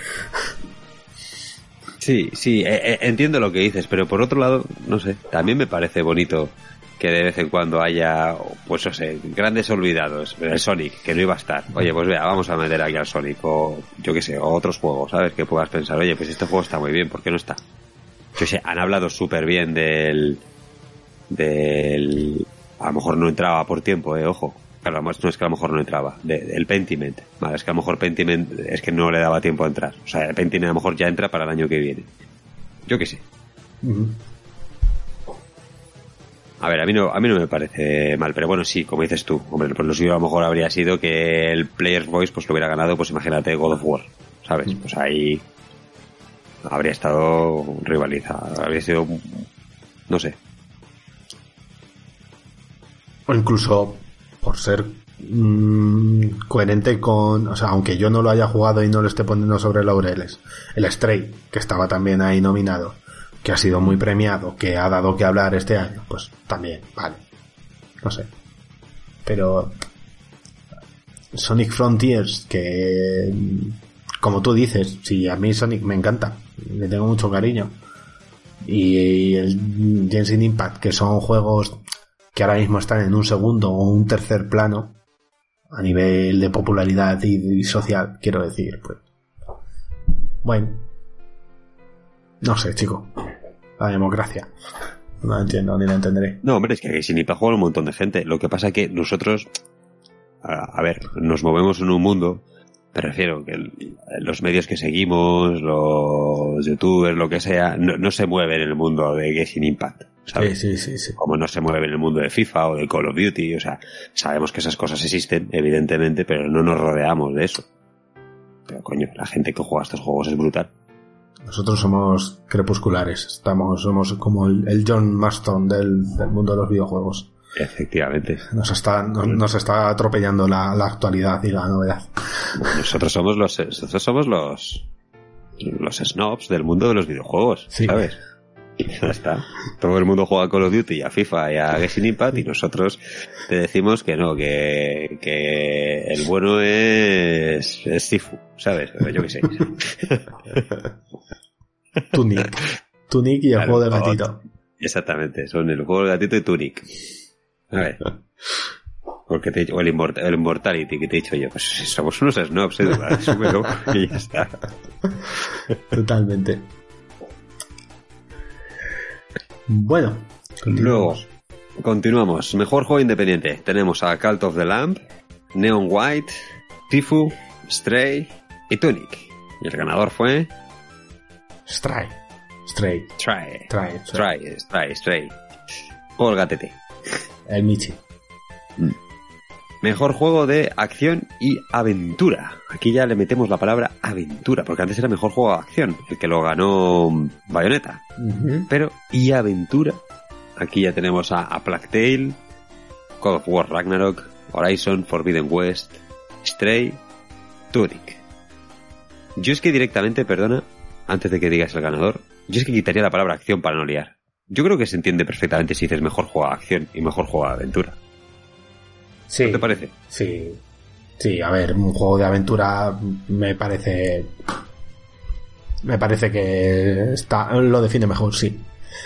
Sí, sí, eh, entiendo lo que dices, pero por otro lado, no sé, también me parece bonito que de vez en cuando haya, pues no sé, grandes olvidados, el Sonic, que no iba a estar. Oye, pues vea, vamos a meter aquí al Sonic, o yo qué sé, o otros juegos, ¿sabes? Que puedas pensar, oye, pues este juego está muy bien, ¿por qué no está? Yo sé, han hablado súper bien del... del... A lo mejor no entraba por tiempo, eh, ojo. Claro, no es que a lo mejor no entraba. De, el Pentiment. Vale, es que a lo mejor Pentiment es que no le daba tiempo a entrar. O sea, el Pentiment a lo mejor ya entra para el año que viene. Yo qué sé. Uh-huh. A ver, a mí no a mí no me parece mal, pero bueno, sí, como dices tú. Hombre, pues lo suyo a lo mejor habría sido que el Player's Voice pues lo hubiera ganado, pues imagínate God of War, ¿sabes? Uh-huh. Pues ahí habría estado rivalizado. Habría sido... no sé. O incluso por ser mmm, coherente con, o sea, aunque yo no lo haya jugado y no lo esté poniendo sobre laureles, el Stray, que estaba también ahí nominado, que ha sido muy premiado, que ha dado que hablar este año, pues también, vale, no sé. Pero Sonic Frontiers, que como tú dices, si a mí Sonic me encanta, le tengo mucho cariño, y el Genshin Impact, que son juegos que ahora mismo están en un segundo o un tercer plano a nivel de popularidad y, y social, quiero decir, pues bueno, no sé, chico, la democracia no la entiendo ni la entenderé. No, hombre, es que Genshin Impact juega un montón de gente. Lo que pasa es que nosotros, a, a ver, nos movemos en un mundo. Me refiero que el, los medios que seguimos, los youtubers, lo que sea, no, no se mueven en el mundo de Genshin Impact, ¿sabes? Sí, sí, sí, sí. Como no se mueven en el mundo de FIFA o de Call of Duty, o sea, sabemos que esas cosas existen, evidentemente, pero no nos rodeamos de eso. Pero coño, la gente que juega estos juegos es brutal. Nosotros somos crepusculares, estamos, somos como el, el John Marston del, del mundo de los videojuegos. Efectivamente. Nos está, nos, nos está atropellando la, la actualidad y la novedad. Nosotros somos los, nosotros somos los, los snobs del mundo de los videojuegos, sí. ¿Sabes? Ya está. Todo el mundo juega a Call of Duty, a FIFA y a Genshin Impact, y nosotros te decimos que no, que, que el bueno es, es Sifu, ¿sabes? Yo qué sé. Tunic. Tunic y el claro, juego del gatito. Exactamente, son el juego del gatito y Tunic. A ver. Porque te he dicho, o el, Immort- el Immortality que te he dicho yo, pues somos unos snobs, ¿eh? Súbelo y ya está. Totalmente. Bueno, luego continuamos. Mejor juego independiente. Tenemos a Cult of the Lamb, Neon White, Sifu, Stray y Tunic. Y el ganador fue Stray. Stray. Stray. Stray. Stray. Stray. Stray. O el gatete. El Michi. Mejor juego de acción y aventura. Aquí ya le metemos la palabra aventura, porque antes era mejor juego de acción, el que lo ganó Bayonetta. Uh-huh. Pero, y aventura. Aquí ya tenemos a, a Plague Tale, God of War Ragnarok, Horizon, Forbidden West, Stray, Tunic. Yo es que directamente, perdona, antes de que digas el ganador, yo es que quitaría la palabra acción para no liar. Yo creo que se entiende perfectamente si dices mejor juego de acción y mejor juego de aventura. Sí, ¿no te parece? Sí, sí, a ver, un juego de aventura me parece... Me parece que está lo define mejor, sí.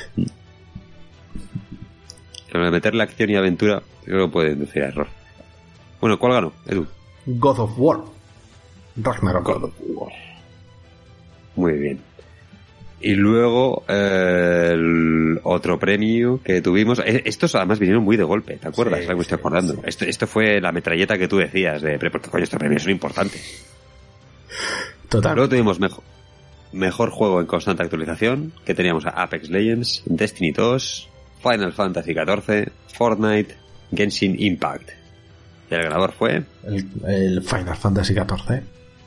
Pero de meterle acción y aventura, yo creo que puede inducir a error. Bueno, ¿cuál ganó, Edu? God of War. Ragnarok. God of War. Muy bien. Y luego eh, el otro premio que tuvimos, estos además vinieron muy de golpe, ¿te acuerdas? Sí, me estoy acordando. Sí. Esto, esto fue la metralleta que tú decías, de porque coño, estos premios son importantes. Total. Luego tuvimos mejor, mejor juego en constante actualización, que teníamos a Apex Legends, Destiny dos, Final Fantasy catorce, Fortnite, Genshin Impact. Y el ganador fue... El, el Final Fantasy catorce.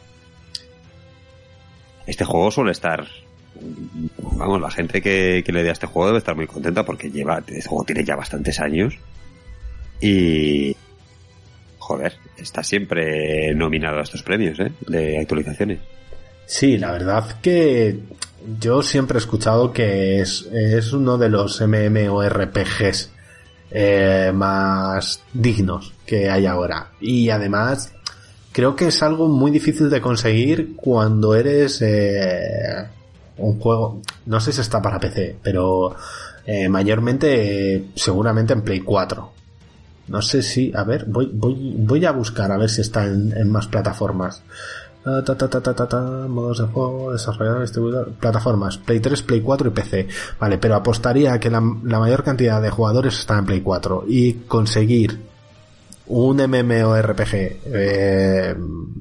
Este juego suele estar... Vamos, la gente que, que le dé a este juego debe estar muy contenta porque lleva, este juego tiene ya bastantes años y joder, está siempre nominado a estos premios, ¿eh? De actualizaciones. Sí, la verdad que yo siempre he escuchado que es, es uno de los MMORPGs eh, más dignos que hay ahora, y además creo que es algo muy difícil de conseguir cuando eres eh, un juego, no sé si está para P C, pero eh, mayormente eh, seguramente en Play cuatro. No sé si, a ver, voy voy voy a buscar a ver si está en, en más plataformas. Ta, ta, ta, ta, ta, ta, modos de juego, desarrollador, distribuidor, plataformas, Play tres, Play cuatro y P C. Vale, pero apostaría que la, la mayor cantidad de jugadores están en Play cuatro, y conseguir un MMORPG eh,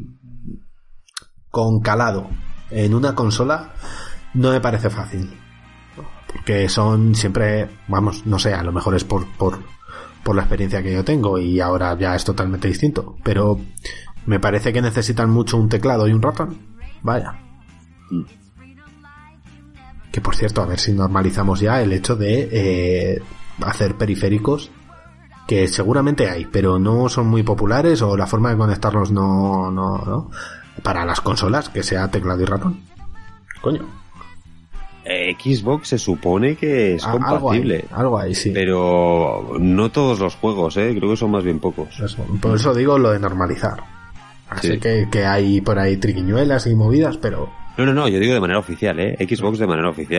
con calado en una consola no me parece fácil, porque son siempre, vamos, no sé, a lo mejor es por por por la experiencia que yo tengo y ahora ya es totalmente distinto, pero me parece que necesitan mucho un teclado y un ratón. Vaya. Mm. Que por cierto, a ver si normalizamos ya el hecho de eh, hacer periféricos, que seguramente hay, pero no son muy populares, o la forma de conectarlos no, no, no. Para las consolas, que sea teclado y ratón. Coño. Eh, Xbox se supone que es ah, compatible. Algo hay, algo hay, sí. Pero no todos los juegos, ¿eh? Creo que son más bien pocos. Eso, por eso digo lo de normalizar. Así sí. que, que hay por ahí triquiñuelas y movidas, pero... No, no, no, yo digo de manera oficial, ¿eh? Xbox de manera oficial.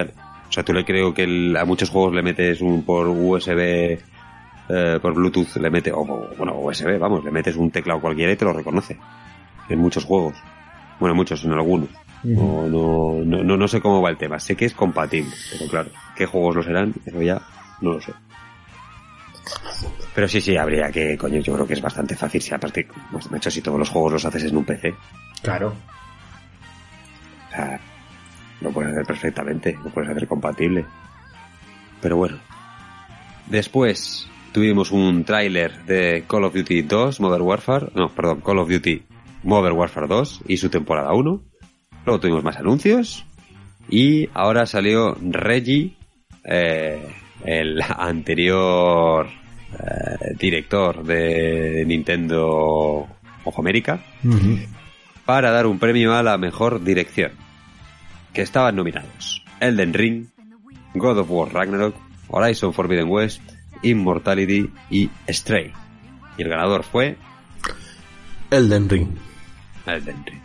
O sea, tú le creo que el, a muchos juegos le metes un por U S B, eh, por Bluetooth, le metes, o bueno, U S B, vamos, le metes un teclado cualquiera y te lo reconoce. En muchos juegos. Bueno, muchos, en algunos. No, no, no, no, no sé cómo va el tema. Sé que es compatible, pero claro, ¿qué juegos lo serán? Eso ya no lo sé. Pero sí, sí, habría que, coño, yo creo que es bastante fácil. Si aparte, pues, de hecho, si todos los juegos los haces en un P C. Claro. O sea, lo puedes hacer perfectamente, lo puedes hacer compatible. Pero bueno. Después tuvimos un tráiler de Call of Duty dos, Modern Warfare, no, perdón, Call of Duty Modern Warfare dos y su temporada uno. Luego tuvimos más anuncios y ahora salió Reggie, eh, el anterior eh, director de Nintendo of America, uh-huh. para dar un premio a la mejor dirección, que estaban nominados Elden Ring, God of War Ragnarok, Horizon Forbidden West, Immortality y Stray. Y el ganador fue Elden Ring. Elden Ring.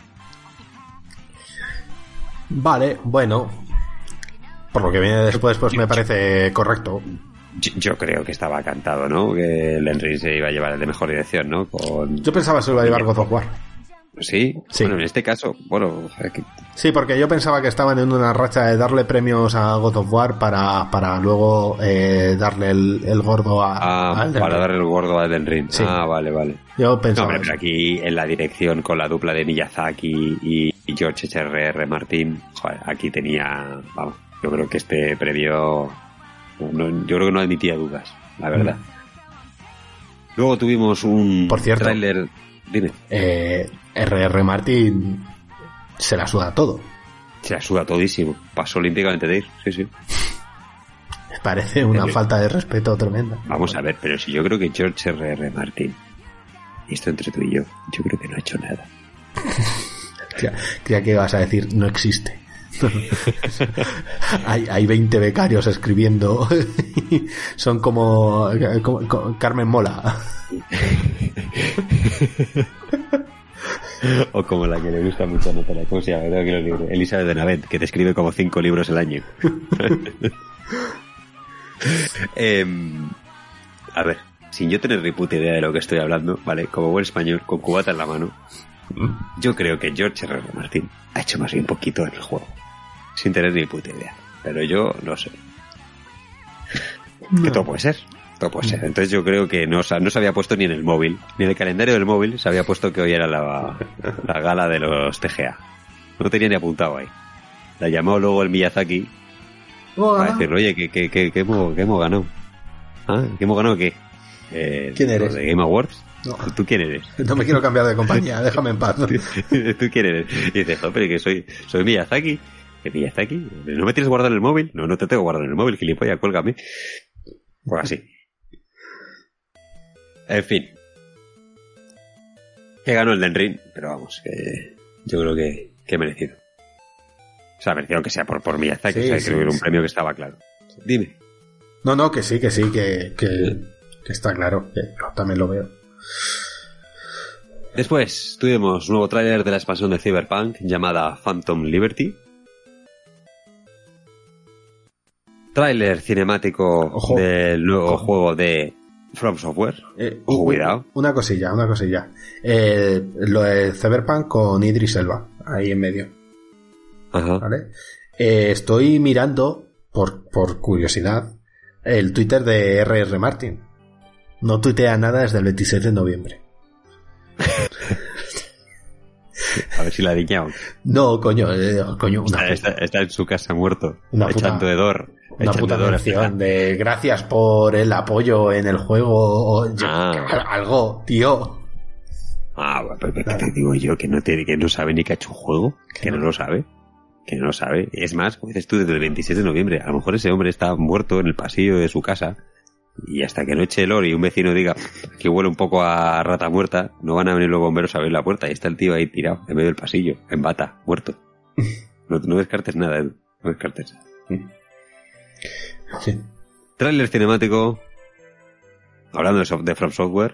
Vale, bueno, por lo que viene después, pues me parece correcto. Yo, yo creo que estaba cantado, ¿no? Que Elden Ring se iba a llevar el de mejor dirección, ¿no? Con... Yo pensaba que se iba a llevar God of War. ¿Sí? Sí. Bueno, en este caso, bueno... Que... Sí, porque yo pensaba que estaban en una racha de darle premios a God of War para, para luego eh, darle el, el gordo a... Ah, a para darle el gordo a Elden Ring. Sí. Ah, vale, vale. Yo pensaba... No, pero aquí en la dirección con la dupla de Miyazaki y, y George H R R. Martin, joder, aquí tenía... Vamos, yo creo que este premio... No, yo creo que no admitía dudas, la verdad. Mm. Luego tuvimos un Por cierto, tráiler... Dime. Eh, R R. Martin se la suda todo. Se la suda todísimo. Pasó olímpicamente de ir, sí, sí. Me parece una pero, falta de respeto tremenda. Vamos a ver, pero si yo creo que George R R. Martin, y esto entre tú y yo, yo creo que no ha hecho nada. Creía que ibas a decir, no existe. hay, hay veinte becarios escribiendo. Son como, como, como Carmen Mola. O como la que le gusta mucho a Natalia, ¿cómo se llama? Creo que los libros. Elizabeth Benavent, que te escribe como cinco libros al año. eh, a ver, sin yo tener ni puta idea de lo que estoy hablando, ¿vale? Como buen español, con cubata en la mano, yo creo que George R R. Martin ha hecho más bien poquito en el juego. Sin tener ni puta idea. Pero yo no sé. No. Que todo puede ser. Todo puede ser. Entonces yo creo que no, no se había puesto ni en el móvil, ni en el calendario del móvil se había puesto que hoy era la, la gala de los T G A. No tenía ni apuntado ahí. La llamó luego el Miyazaki oh, para decirle, oye, que, que, que, que, hemos, que hemos ganado. ¿Ah? ¿Que hemos ganado qué? Eh, ¿Quién eres? ¿De Game Awards? No. ¿Tú quién eres? No me quiero cambiar de compañía, déjame en paz. ¿Tú, ¿Tú quién eres? Y dice, joder, que soy, soy Miyazaki. ¿Qué Miyazaki? ¿No me tienes guardado en el móvil? No, no te tengo guardado en el móvil, gilipollas, cuélgame. Pues así. En fin. Que ganó el Elden Ring, pero vamos, que yo creo que, que he merecido. O sea, merecido que sea por, por Miyazaki, sí, o sea, sí, que era un sí. premio que estaba claro. Dime. No, no, que sí, que sí, que, que, que está claro, que yo también lo veo. Después tuvimos un nuevo tráiler de la expansión de Cyberpunk llamada Phantom Liberty. Tráiler cinemático Ojo. del nuevo Ojo. juego de From Software. Eh, Ojo, cuidado. Una cosilla, una cosilla. Eh, lo de Cyberpunk con Idris Elba, ahí en medio. Ajá. ¿Vale? Eh, estoy mirando, por, por curiosidad, el Twitter de R R. Martin. No tuitea nada desde el veintiséis de noviembre. A ver si la ha diñado. No, coño, eh, coño una está, está, está en su casa muerto. Una echando puta, de dor. Una puta mención de gracias por el apoyo en el juego. O yo, ah. Algo, tío. Ah, pero ¿qué te digo yo? Que no, te, que no sabe ni que ha hecho un juego. Que no lo sabe. Que no lo sabe. Es más, como dices tú, desde el veintiséis de noviembre. A lo mejor ese hombre está muerto en el pasillo de su casa. Y hasta que no eche el oro y un vecino diga que huele un poco a rata muerta, no van a venir los bomberos a abrir la puerta. Y está el tío ahí tirado en medio del pasillo, en bata, muerto. No, no descartes nada, Edu. No descartes. Sí. Trailer cinemático. Hablando de, soft, de From Software.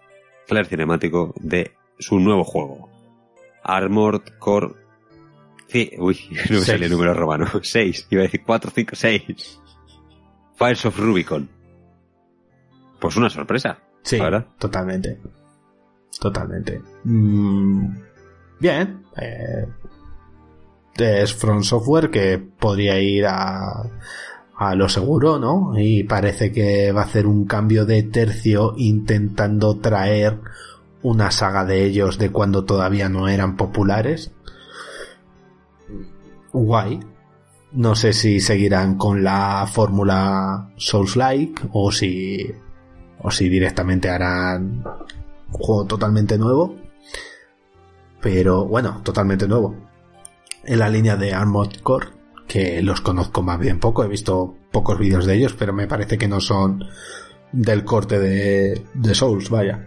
Trailer cinemático de su nuevo juego. Armored Core Sí, uy, no me sale el número romano. seis, iba a decir cuatro, cinco, seis. Fires of Rubicon. Pues una sorpresa. Sí, ¿verdad? totalmente. Totalmente. Mm, bien. Eh, es From Software, que podría ir a, a lo seguro, ¿no? Y parece que va a hacer un cambio de tercio intentando traer una saga de ellos de cuando todavía no eran populares. Guay. No sé si seguirán con la fórmula Souls-like o si o si directamente harán un juego totalmente nuevo. Pero bueno, totalmente nuevo. En la línea de Armored Core, que los conozco más bien poco, he visto pocos vídeos de ellos, pero me parece que no son del corte de, de Souls, vaya.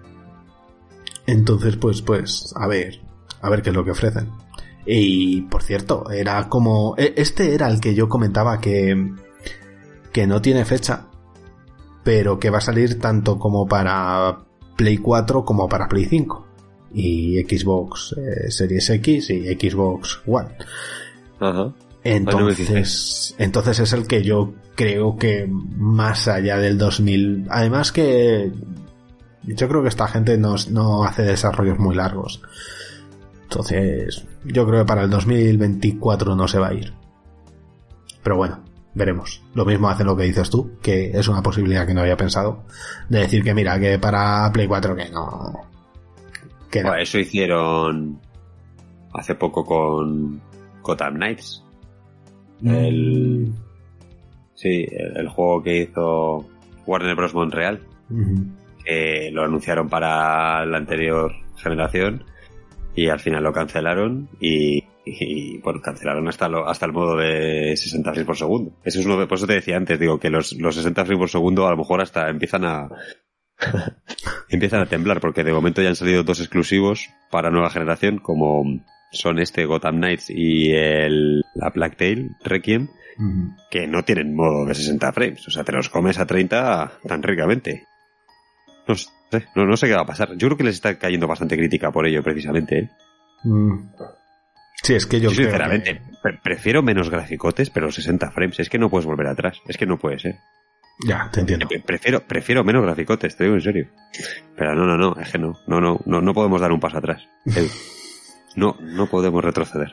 Entonces, pues, pues, a ver, a ver qué es lo que ofrecen. Y, por cierto, era como... Este era el que yo comentaba que, que no tiene fecha, pero que va a salir tanto como para Play cuatro como para Play cinco. Y Xbox eh, Series X y Xbox One. Ajá. Entonces, entonces es el que yo creo que más allá del dos mil... Además que yo creo que esta gente no, no hace desarrollos muy largos. Entonces, yo creo que para el dos mil veinticuatro no se va a ir. Pero bueno, veremos. Lo mismo hacen lo que dices tú, que es una posibilidad que no había pensado. De decir que mira, que para Play cuatro que no... Que no. Bueno, eso hicieron hace poco con Gotham Knights. Mm. El... Sí, el, el juego que hizo Warner Bros. Montreal. Mm-hmm. Que lo anunciaron para la anterior generación. Y al final lo cancelaron y, y bueno, cancelaron hasta lo, hasta el modo de sesenta frames por segundo. Eso es uno de, por eso te decía antes, digo que los, los sesenta frames por segundo a lo mejor hasta empiezan a empiezan a temblar, porque de momento ya han salido dos exclusivos para nueva generación, como son este Gotham Knights y el la Plague Tale Requiem, uh-huh. que no tienen modo de sesenta frames, o sea, te los comes a treinta tan ricamente. No sé, no, no sé qué va a pasar. Yo creo que les está cayendo bastante crítica por ello, precisamente, ¿eh? Mm. Sí, es que yo, yo creo sinceramente, que... pre- prefiero menos graficotes, pero sesenta frames. Es que no puedes volver atrás. Es que no puedes, ¿eh? Ya, te entiendo. Prefiero, prefiero menos graficotes, te digo en serio. Pero no, no, no, es que no. No, no, no, no podemos dar un paso atrás. No, no podemos retroceder.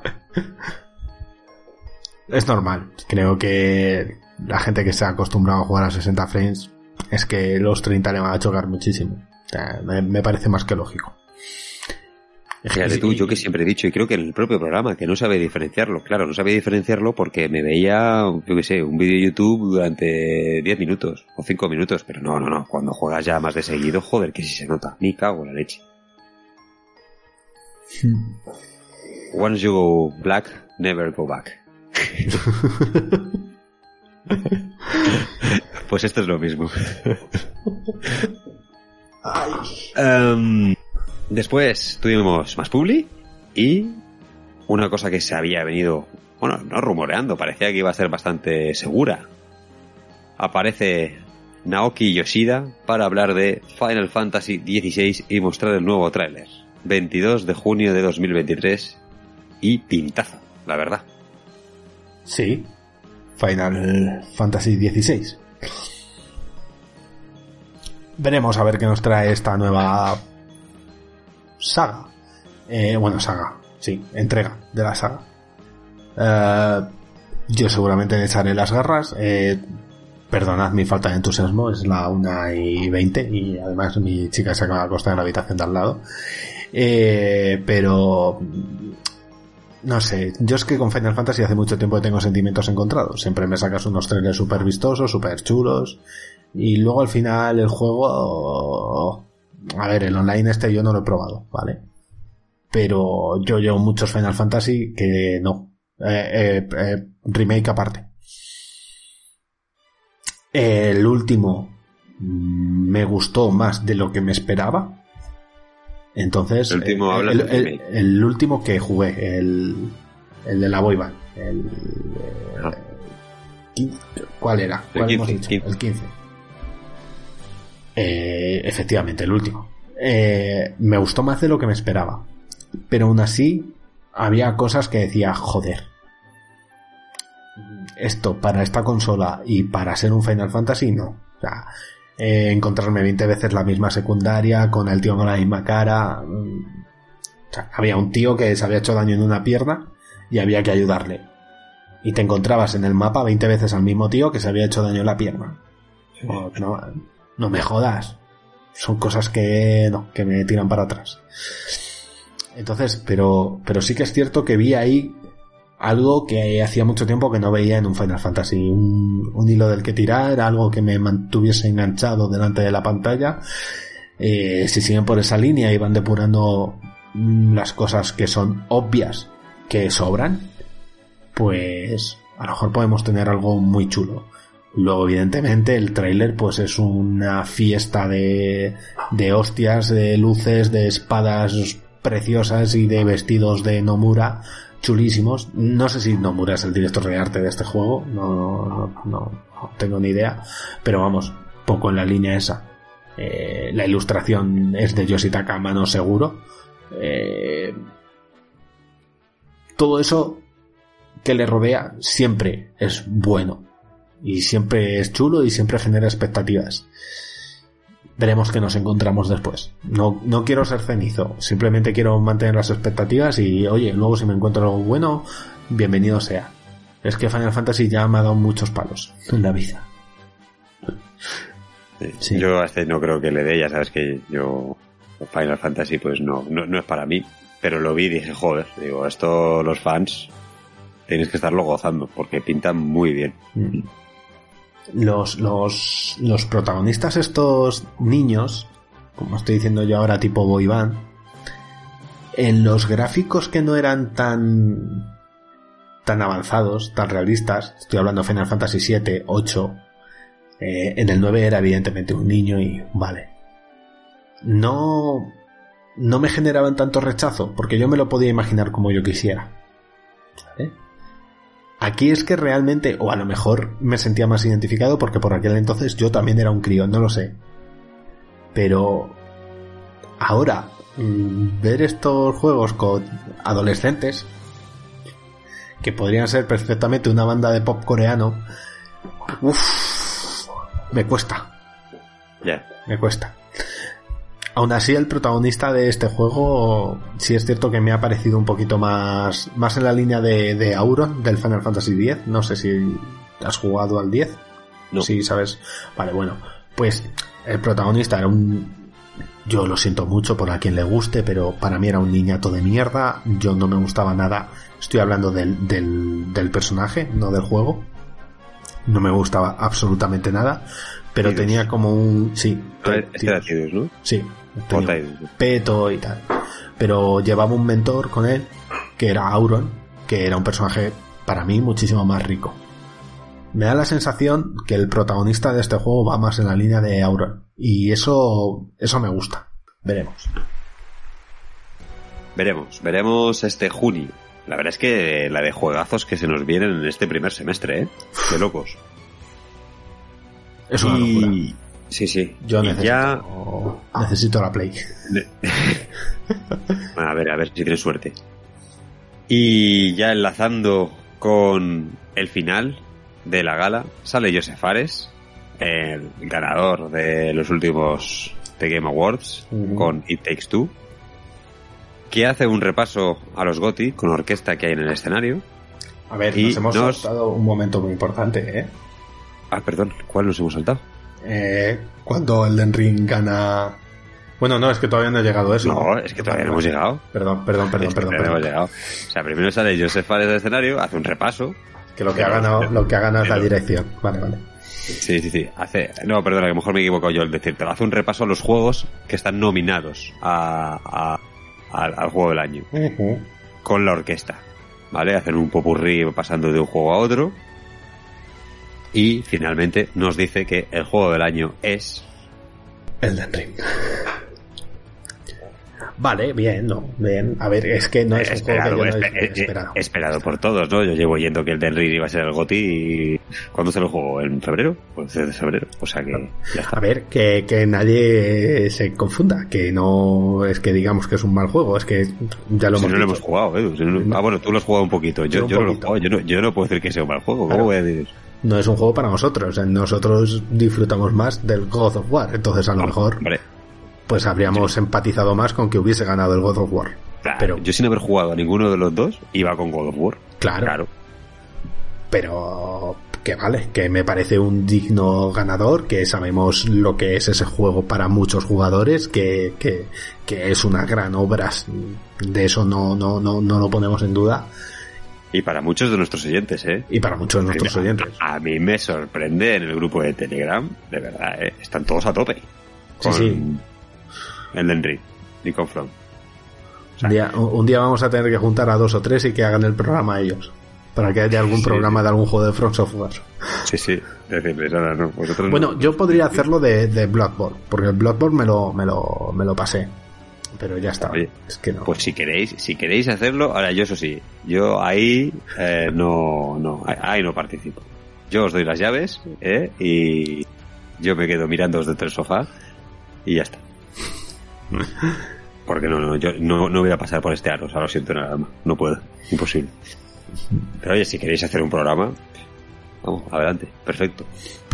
Es normal. Creo que la gente que se ha acostumbrado a jugar a sesenta frames... Es que los treinta le van a chocar muchísimo. O sea, me, me parece más que lógico. Fíjate tú, yo que siempre he dicho, y creo que en el propio programa, que no sabe diferenciarlo. Claro, no sabía diferenciarlo porque me veía, yo qué sé, un vídeo de YouTube durante diez minutos o cinco minutos. Pero no, no, no. Cuando juegas ya más de seguido, joder, que sí se nota. Ni cago en la leche. Once you go black, never go back. Pues esto es lo mismo. um, después tuvimos más publi y una cosa que se había venido, bueno, no rumoreando, parecía que iba a ser bastante segura. Aparece Naoki Yoshida para hablar de Final Fantasy dieciséis y mostrar el nuevo tráiler. veintidós de junio de dos mil veintitrés y pintazo, la verdad. Sí. Final Fantasy dieciséis. Veremos a ver qué nos trae esta nueva saga. Eh, bueno, saga, sí, entrega de la saga. Eh, yo seguramente le echaré las garras. Eh, perdonad mi falta de entusiasmo, es la una y veinte y además mi chica se acaba de acostar en la habitación de al lado. Eh, pero... No sé, yo es que con Final Fantasy hace mucho tiempo que tengo sentimientos encontrados. Siempre me sacas unos trailers súper vistosos, súper chulos. Y luego al final el juego... A ver, el online este yo no lo he probado, ¿vale? Pero yo llevo muchos Final Fantasy que no. Eh, eh, eh, remake aparte. El último me gustó más de lo que me esperaba. Entonces, el último, el, el, el, el último que jugué, el, el de la boyband, el, ah. el ¿cuál era? ¿Cuál el hemos quince, dicho? El quince. Eh, efectivamente, el último. Eh, me gustó más de lo que me esperaba, pero aún así había cosas que decía, joder, esto para esta consola y para ser un Final Fantasy, no. O sea, eh, encontrarme veinte veces la misma secundaria, con el tío con la misma cara. O sea, había un tío que se había hecho daño en una pierna y había que ayudarle. Y te encontrabas en el mapa veinte veces al mismo tío que se había hecho daño en la pierna. No, no, no me jodas. Son cosas que no, que me tiran para atrás. Entonces, pero, pero sí que es cierto que vi ahí algo que hacía mucho tiempo que no veía en un Final Fantasy. Un, un hilo del que tirar, algo que me mantuviese enganchado delante de la pantalla. Eh, si siguen por esa línea y van depurando las cosas que son obvias, que sobran, pues a lo mejor podemos tener algo muy chulo. Luego, evidentemente, el tráiler pues es una fiesta de, de hostias, de luces, de espadas preciosas y de vestidos de Nomura chulísimos. No sé si Nomura es el director de arte de este juego, no, no, no, no tengo ni idea, pero vamos, poco en la línea esa. Eh, la ilustración es de Yoshitaka Amano seguro. Eh, todo eso que le rodea siempre es bueno y siempre es chulo y siempre genera expectativas. Veremos qué nos encontramos después. No, no quiero ser cenizo, simplemente quiero mantener las expectativas y oye, luego si me encuentro algo bueno, bienvenido sea. Es que Final Fantasy ya me ha dado muchos palos en la vida. Sí. Yo a este no creo que le dé, ya sabes que yo Final Fantasy pues no, no, no es para mí, pero lo vi y dije, joder, digo, esto los fans tenéis que estarlo gozando porque pintan muy bien. Los, los, los protagonistas, estos niños, como estoy diciendo yo ahora, tipo boy band, en los gráficos que no eran tan tan avanzados, tan realistas, estoy hablando de Final Fantasy siete, ocho, eh, en el nueve era evidentemente un niño y vale. No, no me generaban tanto rechazo, porque yo me lo podía imaginar como yo quisiera. ¿Vale? Aquí es que realmente, o a lo mejor me sentía más identificado porque por aquel entonces yo también era un crío, no lo sé. Pero ahora, ver estos juegos con adolescentes, que podrían ser perfectamente una banda de pop coreano, uff, me cuesta. Ya. Yeah. Me cuesta. Aún así, el protagonista de este juego sí es cierto que me ha parecido un poquito más más en la línea de, de Auron del Final Fantasy diez. No sé si has jugado al diez. No. Sí, ¿sabes? Vale, bueno. Pues el protagonista era un... Yo lo siento mucho por a quien le guste, pero para mí era un niñato de mierda. Yo no me gustaba nada. Estoy hablando del, del, del personaje, no del juego. No me gustaba absolutamente nada. Pero Tidus. Tenía como un... Sí. Este era Tidus, ¿no? Sí. Tenía un peto y tal. Pero llevaba un mentor con él, que era Auron, que era un personaje para mí muchísimo más rico. Me da la sensación que el protagonista de este juego va más en la línea de Auron. Y eso, eso me gusta. Veremos. Veremos, veremos este junio. La verdad es que la de juegazos que se nos vienen en este primer semestre, ¿eh? Qué locos. Es una y... locura. Sí, sí. Yo y necesito, ya... necesito la Play. A ver, a ver si tienes suerte. Y ya enlazando con el final de la gala, sale Joseph Fares, el ganador de los últimos The Game Awards, uh-huh. con It Takes Two, que hace un repaso a los GOTY con orquesta que hay en el escenario. A ver, y nos hemos nos... saltado un momento muy importante, ¿eh? Ah, perdón, ¿cuál nos hemos saltado? Eh, cuando Elden Ring gana... Bueno, no, es que todavía no ha llegado eso. No, es que todavía no hemos llegado. Perdón, perdón, perdón, es perdón. Que perdón. No hemos llegado. O sea, primero sale Joseph Fares del escenario, hace un repaso. Que lo que ha ganado, lo que ha ganado es la dirección. Vale, vale. Sí, sí, sí. Hace... No, perdona, que a lo mejor me he equivocado yo al decírtelo. Hace un repaso a los juegos que están nominados a, a, a, al juego del año. Uh-huh. Con la orquesta. ¿Vale? Hacen un popurrí pasando de un juego a otro. Y finalmente nos dice que el juego del año es... Elden Ring. Vale, bien, no, bien. A ver, es que no es un esperado, juego que yo no esper- he esperado. Esperado por todos, ¿no? Yo llevo oyendo que el Elden Ring iba a ser el GOTY y... ¿Cuándo se lo jugó? ¿En febrero? Pues desde febrero. O sea que ya está. A ver, que, que nadie se confunda, que no es que digamos que es un mal juego, es que ya lo si hemos no lo dicho. hemos jugado, Edu. Si no, ah, bueno, tú lo has jugado un poquito. Yo, Yo un yo, no, lo he poquito. jugado. Yo, no, yo no puedo decir que sea un mal juego. ¿Cómo Claro. voy a decir eso? No es un juego para nosotros, nosotros disfrutamos más del God of War, entonces a lo mejor Hombre, pues habríamos empatizado más con que hubiese ganado el God of War. claro, Pero yo sin haber jugado a ninguno de los dos iba con God of War. claro, Claro. pero que vale, que me parece un digno ganador, que sabemos lo que es ese juego para muchos jugadores, que, que, que es una gran obra, de eso no, no, no, no lo ponemos en duda, Y para muchos de nuestros oyentes, ¿eh? y para muchos de nuestros a, oyentes. A mí me sorprende en el grupo de Telegram, de verdad, ¿eh? Están todos a tope. Sí, Con sí. Elden Ring y con From. Un día, un día vamos a tener que juntar a dos o tres y que hagan el programa ellos, para que haya algún Sí. programa de algún juego de From Software. Sí, sí. Decirles, ahora no, vosotros Bueno, no. yo podría hacerlo de, de Bloodborne, porque el Bloodborne me lo, me lo, me lo pasé. Pero ya está. Oye, es que no. Pues si queréis, si queréis hacerlo, ahora yo eso sí, yo ahí eh, no, no, ahí no participo. Yo os doy las llaves, ¿eh? Y yo me quedo mirándoos desde el sofá y ya está. Porque no, no, yo no, no voy a pasar por este aro, o sea, lo siento nada más, no puedo, imposible. Pero oye, si queréis hacer un programa, vamos, adelante, perfecto.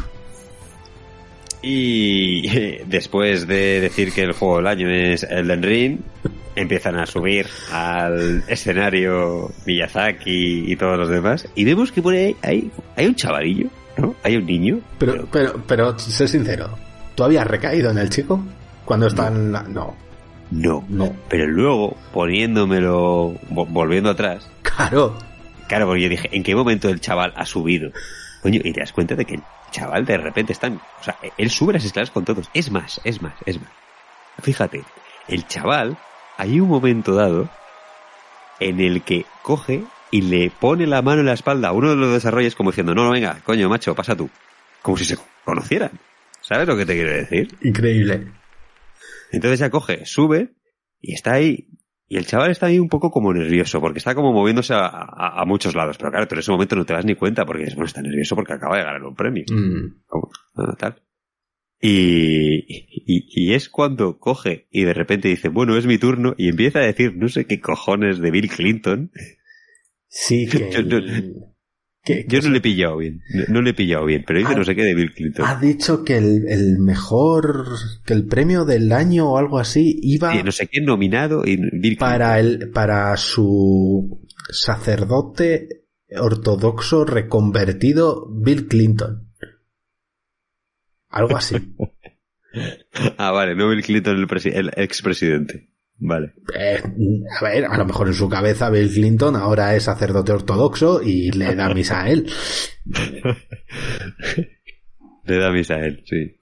Y eh, después de decir que el juego del año es Elden Ring, empiezan a subir al escenario Miyazaki y todos los demás, y vemos que por ahí hay, hay un chavalillo, ¿no? Hay un niño. Pero, pero, pero, sé sincero, ¿tú habías recaído en el chico? Cuando está No. en la... No, No, no. pero luego, poniéndomelo, vo- volviendo atrás, Claro. claro, porque yo dije, ¿en qué momento el chaval ha subido? Coño, y te das cuenta de que el chaval de repente está... en- O sea, él sube las escaleras con todos. Es más, es más, es más. Fíjate, el chaval, hay un momento dado en el que coge y le pone la mano en la espalda a uno de los desarrollos como diciendo, no, no, venga, coño, macho, pasa tú. Como si se conocieran. ¿Sabes lo que te quiero decir? Increíble. Entonces ya coge, sube y está ahí. Y el chaval está ahí un poco como nervioso, porque está como moviéndose a, a, a muchos lados. Pero claro, tú en ese momento no te das ni cuenta, porque dices, bueno, está nervioso porque acaba de ganar un premio. Mm. ¿Cómo? Ah, tal. Y, y, y es cuando coge y de repente dice, bueno, es mi turno, y empieza a decir no sé qué cojones de Bill Clinton. Sí, que... Yo no- que- Yo que no le he pillado bien, no, no le he pillado bien, pero dice Ah, no sé qué de Bill Clinton. ha dicho que el, el mejor... que el premio del año o algo así iba... Sí, no sé qué nominado y Bill para Clinton. el para su sacerdote ortodoxo reconvertido Bill Clinton, algo así. Ah, vale, no Bill Clinton el, presi- el expresidente. Vale. Eh, a ver, a lo mejor en su cabeza Bill Clinton ahora es sacerdote ortodoxo y le da misa a él. Le da misa a él, sí.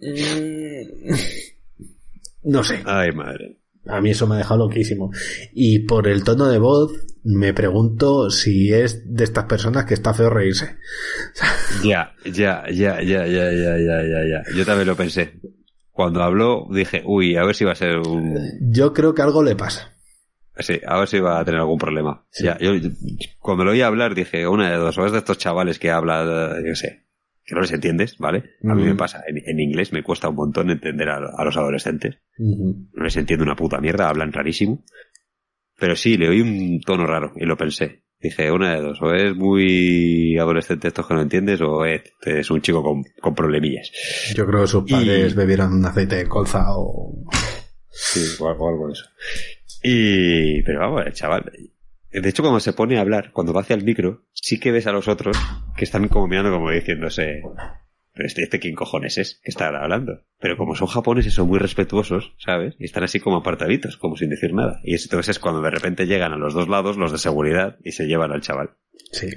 No sé, Ay, madre. a mí eso me ha dejado loquísimo. Y por el tono de voz me pregunto si es de estas personas que está feo reírse. Ya, ya, ya, ya, ya, ya, ya, ya, ya. Yo también lo pensé. Cuando habló dije, uy, a ver si va a ser un... Yo creo que algo le pasa. Sí, a ver si va a tener algún problema. Sí. Ya, yo, yo- cuando lo oí hablar dije, una de dos, o es de estos chavales que hablan, yo sé, que no les entiendes, ¿vale? A mí Mm. me pasa, en, en inglés me cuesta un montón entender a, a los adolescentes. Ujú. No les entiendo una puta mierda, hablan rarísimo. Pero sí, le oí un tono raro y lo pensé. Dije, una de dos, o es muy adolescente estos que no entiendes, o es, es un chico con, con problemillas. Yo creo que sus Y- padres bebieron un aceite de colza o... Sí, o algo, algo de eso. Y, pero vamos, el chaval, de hecho cuando se pone a hablar, cuando va hacia el micro, sí que ves a los otros que están como mirando como diciéndose, este, este quién cojones es que está hablando. Pero como son japoneses son muy respetuosos, ¿sabes? Y están así como apartaditos, como sin decir nada. Y entonces es cuando de repente llegan a los dos lados los de seguridad y se llevan al chaval. Sí.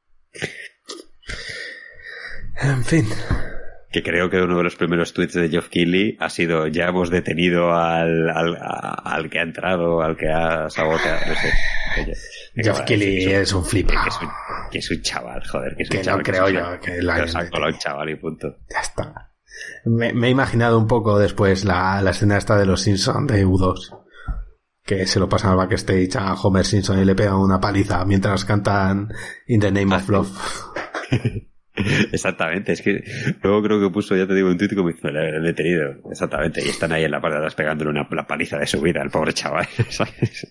En fin. Que creo que uno de los primeros tweets de Geoff Keighley ha sido, ya hemos detenido al, al, a- al que ha entrado, al que ha saboteado, no sé. Oye, Geoff bueno, Keighley que es un flipa. Que es un, que es un chaval, joder, que es un Que no chaval. creo es un yo chaval. que la Lo sacó gente- un chaval y punto. Ya está. Me, me he imaginado un poco después la, la escena esta de los Simpsons de U dos. Que se lo pasan al backstage a Homer Simpson y le pegan una paliza mientras cantan In the Name Ah, of sí. Love. Exactamente, es que luego creo que puso, ya te digo, un tuit como diciendo, le he detenido, exactamente, y están ahí en la parte de atrás pegándole una la paliza de su vida al pobre chaval, ¿sabes?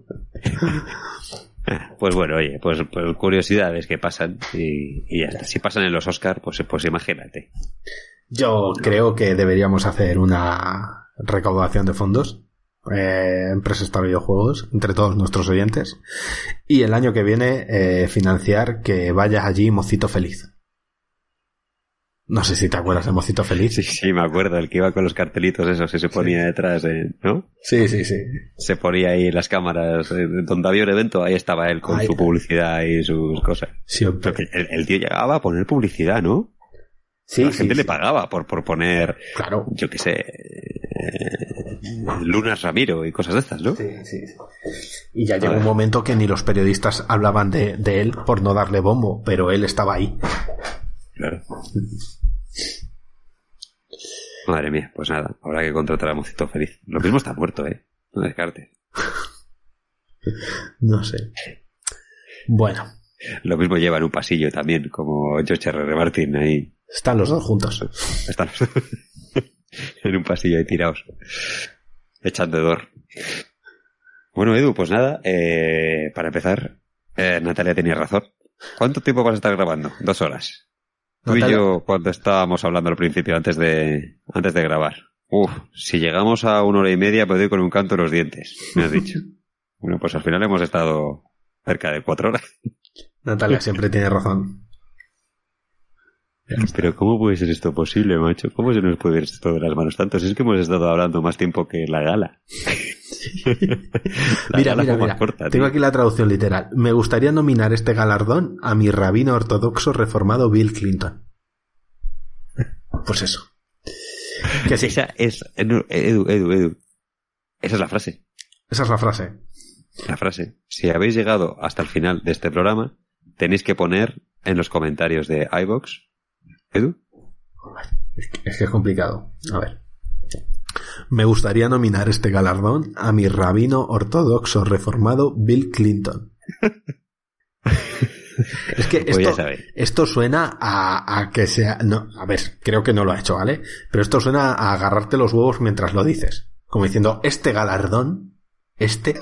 Pues bueno, oye, pues, pues curiosidades que pasan y, y ya está. Si pasan en los Oscar, pues, pues imagínate. Yo creo que deberíamos hacer una recaudación de fondos eh, en Presestar Videojuegos entre todos nuestros oyentes y el año que viene eh, financiar que vaya allí Mocito Feliz. No sé si te acuerdas de Mocito Feliz. Sí, sí, me acuerdo, el que iba con los cartelitos esos que se ponía sí. detrás, eh, ¿no? Sí, sí, sí. Se ponía ahí las cámaras, eh, donde había un evento, ahí estaba él con Ay, su publicidad y sus cosas. Siempre. El, el tío llegaba a poner publicidad, ¿no? Sí, la sí, gente sí. le pagaba por, por poner, claro, yo qué sé, eh, Lunas Ramiro y cosas de estas, ¿no? Sí, sí, sí. Y ya llegó un momento que ni los periodistas hablaban de, de él por no darle bombo, pero él estaba ahí. Claro. Madre mía, pues nada, habrá que contratar a Mocito Feliz. Lo mismo está muerto, ¿eh? No descartes. No sé. Bueno. Lo mismo lleva en un pasillo también, como George R R. Martin ahí. Están los dos juntos. Están los dos en un pasillo ahí tirados, echando hedor. Bueno, Edu, pues nada, eh, para empezar, eh, Natalia tenía razón. ¿Cuánto tiempo vas a estar grabando? Dos horas. Tú y yo, cuando estábamos hablando al principio, antes de antes de grabar. Uf, si llegamos a una hora y media, me doy con un canto en los dientes, me has dicho. Bueno, pues al final hemos estado cerca de cuatro horas. Natalia siempre tiene razón. Pero ¿cómo puede ser esto posible, macho? ¿Cómo se nos puede ir esto de las manos tanto? Si es que hemos estado hablando más tiempo que la gala. la mira, gala mira, mira. Corta, tengo aquí la traducción literal. Me gustaría nominar este galardón a mi rabino ortodoxo reformado Bill Clinton. Pues eso. Que sí. Esa es... Edu, Edu, Edu. Esa es la frase. Esa es la frase. La frase. Si habéis llegado hasta el final de este programa, tenéis que poner en los comentarios de iVoox... ¿Edu? Es que es complicado. A ver. Me gustaría nominar este galardón a mi rabino ortodoxo reformado Bill Clinton. Es que esto, pues esto suena a, a que sea... No, a ver, creo que no lo ha hecho, ¿vale? Pero esto suena a agarrarte los huevos mientras lo dices. Como diciendo, este galardón... Este...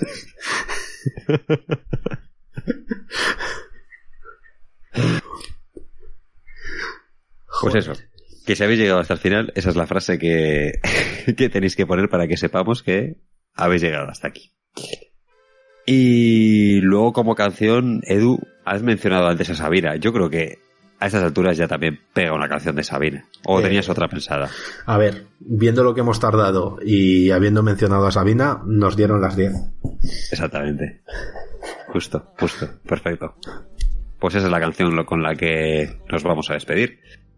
Pues eso, que si habéis llegado hasta el final, esa es la frase que, que tenéis que poner para que sepamos que habéis llegado hasta aquí. Y luego como canción, Edu, has mencionado antes a Sabina. Yo creo que a estas alturas ya también pega una canción de Sabina. ¿O eh, tenías otra pensada? A ver, viendo lo que hemos tardado y habiendo mencionado a Sabina, nos dieron las diez. Exactamente. Justo, justo. Perfecto. Pues esa es la canción con la que nos vamos a despedir.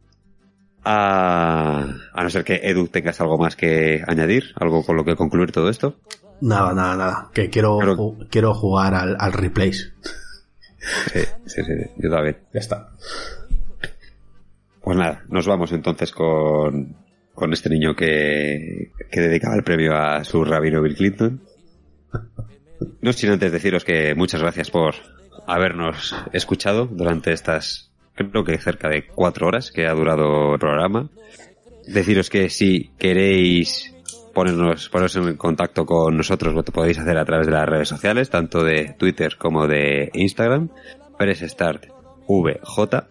A, a no ser que Edu tengas algo más que añadir, algo con lo que concluir todo esto. Nada, nada, nada. Que quiero, Pero... ju- quiero jugar al, al replays. Sí, sí, sí, yo también. Ya está. Pues nada, nos vamos entonces con, con este niño que, que dedicaba el premio a su rabino Bill Clinton. No sin antes deciros que muchas gracias por habernos escuchado durante estas, creo que cerca de cuatro horas que ha durado el programa. Deciros que si queréis ponernos, poneros en contacto con nosotros, lo podéis hacer a través de las redes sociales, tanto de Twitter como de Instagram, PressStartVJ.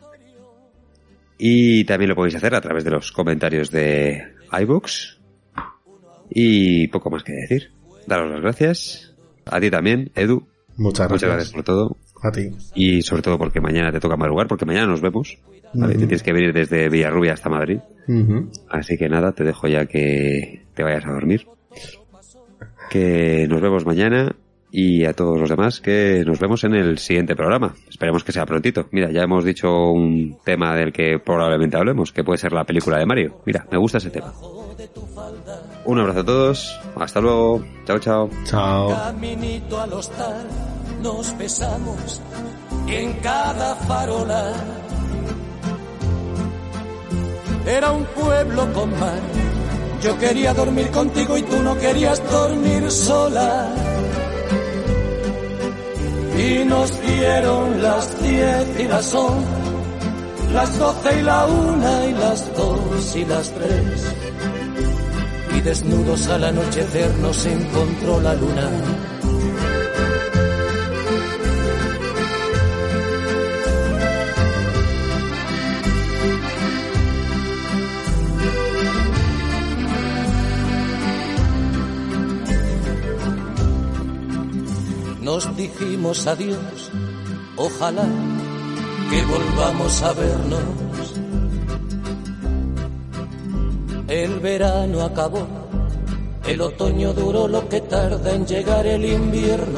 Y también lo podéis hacer a través de los comentarios de iVoox. Y poco más que decir. Daros las gracias. A ti también, Edu. Muchas gracias. Muchas gracias por todo. A ti. Y sobre todo porque mañana te toca madrugar, porque mañana nos vemos. ¿Vale? Uh-huh. Te tienes que venir desde Villarrubia hasta Madrid. Uh-huh. Así que nada, te dejo ya que te vayas a dormir. Que nos vemos mañana. Y a todos los demás que nos vemos en el siguiente programa. Esperemos que sea prontito. Mira, ya hemos dicho un tema del que probablemente hablemos, que puede ser la película de Mario. Mira, me gusta ese tema. Un abrazo a todos. Hasta luego. Chao, chao. Chao. Caminito al hostal, nos besamos en cada farola. Era un pueblo con mar. Yo quería dormir contigo y tú no querías dormir sola. Y nos dieron las diez y las once, las doce y la una y las dos y las tres. Y desnudos al anochecer nos encontró la luna. Nos dijimos adiós, ojalá que volvamos a vernos. El verano acabó, el otoño duró lo que tarda en llegar el invierno.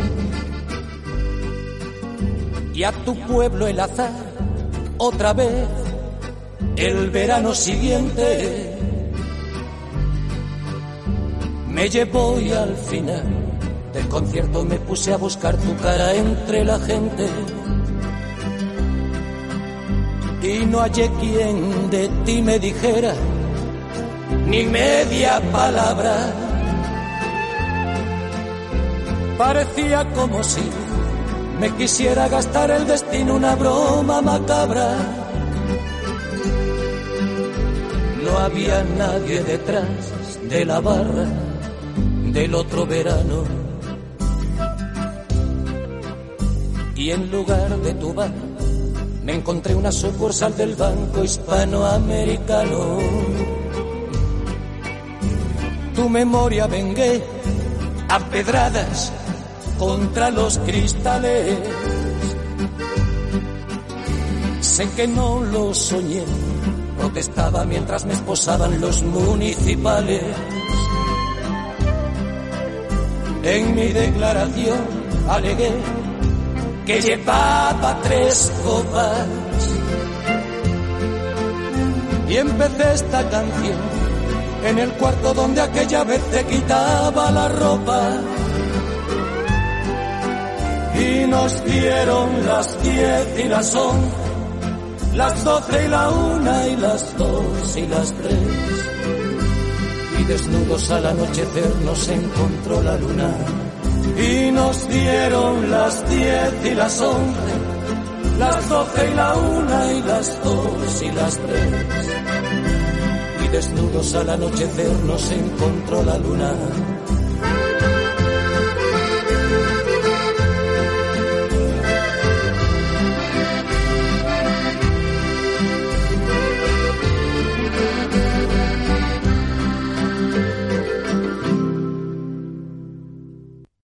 Y a tu pueblo el azar, otra vez, el verano siguiente, me llevó y al final del concierto me puse a buscar tu cara entre la gente. Y no hallé quien de ti me dijera ni media palabra. Parecía como si me quisiera gastar el destino una broma macabra. No había nadie detrás de la barra del otro verano. Y en lugar de tu bar me encontré una sucursal del Banco Hispanoamericano. Tu memoria vengué a pedradas contra los cristales. Sé que no lo soñé, protestaba mientras me esposaban los municipales. En mi declaración alegué que llevaba tres copas y empecé esta canción en el cuarto donde aquella vez te quitaba la ropa. Y nos dieron las diez y las once, las doce y la una y las dos y las tres. Y desnudos al anochecer nos encontró la luna. Y nos dieron las diez y las once, las doce y la una y las dos y las tres. Y desnudos al anochecer nos encontró la luna.